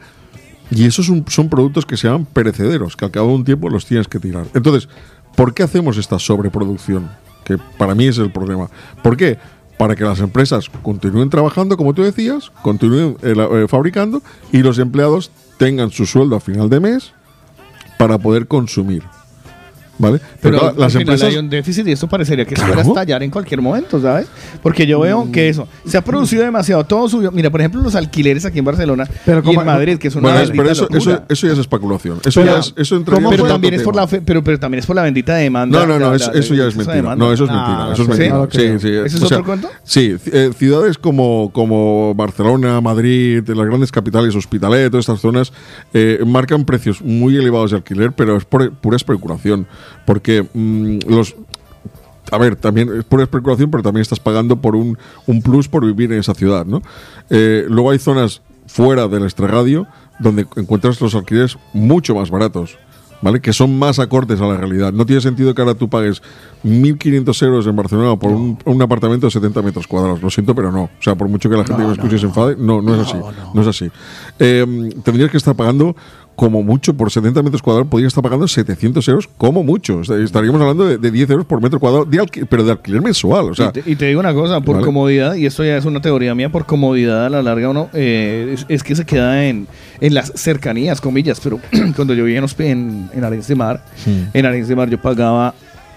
Speaker 5: Y esos son, son productos que se llaman perecederos, que al cabo de un tiempo los tienes que tirar. Entonces, ¿por qué hacemos esta sobreproducción? Que para mí es el problema. ¿Por qué? Para que las empresas continúen trabajando, como tú decías, continúen eh, la- eh, fabricando y los empleados tengan su sueldo a final de mes para poder consumir. ¿Vale?
Speaker 2: Pero,
Speaker 5: claro,
Speaker 2: al
Speaker 5: las
Speaker 2: final
Speaker 5: empresas
Speaker 2: hay un déficit y esto parecería que
Speaker 5: Claro.
Speaker 2: fuera a estallar en cualquier momento, ¿sabes? Porque yo veo que eso se ha producido demasiado, todo subió. Mira, por ejemplo, los alquileres aquí en Barcelona
Speaker 1: Pero
Speaker 2: y
Speaker 1: como-
Speaker 2: en Madrid, que son
Speaker 5: Bueno,
Speaker 2: una
Speaker 5: es- pero
Speaker 2: maldita
Speaker 5: eso, eso,
Speaker 2: locura.
Speaker 5: eso ya es especulación. Eso
Speaker 2: Pero-
Speaker 5: ya es, eso entra
Speaker 2: ¿Cómo?
Speaker 5: en
Speaker 2: Pero
Speaker 5: otro
Speaker 2: también es por
Speaker 5: tema.
Speaker 2: la fe- pero, pero también es por la bendita demanda.
Speaker 5: No, no, no,
Speaker 2: la-
Speaker 5: eso,
Speaker 2: la-
Speaker 5: eso ya
Speaker 2: esa
Speaker 5: es mentira.
Speaker 2: demanda.
Speaker 5: No, eso es
Speaker 2: Ah,
Speaker 5: mentira. Eso es
Speaker 2: ¿sí?
Speaker 5: mentira.
Speaker 2: No lo
Speaker 5: Sí,
Speaker 2: creo.
Speaker 5: sí.
Speaker 2: ¿Ese es
Speaker 5: O sea,
Speaker 2: otro cuento?
Speaker 5: Sí, ci- eh, ciudades como, como Barcelona, Madrid, las grandes capitales, Hospitalet, todas estas zonas, eh, marcan precios muy elevados de alquiler, pero es por pura especulación. Porque mm, los. A ver, también es pura especulación, pero también estás pagando por un, un plus por vivir en esa ciudad, ¿no? Eh, luego hay zonas fuera del extrarradio donde encuentras los alquileres mucho más baratos, ¿vale? Que son más acordes a la realidad. No tiene sentido que ahora tú pagues mil quinientos euros en Barcelona por un, un apartamento de setenta metros cuadrados. Lo siento, pero no. O sea, por mucho que la gente que me escuche se enfade, no, no es así. No, es así. Eh, tendrías que estar pagando como mucho por setenta metros cuadrados, podría estar pagando setecientos euros como mucho. O sea, estaríamos hablando de, de diez euros por metro cuadrado, de alqui- pero de alquiler mensual. O sea,
Speaker 2: y, te, y te digo una cosa, por
Speaker 5: Vale.
Speaker 2: comodidad, y esto ya es una teoría mía, por comodidad a la larga uno eh, es, es que se queda en, en las cercanías, comillas, pero cuando yo vivía en, Hosp- en, en Arenys de Mar,
Speaker 5: Sí.
Speaker 2: en Arenys de Mar yo pagaba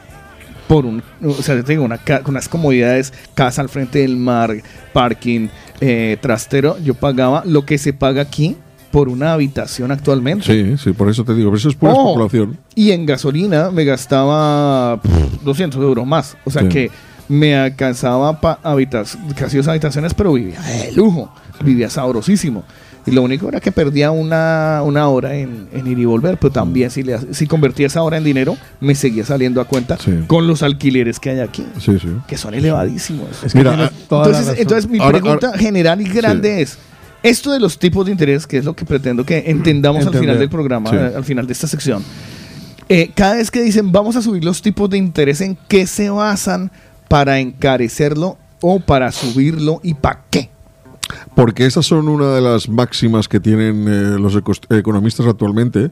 Speaker 2: por un, o sea, te digo, una, ca- con unas comodidades, casa al frente del mar, parking, eh, trastero, yo pagaba lo que se paga aquí por una habitación actualmente.
Speaker 5: sí, sí, por eso te digo, pero eso es pura
Speaker 2: Oh,
Speaker 5: especulación.
Speaker 2: Y en gasolina me gastaba pff, doscientos euros más. O sea
Speaker 5: Sí.
Speaker 2: que me alcanzaba para casi dos habitaciones, pero vivía de lujo. Vivía sabrosísimo. Y lo único era que perdía una, una hora en, en ir y volver, pero también si, le, si convertía esa hora en dinero, me seguía saliendo a cuenta
Speaker 5: Sí.
Speaker 2: con los alquileres que hay aquí,
Speaker 5: Sí, sí.
Speaker 2: que son elevadísimos.
Speaker 1: Es que
Speaker 5: Mira,
Speaker 1: tienes
Speaker 5: ah,
Speaker 1: toda la
Speaker 2: Entonces,
Speaker 1: razón.
Speaker 2: entonces mi
Speaker 5: Ahora-
Speaker 2: pregunta
Speaker 5: ahora-
Speaker 2: general y grande
Speaker 5: Sí.
Speaker 2: es, esto de los tipos de interés, que es lo que pretendo que entendamos al
Speaker 1: Entender.
Speaker 2: final del programa,
Speaker 5: Sí.
Speaker 2: eh, al final de esta sección, eh, cada vez que dicen vamos a subir los tipos de interés, ¿en qué se basan para encarecerlo o para subirlo y para qué?
Speaker 5: Porque esas son una de las máximas que tienen eh, los ecos- economistas actualmente.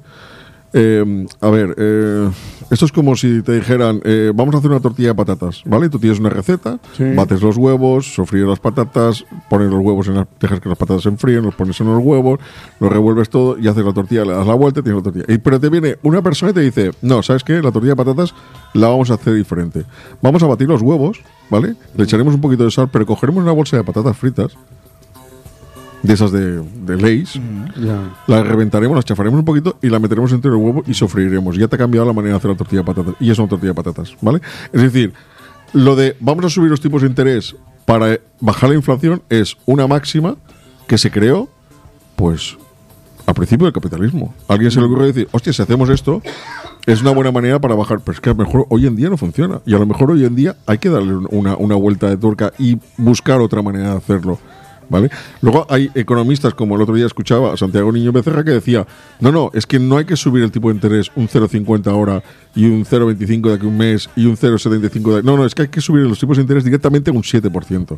Speaker 5: Eh, a ver, eh, esto es como si te dijeran, eh, vamos a hacer una tortilla de patatas, ¿vale? Tú tienes una receta,
Speaker 1: Sí.
Speaker 5: bates los huevos, sofríes las patatas, pones los huevos en las, dejas que las patatas se enfríen, los pones en los huevos, los revuelves todo y haces la tortilla, le das la vuelta y tienes la tortilla. Y, pero te viene una persona y te dice, no, ¿sabes qué? La tortilla de patatas la vamos a hacer diferente. Vamos a batir los huevos, ¿vale? Le echaremos un poquito de sal, pero cogeremos una bolsa de patatas fritas, de esas de, de Lay's,
Speaker 1: Ya.
Speaker 5: la reventaremos, las chafaremos un poquito y la meteremos entre el huevo y sofreiremos. Ya te ha cambiado la manera de hacer la tortilla de patatas. Y es una tortilla de patatas, ¿vale? Es decir, lo de vamos a subir los tipos de interés para bajar la inflación es una máxima que se creó, pues, a principio del capitalismo. Alguien se le ocurrió decir, hostia, si hacemos esto, es una buena manera para bajar. Pero es que a lo mejor hoy en día no funciona. Y a lo mejor hoy en día hay que darle una, una vuelta de tuerca y buscar otra manera de hacerlo. ¿Vale? Luego hay economistas, como el otro día escuchaba a Santiago Niño Becerra, que decía, no, no, es que no hay que subir el tipo de interés un cero coma cincuenta ahora y un cero coma veinticinco de aquí a un mes y un cero coma setenta y cinco de... No, no, es que hay que subir los tipos de interés directamente a un siete por ciento.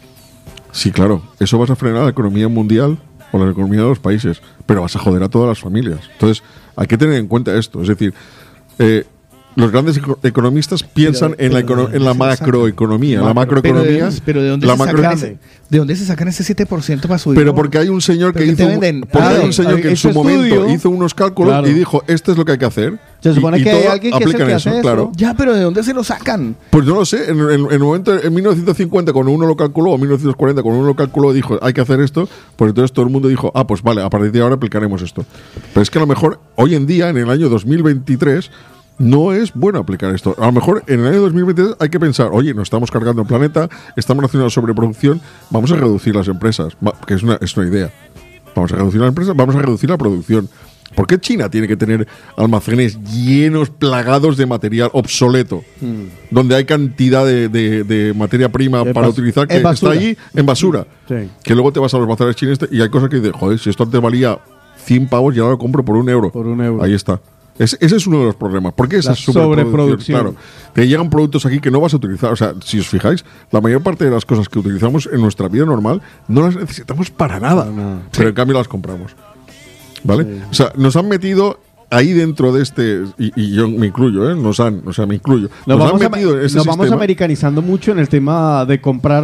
Speaker 5: Sí, claro, eso vas a frenar la economía mundial o la economía de los países, pero vas a joder a todas las familias. Entonces, hay que tener en cuenta esto. Es decir, eh, los grandes eco- economistas piensan
Speaker 2: Pero-
Speaker 5: en, la
Speaker 2: pero
Speaker 5: econo-
Speaker 2: ¿de
Speaker 5: en la
Speaker 2: dónde se sacan?
Speaker 5: macroeconomía. La
Speaker 2: Macro-
Speaker 5: macroeconomía...
Speaker 2: Pero de, pero ¿de dónde
Speaker 5: la
Speaker 2: se
Speaker 5: macro-
Speaker 2: sacan ese, ¿de dónde se sacan ese siete por ciento para subir?
Speaker 5: Pero porque hay un señor que
Speaker 2: ¿Pero qué
Speaker 5: hizo
Speaker 2: te
Speaker 5: un,
Speaker 2: venden?
Speaker 5: porque
Speaker 2: Ah,
Speaker 5: hay un señor que en
Speaker 1: ese
Speaker 5: su momento
Speaker 1: estudio-
Speaker 5: hizo unos cálculos
Speaker 1: Claro.
Speaker 5: y dijo, esto es lo que hay que hacer.
Speaker 1: Se supone
Speaker 5: Y- y
Speaker 1: que hay
Speaker 5: todo
Speaker 1: alguien que es el
Speaker 5: aplican
Speaker 1: que
Speaker 5: eso,
Speaker 1: hace eso.
Speaker 5: claro.
Speaker 2: Ya, pero ¿de dónde se lo sacan?
Speaker 5: Pues no lo sé, en, en- en el momento, en mil novecientos cincuenta, cuando uno lo calculó, o mil novecientos cuarenta, cuando uno lo calculó, dijo, hay que hacer esto, pues entonces todo el mundo dijo, ah, pues vale, a partir de ahora aplicaremos esto. Pero es que a lo mejor, hoy en día, en el año dos mil veintitrés, no es bueno aplicar esto. A lo mejor en el año dos mil veintitrés hay que pensar, oye, nos estamos cargando el planeta, estamos haciendo una sobreproducción, vamos a reducir las empresas, Va- que es una, es una idea. Vamos a reducir las empresas, vamos a reducir la producción. ¿Por qué China tiene que tener almacenes llenos, plagados de material obsoleto? Donde hay cantidad de, de- de materia prima
Speaker 1: En
Speaker 5: para
Speaker 1: bas-
Speaker 5: utilizar
Speaker 1: en
Speaker 5: que está
Speaker 1: basura.
Speaker 5: allí en basura.
Speaker 1: Sí.
Speaker 5: Que luego te vas a los bazares chinos y hay cosas que dices, joder, si esto antes valía cien pavos y ahora lo compro por un euro.
Speaker 1: Por un euro.
Speaker 5: Ahí está. Es- ese es uno de los problemas. ¿Por qué esa
Speaker 1: La sobreproducción.
Speaker 5: Claro. Te llegan productos aquí que no vas a utilizar. O sea, si os fijáis, la mayor parte de las cosas que utilizamos en nuestra vida normal no las necesitamos para nada.
Speaker 1: Para nada.
Speaker 5: Pero en cambio las compramos. ¿Vale? O sea, nos han metido ahí dentro de este, y, y yo me incluyo, ¿eh? Nos han, o sea, me incluyo.
Speaker 1: Nos,
Speaker 5: Nos,
Speaker 1: vamos,
Speaker 5: han metido en
Speaker 1: nos
Speaker 5: ese
Speaker 1: vamos
Speaker 5: sistema.
Speaker 1: americanizando mucho en el tema de comprar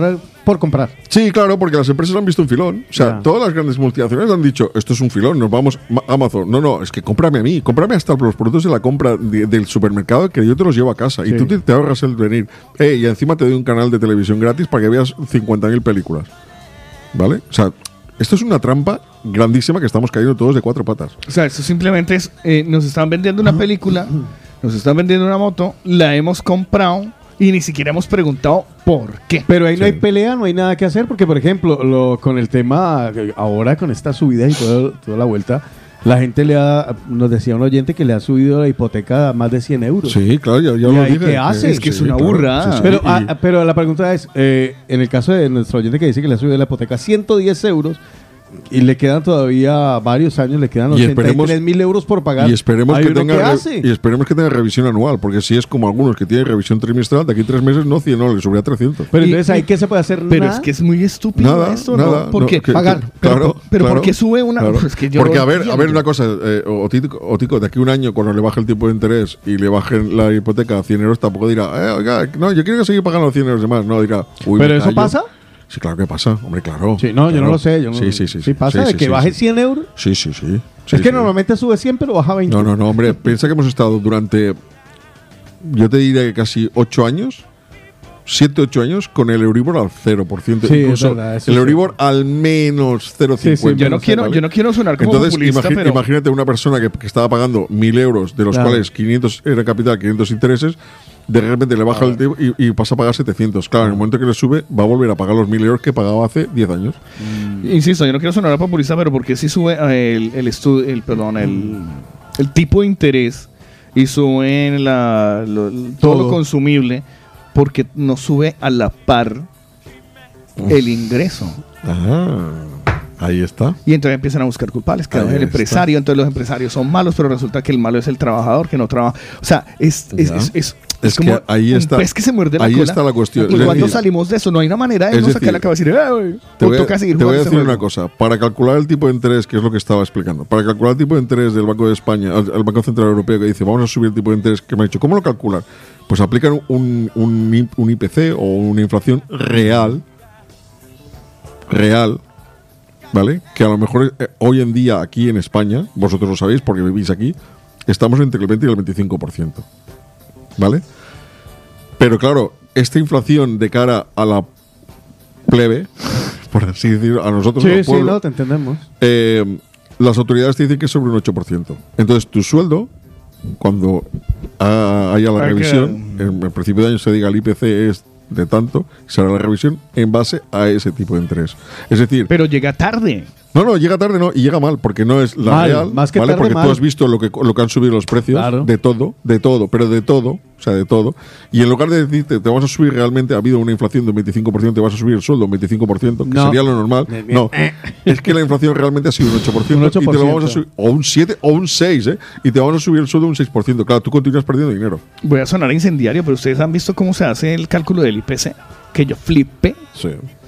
Speaker 1: por comprar.
Speaker 5: Sí, claro, porque las empresas han visto un filón. O sea,
Speaker 1: Ya.
Speaker 5: todas las grandes multinacionales han dicho, esto es un filón, nos vamos a Amazon. No, no, es que cómprame a mí, cómprame hasta los productos de la compra de- del supermercado que yo te los llevo a casa.
Speaker 1: Sí.
Speaker 5: Y tú te, te ahorras el venir. Eh, y encima te doy un canal de televisión gratis para que veas cincuenta mil películas. ¿Vale? O sea, esto es una trampa grandísima que estamos cayendo todos de cuatro patas.
Speaker 2: O sea, esto simplemente es, eh, nos están vendiendo una película, nos están vendiendo una moto, la hemos comprado y ni siquiera hemos preguntado por qué.
Speaker 1: Pero ahí no hay pelea, no hay nada que hacer, porque por ejemplo, lo, con el tema, eh, ahora con esta subida y todo, toda la vuelta, la gente le ha, nos decía un oyente que le ha subido la hipoteca a más de cien euros.
Speaker 5: Sí, claro, ya, ya
Speaker 1: ¿Y
Speaker 5: lo
Speaker 1: ahí
Speaker 5: dije.
Speaker 1: qué hace?
Speaker 2: Es que es
Speaker 5: Sí,
Speaker 2: una
Speaker 5: claro.
Speaker 2: burrada.
Speaker 5: Sí, sí.
Speaker 1: Pero,
Speaker 5: Y-
Speaker 1: ah, pero la pregunta es, eh, en el caso de nuestro oyente que dice que le ha subido la hipoteca ciento diez euros y le quedan todavía varios años, le quedan
Speaker 5: Y
Speaker 1: ochenta y
Speaker 5: esperemos-
Speaker 1: tres mil euros por pagar.
Speaker 5: Y esperemos,
Speaker 1: ¿Hay
Speaker 5: que
Speaker 1: uno
Speaker 5: tenga
Speaker 1: que
Speaker 5: re-
Speaker 1: hace?
Speaker 5: y esperemos que tenga revisión anual, porque si es como algunos que tienen revisión trimestral, de aquí a tres meses no cien, no, le subirá trescientos.
Speaker 1: Pero
Speaker 2: Y-
Speaker 1: entonces, ¿ahí qué se puede hacer?
Speaker 2: Pero
Speaker 1: Nada.
Speaker 2: es que es muy estúpido
Speaker 5: Nada,
Speaker 2: esto,
Speaker 5: nada.
Speaker 2: ¿no? Porque
Speaker 5: no, que-
Speaker 2: pagar.
Speaker 5: que-
Speaker 2: pero
Speaker 5: claro,
Speaker 2: pero
Speaker 5: claro,
Speaker 2: ¿por qué sube una?
Speaker 5: claro.
Speaker 2: Pues que yo
Speaker 5: Porque
Speaker 2: no
Speaker 5: a ver, a
Speaker 2: entiendo.
Speaker 5: ver una cosa, eh, Otico, Otico, de aquí a un año cuando le baje el tipo de interés y le bajen la hipoteca a cien euros, tampoco dirá, eh, oiga, no, yo quiero seguir pagando cien euros de más. No, dirá, uy,
Speaker 1: ¿Pero
Speaker 5: me
Speaker 1: eso
Speaker 5: callo.
Speaker 1: pasa?
Speaker 5: Sí, claro que pasa, hombre, claro.
Speaker 1: Sí, no, yo
Speaker 5: claro.
Speaker 1: no lo sé. Yo no-
Speaker 5: sí, sí, sí.
Speaker 1: ¿Sí pasa de
Speaker 5: sí,
Speaker 1: que
Speaker 5: sí,
Speaker 1: baje
Speaker 5: sí.
Speaker 1: cien euros?
Speaker 5: Sí, sí, sí. Sí,
Speaker 1: es que
Speaker 5: sí.
Speaker 1: normalmente sube cien, pero baja veinte.
Speaker 5: No, no, no, hombre, piensa que hemos estado durante, yo te diría que casi ocho años, siete, ocho años, con el Euribor al cero por ciento.
Speaker 1: Sí, es
Speaker 5: Incluso
Speaker 1: verdad, eso
Speaker 5: el
Speaker 1: sí.
Speaker 5: Euribor al menos cero coma cincuenta.
Speaker 2: Yo no quiero, yo no quiero sonar como
Speaker 5: Entonces,
Speaker 2: populista,
Speaker 5: imagi-
Speaker 2: pero
Speaker 5: imagínate una persona que, que estaba pagando mil euros, de los
Speaker 1: Claro.
Speaker 5: cuales quinientos era capital, quinientos intereses, de repente le baja el tipo y, y pasa a pagar setecientos. Claro, en el momento que le sube, va a volver a pagar los mil euros que pagaba hace diez años.
Speaker 2: insisto, yo no quiero sonar a populista, pero porque si sube eh, el, el estudio, el perdón, el, el tipo de interés y sube la, lo- todo.
Speaker 1: Todo.
Speaker 2: lo consumible, porque no sube a la par el ingreso.
Speaker 5: Ah, ahí está.
Speaker 2: Y entonces empiezan a buscar culpables, que
Speaker 5: Ahí
Speaker 2: es el
Speaker 5: está.
Speaker 2: empresario, entonces los empresarios son malos, pero resulta que el malo es el trabajador que no trabaja. O sea, es, es,
Speaker 5: Ya.
Speaker 2: es, es-
Speaker 5: Es
Speaker 2: es como
Speaker 5: que ahí
Speaker 2: un
Speaker 5: está-
Speaker 2: pez que se muerde la
Speaker 5: ahí
Speaker 2: cola.
Speaker 5: está la cuestión.
Speaker 2: ¿Y
Speaker 5: Es
Speaker 2: cuándo
Speaker 5: decir,
Speaker 2: salimos de eso? No hay una manera de
Speaker 5: es
Speaker 2: no
Speaker 5: decir,
Speaker 2: sacar la cabeza y decir, "Ay,
Speaker 5: Te
Speaker 2: o
Speaker 5: voy, a,
Speaker 2: toca seguir
Speaker 5: te voy a
Speaker 2: jugando
Speaker 5: decir
Speaker 2: este
Speaker 5: una
Speaker 2: juego".
Speaker 5: cosa. Para calcular el tipo de interés, que es lo que estaba explicando, para calcular el tipo de interés del Banco de España, el Banco Central Europeo, que dice, vamos a subir el tipo de interés, que me ha dicho, ¿cómo lo calculan? Pues aplican un, un, I- un I P C o una inflación real, real, ¿vale? Que a lo mejor eh, hoy en día aquí en España, vosotros lo sabéis porque vivís aquí, estamos entre el veinte y el veinticinco por ciento, ¿vale? Pero claro, esta inflación de cara a la plebe, por así decirlo, a nosotros,
Speaker 1: Sí,
Speaker 5: al
Speaker 1: sí,
Speaker 5: pueblo,
Speaker 1: no, te entendemos.
Speaker 5: eh, las autoridades te dicen que es sobre un ocho por ciento. Entonces, tu sueldo, cuando ha- haya la
Speaker 2: Hay que-
Speaker 5: revisión, en el principio de año se diga el I P C es de tanto, será la revisión en base a ese tipo de interés. Es decir,
Speaker 2: Pero llega tarde.
Speaker 5: no, no, llega tarde no, y llega mal, porque no es la
Speaker 1: Mal,
Speaker 5: real,
Speaker 1: más que
Speaker 5: ¿vale?
Speaker 1: tarde,
Speaker 5: Porque
Speaker 1: mal.
Speaker 5: tú has visto lo que, lo que han subido los precios,
Speaker 1: Claro.
Speaker 5: de todo, de todo, pero de todo, o sea, de todo. Y en lugar de decirte, te vamos a subir realmente, ha habido una inflación de un veinticinco por ciento, te vas a subir el sueldo un veinticinco por ciento, que
Speaker 1: No.
Speaker 5: sería lo normal.
Speaker 1: Bien,
Speaker 5: No,
Speaker 1: bien.
Speaker 5: es que la inflación realmente ha sido un ocho por ciento,
Speaker 1: Un ocho por
Speaker 5: y te lo vamos a
Speaker 1: ciento.
Speaker 5: subir, o un siete o un seis, ¿eh? Y te vamos a subir el sueldo un seis por ciento. Claro, tú continúas perdiendo dinero.
Speaker 2: Voy a sonar incendiario, pero ustedes han visto cómo se hace el cálculo del I P C. Que yo flipé.
Speaker 5: Sí.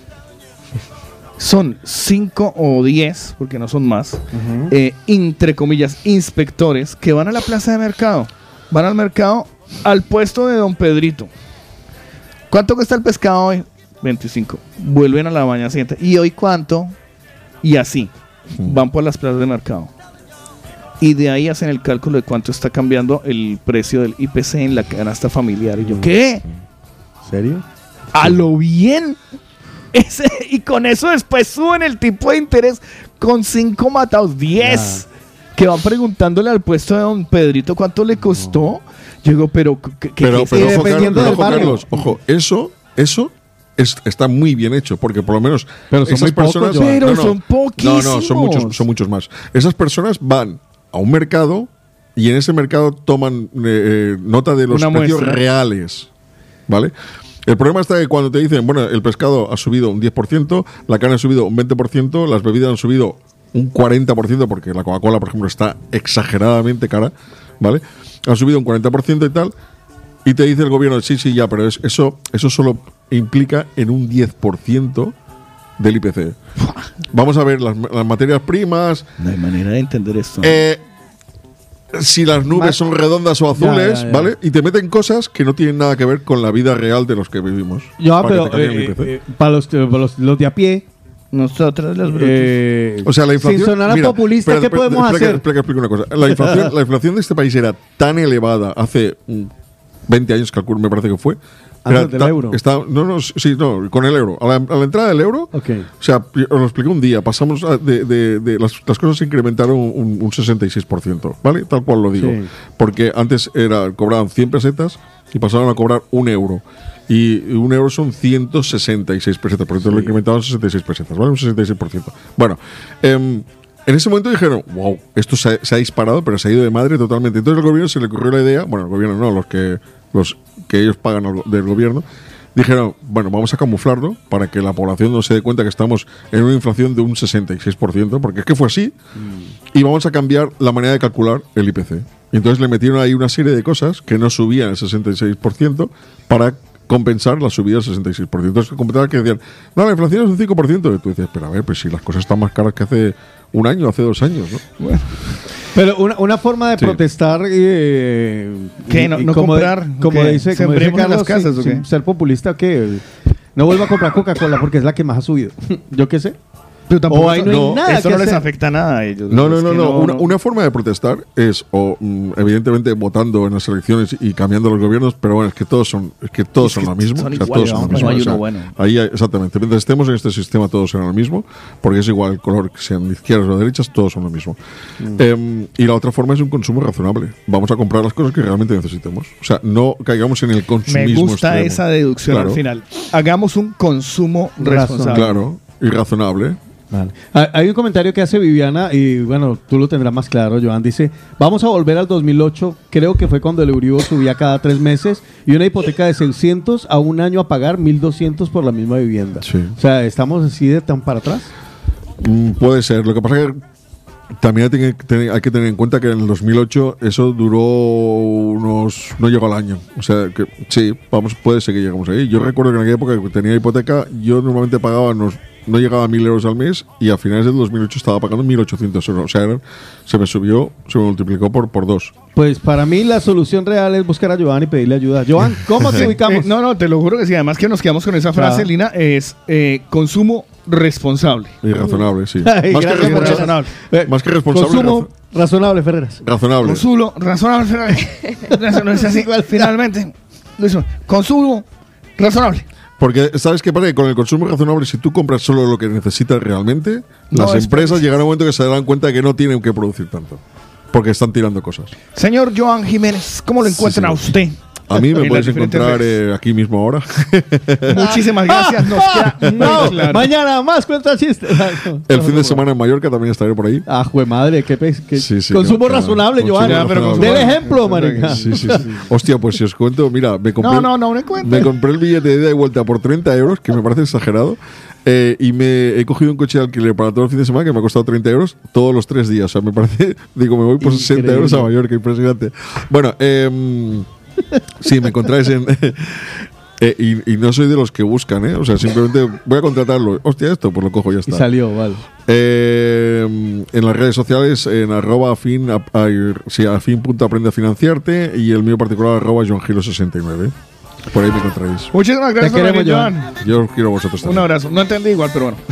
Speaker 2: Son cinco o diez, porque no son más, eh, entre comillas, inspectores que van a la plaza de mercado. Van al mercado, al puesto de don Pedrito. ¿Cuánto cuesta el pescado hoy? veinticinco. Vuelven a la mañana siguiente. ¿Y hoy cuánto? Y así. Van por las plazas de mercado. Y de ahí hacen el cálculo de cuánto está cambiando el precio del I P C en la canasta familiar. Y yo, ¿qué?
Speaker 1: ¿Serio?
Speaker 2: A lo bien. Ese, y con eso después suben el tipo de interés con cinco matados, diez. Que van preguntándole al puesto de don Pedrito cuánto le costó. Yo digo, pero ¿qué, qué
Speaker 5: Pero,
Speaker 2: es
Speaker 5: pero
Speaker 2: eso?
Speaker 5: ojo, Carlos, ojo, Carlos, ojo, eso, eso es- está muy bien hecho, porque por lo menos
Speaker 1: Pero son
Speaker 5: esas
Speaker 1: muy pocos,
Speaker 5: personas.
Speaker 1: Joan.
Speaker 2: Pero
Speaker 5: no, no,
Speaker 2: son poquísimos.
Speaker 5: No, no, son muchos, son muchos más. Esas personas van a un mercado y en ese mercado toman eh, eh, nota de los
Speaker 2: Una
Speaker 5: precios
Speaker 2: muestra.
Speaker 5: reales, ¿vale? El problema está que cuando te dicen, bueno, el pescado ha subido un diez por ciento, la carne ha subido un veinte por ciento, las bebidas han subido un cuarenta por ciento, porque la Coca-Cola, por ejemplo, está exageradamente cara, ¿vale? Han subido un cuarenta por ciento y tal, y te dice el gobierno, sí, sí, ya, pero es- eso, eso solo implica en un diez por ciento del I P C. Vamos a ver las, las materias primas.
Speaker 2: No hay manera de entender esto.
Speaker 5: Eh, si las nubes
Speaker 1: Más-
Speaker 5: son redondas o azules,
Speaker 1: Ya, ya, ya.
Speaker 5: ¿vale? Y te meten cosas que no tienen nada que ver con la vida real de los que vivimos.
Speaker 1: Ya,
Speaker 5: Para
Speaker 1: pero
Speaker 5: que te cambien el
Speaker 1: eh,
Speaker 5: I P C.
Speaker 1: eh, para los, para los, los de a pie.
Speaker 2: Nosotros los brutos.
Speaker 1: Eh,
Speaker 5: O sea, la inflación.
Speaker 1: sin sonar a
Speaker 5: mira,
Speaker 1: populista,
Speaker 5: espera,
Speaker 1: ¿qué
Speaker 5: espera,
Speaker 1: podemos
Speaker 5: espera que-
Speaker 1: hacer?
Speaker 5: espera que explique una cosa. La inflación, la inflación de este país era tan elevada hace mm, veinte años, calculo, me parece que fue. Era
Speaker 1: Antes del
Speaker 5: ta-
Speaker 1: euro.
Speaker 5: estaba- no, no, sí, no, con el euro. A la, a la entrada del euro,
Speaker 1: Ok.
Speaker 5: o sea, os lo expliqué un día, pasamos a- de, de- de- las, las cosas se incrementaron un, un sesenta y seis por ciento, ¿vale? Tal cual lo digo.
Speaker 1: Sí.
Speaker 5: Porque antes era, cobraban cien pesetas y pasaron a cobrar un euro. Y un euro son ciento sesenta y seis pesetas, por eso lo incrementaron sesenta y seis pesetas, ¿vale? Un sesenta y seis por ciento. Bueno, em, en ese momento dijeron, wow, esto se ha, se ha disparado, pero se ha ido de madre totalmente. Entonces al gobierno se le ocurrió la idea, bueno, el gobierno no, los que, los que ellos pagan al- del gobierno, dijeron, bueno, vamos a camuflarlo para que la población no se dé cuenta que estamos en una inflación de un sesenta y seis por ciento, porque es que fue así, y vamos a cambiar la manera de calcular el I P C. Y entonces le metieron ahí una serie de cosas que no subían el sesenta y seis por ciento para compensar la subida del sesenta y seis por ciento. Entonces, compensar que decían, no, la inflación es un cinco por ciento. Y tú dices, pero a ver, pues si las cosas están más caras que hace un año, hace dos años, ¿no?
Speaker 2: Bueno.
Speaker 1: Pero una, una forma de
Speaker 5: Sí.
Speaker 1: protestar eh,
Speaker 2: ¿Qué?
Speaker 1: y-
Speaker 2: ¿No-
Speaker 1: y
Speaker 2: no
Speaker 1: como
Speaker 2: comprar?
Speaker 1: de- como
Speaker 2: ¿Qué?
Speaker 1: dice, como dice
Speaker 2: ¿Sembremos en las
Speaker 1: Carlos,
Speaker 2: casas,
Speaker 1: sin-
Speaker 2: o qué?
Speaker 1: sin ser populista, que no vuelva a comprar Coca-Cola porque es la que más ha subido. Yo qué sé.
Speaker 2: Pero tampoco
Speaker 1: O ahí no hay nada
Speaker 2: eso
Speaker 1: que
Speaker 2: no les
Speaker 1: hacer.
Speaker 2: afecta nada a ellos.
Speaker 5: No, no,
Speaker 2: Es
Speaker 5: no,
Speaker 2: que
Speaker 5: no. Una, una forma de protestar es, o mm, evidentemente votando en las elecciones y cambiando los gobiernos, pero bueno, es que todos son, es que todos
Speaker 2: Es
Speaker 5: son
Speaker 2: que
Speaker 5: lo mismo.
Speaker 2: son
Speaker 5: o sea,
Speaker 2: iguales,
Speaker 5: todos son lo
Speaker 2: vamos,
Speaker 5: mismo.
Speaker 2: no hay
Speaker 5: o sea,
Speaker 2: uno bueno.
Speaker 5: Ahí hay- exactamente. Mientras estemos en este sistema, todos serán lo mismo, porque es igual el color, que sean de izquierdas o de derechas, todos son lo mismo.
Speaker 2: Mm.
Speaker 5: Em, y la otra forma es un consumo razonable. Vamos a comprar las cosas que realmente necesitemos. O sea, no caigamos en el
Speaker 2: Me
Speaker 5: consumismo
Speaker 2: gusta
Speaker 5: extremo.
Speaker 2: esa deducción
Speaker 5: Claro.
Speaker 2: al final. Hagamos un consumo responsable.
Speaker 5: Claro, y razonable.
Speaker 1: Vale. Ah, Hay un comentario que hace Viviana y bueno, tú lo tendrás más claro, Joan. Dice, vamos a volver al dos mil ocho, creo que fue cuando el Euribor subía cada tres meses y una hipoteca de seiscientos a un año a pagar mil doscientos por la misma vivienda.
Speaker 5: Sí.
Speaker 1: O sea, ¿estamos así de tan para atrás?
Speaker 5: Mm, puede ser. Lo que pasa es que también hay que, tener, hay que tener en cuenta que en el dos mil ocho eso duró unos... no llegó al año. O sea, que sí, vamos, puede ser que llegamos ahí. Yo recuerdo que en aquella época que tenía hipoteca, yo normalmente pagaba unos... no llegaba a mil euros al mes y a finales del dos mil ocho estaba pagando mil ochocientos euros. O sea, eran- se me subió, se me multiplicó por, por dos.
Speaker 1: Pues para mí la solución real es buscar a Joan y pedirle ayuda. Joan, ¿cómo te ubicamos?
Speaker 2: Eh, no, no, te lo juro que sí. Además que nos quedamos con esa frase,
Speaker 1: Ah.
Speaker 2: Lina, es eh, consumo responsable.
Speaker 5: Y razonable, sí.
Speaker 1: Ay,
Speaker 5: más, que
Speaker 1: gracias,
Speaker 5: responsable,
Speaker 2: razonable.
Speaker 1: Eh,
Speaker 5: más que responsable.
Speaker 1: Consumo razonable, Ferreras.
Speaker 5: Razonable.
Speaker 2: Consumo razonable. Eso no es así. Finalmente, eso, consumo razonable.
Speaker 5: Porque, ¿sabes qué pasa? Que con el consumo razonable, si tú compras solo lo que necesitas realmente,
Speaker 2: No,
Speaker 5: las
Speaker 2: es-
Speaker 5: empresas llegará un momento que se darán cuenta de que no tienen que producir tanto. Porque están tirando cosas.
Speaker 2: Señor Joan Jiménez, ¿cómo lo encuentran a usted?
Speaker 5: A mí me
Speaker 2: En
Speaker 5: puedes
Speaker 2: las diferentes
Speaker 5: encontrar
Speaker 2: redes.
Speaker 5: eh, aquí mismo ahora.
Speaker 2: Muchísimas gracias. Nos queda muy
Speaker 1: No,
Speaker 2: claro.
Speaker 1: mañana más cuenta chistes.
Speaker 5: El fin de semana en Mallorca también estaré por ahí.
Speaker 1: Ah, jue madre, qué, pe- qué-
Speaker 5: Sí, sí,
Speaker 1: consumo
Speaker 5: claro,
Speaker 1: razonable,
Speaker 5: consumo
Speaker 1: Joan.
Speaker 5: razonable.
Speaker 1: Del
Speaker 5: Consumo
Speaker 1: ejemplo, marica.
Speaker 5: Sí, sí, sí. Hostia, pues si os cuento, mira, me compré,
Speaker 2: No, no, no, no cuento.
Speaker 5: me compré el billete de ida y vuelta por treinta euros, que me parece exagerado. eh, y me he cogido un coche de alquiler para todo el fin de semana que me ha costado treinta euros todos los tres días. O sea, me parece, digo, me voy por sesenta
Speaker 1: Increíble.
Speaker 5: euros a Mallorca, impresionante. Bueno, eh, sí, me encontráis en... Eh, y, y no soy de los que buscan, ¿eh? O sea, simplemente voy a contratarlo. Hostia, esto, pues lo cojo y ya
Speaker 1: Y
Speaker 5: está.
Speaker 1: salió, vale.
Speaker 5: Eh, en las redes sociales, en arroba afin, a, a, sí, afin punto aprende a financiarte y el mío particular arroba joangiro sesenta y nueve. Por ahí me encontráis.
Speaker 2: Muchísimas gracias,
Speaker 1: Te queremos,
Speaker 2: Joan.
Speaker 1: Joan.
Speaker 5: Yo os quiero a vosotros
Speaker 2: Un
Speaker 5: también.
Speaker 2: abrazo. No entendí igual, pero bueno.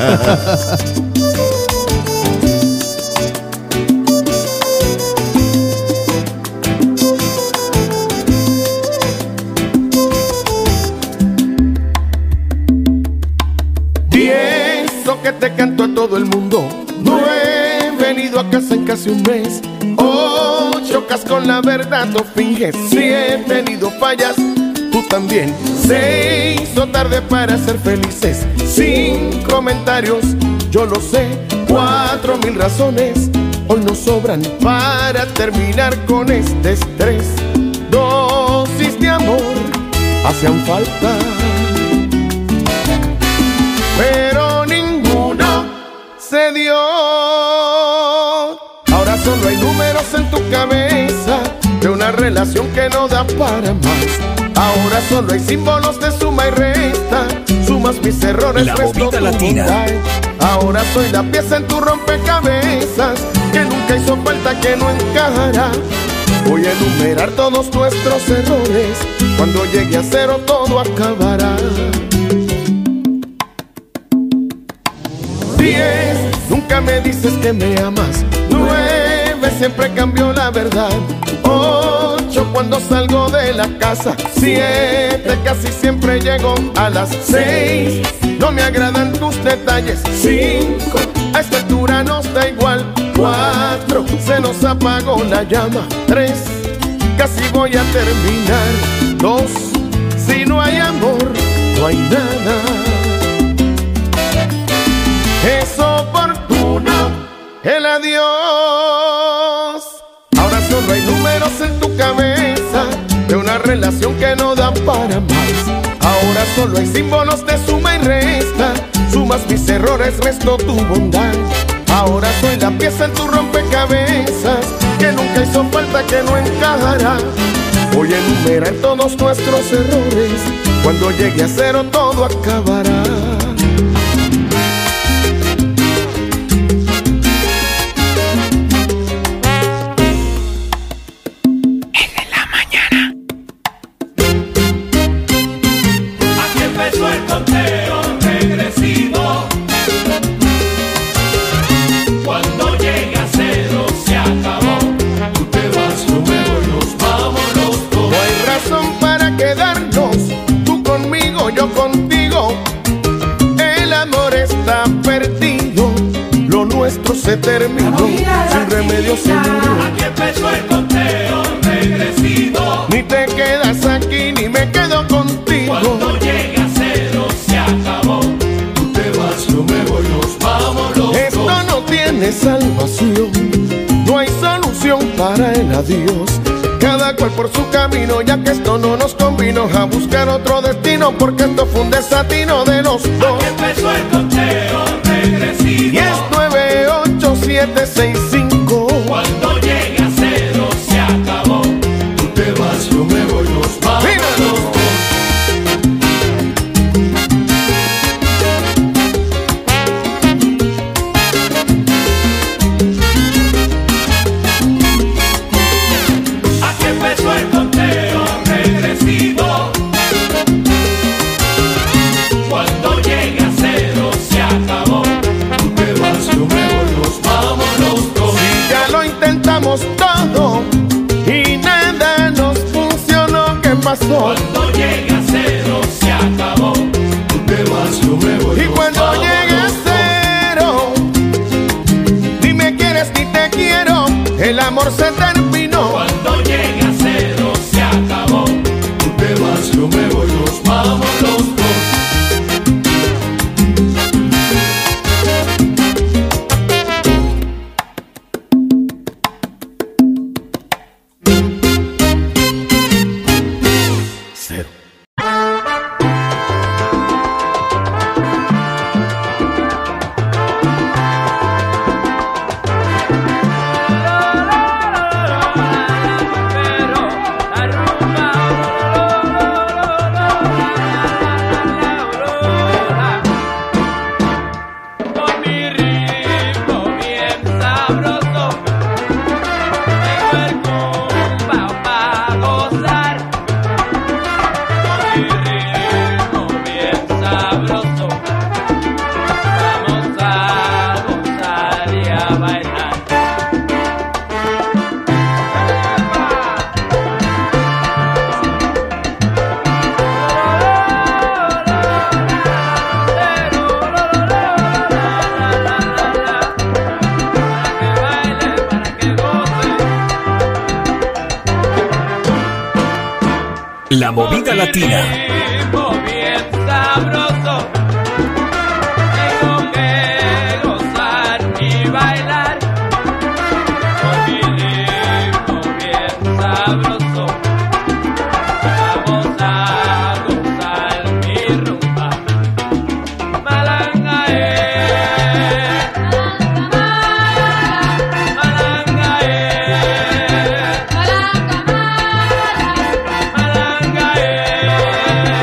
Speaker 12: Y eso que te canto a todo el mundo. No he venido a casa en casi un mes. O chocas con la verdad o finges. Si he venido fallas, tú también. Se hizo tarde para ser felices. Sin comentarios, yo lo sé. Cuatro mil razones hoy nos sobran para terminar con este estrés. Dosis de amor hacían falta, pero ninguno se dio. Ahora solo hay números en tu cabeza de una relación que no da para más. Ahora solo hay símbolos de suma y resta. Sumas mis errores,
Speaker 17: La
Speaker 12: resto
Speaker 17: movida
Speaker 12: tu
Speaker 17: latina.
Speaker 12: bondad. Ahora soy la pieza en tu rompecabezas
Speaker 18: que nunca hizo falta, que no encajará. Voy a enumerar todos nuestros errores. Cuando llegue a cero todo acabará. Diez, nunca me dices que me amas. Nueve, siempre cambió la verdad. Ocho, cuando salgo de la casa. Siete, casi siempre llego a las seis. No me agradan tus detalles. Cinco, a esta altura nos da igual. Cuatro, se nos apagó la llama. Tres, casi voy a terminar. Dos, si no hay amor, no hay nada. Es oportuno el adiós. Ahora solo hay números en tu cabeza de una relación que no da para más. Ahora solo hay símbolos de suma y resta. Sumas mis errores, resto tu bondad. Ahora soy la pieza en tu rompecabezas que nunca hizo falta, que no encajará. Voy a enumerar todos nuestros errores. Cuando llegue a cero todo acabará. Se terminó, sin remedio, señor.
Speaker 12: Aquí empezó el conteo regresivo.
Speaker 18: Ni te quedas aquí, ni me quedo contigo.
Speaker 12: Cuando llegue a cero se acabó. Tú te vas, yo me voy, nos vamos los dos.
Speaker 18: Esto no tiene salvación, no hay solución para el adiós. Cada cual por su camino, ya que esto no nos convino. A buscar otro destino, porque esto fue un desatino de los dos.
Speaker 12: Aquí empezó el conteo regresivo.
Speaker 18: Y es nueve, ocho, siete, seis, cinco.
Speaker 12: Cuando llegue a cero se acabó. Tú te vas, yo me voy, nos vamos los dos. Aquí empezó el conteo regresivo. Cuando llegue a cero se acabó. Tú te vas, yo me voy, nos vamos los dos.
Speaker 18: Si ya lo intentamos todo y nada nos funcionó, ¿qué pasó?
Speaker 12: Cuando llegue a cero se acabó. Tú te vas, yo me voy.
Speaker 18: Y cuando llegue a cero, ni me quieres ni te quiero, el amor se terminó.
Speaker 12: Cuando llegue a cero se acabó. Tú te vas, yo me voy, nos vamos los dos.
Speaker 17: La movida latina.
Speaker 12: Bien sabroso. Tengo que gozar y bailar con mi ritmo bien sabroso. Vamos a gozar mi rumba. Malanga eh. Malanga eh. Malanga eh.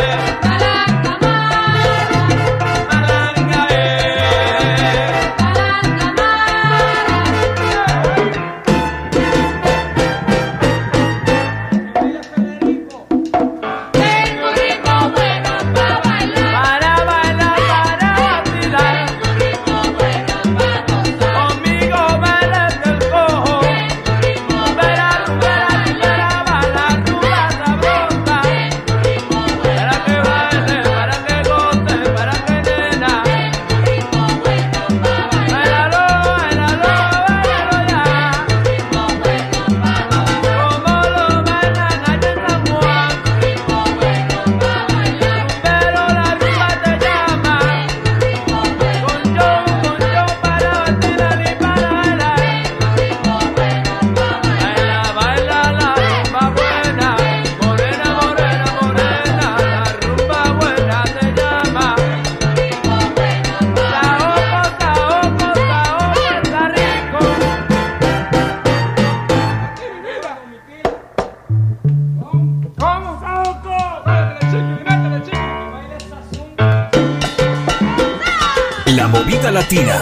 Speaker 19: Latina.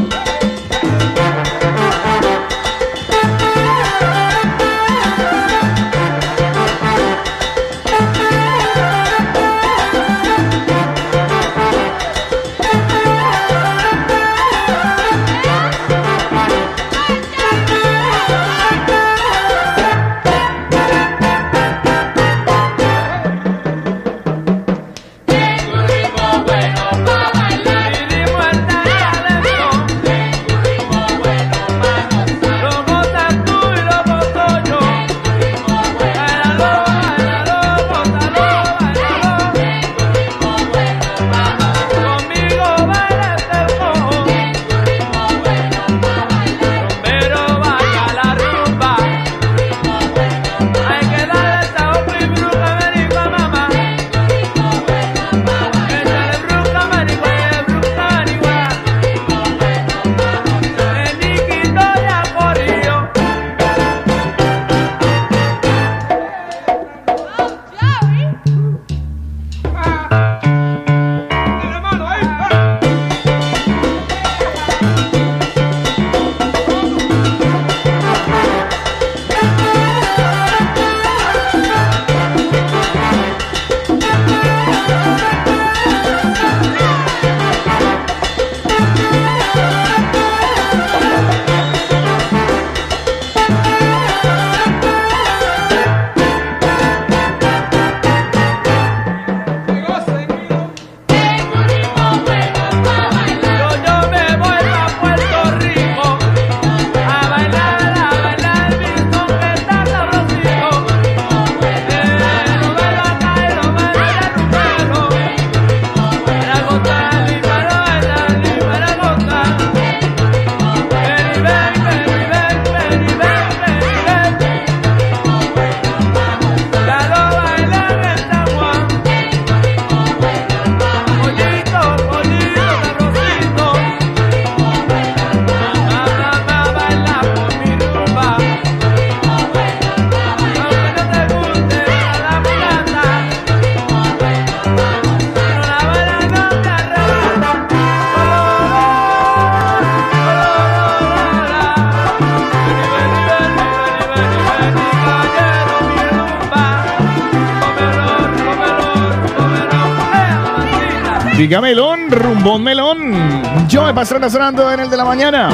Speaker 2: Diga melón, rumbón melón. Yo me pasé sonando en el de la mañana.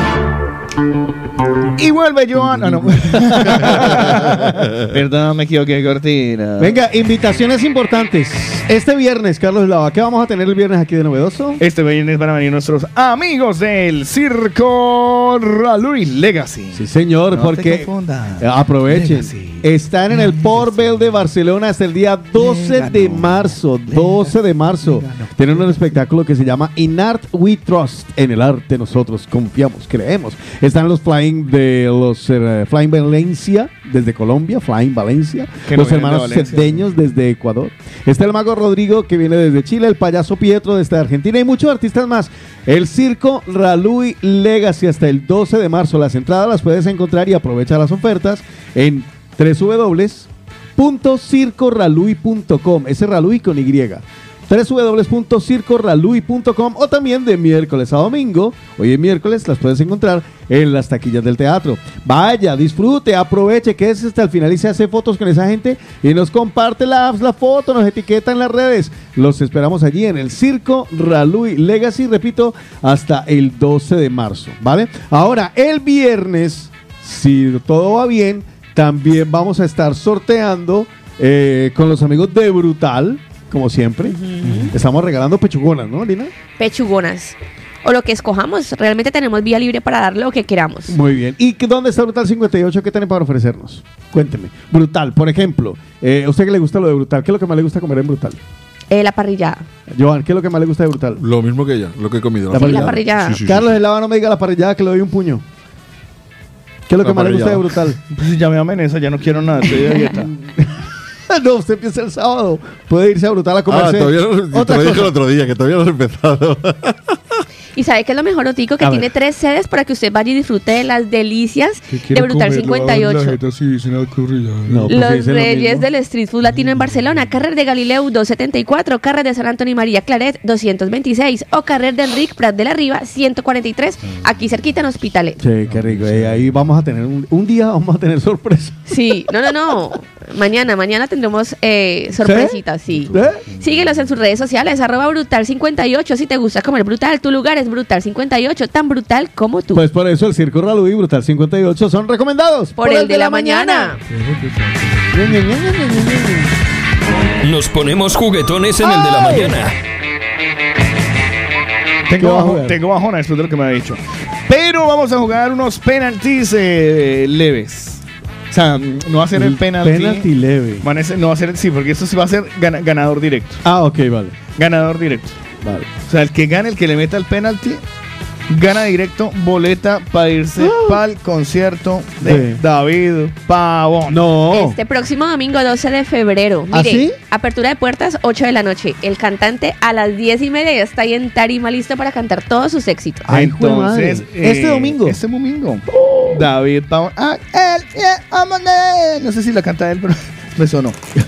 Speaker 2: Y vuelve Joan. Ah, no. Perdón, me equivoqué de cortina.
Speaker 1: Venga, invitaciones importantes. Este viernes, Carlos Lava, ¿qué vamos a tener el viernes aquí de novedoso?
Speaker 2: Este viernes van a venir nuestros amigos del Circo Ralui Legacy.
Speaker 1: Sí, señor,
Speaker 2: No
Speaker 1: porque
Speaker 2: te confundas.
Speaker 1: eh, aprovechen.
Speaker 2: Legacy.
Speaker 1: Están en el Port Bell de Barcelona hasta el día doce de marzo. doce de marzo. Tienen un espectáculo que se llama In Art We Trust. En el arte nosotros confiamos, creemos. Están los Flying de los eh, Flying Valencia desde Colombia, Flying Valencia.
Speaker 2: Que
Speaker 1: Los
Speaker 2: no vienen de
Speaker 1: hermanos
Speaker 2: Valencia.
Speaker 1: Cedeños desde Ecuador. Está el Mago Rodrigo que viene desde Chile, el Payaso Pietro desde Argentina y muchos artistas más. El Circo Ralui Legacy hasta el doce de marzo. Las entradas las puedes encontrar y aprovecha las ofertas en doble u doble u doble u punto circo ralui punto com. Ese Ralui con Y. doble u doble u doble u punto circo ralui punto com o también de miércoles a domingo. Hoy es miércoles, las puedes encontrar en las taquillas del teatro. Vaya, disfrute, aproveche que es hasta el final y se hace fotos con esa gente y nos comparte la, la foto, nos etiqueta en las redes. Los esperamos allí en el Circo Ralui Legacy, repito, hasta el doce de marzo, ¿vale? Ahora, el viernes, si todo va bien, también vamos a estar sorteando eh, con los amigos de Brutal, como siempre. Uh-huh. Estamos regalando pechugonas, ¿no, Lina?
Speaker 3: Pechugonas. O lo que escojamos. Realmente tenemos vía libre para darle lo que queramos.
Speaker 1: Muy bien. ¿Y dónde está Brutal cincuenta y ocho? ¿Qué tienen para ofrecernos? Cuénteme. Brutal, por ejemplo. Eh, ¿A usted qué le gusta lo de Brutal? ¿Qué es lo que más le gusta comer en Brutal?
Speaker 3: Eh, la parrillada.
Speaker 1: Joan, ¿qué es lo que más le gusta de Brutal?
Speaker 5: Lo mismo que ella, lo que he comido.
Speaker 1: La
Speaker 3: Sí,
Speaker 1: parrillada.
Speaker 3: la parrillada.
Speaker 5: Sí, sí, sí,
Speaker 1: Carlos
Speaker 5: sí.
Speaker 1: de Lava, no me diga la parrillada que le doy un puño. ¿Qué es lo
Speaker 5: La
Speaker 1: que más le gusta de
Speaker 5: parrillada.
Speaker 1: Brutal?
Speaker 2: Pues ya me amenaza, ya no quiero nada, estoy de dieta.
Speaker 1: No, usted empieza el sábado. Puede irse a Brutal a
Speaker 5: Ah,
Speaker 1: comerse
Speaker 5: todavía no, te
Speaker 1: otra
Speaker 5: lo dije
Speaker 1: cosa.
Speaker 5: el otro día, que todavía no has empezado.
Speaker 3: Y sabe que es lo mejor, Otico, que
Speaker 1: A
Speaker 3: tiene
Speaker 1: ver.
Speaker 3: tres sedes para que usted vaya y disfrute de las delicias de Brutal cincuenta y ocho.
Speaker 1: No, pues
Speaker 3: Los
Speaker 1: sí, es lo
Speaker 3: Reyes
Speaker 1: mismo.
Speaker 3: del Street Food Latino en Barcelona, Carrer de Galileu doscientos setenta y cuatro, Carrer de San Antonio María Claret doscientos veintiséis o Carrer de Enric Prat de la Riva ciento cuarenta y tres, aquí cerquita en Hospitalet.
Speaker 1: Sí, qué rico. Eh, ahí vamos a tener un, un día, vamos a tener sorpresa.
Speaker 3: Sí, no, no, no. Mañana, mañana tendremos eh, sorpresitas, sí.
Speaker 1: ¿Eh?
Speaker 3: Síguelos en sus redes sociales, arroba Brutal cincuenta y ocho. Si te gusta comer brutal, tu lugar es Brutal cincuenta y ocho, tan brutal como tú.
Speaker 1: Pues por eso el Circo Ralú y Brutal cincuenta y ocho son recomendados.
Speaker 3: Por, el de la, mañana.
Speaker 17: Nos ponemos juguetones en el de la mañana.
Speaker 2: Tengo,
Speaker 1: vas a
Speaker 2: bajo-
Speaker 1: jugar?
Speaker 2: tengo bajona después de lo que me ha dicho. Pero vamos a jugar unos penaltis eh, leves. O sea, no va a ser el,
Speaker 1: El
Speaker 2: penalti.
Speaker 1: penalti leve.
Speaker 2: Van a ser- no va a ser, sí, porque esto sí va a ser gana- ganador directo.
Speaker 1: Ah, ok, vale.
Speaker 2: Ganador directo.
Speaker 1: Vale.
Speaker 2: O sea, el que gane, el que le meta el penalti, gana directo boleta para irse pa'l concierto de
Speaker 1: Sí.
Speaker 2: David Pavón.
Speaker 1: No.
Speaker 3: Este próximo domingo doce de febrero.
Speaker 1: ¿Ah,
Speaker 3: Mire,
Speaker 1: sí?
Speaker 3: apertura de puertas ocho de la noche. El cantante a las diez y media ya está ahí en tarima listo para cantar todos sus éxitos.
Speaker 1: Ay, jue madre.
Speaker 2: Entonces,
Speaker 1: Este domingo.
Speaker 2: Este domingo. David Pavón. Ah, él, yeah, I'm on it. No sé si la canta él, pero me sonó.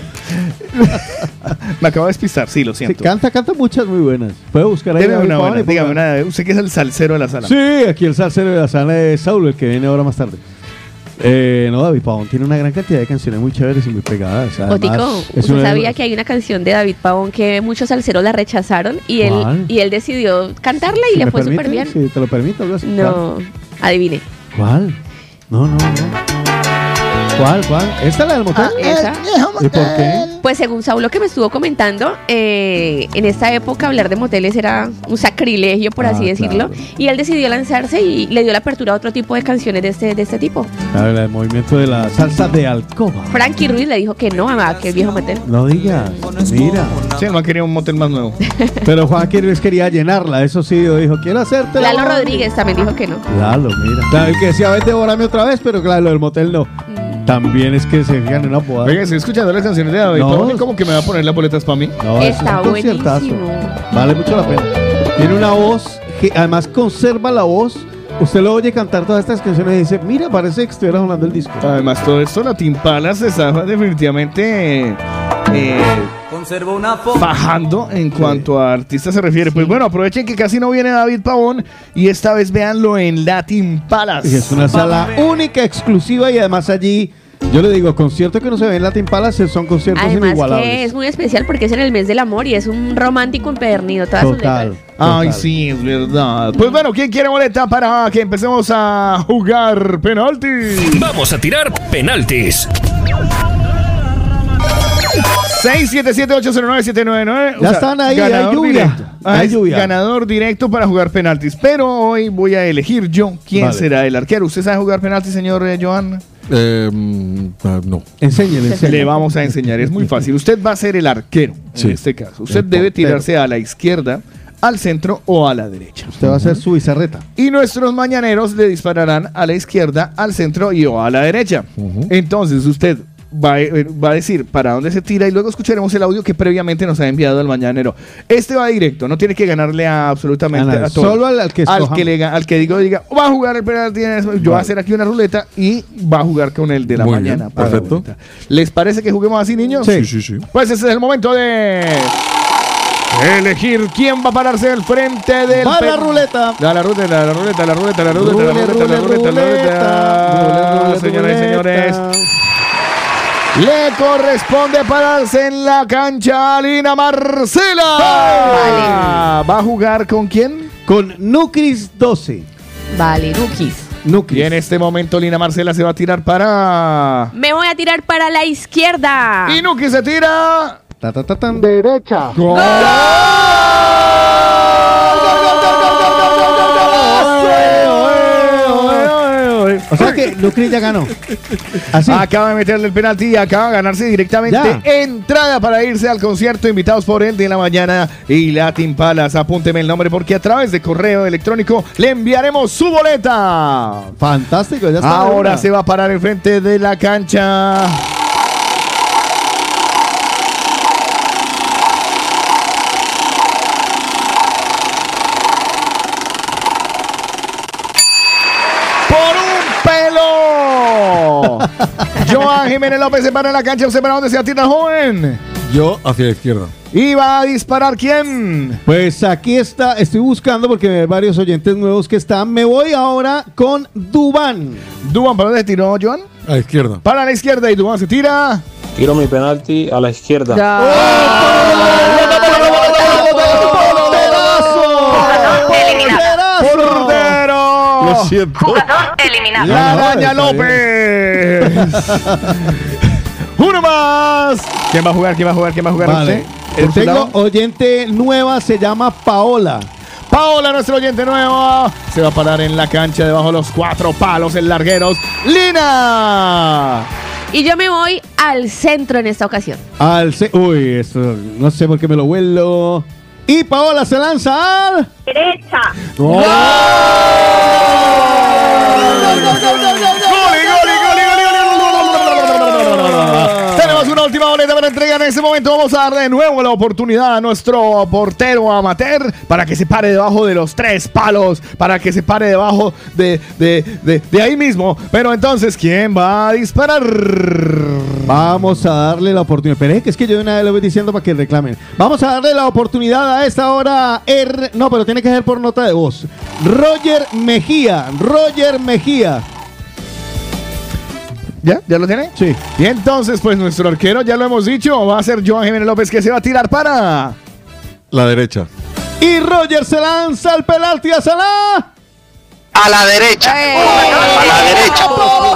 Speaker 2: Me acabo de despistar, sí, lo
Speaker 1: Sí,
Speaker 2: siento.
Speaker 1: canta, canta muchas muy buenas. Puede buscar ahí.
Speaker 2: Deme
Speaker 1: David
Speaker 2: una
Speaker 1: Pavón
Speaker 2: buena,
Speaker 1: y ponga-
Speaker 2: dígame una. Usted que es el salsero de la sala.
Speaker 1: Sí, aquí el salsero de la sala de Saulo, el que viene ahora más tarde. Eh, no, David Pavón tiene una gran cantidad de canciones muy chéveres y muy pegadas. Además,
Speaker 3: Otico,
Speaker 1: es
Speaker 3: ¿usted
Speaker 1: una de
Speaker 3: sabía
Speaker 1: las-
Speaker 3: que hay una canción de David Pavón que muchos salseros la rechazaron y él,
Speaker 1: ¿Cuál?
Speaker 3: y él decidió cantarla y
Speaker 1: si
Speaker 3: le
Speaker 1: me
Speaker 3: fue súper
Speaker 1: permite,
Speaker 3: bien?
Speaker 1: Si te lo permito, algo así.
Speaker 3: No, adivine.
Speaker 1: ¿Cuál? No, no, no. ¿Cuál, cuál? ¿Esta es la del motel?
Speaker 3: Ah, esa.
Speaker 1: ¿Y por qué?
Speaker 3: Pues según Saulo que me estuvo comentando, eh, en esta época hablar de moteles era un sacrilegio, por
Speaker 1: Ah,
Speaker 3: así decirlo,
Speaker 1: claro.
Speaker 3: y él decidió lanzarse y le dio la apertura a otro tipo de canciones de este, de este tipo.
Speaker 1: Claro, el movimiento de la salsa de alcoba.
Speaker 3: Frankie Ruiz le dijo que no a aquel viejo motel.
Speaker 1: No digas, mira.
Speaker 2: Sí, no quería un motel más nuevo.
Speaker 1: Pero Juan Quiroz quería llenarla, eso sí, dijo, quiero hacerte la
Speaker 3: Lalo
Speaker 1: boda.
Speaker 3: Rodríguez también dijo que no.
Speaker 1: Lalo, mira. Claro, el que decía, vete, órame otra vez, pero claro, lo del motel no. También es que se fijan en una boda.
Speaker 2: Oiga, estoy escuchando las canciones de David
Speaker 1: No.
Speaker 2: Pavón y como que me va a poner las boletas para mí.
Speaker 1: No, es
Speaker 3: Está
Speaker 1: un conciertazo.
Speaker 3: buenísimo.
Speaker 1: Vale mucho la pena. Tiene una voz que además conserva la voz. Usted lo oye cantar todas estas canciones y dice, mira, parece que estuviera sonando el disco.
Speaker 2: Además, todo esto, la Timpala se está definitivamente eh,
Speaker 15: Conservo una foto.
Speaker 2: fajando en cuanto a artistas se refiere. Pues bueno, aprovechen que casi no viene David Pavón y esta vez véanlo en Latin Palace.
Speaker 1: Y es una sala única, exclusiva y además allí, yo le digo, conciertos que no se ven en Latin Palace son conciertos
Speaker 3: Además
Speaker 1: inigualables.
Speaker 3: que es muy especial porque es en el mes del amor y es un romántico empedernido. Todas sus
Speaker 1: Total.
Speaker 3: letras.
Speaker 2: Ay, sí, es verdad. Pues bueno, ¿quién quiere boleta para que empecemos a jugar penalti?
Speaker 17: Vamos a tirar penaltis.
Speaker 2: seis siete siete, ocho cero nueve, siete nueve nueve.
Speaker 1: Ya están ahí, hay
Speaker 2: ganador
Speaker 1: lluvia.
Speaker 2: directo. Ah,
Speaker 1: Hay
Speaker 2: es
Speaker 1: lluvia.
Speaker 2: Ganador directo para jugar penaltis. Pero hoy voy a elegir yo quién
Speaker 1: Vale.
Speaker 2: será el arquero. ¿Usted sabe jugar penaltis, señor eh, Joan?
Speaker 5: Eh, mm, ah, no.
Speaker 1: Enséñele, enséñele.
Speaker 2: Le vamos a enseñar, es muy fácil. Usted va a ser el arquero
Speaker 5: Sí.
Speaker 2: en este caso. Usted
Speaker 1: El
Speaker 2: debe
Speaker 1: portero.
Speaker 2: tirarse a la izquierda, al centro o a la derecha.
Speaker 1: Usted va a hacer su bizarreta.
Speaker 2: Y nuestros mañaneros le dispararán a la izquierda, al centro y o a la derecha. Entonces usted va a, eh, va a decir para dónde se tira y luego escucharemos el audio que previamente nos ha enviado el mañanero. Este va directo, no tiene que ganarle a absolutamente
Speaker 1: A nadie,
Speaker 2: a todos.
Speaker 1: solo al- al que
Speaker 2: al
Speaker 1: escojamos.
Speaker 2: que, le, ga- al que digo, diga, va a jugar el penalti. en ese- Yo voy a hacer aquí una ruleta y va a jugar con el de la
Speaker 5: Muy
Speaker 2: mañana.
Speaker 5: bien,
Speaker 2: por la
Speaker 5: perfecto.
Speaker 2: vuelta. ¿Les parece que juguemos así, niños?
Speaker 5: Sí, sí, sí.
Speaker 2: Pues ese es el momento de elegir quién va a pararse al frente del
Speaker 1: Va la
Speaker 2: pe-
Speaker 1: ruleta.
Speaker 2: Da la ruleta, la ruleta, la ruleta, la ruleta, la
Speaker 1: Rule,
Speaker 2: ruleta, la
Speaker 1: rule,
Speaker 2: ruleta, la ruleta.
Speaker 1: ruleta.
Speaker 2: Señoras y
Speaker 1: Ruleta.
Speaker 2: señores, le corresponde pararse en la cancha a Lina Marcela. ¿Va a jugar con quién?
Speaker 1: Con Nucris doce.
Speaker 3: Vale, Nukis.
Speaker 2: Y
Speaker 1: Nucris.
Speaker 2: en este momento Lina Marcela se va a tirar para...
Speaker 3: Me voy a tirar para la izquierda.
Speaker 2: Y Nuki se tira...
Speaker 1: Ta, ta, ta, tan.
Speaker 23: Derecha.
Speaker 2: ¡Gol!
Speaker 1: O sea que Nucris ya ganó. Así.
Speaker 2: Acaba de meterle el penalti y acaba de ganarse directamente
Speaker 1: Ya.
Speaker 2: entrada para irse al concierto invitados por el de la mañana y Latin Palace. Apúnteme el nombre porque a través de correo electrónico le enviaremos su boleta.
Speaker 1: Fantástico, ya está.
Speaker 2: Ahora se va a parar enfrente de la cancha. Joan Jiménez López se para en la cancha. ¿Usted para dónde se atira el joven?
Speaker 5: Yo hacia la izquierda.
Speaker 2: ¿Y va a disparar quién?
Speaker 1: Pues aquí está, estoy buscando porque hay varios oyentes nuevos que están. Me voy ahora con Dubán.
Speaker 2: Dubán, ¿para dónde se tiró, Joan?
Speaker 5: A la izquierda.
Speaker 2: Para la izquierda y Dubán se tira.
Speaker 19: Tiro mi penalti a la izquierda.
Speaker 2: ¡Portero!
Speaker 5: Lo siento.
Speaker 21: Jugador eliminado.
Speaker 2: La Araña López. Uno más. ¿Quién va a jugar? ¿Quién va a jugar? ¿Quién va a jugar?
Speaker 1: Vale.
Speaker 2: ¿Usted?
Speaker 1: Tengo oyente nueva, se llama Paola.
Speaker 2: Paola, nuestro oyente nuevo, se va a parar en la cancha debajo de los cuatro palos en largueros. ¡Lina!
Speaker 3: Y yo me voy al centro en esta ocasión.
Speaker 1: Al ce- Uy, esto no sé por qué me lo vuelo. Y Paola se lanza al...
Speaker 21: Derecha.
Speaker 1: ¡Gol!
Speaker 2: ¡Gol, Tenemos una última boleta para entregar en este momento. Vamos a dar de nuevo la oportunidad a nuestro portero amateur para que se pare debajo de los tres palos, para que se pare debajo de, de, de, de ahí mismo. Pero entonces, ¿quién va a disparar?
Speaker 1: Vamos a darle la oportunidad. Pero es que, es que yo de una vez lo voy diciendo para que reclamen. Vamos a darle la oportunidad a esta hora. R... No, pero tiene que ser por nota de voz. Roger Mejía. Roger Mejía.
Speaker 2: ¿Ya? ¿Ya lo tiene?
Speaker 1: Sí.
Speaker 2: Y entonces, pues nuestro arquero, ya lo hemos dicho, va a ser Joan Jiménez López, que se va a tirar para...
Speaker 5: La derecha.
Speaker 1: Y Roger se lanza el penalti a Salah.
Speaker 21: A la derecha. A la derecha.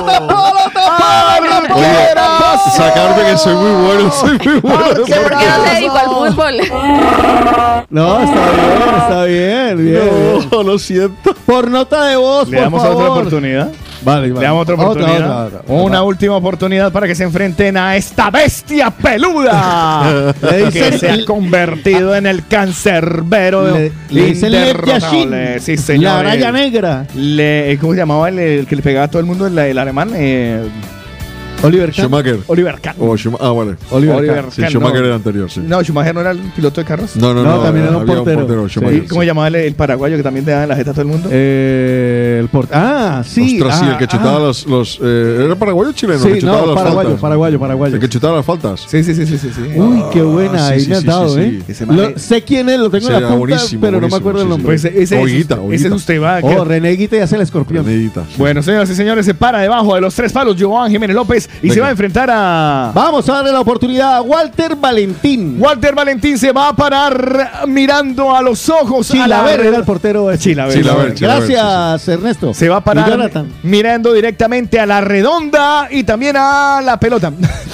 Speaker 5: Oye, sacarme que soy muy bueno, soy muy bueno.
Speaker 3: ¿Por qué no se dedicó al fútbol?
Speaker 1: No, está bien, está bien. bien.
Speaker 5: No, lo siento.
Speaker 1: Por nota de voz,
Speaker 2: Le
Speaker 1: por
Speaker 2: damos
Speaker 1: favor.
Speaker 2: otra oportunidad.
Speaker 1: Vale, vale.
Speaker 2: Le damos otra oportunidad.
Speaker 1: Otra, otra, otra.
Speaker 2: Una última oportunidad para que se enfrenten a esta bestia peluda
Speaker 1: Le
Speaker 2: que
Speaker 1: dicen-
Speaker 2: se ha convertido en el cancerbero
Speaker 1: Le- le dicen Lev
Speaker 2: inderrotable.
Speaker 1: Yashin,
Speaker 2: Sí, señor.
Speaker 1: la raya negra.
Speaker 2: Le- ¿Cómo se llamaba el, el que le pegaba a todo el mundo, el, el alemán? Eh,
Speaker 1: Oliver Kahn.
Speaker 5: Schumacher.
Speaker 2: Oliver Kahn.
Speaker 5: O Schuma- ah, vale.
Speaker 1: Oliver
Speaker 2: Oliver
Speaker 1: Kahn.
Speaker 5: Sí,
Speaker 2: Kahn,
Speaker 5: Schumacher
Speaker 2: no.
Speaker 5: era anterior, sí.
Speaker 2: No, Schumacher no era el piloto de carros.
Speaker 5: No, no,
Speaker 1: No,
Speaker 5: no.
Speaker 1: también era un
Speaker 5: había
Speaker 1: portero.
Speaker 5: Schumacher,
Speaker 2: ¿Y ¿Cómo
Speaker 5: sí.
Speaker 2: se llamaba el, el paraguayo que también te daba en la jeta a todo el mundo?
Speaker 1: Eh, el port- Ah, sí.
Speaker 5: Ostras, sí,
Speaker 1: ah,
Speaker 5: el que chutaba
Speaker 1: ah.
Speaker 5: los. los eh, ¿Era paraguayo o chileno?
Speaker 1: Sí,
Speaker 5: El que chutaba
Speaker 1: no,
Speaker 5: las
Speaker 1: paraguayo,
Speaker 5: faltas.
Speaker 1: paraguayo, paraguayo.
Speaker 5: El que chutaba las faltas.
Speaker 2: Sí, sí, sí, sí, sí. sí.
Speaker 1: Uy, qué buena,
Speaker 5: Ah, sí,
Speaker 1: ahí
Speaker 5: sí,
Speaker 1: me has
Speaker 5: sí,
Speaker 1: dado,
Speaker 5: sí,
Speaker 1: ¿eh?
Speaker 2: sí. Ese
Speaker 1: Lo-
Speaker 2: man-
Speaker 1: sé quién es, lo tengo
Speaker 5: Sí,
Speaker 1: en la
Speaker 5: era
Speaker 1: punta,
Speaker 5: buenísimo,
Speaker 1: pero no me
Speaker 5: buenísimo,
Speaker 1: acuerdo el
Speaker 5: sí,
Speaker 1: nombre.
Speaker 2: Pues ese, ese,
Speaker 5: Ollita,
Speaker 2: ese
Speaker 5: Ollita.
Speaker 2: es usted, va.
Speaker 1: Oh, Reneguita y hace el escorpión.
Speaker 5: Medita.
Speaker 2: Bueno, señoras y señores, se para debajo de los tres palos Joan Jiménez López y
Speaker 5: Venga.
Speaker 2: se va a enfrentar a...
Speaker 1: Vamos a darle la oportunidad a Walter Valentín.
Speaker 2: Walter Valentín se va a parar mirando a los ojos a la
Speaker 1: Chilaver era el portero de
Speaker 2: Chilaver.
Speaker 5: Chilaver, Chilaver,
Speaker 1: Gracias, Ernesto.
Speaker 2: Se va a
Speaker 1: Y
Speaker 2: parar
Speaker 1: Jonathan.
Speaker 2: mirando directamente a la redonda y también a la pelota.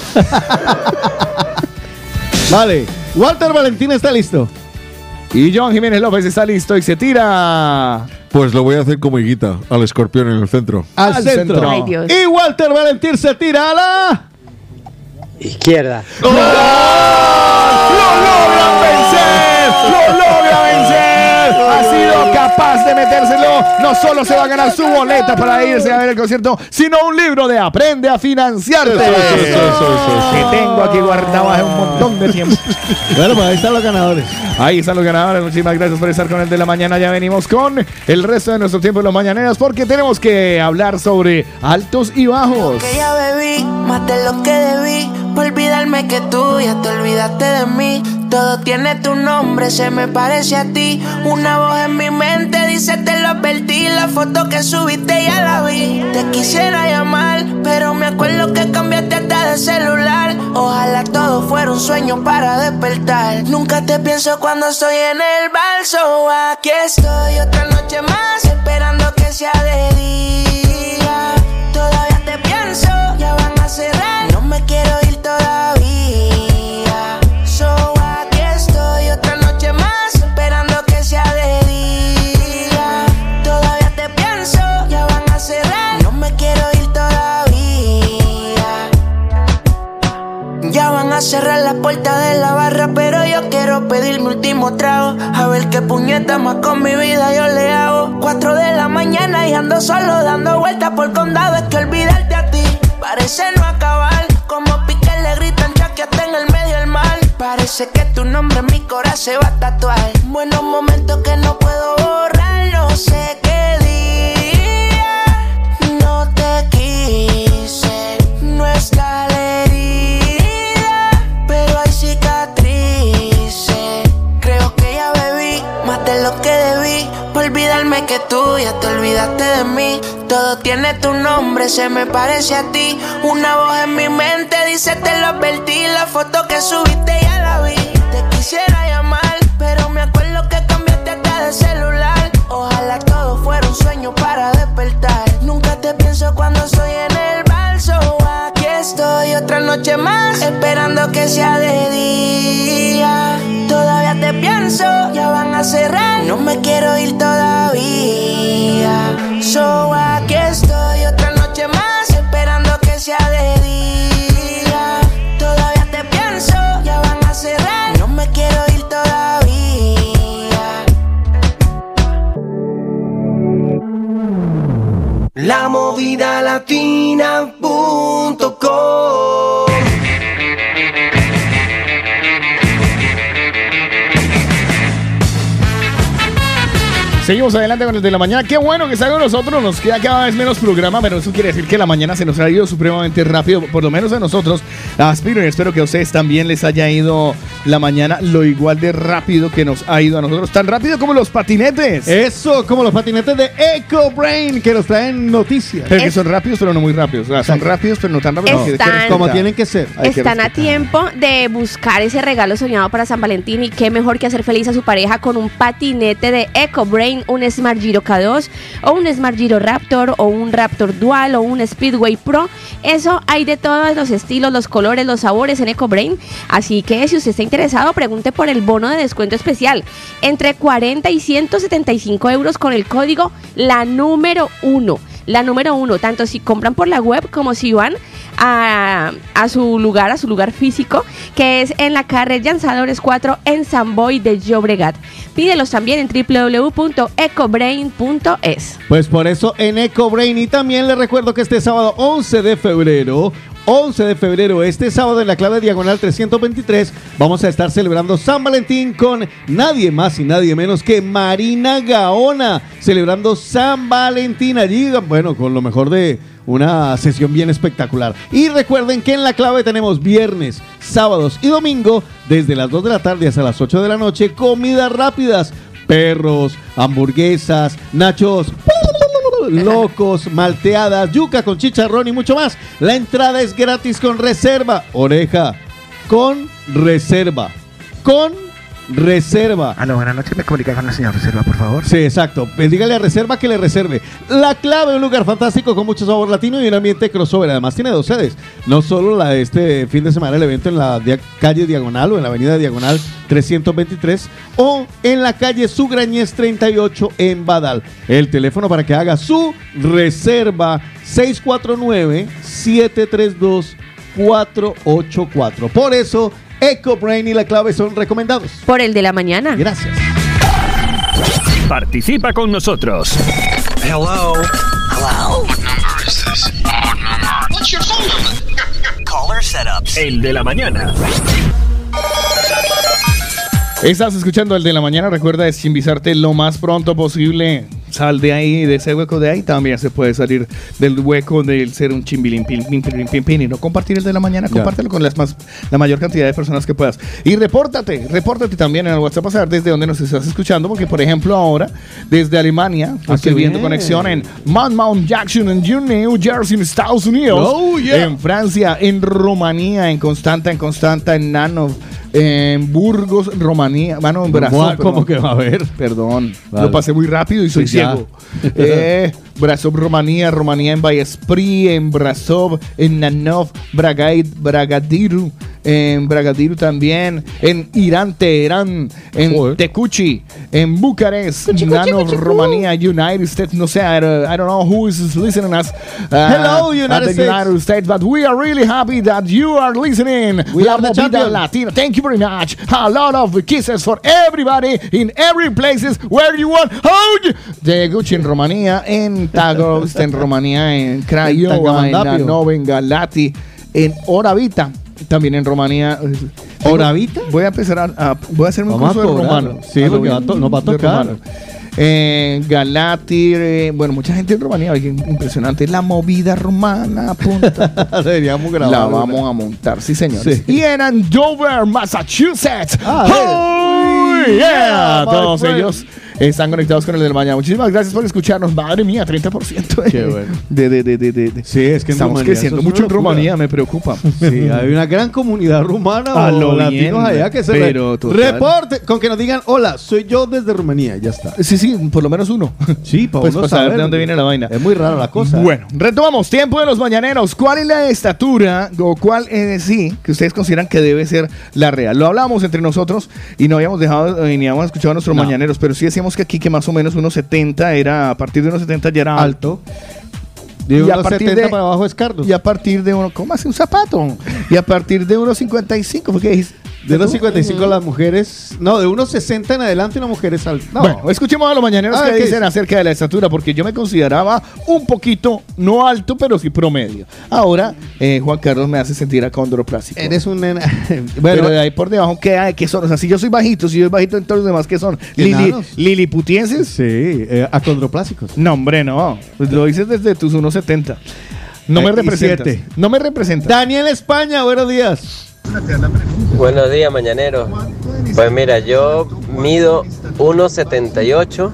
Speaker 1: Vale, Walter Valentín está listo.
Speaker 2: Y Joan Jiménez López está listo y se tira...
Speaker 5: Pues lo voy a hacer como higuita, al escorpión en el centro.
Speaker 1: Al,
Speaker 2: Al
Speaker 1: centro.
Speaker 2: centro.
Speaker 3: Ay, Dios.
Speaker 1: Y Walter Valentín se tira a la...
Speaker 23: Izquierda.
Speaker 2: ¡Lo logra vencer! ¡Lo logra vencer! Ha sido capaz de metérselo. No solo se va a ganar su boleta para irse a ver el concierto, sino un libro de Aprende a Financiarte.
Speaker 5: Eso, eso, eso, eso, eso.
Speaker 2: Que tengo aquí guardado hace un montón de tiempo.
Speaker 1: Bueno, pues ahí están los ganadores.
Speaker 2: Ahí están los ganadores. Muchísimas gracias por estar con el de la mañana. Ya venimos con el resto de nuestro tiempo en los mañaneros porque tenemos que hablar sobre altos y bajos.
Speaker 22: Que ya bebí, más de lo que debí. Por olvidarme que tú ya te olvidaste de mí. Todo tiene tu nombre, se me parece a ti. Una voz en mi mente dice te lo advertí. La foto que subiste ya la vi. Te quisiera llamar, pero me acuerdo que cambiaste hasta de celular. Ojalá todo fuera un sueño para despertar. Nunca te pienso cuando estoy en el balso. Aquí estoy otra noche más, esperando que sea de día. Todavía te pienso, ya van a cerrar. No me quiero ir todavía. So aquí estoy otra noche más, esperando que sea de día. Todavía te pienso, ya van a cerrar. No me quiero ir todavía. Ya van a cerrar las puertas de la barra, pero yo quiero pedir mi último trago. A ver qué puñeta más con mi vida yo le hago. Cuatro de la mañana y ando solo dando vueltas por condado. Es que olvidarte a ti parece no acabar. Como Piqué le gritan chaqueate en el medio del mar. Parece que tu nombre en mi corazón se va a tatuar. Buenos momentos que no puedo borrar. No sé qué día no te quise. que tú ya te olvidaste de mí. Todo tiene tu nombre, se me parece a ti. Una voz en mi mente dice te lo advertí. La foto que subiste ya la vi. Te quisiera llamar, pero me acuerdo que cambiaste hasta de celular. Ojalá todo fuera un sueño para despertar. Nunca te pienso cuando estoy en el bar. So aquí estoy otra noche más, esperando que sea de día. Todavía te pienso, ya van a cerrar. No me quiero ir todavía. So aquí estoy otra noche más, esperando que sea de día. Todavía te pienso, ya van a cerrar. No me quiero ir todavía.
Speaker 15: La movida latina punto com.
Speaker 2: Seguimos adelante con el de la mañana. Qué bueno que está con nosotros. Nos queda cada vez menos programa, pero eso quiere decir que la mañana se nos ha ido supremamente rápido. Por lo menos a nosotros. Aspiro y espero que a ustedes también les haya ido la mañana lo igual de rápido que nos ha ido a nosotros. Tan rápido como los patinetes.
Speaker 1: Eso, como los patinetes de EcoBrain, que nos traen noticias.
Speaker 2: Pero que son rápidos, pero no muy rápidos. O sea, son rápidos, pero no tan rápidos.
Speaker 3: Están-
Speaker 1: Como tienen que ser.
Speaker 3: Están a tiempo de buscar ese regalo soñado para San Valentín, y qué mejor que hacer feliz a su pareja con un patinete de EcoBrain, un Smart Giro K dos o un Smart Giro Raptor o un Raptor Dual o un Speedway Pro. Eso hay de todos los estilos, los colores, los sabores en EcoBrain. Así que si usted está interesado, pregunte por el bono de descuento especial entre cuarenta y ciento setenta y cinco euros con el código la número uno. La número uno, tanto si compran por la web como si van a, a su lugar, a su lugar físico, que es en la calle Llançadores cuatro en San Boi de Llobregat. Pídelos también en doble u doble u doble u punto ecobrain punto es.
Speaker 1: Pues por eso en EcoBrain. Y también les recuerdo que este sábado once de febrero, once de febrero, este sábado en la clave diagonal trescientos veintitrés, vamos a estar celebrando San Valentín con nadie más y nadie menos que Marina Gaona, celebrando San Valentín allí, bueno, con lo mejor de una sesión bien espectacular. Y recuerden que en la clave tenemos viernes, sábados y domingo, desde las dos de la tarde hasta las ocho de la noche, comidas rápidas, perros, hamburguesas, nachos locos, malteadas, yuca con chicharrón y mucho más. La entrada es gratis con reserva. Oreja, con reserva. Con reserva.
Speaker 4: Aló, buenas noches, me comunica con la señora Reserva, por favor.
Speaker 1: Sí, exacto. Pues dígale a Reserva que le reserve. La clave, un lugar fantástico con mucho sabor latino y un ambiente crossover. Además tiene dos sedes. No solo la de este fin de semana, el evento en la dia- calle Diagonal o en la avenida Diagonal trescientos veintitrés o en la calle Sugrañez treinta y ocho en Badal. El teléfono para que haga su reserva seis cuatro nueve, siete tres dos, cuatro ocho cuatro. Por eso EcoBrain y la clave son recomendados.
Speaker 3: Por el de la mañana.
Speaker 1: Gracias.
Speaker 17: Participa con nosotros.
Speaker 8: Hello. Hello. What number is this? What number? What's your phone number? Caller setups.
Speaker 17: El de la mañana.
Speaker 2: Estás escuchando el de la mañana. Recuerda desinvitarte lo más pronto posible. Sal de ahí, de ese hueco de ahí. También se puede salir del hueco del ser un chimbilín, pin, pin, pin, pin, pin, y no compartir el de la mañana. Compártelo con las más, la mayor cantidad de personas que puedas. Y repórtate, repórtate también en el WhatsApp a saber desde dónde nos estás escuchando. Porque, por ejemplo, ahora, desde Alemania,
Speaker 1: Ah,
Speaker 2: estoy
Speaker 1: qué
Speaker 2: viendo
Speaker 1: bien.
Speaker 2: conexión en Mount Jackson, en New Jersey, en Estados Unidos.
Speaker 1: Oh, yeah.
Speaker 2: En Francia, en Rumanía, en Constanta, en Constanta, en Nanov, en Burgos, Rumanía, mano, en Brasil.
Speaker 1: ¿Cómo- cómo que va a haber?
Speaker 2: Perdón,
Speaker 1: Vale.
Speaker 2: lo pasé muy rápido y soy
Speaker 1: Pues ya.
Speaker 2: ciego. eh, Brasov, Rumanía, Rumanía en Vallespri, en Brasov, en Nanov, Bragait, Bragadiru, en Bragadiru también, en Irán, Teherán, en Tecuci, en Bucarest, Nanov, Rumanía, United States, no sé, I don't, I don't know who is listening us. uh,
Speaker 1: Hello, United
Speaker 2: at the
Speaker 1: States.
Speaker 2: United States, but we are really happy that you are listening.
Speaker 1: We
Speaker 2: La
Speaker 1: are the
Speaker 2: Movida
Speaker 1: champions.
Speaker 2: Latina. Thank you very much. A lot of kisses for everybody in every places where you want. Oh, de Gucci en Rumanía, en Tagost, en Rumanía, en Craiova, en
Speaker 1: Tangamandapio.
Speaker 2: Nanov, en Galati, en Oravita, también en Rumanía.
Speaker 1: ¿Oravita?
Speaker 2: Voy a empezar a, a- voy a hacer un
Speaker 1: Vamos
Speaker 2: curso
Speaker 1: a
Speaker 2: de
Speaker 1: cobrar.
Speaker 2: romano.
Speaker 1: Sí,
Speaker 2: A lo
Speaker 1: porque va a
Speaker 2: bien
Speaker 1: to- nos va a
Speaker 2: de
Speaker 1: tocar.
Speaker 2: romano. Eh, Galati, eh, bueno, mucha gente en Rumanía, oye, impresionante. La movida romana, punta.
Speaker 1: Deberíamos grabar.
Speaker 2: La vamos a montar, sí, señores.
Speaker 1: Sí.
Speaker 2: Y en Andover, Massachusetts.
Speaker 1: Ah,
Speaker 2: ¡Oh, yeah!
Speaker 1: my
Speaker 2: Todos
Speaker 1: friend.
Speaker 2: ellos están conectados con el del mañana. Muchísimas gracias por escucharnos. Madre mía, treinta por ciento de,
Speaker 1: Qué bueno.
Speaker 2: de, de, de, de, de.
Speaker 1: Sí, es que en
Speaker 2: estamos
Speaker 1: Rumanía
Speaker 2: creciendo
Speaker 1: eso es
Speaker 2: mucho en
Speaker 1: una locura.
Speaker 2: Rumanía, me preocupa.
Speaker 1: Sí, hay una gran comunidad rumana
Speaker 2: A
Speaker 1: o
Speaker 2: lo
Speaker 1: latinos
Speaker 2: bien,
Speaker 1: allá que se
Speaker 2: pero
Speaker 1: re-
Speaker 2: total.
Speaker 1: reporte, con que nos digan, hola, soy yo desde Rumanía, ya está.
Speaker 2: Sí, sí, por lo menos uno.
Speaker 1: Sí, para
Speaker 2: Pues
Speaker 1: uno
Speaker 2: para saber
Speaker 1: saber
Speaker 2: de dónde viene la vaina.
Speaker 1: Es muy rara la cosa.
Speaker 2: Bueno, retomamos. Tiempo de los mañaneros. ¿Cuál es la estatura o cuál es sí que ustedes consideran que debe ser la real? Lo hablamos entre nosotros y no habíamos dejado eh, ni habíamos escuchado a nuestros
Speaker 1: No.
Speaker 2: mañaneros, pero sí decíamos que aquí que más o menos uno setenta era, a partir de uno setenta ya era alto.
Speaker 1: De
Speaker 2: Y a
Speaker 1: unos
Speaker 2: partir
Speaker 1: setenta
Speaker 2: de-
Speaker 1: para abajo es Carlos.
Speaker 2: Y a partir de uno, ¿cómo hace un zapato? Y a partir de uno cincuenta y cinco, ¿por qué dijiste?
Speaker 1: De unos cincuenta y cinco las mujeres, no, de unos sesenta en adelante una mujer es alta. No.
Speaker 2: Bueno, escuchemos a los mañaneros
Speaker 1: A
Speaker 2: que
Speaker 1: ver, ¿qué
Speaker 2: dicen
Speaker 1: dice?
Speaker 2: acerca de la estatura, porque yo me consideraba un poquito, no alto, pero sí promedio. Ahora, eh, Juan Carlos me hace sentir acondroplásico.
Speaker 1: Eres un nena.
Speaker 2: Bueno, pero de ahí por debajo, ¿qué hay? ¿Qué son? O sea, si yo soy bajito, si yo soy bajito, entonces los demás, ¿qué son? Lili,
Speaker 1: Enanos.
Speaker 2: ¿Liliputienses?
Speaker 1: Sí, eh, acondroplásicos.
Speaker 2: No, hombre, no. Pues lo dices desde tus uno setenta. No me
Speaker 1: Eh, y
Speaker 2: representas.
Speaker 1: siete.
Speaker 2: No me representas.
Speaker 1: Daniel España, buenos días.
Speaker 6: Buenos días, mañaneros. Pues mira, yo mido uno setenta y ocho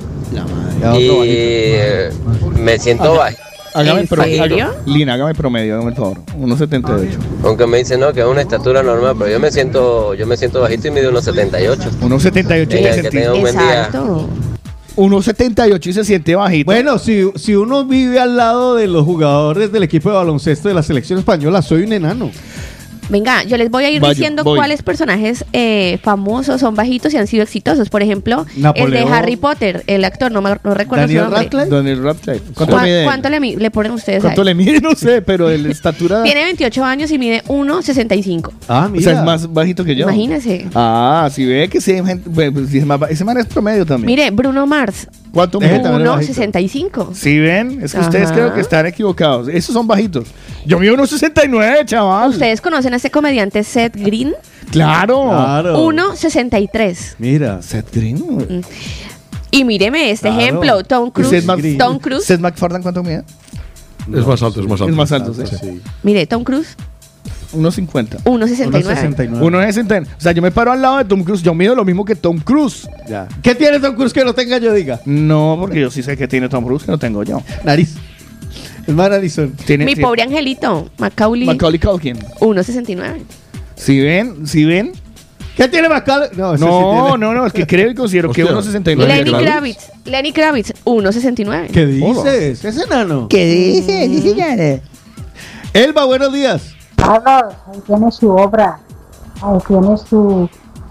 Speaker 6: y eh, me siento bajo.
Speaker 2: Hágame
Speaker 3: ¿En
Speaker 2: pro-
Speaker 3: serio?
Speaker 2: haga- Lina, hágame promedio, hágame el favor. uno setenta y ocho.
Speaker 6: Aunque me dicen no, que es una estatura normal, pero yo me siento, yo me siento bajito y mido uno setenta y ocho.
Speaker 2: uno setenta y ocho y
Speaker 6: Venga,
Speaker 2: se
Speaker 6: que
Speaker 2: siente-
Speaker 6: tenga un buen día.
Speaker 3: Exacto.
Speaker 2: uno setenta y ocho y se siente bajito.
Speaker 1: Bueno, si, si uno vive al lado de los jugadores del equipo de baloncesto de la selección española, soy un enano.
Speaker 3: Venga, yo les voy a ir
Speaker 2: Vaya,
Speaker 3: diciendo
Speaker 2: voy.
Speaker 3: cuáles personajes eh, famosos son bajitos y han sido exitosos. Por ejemplo,
Speaker 1: Napoleón.
Speaker 3: el de Harry Potter, el actor, no, me- no recuerdo
Speaker 1: Daniel
Speaker 3: su nombre.
Speaker 1: Radcliffe.
Speaker 2: Daniel Radcliffe. ¿Cuánto
Speaker 3: ¿Cuá-
Speaker 2: mide?
Speaker 3: ¿Cuánto le, mi- le ponen ustedes a
Speaker 2: ¿Cuánto
Speaker 3: él?
Speaker 2: le mide? No sé, pero el estatura.
Speaker 3: Tiene veintiocho años y mide uno sesenta y cinco.
Speaker 1: Ah,
Speaker 2: O
Speaker 1: mira.
Speaker 2: sea, es más bajito que yo.
Speaker 3: Imagínese.
Speaker 2: Ah, si ve que sí, hay gente- bueno, pues, sí, es más ba- ese man es promedio también.
Speaker 3: Mire, Bruno Mars,
Speaker 2: ¿Cuánto
Speaker 1: Deje
Speaker 2: mide?
Speaker 1: también
Speaker 3: uno
Speaker 1: bajito.
Speaker 3: sesenta y cinco.
Speaker 2: Si ven, es que ustedes
Speaker 3: Ajá.
Speaker 2: creo que están equivocados. Esos son bajitos. Yo mido uno sesenta y nueve, chaval.
Speaker 3: ¿Ustedes conocen a este comediante Seth Green?
Speaker 2: Claro.
Speaker 1: Claro.
Speaker 3: uno sesenta y tres.
Speaker 1: Mira.
Speaker 2: Seth Green.
Speaker 3: Y míreme este
Speaker 1: Claro.
Speaker 3: ejemplo, Tom
Speaker 2: ¿Y
Speaker 3: Cruise.
Speaker 2: Seth, Mac-
Speaker 3: Tom Cruise.
Speaker 2: Seth MacFarlane cuánto mide?
Speaker 5: Es más alto, es más alto.
Speaker 2: Es más alto, sí.
Speaker 1: Sí.
Speaker 3: Mire, Tom Cruise,
Speaker 2: uno cincuenta.
Speaker 3: uno sesenta y
Speaker 1: uno sesenta
Speaker 3: nueve.
Speaker 1: y nueve.
Speaker 2: uno sesenta. O sea, yo me paro al lado de Tom Cruise. Yo mido lo mismo que Tom Cruise.
Speaker 1: Ya. ¿Qué tiene Tom Cruise que no tenga yo, diga?
Speaker 2: No, porque yo sí sé que tiene Tom Cruise, que no tengo yo.
Speaker 1: Nariz. Es más narizón.
Speaker 2: Tiene,
Speaker 3: Mi
Speaker 2: tiene-
Speaker 3: pobre angelito, Macaulay,
Speaker 2: Macaulay Culkin.
Speaker 3: uno sesenta y nueve.
Speaker 2: Si ven, si ven.
Speaker 1: ¿Qué tiene Macaulay? No, ese sí
Speaker 2: No,
Speaker 1: tiene-
Speaker 2: no, no, es que creo y considero que
Speaker 5: Hostia.
Speaker 2: uno sesenta y nueve.
Speaker 3: Lenny
Speaker 5: Kravitz.
Speaker 3: Kravitz, Lenny Kravitz, uno sesenta y nueve.
Speaker 1: ¿Qué dices? Es enano.
Speaker 2: ¿Qué dice? Dice
Speaker 1: Elba, buenos días.
Speaker 9: Carlos, ahí tiene su obra, ahí tiene su,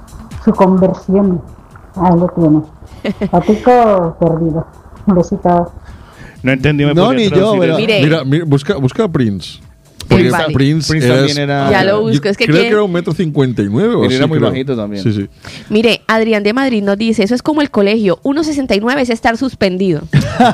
Speaker 9: su conversión, ahí lo tiene. Patico perdido. Un besito.
Speaker 2: No entendí. me
Speaker 1: No,
Speaker 2: podría
Speaker 1: ni yo,
Speaker 2: traducir
Speaker 1: pero-
Speaker 2: eso.
Speaker 3: Mire.
Speaker 5: Mira, mira, busca, busca a Prince. Porque
Speaker 3: Prince vale.
Speaker 5: Prince,
Speaker 2: Prince
Speaker 5: es-
Speaker 2: también era-
Speaker 3: Ya lo
Speaker 5: yo
Speaker 3: busco, es que
Speaker 5: creo
Speaker 3: quiere-
Speaker 5: que era un metro cincuenta y nueve o
Speaker 2: Él
Speaker 5: así,
Speaker 2: era muy
Speaker 5: creo.
Speaker 2: bajito también.
Speaker 5: Sí, sí.
Speaker 3: Mire, Adrián de Madrid nos dice, eso es como el colegio, uno sesenta y nueve es estar suspendido.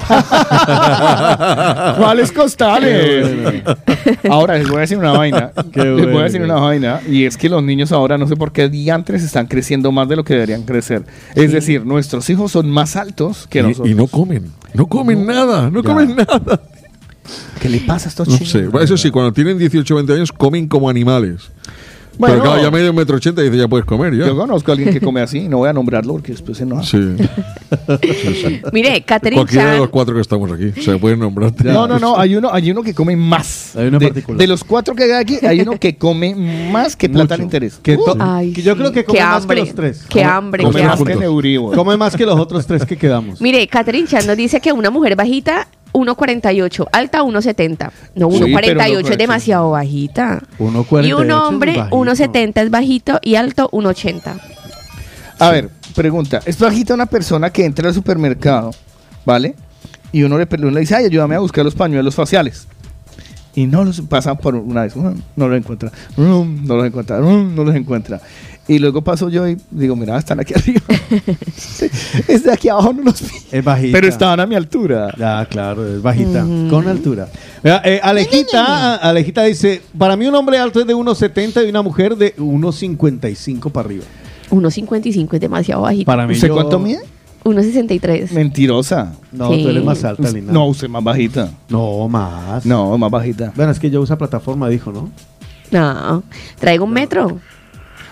Speaker 2: ¿Cuáles costales? Ahora les voy a decir una vaina.
Speaker 1: Qué
Speaker 2: Les voy
Speaker 1: bueno.
Speaker 2: a decir una vaina. Y es que los niños ahora no sé por qué diantres están creciendo más de lo que deberían crecer. Es decir, nuestros hijos son más altos que
Speaker 5: Y,
Speaker 2: nosotros.
Speaker 5: y no comen. No comen nada. No
Speaker 1: Ya.
Speaker 5: comen nada.
Speaker 2: ¿Qué le pasa a estos
Speaker 5: No
Speaker 2: chicos?
Speaker 5: sé. Eso sí, cuando tienen dieciocho o veinte años comen como animales.
Speaker 2: Bueno,
Speaker 5: Pero claro, ya medio un metro ochenta y dice ya puedes comer. Ya.
Speaker 2: yo conozco a alguien que come así. No voy a nombrarlo porque después se enoja.
Speaker 5: Sí. Sí, sí.
Speaker 3: Mire, Catherine
Speaker 5: Cualquiera de
Speaker 3: Chan,
Speaker 5: los cuatro que estamos aquí. Se pueden nombrar.
Speaker 2: No, no, no. Hay uno, hay uno que come más.
Speaker 1: Hay uno en
Speaker 2: de,
Speaker 1: particular.
Speaker 2: de los cuatro que hay aquí, hay uno que come más que plata al
Speaker 1: Mucho.
Speaker 2: interés.
Speaker 1: Que to-
Speaker 3: Ay,
Speaker 1: que yo creo que
Speaker 3: sí.
Speaker 1: come
Speaker 3: Qué
Speaker 1: más
Speaker 3: hambre,
Speaker 1: que los tres.
Speaker 3: qué
Speaker 1: Come-
Speaker 3: hambre,
Speaker 2: Come
Speaker 3: qué
Speaker 2: más
Speaker 3: hambre.
Speaker 2: que Neuribo.
Speaker 1: Come más que los otros tres que quedamos.
Speaker 3: Mire, Catherine Chan nos dice que una mujer bajita, uno cuarenta y ocho, alta uno setenta. No,
Speaker 2: Sí,
Speaker 3: uno cuarenta y ocho
Speaker 2: pero no,
Speaker 3: es demasiado bajita.
Speaker 1: uno
Speaker 3: Y
Speaker 1: cuarenta y
Speaker 3: un
Speaker 1: ocho es
Speaker 3: hombre,
Speaker 1: bajito.
Speaker 3: uno setenta es bajito y alto uno ochenta.
Speaker 2: A ver, pregunta. Es bajita una persona que entra al supermercado, ¿vale? Y uno le, uno le dice, ay, ayúdame a buscar los pañuelos faciales. Y no los pasa por una vez. mm, No los encuentra. mm, No los encuentra. mm, No los encuentra. Y luego paso yo y digo, mira, están aquí arriba. Es de aquí abajo no los vi.
Speaker 1: Es bajita.
Speaker 2: Pero estaban a mi altura.
Speaker 1: Ya, claro, es bajita, con altura. Mira, eh, Alejita, Alejita dice, para mí un hombre alto es de uno setenta y una mujer de uno cincuenta y cinco para arriba.
Speaker 3: uno cincuenta y cinco es demasiado bajito.
Speaker 1: Para mí
Speaker 2: ¿Usted
Speaker 1: yo-
Speaker 2: cuánto mide?
Speaker 3: uno sesenta y tres.
Speaker 2: Mentirosa.
Speaker 1: No,
Speaker 3: Sí.
Speaker 1: tú eres más alta, Lina.
Speaker 2: No, usted más bajita.
Speaker 1: No, más.
Speaker 2: No, más bajita.
Speaker 1: Bueno, es que yo uso plataforma, dijo, ¿no?
Speaker 3: No, traigo un metro.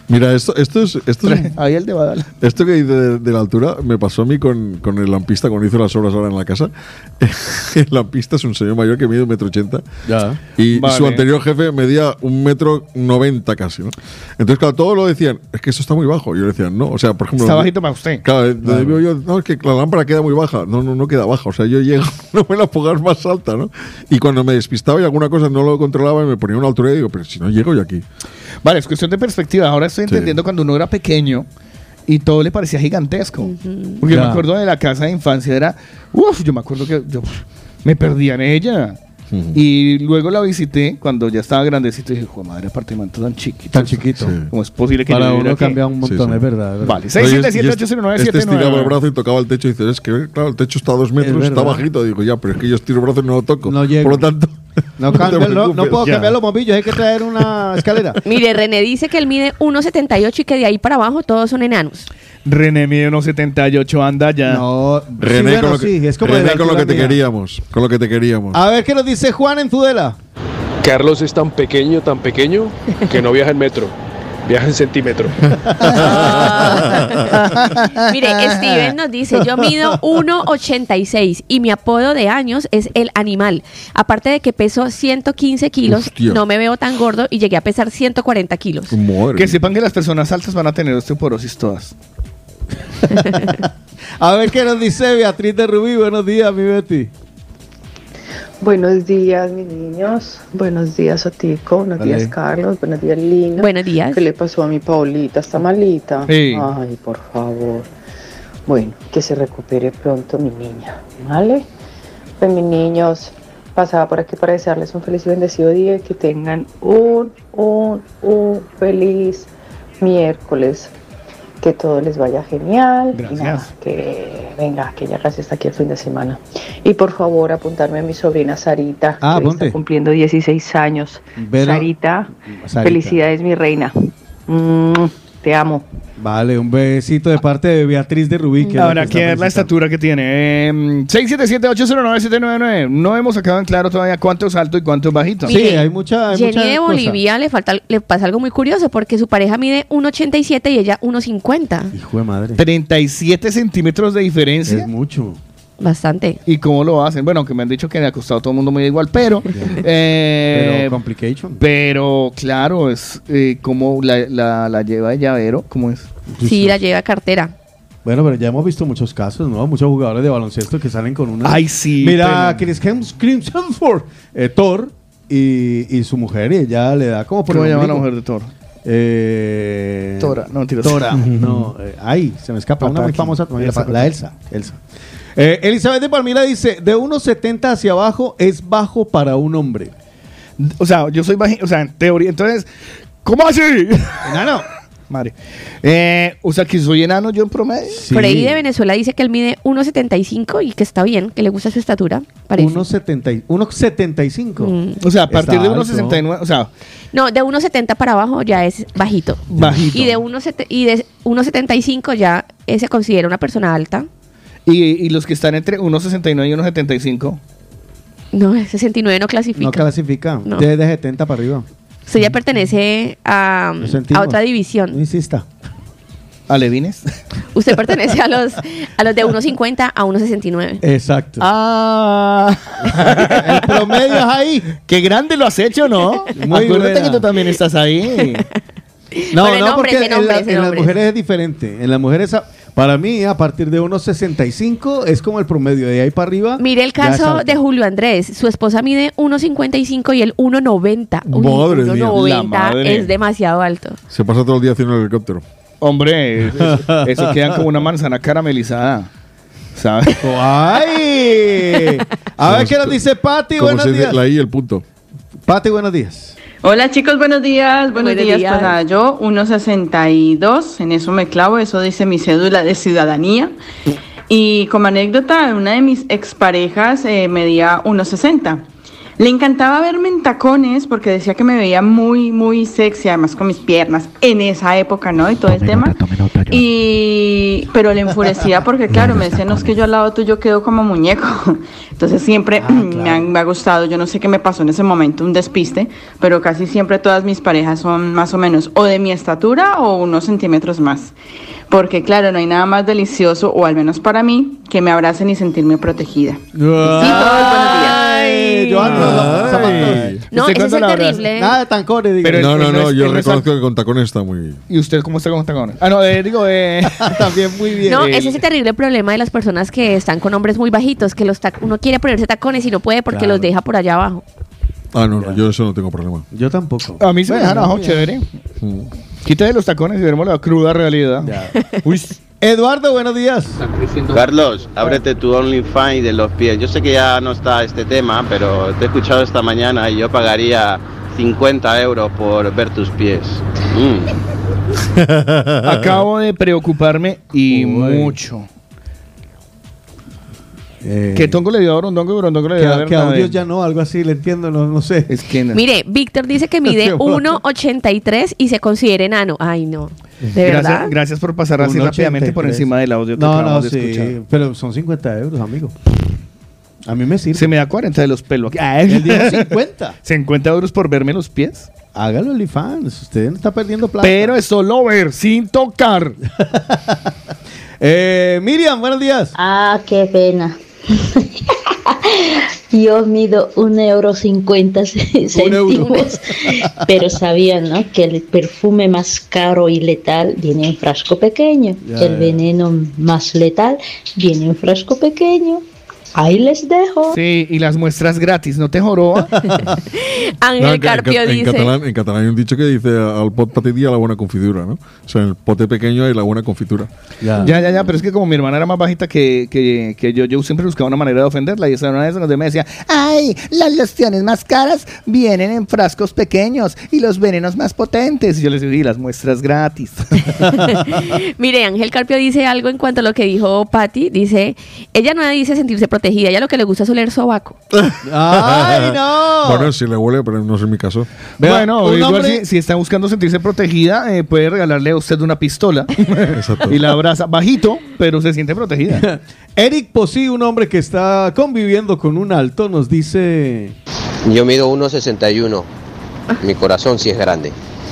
Speaker 5: Mira, esto, esto es. Esto es
Speaker 2: Ahí el de Badal.
Speaker 5: Esto que dice de, de la altura me pasó a mí con, con el lampista cuando hizo las obras ahora en la casa. El lampista es un señor mayor que mide un metro ochenta.
Speaker 1: Ya.
Speaker 5: Y
Speaker 2: Vale.
Speaker 5: su anterior jefe medía un metro noventa casi, ¿no? Entonces, claro, todos lo decían, es que eso está muy bajo. Yo le decía, no, o sea, por ejemplo.
Speaker 2: Está bajito para usted.
Speaker 5: Claro, donde vivo yo, no, es que la lámpara queda muy baja. No, no, no queda baja. O sea, yo llego, no me la pongas más alta, ¿no? Y cuando me despistaba y alguna cosa no lo controlaba y me ponía una altura y digo, pero si no llego yo aquí.
Speaker 2: Vale, es cuestión de perspectiva. Ahora estoy
Speaker 5: Sí.
Speaker 2: entendiendo cuando uno era pequeño y todo le parecía gigantesco. Porque
Speaker 1: Ya.
Speaker 2: yo me acuerdo de la casa de infancia, era. Uf, yo me acuerdo que yo uf, me perdía en ella. Y luego la visité cuando ya estaba grandecito y dije, joder, madre, apartamento tan chiquito.
Speaker 1: Tan chiquito.
Speaker 2: ¿Cómo es posible que
Speaker 1: Para
Speaker 2: yo
Speaker 1: uno
Speaker 2: viviera aquí?
Speaker 1: cambia un montón,
Speaker 5: Sí, sí.
Speaker 1: es verdad. es verdad.
Speaker 2: Vale, seis siete siete ocho cero nueve
Speaker 5: Este
Speaker 2: siete
Speaker 5: estiraba
Speaker 2: nueve.
Speaker 5: el brazo y tocaba el techo y dice, es que claro, el techo está a dos metros,
Speaker 1: Es
Speaker 5: está
Speaker 1: verdad.
Speaker 5: bajito. Digo, ya, pero es que yo estiro el brazo y no lo toco.
Speaker 1: No llego.
Speaker 5: Por lo tanto,
Speaker 1: No,
Speaker 5: te
Speaker 1: cambio, no, no
Speaker 5: preocupes.
Speaker 1: puedo
Speaker 2: Ya.
Speaker 1: cambiar los bombillos, hay que traer una escalera.
Speaker 3: Mire, René dice que él mide uno setenta y ocho y que de ahí para abajo todos son enanos.
Speaker 2: René mide uno setenta y ocho, anda ya.
Speaker 1: No,
Speaker 5: René,
Speaker 1: sí, bueno,
Speaker 5: con lo que,
Speaker 1: sí, es como de
Speaker 5: René
Speaker 1: la
Speaker 5: con lo que
Speaker 1: altura
Speaker 5: te
Speaker 1: mía.
Speaker 5: queríamos. Con lo que te queríamos.
Speaker 1: A ver qué nos dice Juan en Tudela.
Speaker 7: Carlos es tan pequeño, tan pequeño, que no viaja en metro, viaja en centímetro.
Speaker 3: Mire, Steven nos dice, yo mido uno ochenta y seis y mi apodo de años es el animal. Aparte de que peso ciento quince kilos,
Speaker 5: Hostia.
Speaker 3: no me veo tan gordo y llegué a pesar ciento cuarenta kilos.
Speaker 5: Madre.
Speaker 2: Que sepan que las personas altas van a tener osteoporosis todas.
Speaker 1: A ver qué nos dice Beatriz de Rubí. Buenos días, mi Betty.
Speaker 10: Buenos días, mis niños. Buenos días, Otico. Buenos
Speaker 1: Vale.
Speaker 10: días, Carlos. Buenos días, Lina.
Speaker 3: Buenos días.
Speaker 10: ¿Qué le pasó a mi Paulita? ¿Está malita?
Speaker 2: Sí.
Speaker 10: Ay, por favor. Bueno, que se recupere pronto mi niña, ¿vale? Pues mis niños, pasaba por aquí para desearles un feliz y bendecido día y que tengan un, un, un feliz miércoles. Que todo les vaya genial.
Speaker 2: Gracias.
Speaker 10: Y nada, que venga, que ya casi está aquí el fin de semana. Y por favor, apuntarme a mi sobrina Sarita,
Speaker 1: Ah,
Speaker 10: que hoy
Speaker 1: apunte.
Speaker 10: está cumpliendo dieciséis años.
Speaker 1: Pero-
Speaker 10: Sarita,
Speaker 1: Sarita.
Speaker 10: felicidades, mi reina. Mm, te amo.
Speaker 1: Vale, un besito de parte de Beatriz de Rubí. que es
Speaker 2: Ahora,
Speaker 1: la que
Speaker 2: ¿qué
Speaker 1: está
Speaker 2: es la
Speaker 1: felicitando.
Speaker 2: estatura que tiene? Eh, seis siete siete ocho cero nueve siete nueve nueve. No hemos sacado en claro todavía cuánto es alto y cuánto es bajito.
Speaker 1: Sí, hay mucha. Hay
Speaker 3: Jenny
Speaker 1: mucha
Speaker 3: de
Speaker 1: cosa.
Speaker 3: Bolivia le falta, le pasa algo muy curioso porque su pareja mide uno ochenta y siete y ella uno cincuenta.
Speaker 1: Hijo de madre.
Speaker 2: treinta y siete centímetros de diferencia.
Speaker 1: Es mucho.
Speaker 3: Bastante.
Speaker 2: ¿Y cómo lo hacen? Bueno, aunque me han dicho que le ha costado a todo el mundo muy igual, pero... eh,
Speaker 1: Pero complication.
Speaker 2: pero, claro, es eh, como la, la, la lleva de llavero, ¿cómo es?
Speaker 3: Sí, la lleva cartera.
Speaker 1: Bueno, pero ya hemos visto muchos casos, ¿no? Muchos jugadores de baloncesto que salen con una.
Speaker 2: Ay, sí,
Speaker 1: Mira,
Speaker 2: pero-
Speaker 1: Chris Hems- Chris Hemsworth, eh, Thor y, y su mujer, y ella le da como por
Speaker 2: ¿Cómo
Speaker 1: el
Speaker 2: llama la
Speaker 1: ombligo.
Speaker 2: mujer de Thor?
Speaker 1: Eh,
Speaker 2: Tora, no, mentiras.
Speaker 1: Tora, no. eh, ay, se me escapa. Una muy
Speaker 2: Pataki.
Speaker 1: famosa también,
Speaker 2: Elsa
Speaker 1: la, la Elsa. Elsa. Eh, Elizabeth de Palmira dice: de uno setenta hacia abajo es bajo para un hombre.
Speaker 2: O sea, yo soy bajito, o sea, en teoría, entonces, ¿cómo así?
Speaker 1: Enano.
Speaker 2: Madre. Eh, o sea, que soy enano yo en promedio.
Speaker 3: Freddy de Venezuela dice que él mide uno setenta y cinco y que está bien, que le gusta su estatura. Parece.
Speaker 1: uno setenta y- uno setenta y cinco.
Speaker 2: O sea, a partir
Speaker 1: Está
Speaker 2: de uno
Speaker 1: alto.
Speaker 2: sesenta y nueve, o sea,
Speaker 3: No, de uno setenta para abajo ya es bajito.
Speaker 2: bajito.
Speaker 3: Y de uno sete- y de uno setenta y cinco ya eh, se considera una persona alta.
Speaker 2: Y, y los que están entre uno sesenta y nueve y uno setenta y cinco.
Speaker 3: No, el sesenta y nueve no clasifica.
Speaker 1: No clasifica.
Speaker 3: No.
Speaker 1: De, de setenta para arriba.
Speaker 3: Usted ya pertenece a,
Speaker 1: Lo sentimos.
Speaker 3: a otra división.
Speaker 1: No insista.
Speaker 2: ¿Alevines?
Speaker 3: Usted pertenece a los a los de uno cincuenta a uno sesenta y nueve.
Speaker 1: Exacto.
Speaker 2: Ah.
Speaker 1: El promedio es ahí.
Speaker 2: Qué grande lo has hecho, ¿no?
Speaker 1: Muy
Speaker 2: Acuérdate
Speaker 1: buena.
Speaker 2: que tú también estás ahí.
Speaker 1: No,
Speaker 3: Pero en
Speaker 1: no,
Speaker 3: hombres,
Speaker 1: porque
Speaker 3: en
Speaker 1: en, la-
Speaker 3: hombres, en
Speaker 1: en las
Speaker 3: hombres.
Speaker 1: mujeres es diferente. En las mujeres, a- para mí, a partir de unos sesenta y cinco es como el promedio. De ahí para arriba.
Speaker 3: Mire el
Speaker 1: ya es
Speaker 3: caso
Speaker 1: alto.
Speaker 3: de Julio Andrés. Su esposa mide uno cincuenta y cinco y él uno noventa. Uy,
Speaker 5: Madre mía.
Speaker 3: uno
Speaker 2: La
Speaker 3: noventa
Speaker 2: madre.
Speaker 3: es demasiado alto.
Speaker 5: Se pasa todo el día haciendo el helicóptero.
Speaker 2: Hombre, eso, eso quedan como una manzana caramelizada. ¿Sabes?
Speaker 1: ¡Ay! A ver qué nos dice Pati.
Speaker 5: Como
Speaker 1: Buenos
Speaker 5: se dice
Speaker 1: días.
Speaker 5: la I y el punto.
Speaker 1: Pati, buenos días.
Speaker 11: Hola chicos, buenos días. Buenos,
Speaker 3: Buenos
Speaker 11: días.
Speaker 3: días.
Speaker 11: Pues nada, yo uno sesenta y dos, en eso me clavo, eso dice mi cédula de ciudadanía. Y como anécdota, una de mis exparejas eh, medía uno sesenta. Le encantaba verme en tacones porque decía que me veía muy, muy sexy, además con mis piernas, en esa época, ¿no? Y todo el tema. Y... Pero le enfurecía porque, claro, me decía, no, es que yo al lado tuyo quedo como muñeco. Entonces siempre ah, claro. me, ha, me ha gustado, yo no sé qué me pasó en ese momento, un despiste, pero casi siempre todas mis parejas son más o menos o de mi estatura o unos centímetros más. Porque, claro, no hay nada más delicioso, o al menos para mí, que me abracen y sentirme protegida. Sí, todos buenos días.
Speaker 3: No, eso es terrible.
Speaker 13: Nada de tacones.
Speaker 5: Pero no, no, no, yo reconozco que con tacones está muy...
Speaker 2: ¿Y usted cómo está con tacones? Ah, no, eh, digo, eh,
Speaker 13: también muy bien.
Speaker 3: No, ese es el terrible problema de las personas que están con hombres muy bajitos, que los uno quiere ponerse tacones y no puede porque claro. los deja por allá abajo.
Speaker 5: Ah, no, no, yo eso no tengo problema.
Speaker 13: Yo tampoco.
Speaker 2: A mí se me dejan abajo, chévere. Mm. Quítale los tacones y veremos la cruda realidad.
Speaker 13: Uy. Eduardo, buenos días.
Speaker 21: Carlos, ábrete tu OnlyFans de los pies. Yo sé que ya no está este tema, pero te he escuchado esta mañana y yo pagaría cincuenta euros por ver tus pies. Mm.
Speaker 2: Acabo de preocuparme y Uy. mucho.
Speaker 13: Eh,
Speaker 2: ¿Qué tongo le dio a Brondongo y Brondongo le dio a
Speaker 13: Que, que audios ya no, algo así, le entiendo, no, no sé.
Speaker 2: Es que no.
Speaker 3: Mire, Víctor dice que mide uno ochenta y tres y se considera enano. Ay, no. ¿De
Speaker 2: gracias,
Speaker 3: verdad?
Speaker 2: Gracias por pasar así rápidamente por encima del audio que
Speaker 13: no,
Speaker 2: acabamos
Speaker 13: no,
Speaker 2: de
Speaker 13: sí,
Speaker 2: escuchar.
Speaker 13: Pero son cincuenta euros, amigo. A mí me sirve.
Speaker 2: Se me da cuarenta de los pelos.
Speaker 13: Él dijo cincuenta.
Speaker 2: ¿cincuenta euros por verme los pies?
Speaker 13: Hágalo, OnlyFans. Usted no está perdiendo plata.
Speaker 2: Pero es solo ver, sin tocar.
Speaker 13: eh, Miriam, buenos días.
Speaker 14: Ah, qué pena. Yo mido un euro cincuenta centímetros, pero sabían, ¿no?, que el perfume más caro y letal viene en frasco pequeño, ya, el ya. veneno más letal viene en frasco pequeño. Ahí les dejo.
Speaker 2: Sí, y las muestras gratis, ¿no te joroba?
Speaker 3: Ángel
Speaker 5: no, en,
Speaker 3: Carpio
Speaker 5: en,
Speaker 3: dice...
Speaker 5: En catalán, en catalán hay un dicho que dice al pot petit a la buena confitura, ¿no? O sea, en el pote pequeño hay la buena confitura.
Speaker 2: Ya, ya, ya, ya, pero es que como mi hermana era más bajita que, que, que yo, yo siempre buscaba una manera de ofenderla y esa una vez donde me decía, ay, las lociones más caras vienen en frascos pequeños y los venenos más potentes. Y yo les decía, y las muestras gratis.
Speaker 3: Mire, Ángel Carpio dice algo en cuanto a lo que dijo Patti. Dice, ella no dice sentirse protegida. Ella lo que le gusta es oler sobaco.
Speaker 13: ¡Ay, no!
Speaker 5: Bueno, si le huele, pero no es mi caso.
Speaker 2: Bueno, igual hombre... si, si está buscando sentirse protegida, eh, puede regalarle a usted una pistola. Exacto. Y la abraza bajito, pero se siente protegida.
Speaker 13: Eric Posí, un hombre que está conviviendo con un alto, nos dice...
Speaker 6: Yo mido uno sesenta y uno. Mi corazón sí es grande.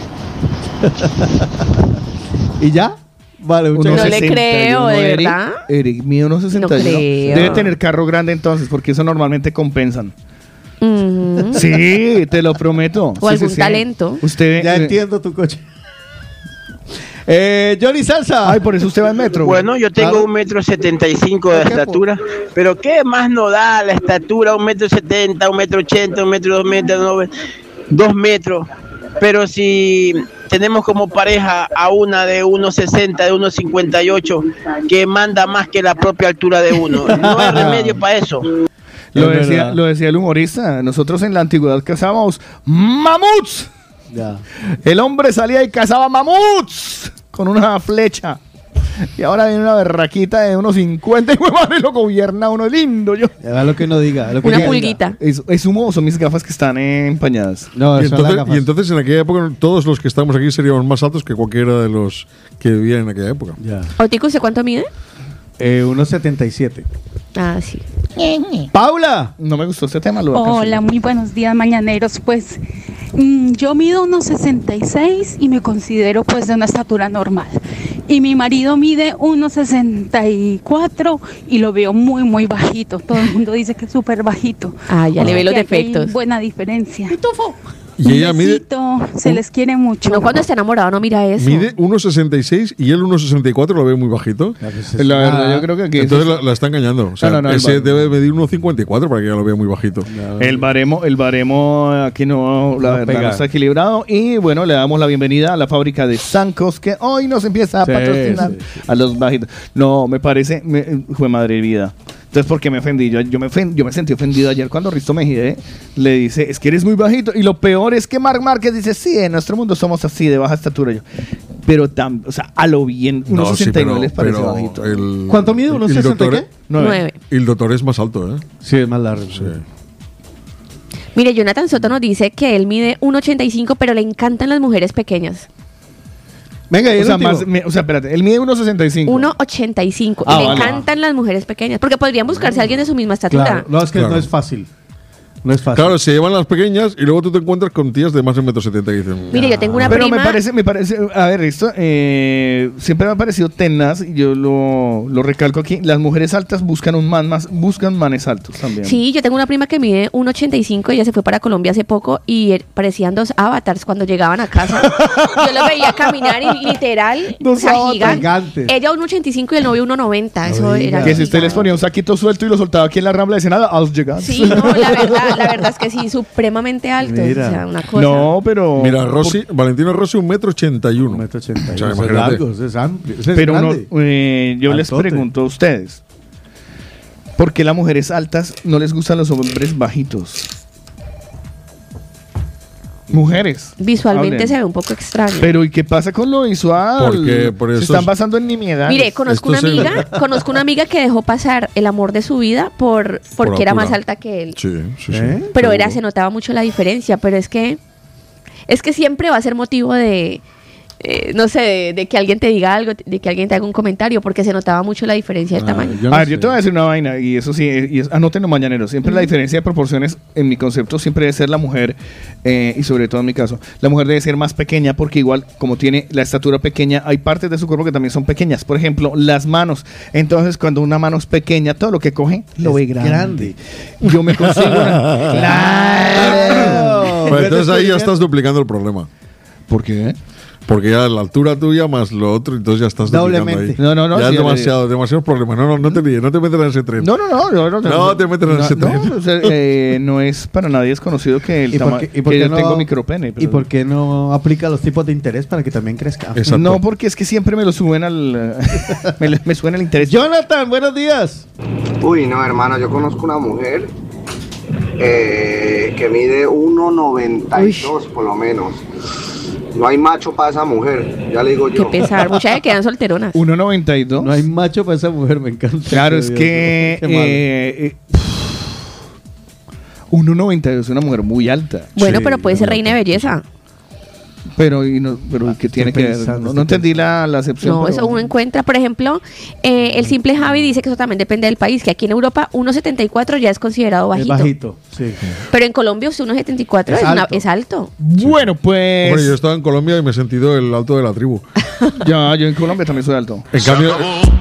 Speaker 13: ¿Y ya? Vale,
Speaker 3: no le creo, ¿de Eric, verdad?
Speaker 2: Eric, mío uno sesenta y uno. No debe tener carro grande entonces, porque eso normalmente compensan. Mm. Sí, te lo prometo.
Speaker 3: O
Speaker 2: sí,
Speaker 3: algún
Speaker 2: sí,
Speaker 3: talento.
Speaker 2: Sí. Usted,
Speaker 13: ya eh, entiendo tu coche. Eh, Johnny Salsa.
Speaker 2: Ay, por eso usted va en metro.
Speaker 21: Bueno, yo tengo ¿Claro? un metro setenta y cinco de estatura, pero ¿qué más nos da la estatura? Un metro setenta, un metro ochenta, un metro dos metros, dos metros. Pero si tenemos como pareja a una de uno sesenta, de uno cincuenta y ocho, que manda más que la propia altura de uno, no hay remedio para eso.
Speaker 2: Lo decía, lo decía el humorista, nosotros en la antigüedad cazábamos mamuts. Ya. El hombre salía y cazaba mamuts con una flecha. Y ahora viene una berraquita de unos cincuenta y madre lo gobierna uno lindo. Yo.
Speaker 13: Ya, lo que no diga. Lo que
Speaker 3: una
Speaker 13: diga.
Speaker 3: pulguita.
Speaker 2: Es, es humo, son mis gafas que están empañadas.
Speaker 5: No, y, entonces, y entonces en aquella época todos los que estamos aquí seríamos más altos que cualquiera de los que vivían en aquella época.
Speaker 13: Ya.
Speaker 3: Otico, ¿usted cuánto mide?
Speaker 13: Eh, uno setenta y siete.
Speaker 3: Ah, sí.
Speaker 13: Paula,
Speaker 2: no me gustó este tema. Lo
Speaker 20: Hola, muy buenos días, mañaneros. Pues mmm, yo mido uno sesenta y seis y me considero pues de una estatura normal. Y mi marido mide uno sesenta y cuatro y lo veo muy, muy bajito. Todo el mundo dice que es súper bajito.
Speaker 3: Ah, ya o le ve los defectos.
Speaker 20: Hay buena diferencia.
Speaker 3: ¡Pitufo!
Speaker 5: Y ella mide,
Speaker 20: se les quiere mucho.
Speaker 3: No, cuando está enamorado no mira eso.
Speaker 5: Mide uno sesenta y seis y él uno sesenta y cuatro lo ve muy bajito.
Speaker 2: La verdad, yo creo que aquí
Speaker 5: entonces la, la está engañando. O sea, no, no, no, ese debe medir uno cincuenta y cuatro para que ella lo vea muy bajito.
Speaker 2: No, no. El baremo, el baremo aquí no, la no verdad, no está equilibrado. Y bueno, le damos la bienvenida a la fábrica de Sancos que hoy nos empieza a sí, patrocinar sí, sí. a los bajitos. No, me parece, me, fue madre vida. Entonces, ¿por qué me ofendí? Yo, yo, me ofend, yo me sentí ofendido ayer cuando Risto Mejide le dice, es que eres muy bajito. Y lo peor es que Marc Márquez dice, sí, en nuestro mundo somos así, de baja estatura. Yo, pero, tam, o sea, a lo bien, uno sesenta y nueve les parece bajito.
Speaker 5: El,
Speaker 13: ¿Cuánto mide? ¿uno sesenta y qué?
Speaker 3: nueve.
Speaker 5: Y el doctor es más alto, ¿eh?
Speaker 13: Sí, es más largo. Sí.
Speaker 3: Mire, Jonathan Soto nos dice que él mide uno ochenta y cinco, pero le encantan las mujeres pequeñas.
Speaker 2: Venga, o sea, más, me, o sea, espérate, él mide uno sesenta y cinco.
Speaker 3: uno ochenta y cinco.
Speaker 2: Ah,
Speaker 3: y le
Speaker 2: vale.
Speaker 3: encantan las mujeres pequeñas. Porque podrían buscarse a alguien de su misma estatura.
Speaker 13: Claro, no, es que
Speaker 5: Claro.
Speaker 13: no es fácil. No es fácil.
Speaker 5: Claro, se llevan las pequeñas y luego tú te encuentras con tías de más de un metro setenta y dicen.
Speaker 3: Mire, yo tengo una
Speaker 2: Pero
Speaker 3: prima.
Speaker 2: me parece, me parece, a ver, esto eh, siempre me ha parecido tenaz y yo lo, lo recalco aquí. Las mujeres altas buscan un man más, buscan manes altos también.
Speaker 3: Sí, yo tengo una prima que mide uno ochenta y cinco, ella se fue para Colombia hace poco y er- parecían dos avatars cuando llegaban a casa. Yo los veía caminar y literal,
Speaker 2: Dos
Speaker 3: o sea,
Speaker 2: avatars.
Speaker 3: gigantes.
Speaker 2: Gigantes.
Speaker 3: Ella uno ochenta y cinco y el novio uno noventa, eso era.
Speaker 2: Que si usted les ponía un saquito suelto y lo soltaba aquí en la rambla, decían, nada, has llegado.
Speaker 3: Sí, no, la verdad, la verdad es que sí, supremamente altos,
Speaker 2: Mira.
Speaker 3: o sea, una cosa.
Speaker 2: No, pero.
Speaker 5: Mira, Rossi, Valentino Rossi, un metro ochenta y uno. Un
Speaker 13: metro ochenta y
Speaker 5: uno.
Speaker 13: uno. Eso es largo, eso es amplio, eso es
Speaker 2: Pero uno,
Speaker 13: grande.
Speaker 2: eh, yo les
Speaker 13: Altote.
Speaker 2: pregunto a ustedes, ¿por qué las mujeres altas no les gustan los hombres bajitos? Mujeres.
Speaker 3: Visualmente
Speaker 2: hablen.
Speaker 3: se ve un poco extraño.
Speaker 2: Pero ¿y qué pasa con lo visual?
Speaker 5: Porque por
Speaker 2: Se
Speaker 5: eso
Speaker 2: están
Speaker 5: es-
Speaker 2: basando en nimiedades.
Speaker 3: Mire, conozco una
Speaker 5: Esto se-
Speaker 3: amiga, conozco una amiga que dejó pasar el amor de su vida por porque
Speaker 5: Por
Speaker 3: era
Speaker 5: altura.
Speaker 3: más alta que él.
Speaker 5: Sí, sí, sí.
Speaker 2: ¿Eh?
Speaker 3: Pero
Speaker 5: Seguro.
Speaker 3: era, se notaba mucho la diferencia, pero es que es que siempre va a ser motivo de eh, no sé, de, de que alguien te diga algo, de que alguien te haga un comentario, porque se notaba mucho la diferencia de tamaño.
Speaker 2: a ver, yo te voy a decir una vaina, y eso sí, y es, anótenlo mañanero. Siempre la diferencia de proporciones, en mi concepto, siempre debe ser la mujer, eh, y sobre todo en mi caso, la mujer debe ser más pequeña, porque igual, como tiene la estatura pequeña, hay partes de su cuerpo que también son pequeñas. Por ejemplo, las manos. Entonces, cuando una mano es pequeña, todo lo que coge lo ve grande.
Speaker 13: grande.
Speaker 2: Yo me consigo una. ¡Claro!
Speaker 5: Pues entonces ahí ya estás duplicando el problema.
Speaker 2: ¿Por qué?
Speaker 5: Porque ya la altura tuya más lo otro, entonces ya estás duplicando
Speaker 2: Doblemente.
Speaker 5: ahí.
Speaker 2: No, no, no,
Speaker 5: Ya
Speaker 2: sí,
Speaker 5: es
Speaker 2: ya le
Speaker 5: demasiado, demasiados problemas. No, no, no te líes, no te metas en ese tren.
Speaker 2: No, no, no, no, no,
Speaker 5: No te metas en ese
Speaker 2: no,
Speaker 5: tren.
Speaker 2: o sea, eh, no es para nadie desconocido que el
Speaker 13: ¿Y por
Speaker 2: tama-
Speaker 13: qué- y por
Speaker 2: que
Speaker 13: qué
Speaker 2: yo
Speaker 13: no-
Speaker 2: tengo micropene.
Speaker 13: ¿Y
Speaker 2: pero-
Speaker 13: por qué no aplica los tipos de interés para que también crezca?
Speaker 2: No, porque es que siempre me lo suben al. me, le- me suena el interés.
Speaker 13: Jonathan, buenos días.
Speaker 12: Uy, no, hermano, yo conozco una mujer eh, que mide uno noventa y dos por lo menos. No hay macho para esa mujer, ya le digo
Speaker 3: Qué
Speaker 12: yo.
Speaker 3: pesar, muchas se quedan solteronas.
Speaker 2: uno noventa y dos.
Speaker 13: No hay macho para esa mujer, me encanta.
Speaker 2: Claro, es
Speaker 13: Dios
Speaker 2: que.
Speaker 13: mío, qué malo.
Speaker 2: eh, eh, uno noventa y dos es una mujer muy alta.
Speaker 3: Bueno, pero puede ser reina de belleza.
Speaker 2: Pero, y no, pero ¿qué tiene que ver?
Speaker 13: pensando,
Speaker 2: No,
Speaker 13: estoy
Speaker 2: no entendí la, la acepción.
Speaker 3: No,
Speaker 2: pero-
Speaker 3: eso uno encuentra, por ejemplo, eh, el simple Javi dice que eso también depende del país, que aquí en Europa uno setenta y cuatro ya es considerado
Speaker 13: Es
Speaker 3: bajito.
Speaker 13: bajito, sí.
Speaker 3: Pero en Colombia usted uno setenta y cuatro
Speaker 5: Es
Speaker 3: es, una-
Speaker 5: alto.
Speaker 3: es alto.
Speaker 2: Bueno, pues.
Speaker 5: Hombre, yo estaba en Colombia y me he sentido el alto de la tribu.
Speaker 2: Ya, yo en Colombia también soy alto.
Speaker 5: En cambio,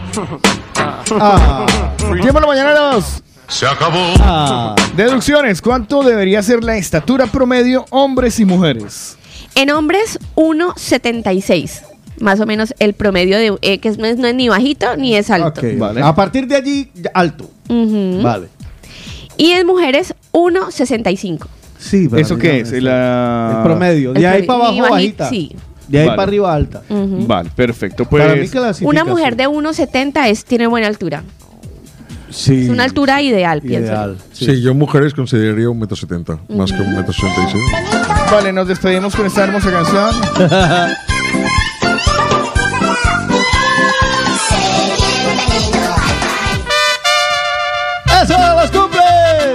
Speaker 2: Ah, tiempo los mañaneros.
Speaker 8: Se acabó.
Speaker 2: Ah, deducciones. ¿Cuánto debería ser la estatura promedio hombres y mujeres?
Speaker 3: En hombres uno setenta y seis, más o menos el promedio de eh, que no es, no es ni bajito ni es alto.
Speaker 13: Ok,
Speaker 2: Vale.
Speaker 13: A partir de allí, ya, alto.
Speaker 3: Ujú.
Speaker 13: Vale.
Speaker 3: Y en mujeres uno sesenta y cinco.
Speaker 13: Sí, para
Speaker 2: ¿Eso
Speaker 13: mí
Speaker 2: qué
Speaker 13: ya
Speaker 2: es?
Speaker 13: me-
Speaker 2: La-
Speaker 13: El promedio. De
Speaker 3: El
Speaker 13: ahí
Speaker 3: pro-
Speaker 13: para
Speaker 3: ni
Speaker 13: abajo,
Speaker 3: baji-
Speaker 13: bajita.
Speaker 3: sí.
Speaker 13: De ahí
Speaker 2: Vale.
Speaker 13: para arriba, alta.
Speaker 3: Ujú.
Speaker 2: Vale, perfecto. Pues.
Speaker 13: Para mí clasificación.
Speaker 3: Una mujer de uno setenta es tiene buena altura.
Speaker 13: Sí.
Speaker 3: Es una altura ideal, pienso.
Speaker 13: Ideal.
Speaker 5: sí. yo mujeres consideraría un metro setenta, más que un metro sesenta y seis.
Speaker 2: Vale, nos despedimos con esta hermosa canción.
Speaker 13: ¡Eso, los cumples!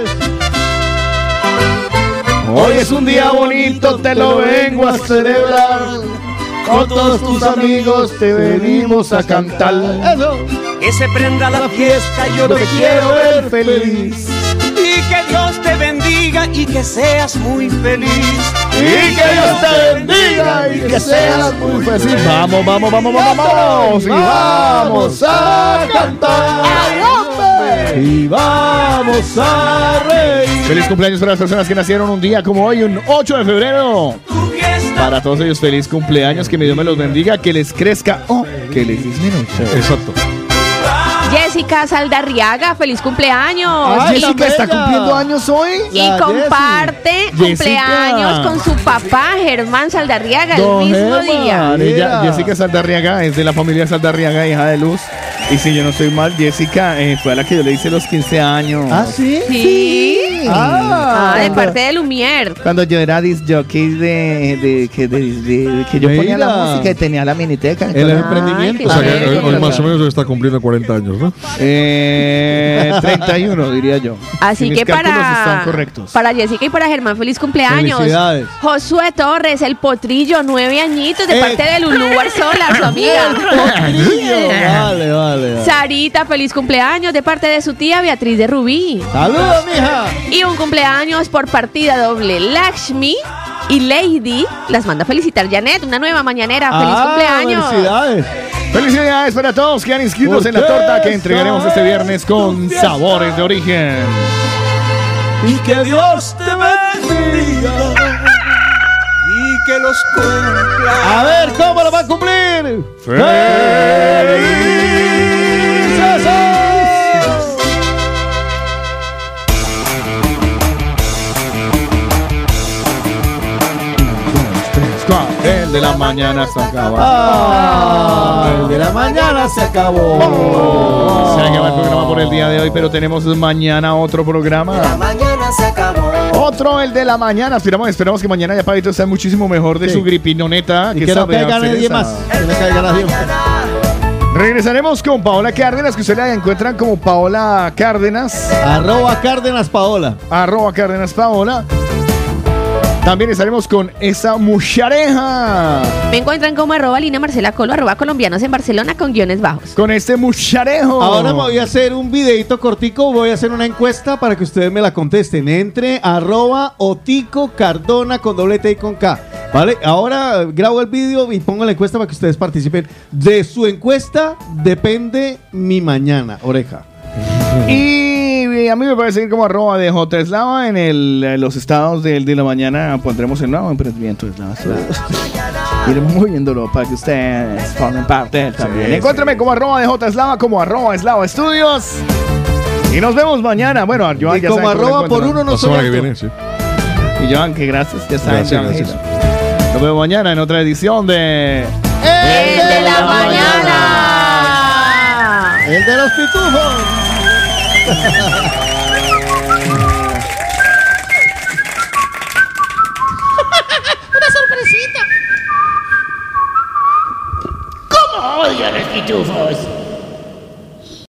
Speaker 2: Hoy es un día bonito, te lo vengo a celebrar. Con todos tus amigos te venimos a cantar.
Speaker 13: ¡Eso!
Speaker 15: Que se prenda la fiesta, yo
Speaker 2: Yo
Speaker 15: te
Speaker 2: te quiero ver feliz.
Speaker 15: Y que Dios te bendiga y que seas muy feliz.
Speaker 2: Y que Dios te bendiga y que seas muy feliz. Vamos, vamos, vamos, vamos, vamos. Y vamos a cantar.
Speaker 13: Y vamos a reír.
Speaker 2: Feliz cumpleaños para las personas que nacieron un día como hoy, un ocho de febrero. Para todos ellos, feliz cumpleaños, que mi Dios me los bendiga, que les crezca o que les disminuya.
Speaker 5: Exacto.
Speaker 3: Jessica Saldarriaga, feliz cumpleaños.
Speaker 2: Ah,
Speaker 3: Y-
Speaker 2: Jessica está cumpliendo años hoy.
Speaker 3: Y comparte
Speaker 2: Jessica.
Speaker 3: cumpleaños con su papá, Germán Saldarriaga,
Speaker 2: Don
Speaker 3: el mismo
Speaker 2: Germán.
Speaker 3: día.
Speaker 2: Ella, Jessica Saldarriaga es de la familia Saldarriaga, hija de Luz. Y si yo no estoy mal, Jessica eh, fue a la que yo le hice los quince años.
Speaker 13: ¿Ah, sí?
Speaker 3: Sí.
Speaker 2: Sí.
Speaker 3: Ah, de parte de Lumière.
Speaker 2: Cuando yo era disc jockey de, de, que- de- de- que yo ponía la
Speaker 13: Mira.
Speaker 2: música y tenía la miniteca.
Speaker 13: El
Speaker 2: entonces-
Speaker 13: emprendimiento.
Speaker 5: O sea que hoy, hoy más o menos está cumpliendo cuarenta años, ¿no?
Speaker 2: Eh, treinta y uno diría yo.
Speaker 3: Así
Speaker 2: Si mis
Speaker 3: que
Speaker 2: cálculos
Speaker 3: para,
Speaker 2: están correctos.
Speaker 3: para Jessica y para Germán, feliz cumpleaños.
Speaker 13: Felicidades.
Speaker 3: Josué Torres, el potrillo, nueve añitos, de
Speaker 13: Eh.
Speaker 3: parte de Lulú Arzola, su amiga.
Speaker 13: Vale, vale, vale.
Speaker 3: Sarita, feliz cumpleaños de parte de su tía Beatriz de Rubí.
Speaker 13: ¡Saludos, mija!
Speaker 3: Y un cumpleaños por partida doble. Lakshmi y Lady las manda a felicitar Janet, una nueva mañanera. ¡Feliz
Speaker 13: Ah,
Speaker 3: cumpleaños!
Speaker 13: Felicidades.
Speaker 2: Felicidades para todos que han inscritos en la torta que entregaremos este viernes con sabores de origen.
Speaker 15: Y que Dios te bendiga y que los cumpla.
Speaker 13: A ver, ¿cómo lo va a cumplir?
Speaker 2: El de la mañana se acaba.
Speaker 13: Ah, el de la mañana se acabó.
Speaker 2: Se acaba el programa por el día de hoy, pero tenemos mañana otro programa.
Speaker 15: La mañana se acabó.
Speaker 2: Otro, el de la mañana. Esperamos, esperamos que mañana ya Pavito esté muchísimo mejor de
Speaker 13: Sí.
Speaker 2: su gripinoneta.
Speaker 13: Y que no
Speaker 2: sabe
Speaker 13: caiga
Speaker 2: hacer
Speaker 13: nadie
Speaker 2: esa-
Speaker 13: más. Que no caiga nadie más.
Speaker 2: Regresaremos con Paola Cárdenas, que usted la encuentran como Paola Cárdenas.
Speaker 13: Arroba Cárdenas Paola.
Speaker 2: Arroba Cárdenas Paola. También estaremos con esa muchareja.
Speaker 3: Me encuentran como arroba Lina Marcela Colo, arroba colombianos en Barcelona con guiones bajos.
Speaker 2: Con este mucharejo.
Speaker 13: Ahora me voy a hacer un videito cortico, voy a hacer una encuesta para que ustedes me la contesten. Entre arroba Otico Cardona con doble T y con K. Vale, ahora grabo el video y pongo la encuesta para que ustedes participen. De su encuesta depende mi mañana, oreja.
Speaker 2: Y a mí me puede seguir como arroba de J Eslava en, el, en los estados del de la mañana. Pondremos el nuevo emprendimiento Eslava Studios. Iremos moviéndolo para que ustedes formen parte de él también.
Speaker 13: sí.
Speaker 2: Encuéntrame como arroba de J Eslava, como arroba Eslava Studios. Y nos vemos mañana. Bueno, Joan,
Speaker 13: Y
Speaker 2: ya
Speaker 13: como
Speaker 2: saben cómo
Speaker 13: arroba
Speaker 2: me
Speaker 13: por
Speaker 2: encuentran.
Speaker 13: uno no
Speaker 5: La
Speaker 13: soy
Speaker 5: semana que
Speaker 13: alto.
Speaker 5: viene, sí.
Speaker 2: Y Joan, que gracias. Ya saben,
Speaker 5: Gracias,
Speaker 2: Joan
Speaker 5: gracias.
Speaker 2: Gil. Nos vemos mañana en otra edición de...
Speaker 3: ¡El de la mañana!
Speaker 13: El de los pitufos.
Speaker 15: Una sorpresita. ¿Cómo odio a los pitufos?